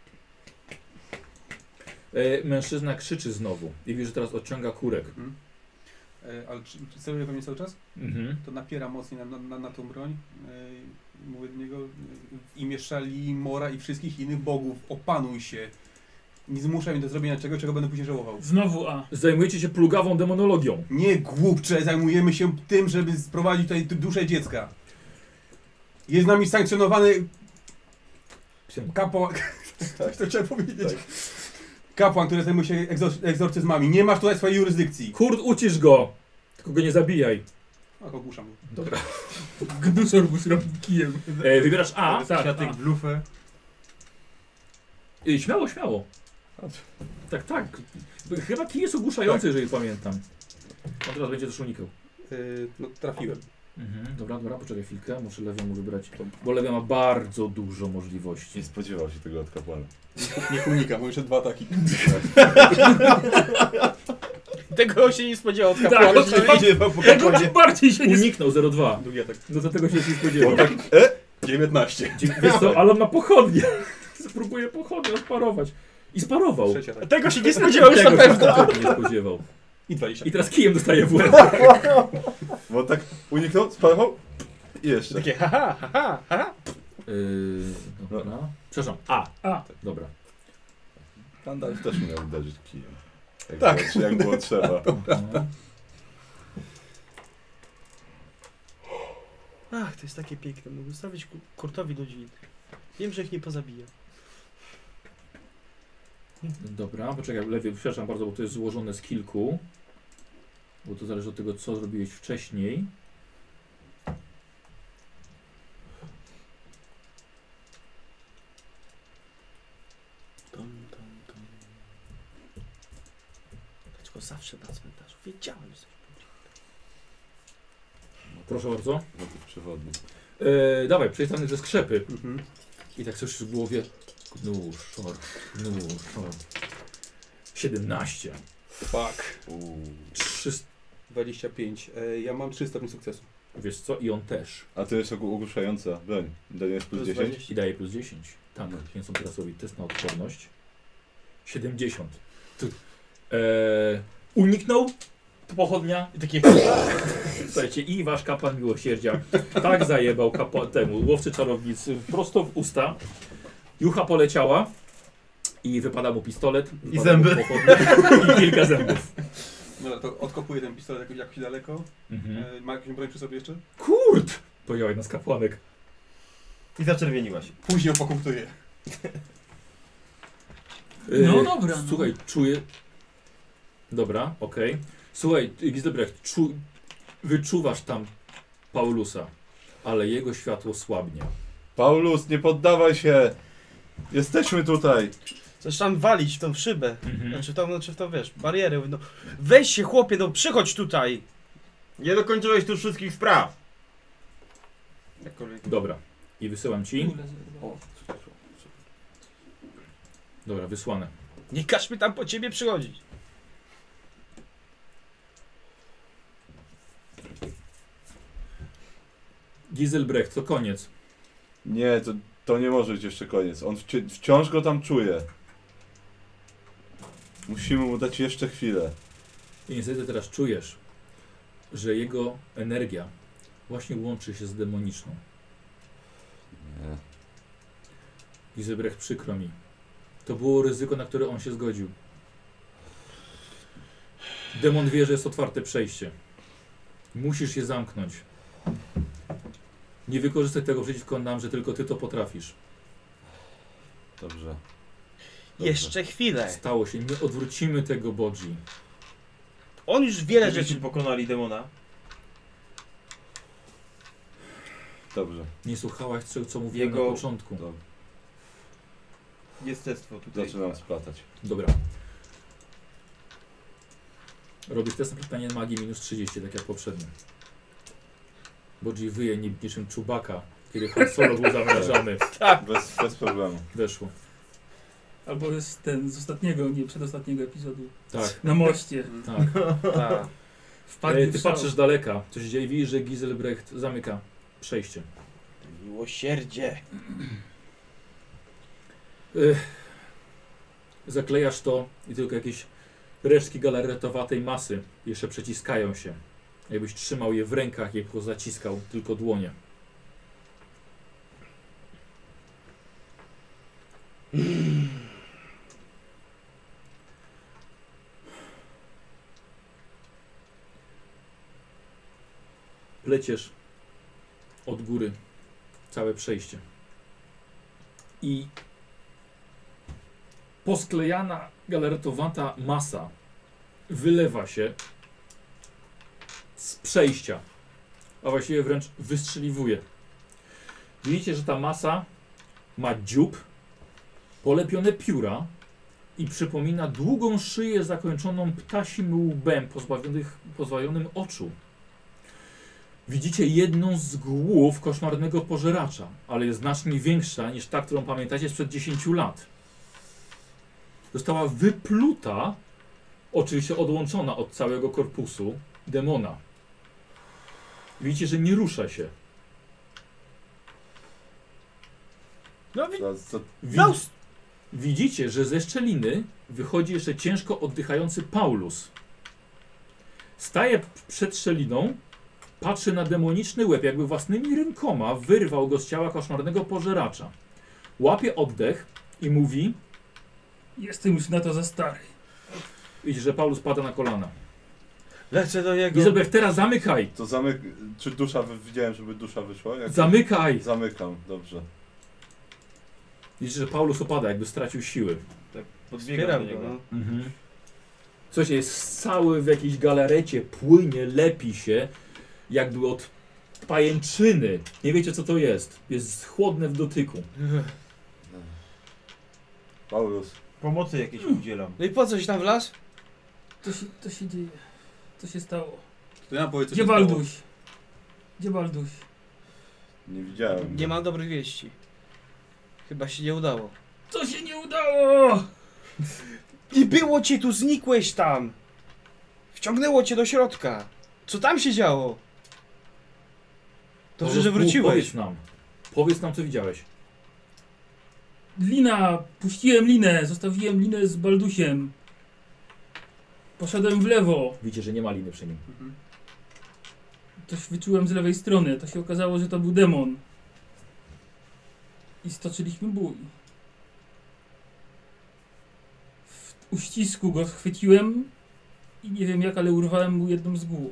E, mężczyzna krzyczy znowu i widzisz, że teraz odciąga kurek. Mhm. E, ale czy, czy celuje we mnie cały czas? Mhm. To napiera mocniej na, na, na tą broń. E, mówię do niego, e, w imię Szali, Mora i wszystkich innych bogów, opanuj się. Nie zmuszaj mnie do zrobienia czegoś, czego będę później żałował. Znowu A. Zajmujecie się plugawą demonologią. Nie głupcze, zajmujemy się tym, żeby sprowadzić tutaj duszę dziecka. Jest z nami sankcjonowany kapłan... Tak, to chciałem powiedzieć. Tak. Kapłan, który zajmuje się egzor egzorcyzmami. Nie masz tutaj swojej jurysdykcji. Kurt, ucisz go! Tylko go nie zabijaj. A ogłuszam go. Dobra. Gnuszor mu zrobił kijem. E, wybierasz A. Tak, Kwiatek A. w lufę. E, śmiało, śmiało. Tak, tak. Chyba kij jest ogłuszający, jeżeli pamiętam. On teraz będzie też unikał. Yy, no trafiłem. Mhm. Dobra, dobra, poczekaj chwilkę. Muszę lewią mu wybrać. Bo lewia ma bardzo dużo możliwości. Nie spodziewał się tego od kapłana. Niech unika, bo jeszcze dwa ataki. Tego się nie spodziewał od Tak, kapłana. oczywiście. Tego tak bardziej się nie... Uniknął zero dwa. Drugi atak. No to tego się nie spodziewał. tak, dziewiętnaście. Dzie- Wiesz co, ale on ma pochodnie. Spróbuję pochodnią sparować. I sparował. Trzeci atak. Tego się nie spodziewał już na Tego się pewno. kompletnie nie spodziewał. I dwadzieścia. I teraz kijem dostaje w łeb. Bo tak uniknął, sparował I jeszcze. Takie haha, haha, haha. Yy, dobra. Przepraszam, A. A. Dobra. Gandalf też miał uderzyć kijem. Jak Tak. Było, jak było trzeba. No. Ach, to jest takie piękne. Mogę zostawić ku- Kurtowi ludzi. Wiem, że ich nie pozabija. Dobra, poczekaj, lepiej, przepraszam bardzo, bo to jest złożone z kilku. Bo to zależy od tego, co zrobiłeś wcześniej. Tom, tom, tom. Dlaczego zawsze na cmentarzu? Wiedziałem, że coś będzie. Proszę bardzo. Motyw przewodni. E, dawaj, przejdźmy ze skrzepy. Mhm. I tak coś w głowie. Gnur, szor, gnur, szor. siedemnaście. Fuck. Uuu. trzysta. dwadzieścia pięć. E, ja mam trzy stopnie sukcesu. Wiesz co? I on też. A to jest ogó- ogłuszająca broń. Dajesz plus Plus dziesięć? dwadzieścia. I daje plus dziesięć. Tak, więc on teraz robi test na odporność. siedemdziesiąt. Tu. E, uniknął pochodnia. I takie Słuchajcie, i wasz kapłan miłosierdzia tak zajebał kapła, temu łowcy czarownicy prosto w usta. Jucha poleciała i wypada mu pistolet. wypada zęby. mu pochodnia I kilka zębów. Dobra, to odkopuję ten pistolet jakoś, jakoś daleko. Mhm. E, ma jakąś broń przy sobie jeszcze? Kurt! Powiedział jedna z kapłanek. I zaczerwieniła się. Później opokutuję. No E, dobra, no. Słuchaj, czuję... Dobra, okej. Słuchaj, Giselbrecht, czu... wyczuwasz tam Paulusa, ale jego światło słabnie. Paulus, nie poddawaj się! Jesteśmy tutaj! zaczynam walić w tą szybę. Mhm. Znaczy w tą, znaczy w tą, wiesz, barierę. No, weź się chłopie, no przychodź tutaj. Nie dokończyłeś tu wszystkich spraw. Jakkolwiek. Dobra, i wysyłam ci. Kule zerwało. Dobra, wysłane. Nie każ mi tam po ciebie przychodzić. Giselbrecht, to koniec. Nie, to, to nie może być jeszcze koniec. On wci- wciąż go tam czuje. Musimy mu dać jeszcze chwilę. I niestety teraz czujesz, że jego energia właśnie łączy się z demoniczną. Nie. Giselbrecht, przykro mi. To było ryzyko, na które on się zgodził. Demon wie, że jest otwarte przejście. Musisz je zamknąć. Nie wykorzystaj tego przeciwko nam, że tylko ty to potrafisz. Dobrze. Dobrze. Jeszcze chwilę. Stało się, nie odwrócimy tego Bodzi. On już wiele Żebyście rzeczy... pokonali demona. Dobrze. Nie słuchałaś, co, co mówiłem Jego- na początku. Dobrze. Jestestwo tutaj. Zaczynam splatać. Dobra. Robisz test na pytanie magii minus trzydzieści, tak jak poprzednio. Bodzi wyje ni- niczym Chewbacca, kiedy Han Solo był zamrażany. Bez, bez problemu. Weszło. Albo jest ten z ostatniego, nie przedostatniego epizodu. Tak, Na moście. tak. Ta. Wpadli E, w ty szał. patrzysz z daleka, coś się dzieje i widzisz, że Giselbrecht zamyka przejście. Miłosierdzie. Ech. Zaklejasz to i tylko jakieś resztki galaretowatej masy jeszcze przeciskają się. Jakbyś trzymał je w rękach, jakby zaciskał tylko dłonie. Pleciesz od góry całe przejście. I posklejana galaretowata masa wylewa się z przejścia, a właściwie wręcz wystrzeliwuje. Widzicie, że ta masa ma dziób, polepione pióra i przypomina długą szyję zakończoną ptasim łbem pozbawionych, pozbawionym oczu. Widzicie jedną z głów koszmarnego pożeracza, ale jest znacznie większa niż ta, którą pamiętacie sprzed dziesięciu lat. Została wypluta, oczywiście odłączona od całego korpusu demona. Widzicie, że nie rusza się. No wi- Za, za, Wi no, widzicie, że ze szczeliny wychodzi jeszcze ciężko oddychający Paulus. Staje przed szczeliną Patrzy na demoniczny łeb, jakby własnymi rękoma wyrwał go z ciała koszmarnego pożeracza. Łapie oddech i mówi... Jestem już na to za stary. Widzisz, że Paulus pada na kolana. Lecę do jego. Giselbrecht, teraz zamykaj! To zamyk... Czy dusza... wy- Widziałem, żeby dusza wyszła? Jak... Zamykaj! Zamykam, dobrze. Widzisz, że Paulus opada, jakby stracił siły. Podbiegam Wspieram do go, niego. no. Mhm. Coś jest cały w jakiejś galarecie, płynie, lepi się, jakby od pajęczyny. Nie wiecie, co to jest. Jest chłodne w dotyku. Paulus. Pomocy jakiejś udzielam. No i po coś tam wlazł? Co się, co się dzieje? Co się stało? To ja powiedz, co Gdzie się stało. Balduś? Gdzie Balduś? Nie widziałem. Nie mam dobrych wieści. Chyba się nie udało. Co się nie udało? Nie było cię tu, znikłeś tam! Wciągnęło cię do środka. Co tam się działo? Dobrze, Paulus, że mów, wróciłeś. Powiedz nam. Powiedz nam, co widziałeś. Lina, puściłem linę, zostawiłem linę z Baldusiem. Poszedłem w lewo. Widzicie, że nie ma liny przy nim. Mhm. Coś wyczułem z lewej strony. To się okazało, że to był demon. I stoczyliśmy bój. W uścisku go schwyciłem i nie wiem jak, ale urwałem mu jedną z głów.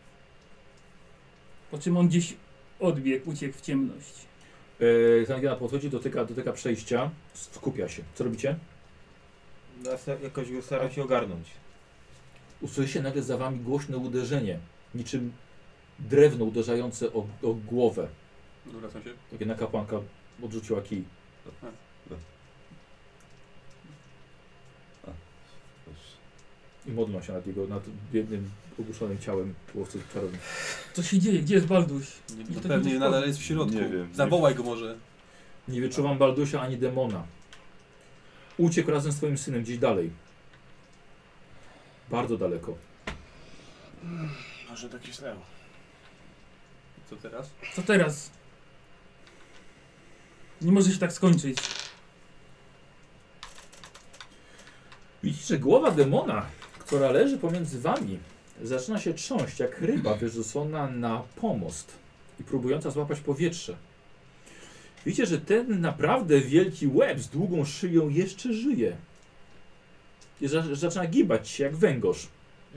Po czym on gdzieś odbiegł, uciekł w ciemność. Yy, Zangiela podchodzi, dotyka, dotyka przejścia, skupia się. Co robicie? Ja se- Jakoś go staram się ogarnąć. Usłyszy nagle za wami głośne uderzenie, niczym drewno uderzające o, o głowę. Zwracam się. Tak jedna kapłanka odrzuciła kij. I modlą się nad jego, nad biednym, ogłuszonym ciałem łowcy czarowni. Co się dzieje? Gdzie jest Balduś? Nie, Nie, no to pewnie nie nadal wchodzi. jest w środku. Nie wiem. Zawołaj go może. Nie wyczuwam Baldusia ani demona. Uciekł razem z twoim synem gdzieś dalej. Bardzo daleko. Może tak źle. Co teraz? Co teraz? Nie może się tak skończyć. Widzicie, że głowa demona, która leży pomiędzy wami, zaczyna się trząść jak ryba wyrzucona na pomost i próbująca złapać powietrze. Widzicie, że ten naprawdę wielki łeb z długą szyją jeszcze żyje. I za- zaczyna gibać się jak węgorz.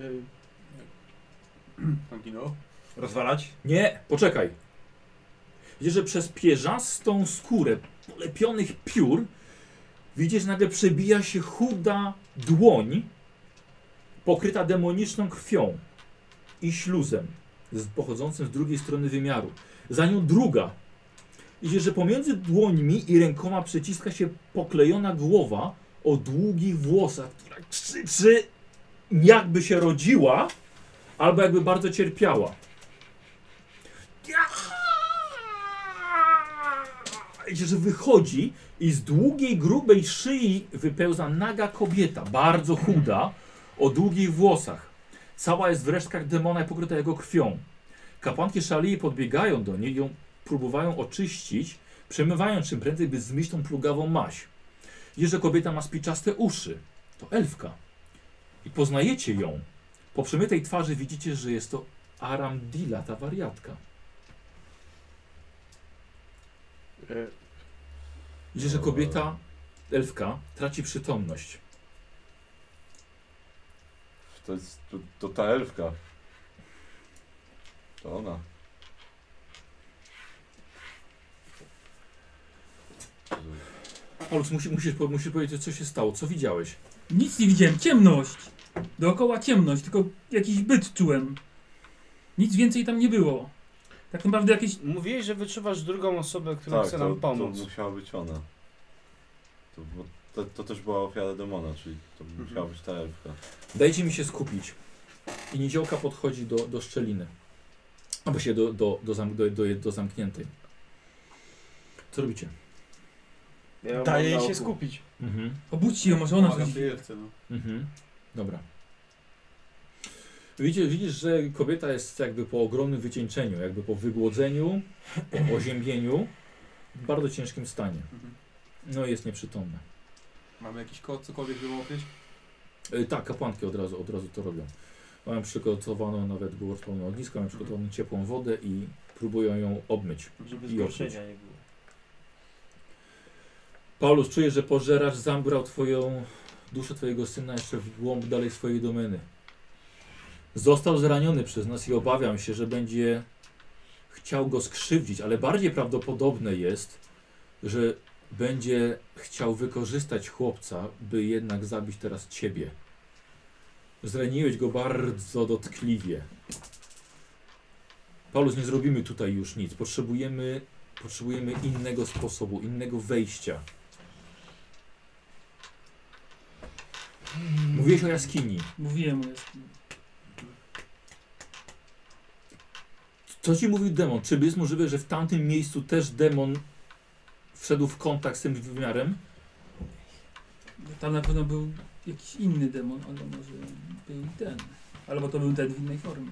Angino? Rozwalać? Nie, poczekaj. Widzisz, że przez pierzastą skórę polepionych piór widzisz, że nagle przebija się chuda dłoń pokryta demoniczną krwią i śluzem z, pochodzącym z drugiej strony wymiaru. Za nią druga. Widzisz, że pomiędzy dłońmi i rękoma przeciska się poklejona głowa o długich włosach, która krzyczy, jakby się rodziła, albo jakby bardzo cierpiała. Widzisz, że wychodzi i z długiej, grubej szyi wypełza naga kobieta, bardzo chuda, o długich włosach. Cała jest w resztkach demona i pokryta jego krwią. Kapłanki szalei podbiegają do niej i ją próbują oczyścić, przemywają czym prędzej, by zmyć tą plugawą maź. Widzisz, że kobieta ma spiczaste uszy. To elfka. I poznajecie ją. Po przemytej twarzy widzicie, że jest to Aramdila, ta wariatka. Widzicie, że kobieta, elfka, traci przytomność. To jest... To, to ta elfka. To ona. Paulus, musi, musisz, po- musisz powiedzieć, co się stało. Co widziałeś? Nic nie widziałem, ciemność. Dookoła ciemność, tylko jakiś byt czułem. Nic więcej tam nie było. Tak naprawdę jakieś... Mówiłeś, że wyczuwasz drugą osobę, która Tak, chce to, nam pomóc. to musiała być ona. To, bo to, to też była ofiara demona, czyli to Mhm. musiała być ta elfka. Dajcie mi się skupić. I niziołka podchodzi do, do szczeliny. Albo się do, do, do, zam, do, do, do zamkniętej. Co robicie? Ja ją Daje mam jej na się oku. skupić. Mhm. Obudźcie ją, może ona Pomagam coś... tej elfce, no. Mhm. Dobra. Widzisz, widzisz, że kobieta jest jakby po ogromnym wycieńczeniu, jakby po wygłodzeniu, po oziębieniu, w bardzo ciężkim stanie. Mhm. No i jest nieprzytomna. Mamy jakiś kod, cokolwiek, żeby ukryć? E, tak, kapłanki od razu, od razu to robią. Mają przygotowaną nawet, było wspomniane ognisko, mają przygotowaną ciepłą wodę i próbują ją obmyć. Żeby I zgorszenia nie było. Paulus, czujesz, że pożeracz zabrał twoją duszę twojego syna jeszcze w głąb dalej swojej domeny. Został zraniony przez nas i obawiam się, że będzie chciał go skrzywdzić, ale bardziej prawdopodobne jest, że będzie chciał wykorzystać chłopca, by jednak zabić teraz ciebie. Zraniłeś go bardzo dotkliwie. Paulus, nie zrobimy tutaj już nic. Potrzebujemy, potrzebujemy innego sposobu, innego wejścia. Mówiłeś o jaskini. Mówiłem o jaskini. Co ci mówił demon? Czy jest możliwe, że w tamtym miejscu też demon wszedł w kontakt z tym wymiarem? Tam na pewno był jakiś inny demon, ale może był i ten. Albo to był ten w innej formie.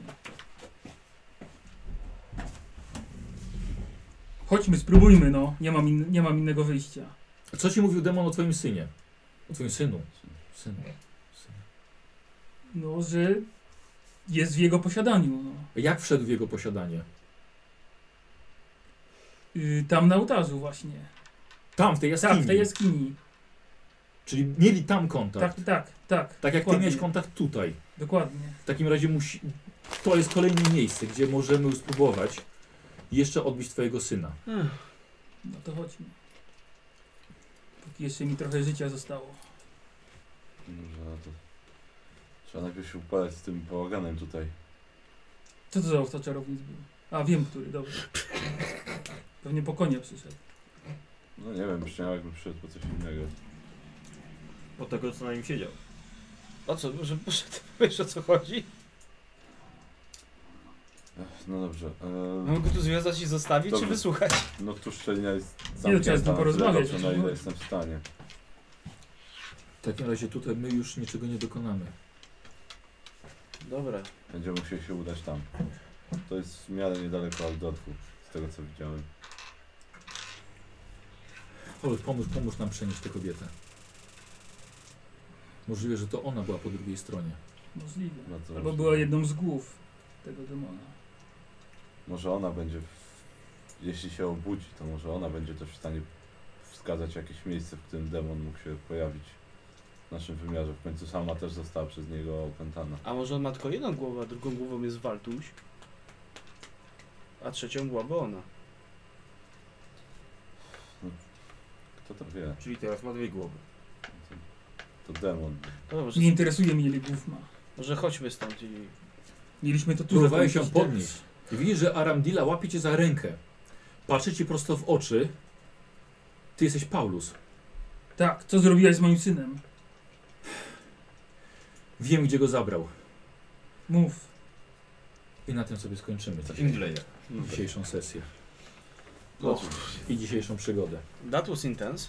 Chodźmy, spróbujmy, no. Nie mam, in, nie mam innego wyjścia. Co ci mówił demon o twoim synie? O twoim synu? Synu. Synu. No, że jest w jego posiadaniu, no. Jak wszedł w jego posiadanie? Yy, tam na ołtarzu właśnie. Tam, w tej jaskini. Tak, w tej jaskini. Czyli mieli tam kontakt. Tak, tak, tak. Tak jak ty dokładnie. miałeś kontakt tutaj. Dokładnie. W takim razie musi... to jest kolejne miejsce, gdzie możemy spróbować jeszcze odbić twojego syna. Hmm. No to chodźmy. Póki jeszcze mi trochę życia zostało. Może to... Trzeba najpierw się upadać z tym bałaganem tutaj. Co to za owca czarownic był? A, wiem, który, dobra. Pewnie po konia przyszedł. No nie wiem, brzmiał jakby przyszedł po coś innego. Po tego co na nim siedział. O co, że poszedł, wiesz o co chodzi? Ech, no dobrze. E... Mam go tu związać i zostawić, Dobrze. czy wysłuchać? No tu szczelina jest Nie, zamknięta, trzeba z nim na tyle porozmawiać, dobrze, o na czym ile chodzi. jestem w stanie. W takim razie tutaj my już niczego nie dokonamy. Dobra. Będziemy musieli się udać tam. To jest w miarę niedaleko Aldorfu, z tego co widziałem. Paulus, pomóż, pomóż nam przenieść tę kobietę. Możliwe, że to ona była po drugiej stronie. Możliwe. Bardzo Albo możliwe. była jedną z głów tego demona. Może ona będzie, w... jeśli się obudzi, to może ona będzie też w stanie wskazać jakieś miejsce, w którym demon mógł się pojawić w naszym wymiarze. W końcu sama też została przez niego opętana. A może on ma tylko jedną głowę, a drugą głową jest Waltuś? A trzecią byłaby ona. Kto to wie? Czyli teraz ma dwie głowy. To, to demon. No dobrze, Nie interesuje mnie, ile głów ma. może chodźmy stąd i... Mieliśmy to tu Próbowałeś się zakończyć podnieść. I widzisz, że Aramdila łapie cię za rękę. Patrzy ci prosto w oczy. Ty jesteś Paulus. Tak, co zrobiłaś z moim synem? Wiem, gdzie go zabrał. Mów. I na tym sobie skończymy Co dzisiaj, im wleje. dzisiejszą sesję. O, I dzisiejszą przygodę. that was intense.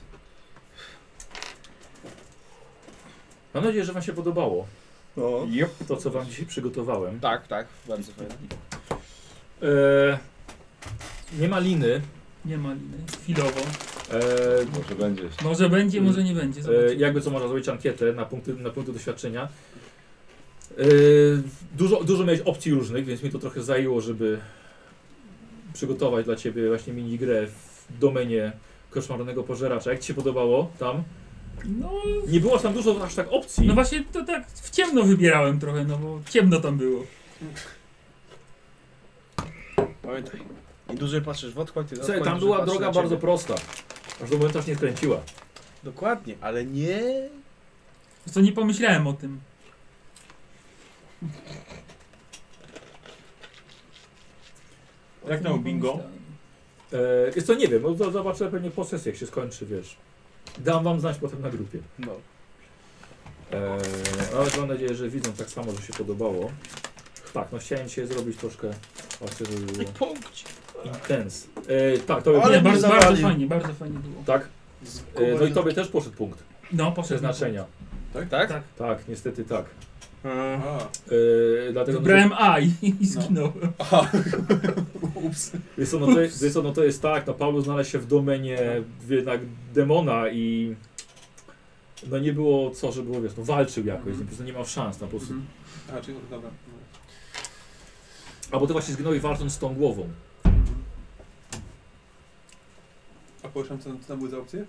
Mam nadzieję, że wam się podobało No. to, co wam dzisiaj przygotowałem. Tak, tak, bardzo fajnie. E, nie ma liny. Nie ma liny. Chwilowo. E, Może będzie jeszcze. Może będzie, może nie będzie. e, Zobaczymy. jakby co można zrobić ankietę na punkty, na punkty doświadczenia. E, dużo, dużo miałeś opcji różnych, więc mi to trochę zajęło, żeby przygotować dla ciebie właśnie minigrę w domenie koszmarnego pożeracza. Jak ci się podobało tam? No, Nie było tam dużo aż tak opcji. no właśnie to tak w ciemno wybierałem trochę, no bo ciemno tam było. Pamiętaj, im dłużej patrzysz w otchłań, tym Słuchaj, otchłań tam dłużej była patrzy droga na bardzo ciebie. prosta. Aż do momentu aż nie skręciła. Dokładnie, ale nie... Wiesz co, nie pomyślałem o tym. Jak tam Nie bingo? pomyślałem. E, jest to nie wiem, no to zobaczę pewnie po sesji, jak się skończy, wiesz. Dam wam znać potem na grupie. No. E, ale mam nadzieję, że widzą tak samo, że się podobało. Tak, no chciałem dzisiaj zrobić troszkę, właśnie, żeby było Punkt. intens. E, tak, to Ale Nie, mnie bardzo, bardzo zawalił. fajnie, bardzo fajnie było. tak. E, no i tobie też poszedł punkt No, poszedł. przeznaczenia. Tak? Tak. Tak, niestety tak. A. E, dlatego Wybrałem A i, i No. zginąłem. Ups. Wiesz co, no to jest, wiesz co, no to jest tak, no Paulus znalazł się w domenie jednak demona i No nie było co, żeby było, wiesz, no walczył jakoś, Mhm. po prostu nie miał szans, no po prostu. Mhm. A, czyli dobra. Albo ty właśnie zginąłeś walcząc z tą głową. Mhm. A powiesz co, co tam były za opcje?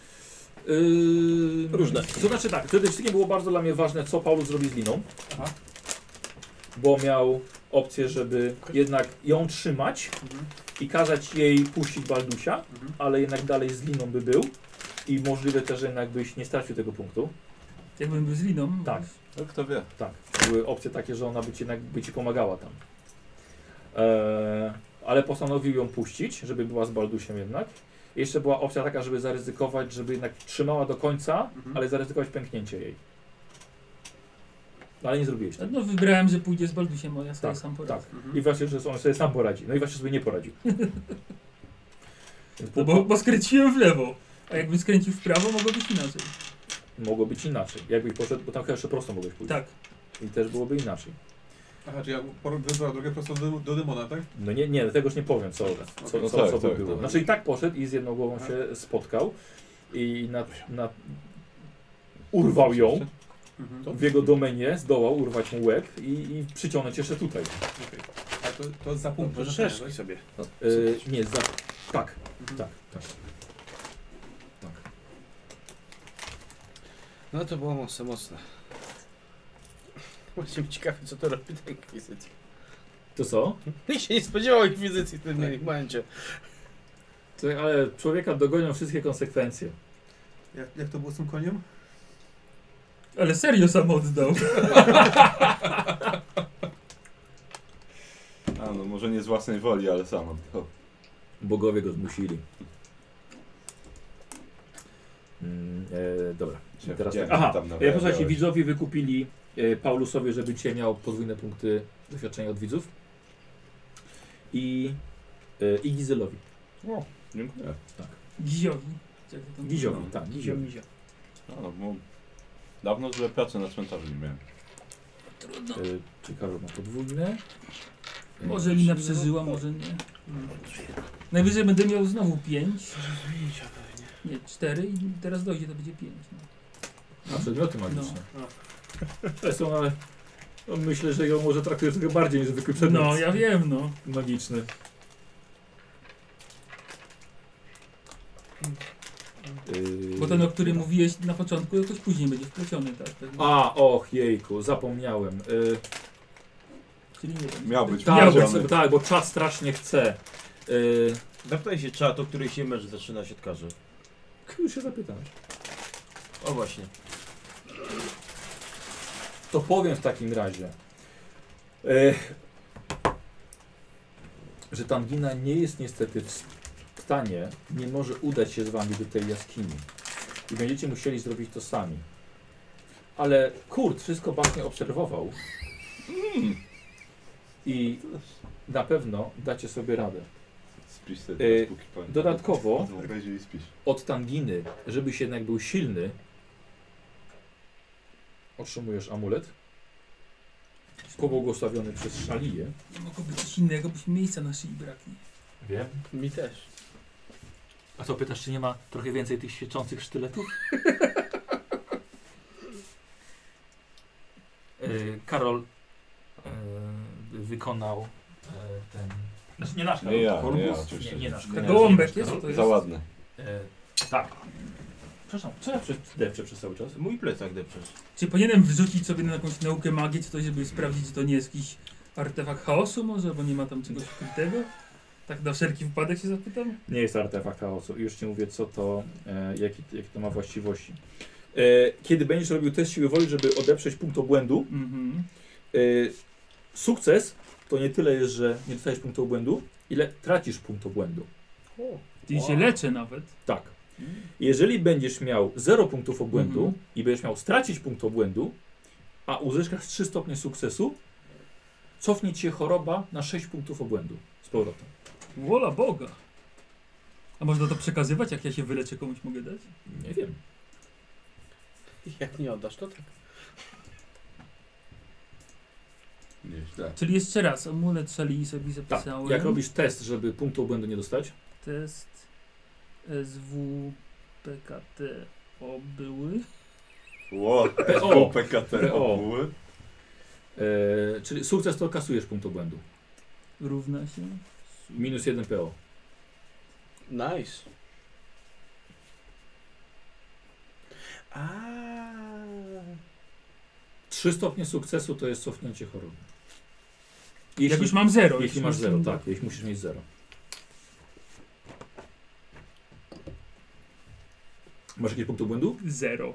Yy, Różne. To znaczy tak, przede wszystkim było bardzo dla mnie ważne, co Paulus zrobi z liną. Aha. Bo miał opcję, żeby jednak ją trzymać Mhm. i kazać jej puścić Baldusia, Mhm. ale jednak dalej z liną by był. I możliwe też, że jednak byś nie stracił tego punktu. Jakbym był z liną. Tak. No kto wie. Tak. Były opcje takie, że ona by ci jednak by ci pomagała tam. Eee, ale postanowił ją puścić, żeby była z Baldusiem jednak. Jeszcze była opcja taka, żeby zaryzykować, żeby jednak trzymała do końca, Mhm. ale zaryzykować pęknięcie jej. No, ale nie zrobiłeś tego. No wybrałem, że pójdzie z Baldusiem, a ja sobie Tak, sam poradzę. tak. Mhm. I właśnie, że on sobie sam poradzi. No i właśnie sobie nie poradził. Więc No bo, bo skręciłem w lewo, a jakbym skręcił w prawo, mogło być inaczej. mogło być inaczej. Jakbyś poszedł, bo tam chyba jeszcze prosto mogłeś pójść. Tak. I też byłoby inaczej. Aha, czyli ja wybrał drogę prosto do, do demona, tak? No nie, nie, tego już nie powiem, co, co, No co, tak, co by tak, było. tak. Znaczy i tak poszedł i z jedną głową Aha. się spotkał i na, na, urwał ją Mhm. w jego domenie, zdołał urwać mu łeb i, i przyciągnąć jeszcze tutaj. Okej. A to, to za punkt. Może szerzej sobie. Yy, nie, za, tak, Mhm. tak, tak. tak. No to było mocno, mocne. Właśnie ciekawe, co to robi ta inkwizycja. To co? Nikt się nie spodziewał inkwizycji w tym momencie. To, ale człowieka dogonią wszystkie konsekwencje. Jak, jak to było z tym koniem? Ale serio sam oddał. A no może nie z własnej woli, ale sam oddał. Bogowie go zmusili. Mm, e, dobra. Się Teraz wdziękam tak. Aha, tam e, nawijałeś. posłuchajcie, widzowie wykupili e, Paulusowi, żeby dzisiaj miał podwójne punkty doświadczenia od widzów. I, e, i Gizelowi. O, dziękuję. Giziowi. Jak to tam Giziowi, było? tak, Gizio, Giziowi. Gizio. A, no, bo dawno złe prace na cmentarzu nie miałem. Trudno. E, czy Karol ma podwójne? E, Może Lina przeżyła, może nie. Najwyżej będę miał znowu pięć. Nie, cztery i teraz dojdzie, to będzie pięć. No. A przedmioty magiczne. To są, ale no, myślę, że ją może traktuje trochę bardziej niż zwykły przedmiot No, ja wiem, no. magiczny. Yy, Bo ten, o którym mówiłeś na początku, jakoś później będzie wpleciony, tak? Pewnie. A, och, jejku, zapomniałem. Yy, Czyli nie wiem. Miał być tak, wpleciony. bo, tak, bo czat strasznie chce. Yy, Zapytaj się czat, o której się mecz zaczyna siatkarzy. już się zapytałeś. O właśnie. To powiem w takim razie, yy, że Tangina nie jest niestety w stanie, nie może udać się z wami do tej jaskini. I będziecie musieli zrobić to sami. Ale Kurt wszystko bacznie obserwował i na pewno dacie sobie radę. Spisz sobie Yy, teraz, póki pan. dodatkowo- Weź i spisz. Od Tanginy, żebyś jednak był silny, otrzymujesz amulet pobłogosławiony przez Szaliję. Mogło być coś innego, byśmy miejsca na szyi braknie. Wiem. Mi też. A co, pytasz, czy nie ma trochę więcej tych świecących sztyletów? yy, Karol yy, wykonał yy, ten... Znaczy nie nasz Karol. Nie ja, nie ja, Korbus? oczywiście. Nie, nie nasz. Nie, Nie, nie, Gołąbek nie jest? nasz To jest? Za ładne. Karol. Yy, tak. Przepraszam, co ja przy, depczę przez cały czas? Mój plecak depczesz. Czy powinienem wrzucić sobie na jakąś naukę magii, czy coś, żeby sprawdzić, czy to nie jest jakiś artefakt chaosu może, bo nie ma tam czegoś ukrytego? Tak na wszelki wypadek się zapytam? Nie jest artefakt chaosu. Już ci mówię, co to, e, jakie, jakie to ma właściwości. E, kiedy będziesz robił test siły woli, żeby odeprzeć punkt obłędu, Mhm. e, sukces to nie tyle jest, że nie dostajesz punktu obłędu, ile tracisz punkt obłędu. Czyli się leczę nawet. Tak. Jeżeli będziesz miał zero punktów obłędu Mhm. i będziesz miał stracić punkt obłędu, a uzyskasz trzy stopnie sukcesu, cofnie cię choroba na sześć punktów obłędu z powrotem. Wola Boga. A można to przekazywać, jak ja się wyleczę, komuś mogę dać? Nie wiem. Jak nie oddasz, to tak. Nieźle. Czyli jeszcze raz, amulet szali sobie Tak. zapisałem. Jak robisz test, żeby punktu obłędu nie dostać, Test S W P K T obyły. Ło, P O. P K T P O. obuły. E, czyli sukces to kasujesz punkt obłędu. Równa się. Minus jeden P O. Nice. A. Trzy stopnie sukcesu to jest cofnięcie choroby. Jak już mam zero. Jeśli masz zero, tak. Jeśli musisz mieć zero. Masz jakiś punkt obłędu? Zero.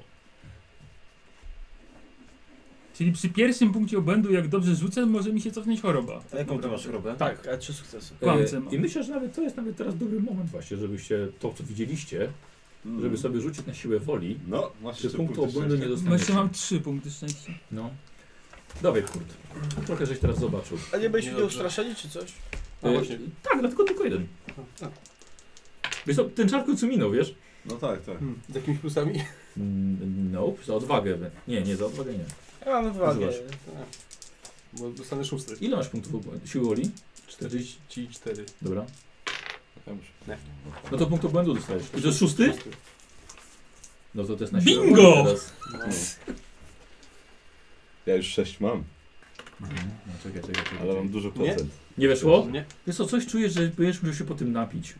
Czyli przy pierwszym punkcie obłędu, jak dobrze rzucę, może mi się cofnąć choroba. A jaką ty masz chorobę? Tak, a trzy sukcesy. Kłamcę E, mam. I myślę, że nawet to jest nawet teraz dobry moment właśnie, żebyście to, co widzieliście, Mm. żeby sobie rzucić na siłę woli. No, masz Czy jeszcze punktu punkty obłędu nie szczęścia. dostaniecie. Jeszcze mam trzy punkty szczęścia. No. Dawaj, kurt. Trochę żeś teraz zobaczył. A nie byliśmy Nie nie dobrze. ustraszeni czy coś? A E, właśnie. tak, dlatego tylko jeden. Tak. Wiesz co, ten czar w końcu minął, wiesz? No tak, tak. Hmm. Z jakimiś plusami? Mm, Nope, za odwagę. Nie, nie, za odwagę nie. Ja mam odwagę. Zobacz. Tak. Bo dostanę szósty. Ile masz punktów obłędu? Siły woli? czterdzieści cztery. Dobra. Nie. No to punkt obłędu dostajesz. I to jest szósty? No to to jest na siłę Bingo! woli teraz. No. Ja już sześć mam, Mhm. No czekaj, czekaj, czekaj. ale mam dużo Nie? procent. Nie weszło? Nie? Wiesz co, coś czujesz, że będziesz musiał się po tym napić.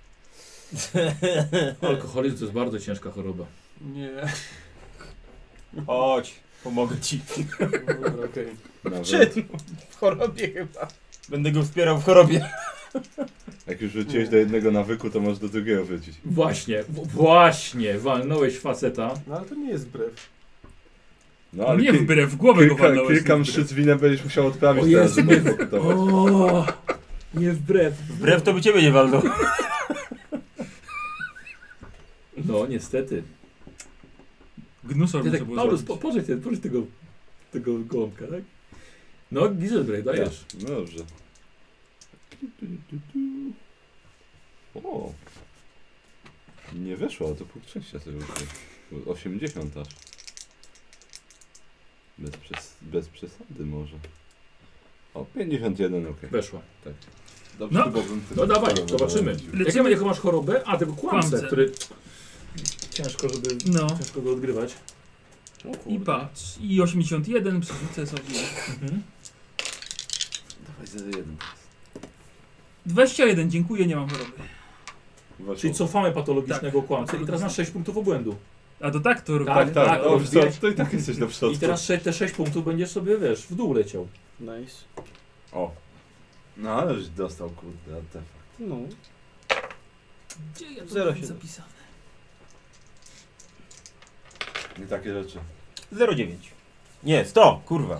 Alkoholizm to jest bardzo ciężka choroba. Nie. Chodź, pomogę ci. Dobra, okej. Nawet. Czy? W chorobie chyba. Będę go wspierał w chorobie. Jak już wróciłeś do jednego nawyku, to możesz do drugiego wrócić. Właśnie, w- właśnie, walnąłeś faceta. No ale to nie jest wbrew. No No ale nie ki- wbrew, w głowę go kilka, walnąłeś. kilka nie wbrew. mszy z winem będziesz musiał odprawić O teraz, Jezu, żeby nie- pokutować. O, nie wbrew. Wbrew to by ciebie nie walnął. No niestety. Gnusor Ty muszę tak, było Paulus, zrobić. po, pożycz, ten- pożycz tego, tego gołąbka, tak? No, Giselbrecht, dajesz. No dobrze. O. Nie weszło, ale to punkt szczęścia sobie weszło. osiemdziesiąt aż. Bez, przes bez przesady może. O, pięćdziesiąt jeden, okej. Weszła. Dobrze, No. chyba bym No dawaj, zobaczymy. Lecimy. Jaką, jaką masz chorobę? A, tego kłamcę, Kłamcę. który... Ciężko, żeby... No. Ciężko go odgrywać. I patrz. I osiemdziesiąt jeden przerzucę sobie. Mhm. Dawaj zero jeden. dwadzieścia jeden, dziękuję, nie mam choroby. Weszło. Czyli cofamy patologicznego kłamcę i teraz masz sześć punktów obłędu. A to tak to robię. Tak, Tak, tak, o, rozwijać. to, to i tak jesteś do przodu. I teraz sze- te sześć punktów będziesz sobie, wiesz, w dół leciał. Nice. O. No ale już dostał, kurde, artefakt. No. Gdzie ja to Zero mam siedem. zapisane? Nie takie rzeczy. zero dziewięć. Nie, sto, kurwa.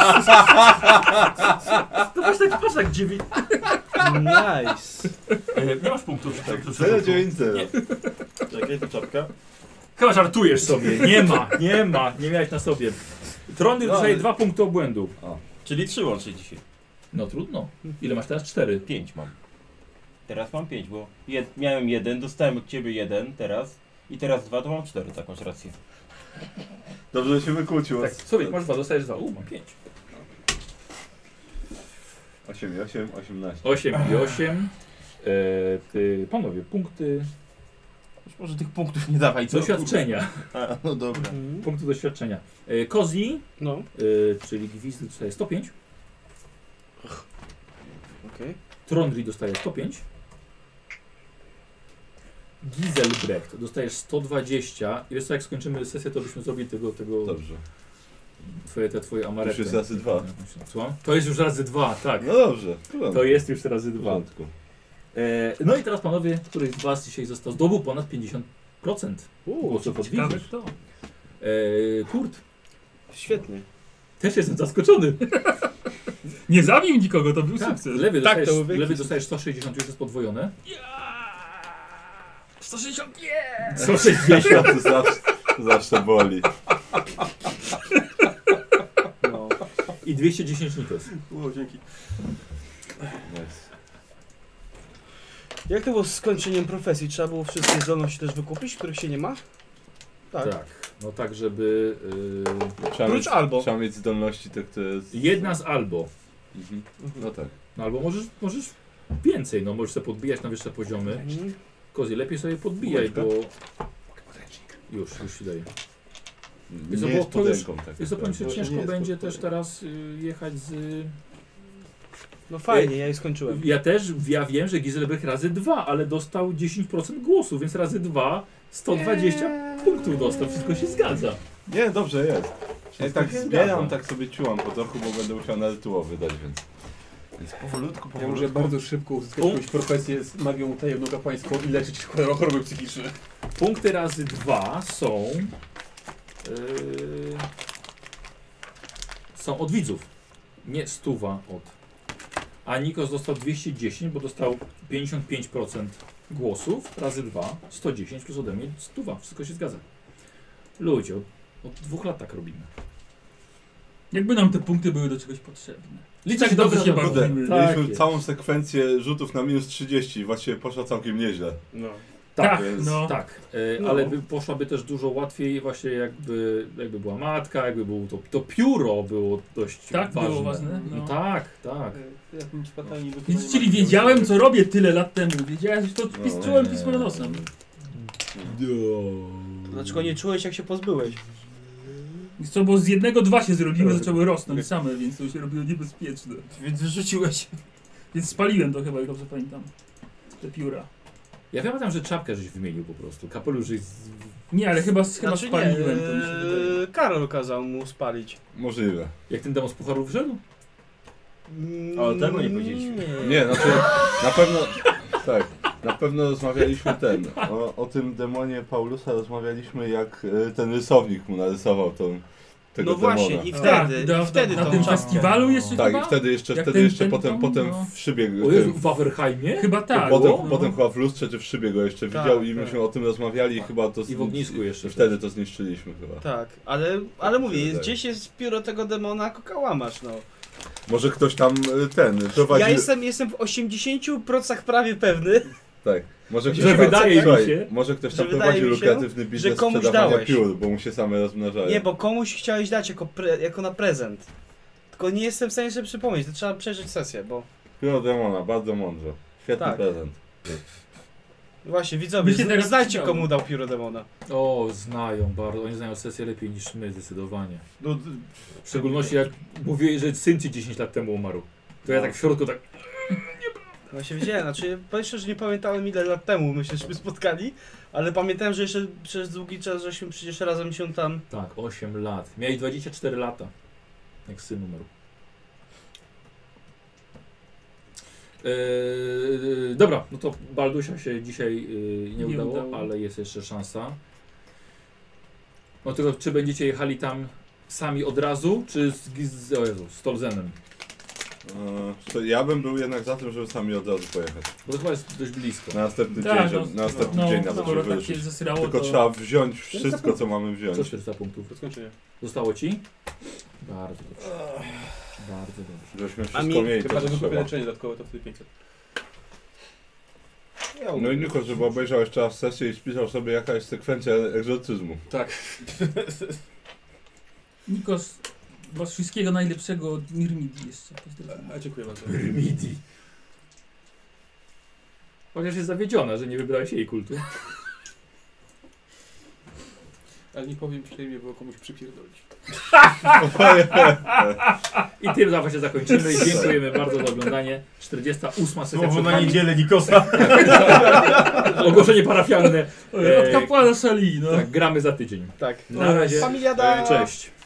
To masz tak, masz tak dziewięć. Nice. Nie masz punktów. Tak, zero dziewięć zero. Czekaj, to czapka. Chyba żartujesz sobie. Nie ma, nie ma, nie miałeś na sobie. Trony No, dostaje ale- dwa punkty obłędu. Czyli trzy łącznie dzisiaj. No trudno. Ile masz teraz? Cztery. pięć mam. Teraz mam pięć, bo jed miałem jeden, dostałem od ciebie jeden teraz. I teraz dwa, to mam cztery, tak masz rację. Dobrze, że się wykłócił. Tak, sobie masz dwa, dostajesz dwa. U, mam pięć. osiem i osiem, osiemnaście. Osiem i osiem. E, ty, panowie, punkty Już może tych punktów nie dawaj, co? doświadczenia. A, no dobra. Mhm. Punkty doświadczenia. E, Kozi, No, e, czyli Gwizd dostaje sto pięć. okej. Trondri dostaje sto pięć. Giselbrecht dostajesz sto dwadzieścia. I wiesz co, jak skończymy sesję, to byśmy zrobili tego, tego Dobrze. twoje, te twoje amarety. Już jest razy dwa. Słucham? To jest już razy dwa, tak. No dobrze. To jest już razy w dwa. porządku. E, no i teraz panowie, któryś z was dzisiaj został, zdobył ponad pięćdziesiąt procent głosów od Ciekawe widzów. kto. E, Kurt, Świetnie. też jestem zaskoczony. Nie zabił nikogo, to był Tak, sukces. lewy, Tak, dostajesz, to był wielki lewy sukces. dostajesz sto sześćdziesiąt, już jest podwojone. sto sześćdziesiąt nie! sto sześćdziesiąt. To zawsze, to zawsze boli. No. I dwieście dziesięć Nikos. O, dzięki. Nice. Jak to było z skończeniem profesji? Trzeba było wszystkie zdolności też wykupić, których się nie ma? Tak. Tak. No tak, żeby... Trzeba Prócz mieć, albo. Trzeba mieć zdolności te, które... Z... Yy, jedna z albo. Mhm. No tak. No albo możesz, możesz więcej, no możesz sobie podbijać na wyższe poziomy. Mhm. Kozie, lepiej sobie podbijaj, bo... Bułeczka? Już, już ci daję. Wiesz co, Nie bo jest to pod już- ręką. Tak Wiesz co, powiem, że Może ciężko nie jest będzie pod- też teraz y, jechać z... No fajnie, ja je skończyłem. Ja też, ja wiem, że Giselbrecht razy dwa, ale dostał dziesięć procent głosów, więc razy dwa, sto dwadzieścia punktów dostał, wszystko się zgadza. Nie, dobrze jest. Ja Wszystko tak się zbieram, zgadza. tak sobie ciułam po trochu, bo będę musiał na rytuał wydać, więc... Więc powolutku, Ja powolutku. muszę bardzo szybko uzyskać O. jakąś profesję z magią tajemną kapłańską i leczyć chor- choroby psychiczne. Punkty razy dwa są... Yy, są od widzów, nie stuwa od... A Nikos dostał dwieście dziesięć, bo dostał pięćdziesiąt pięć procent głosów, razy dwa, sto dziesięć plus ode mnie stuwa, wszystko się zgadza. Ludzie, od, od dwóch lat tak robimy. Jakby nam te punkty były do czegoś potrzebne. Liczy Tak się dobrze dobrze się na Kurde, bawimy. Tak mieliśmy jest. całą sekwencję rzutów na minus trzydzieści, właściwie poszła całkiem nieźle. No. Tak, Tak, więc- no. tak, e, No. ale by, poszłaby też dużo łatwiej właśnie jakby, jakby była matka, jakby było to, to pióro było dość Tak, ważne. było ważne, no. Tak, tak. Ja bym z fatalnie Więc, wykonanie czyli magii wiedziałem, nie co robię tyle lat temu. Wiedziałem, że to No. pis, czułem pismo na nosem. Dlaczego nie czułeś, jak się pozbyłeś? Wiesz co, bo z jednego dwa się zrobiły, zaczęły rosnąć same, więc to się robiło niebezpieczne. Więc wyrzuciłeś. Więc spaliłem to chyba, jak dobrze pamiętam. Te pióra. Ja pamiętam, że czapkę żeś wymienił po prostu. Kapelusz jest... Nie, ale chyba, chyba Znaczy nie, spaliłem to mi się wydaje. yy, Karol kazał mu spalić. Możliwe. Jak ten demon z pucharu wszedł? O, tego nie powiedzieliśmy. Nie, znaczy na pewno... Tak, na pewno rozmawialiśmy ten, o, o tym demonie Paulusa rozmawialiśmy jak e, ten rysownik mu narysował tą, tego No właśnie, demona. i Tak, wtedy, do- i wtedy na tą tym czapkę. festiwalu jeszcze Tak, chyba? i wtedy jeszcze, Jak wtedy ten- jeszcze ten potem, tom, potem no. w szybie... O Jezu, tym- w Waverheimie? Chyba tak. potem, no. potem chyba w lustrze czy w szybie go jeszcze Tak, widział i tak. myśmy o tym rozmawiali i chyba to... I w ognisku jeszcze I wtedy to zniszczyliśmy chyba. Tak, ale, ale mówię, się jest, wydaje. gdzieś jest pióro tego demona, kokałamasz, no. Może ktoś tam e, ten prowadzi... Ja jestem, jestem w osiemdziesięciu procentach prawie pewny, Tak. Może Że ktoś tam, wydaje mi słuchaj, się- może ktoś że tam wydaje prowadzi mi się, lukratywny biznes komuś sprzedawania dałeś. piór, bo mu się same rozmnażają. nie, bo komuś chciałeś dać jako, pre, jako na prezent. Tylko nie jestem w stanie sobie przypomnieć, to trzeba przeżyć sesję, bo Pióro demona, bardzo mądrze. Świetny Tak. prezent. właśnie widzowie, By się z- teraz znajdźcie przydało. komu dał pióro demona. O, znają bardzo. Oni znają sesję lepiej niż my, zdecydowanie. No, W szczególności jak mówiłeś, że syn ci dziesięć lat temu umarł. To ja tak w środku tak... właśnie wiedziałem, znaczy powiem szczerze, że nie pamiętałem ile lat temu my się spotkali, ale pamiętałem, że jeszcze przez długi czas, żeśmy przecież razem się tam... Tak, osiem lat. Miałeś dwadzieścia cztery lata. Jak syn umarł. Eee, dobra, no to Baldusia się dzisiaj yy, nie, Nie udało, udało. ale jest jeszcze szansa. No tylko czy będziecie jechali tam sami od razu, czy z, z, o Jezu, z Tolzenem? Eee, to ja bym był jednak za tym, żeby sami od razu pojechać. Bo to chyba jest dość blisko. Na następny Tak, dzień, no, żeby, na następny No, dzień nawet, skoro żeby tak się wyruszyć. zesrało, Tylko to... trzeba wziąć wszystko, co mamy Co wziąć. czterysta punktów? Do skończenia. Zostało ci? Bardzo dobrze. Bardzo dobrze. Żebyśmy A wszystko mi- mieli, Chyba, to że wykupię trzeba. leczenie dodatkowe, to wtedy pięćset. No i Nikos, żeby obejrzał jeszcze raz sesję i spisał sobie jakaś sekwencja egzorcyzmu. Tak. Nikos, was wszystkiego najlepszego od Mirmidi jeszcze. Pozdrawiam. A, dziękuję bardzo. Midi. Chociaż jest zawiedziona, że nie wybrałeś jej kultu. Ale nie powiem przynajmniej, bo komuś przypierdolić. I tym właśnie zakończymy. Dziękujemy bardzo za oglądanie. czterdziesta ósma sesja Słowo przed na nami. niedzielę Nikosa. Ogłoszenie parafialne. Od kapłana szali, no. Tak, gramy za tydzień. Tak. Na razie. Familiada! Cześć.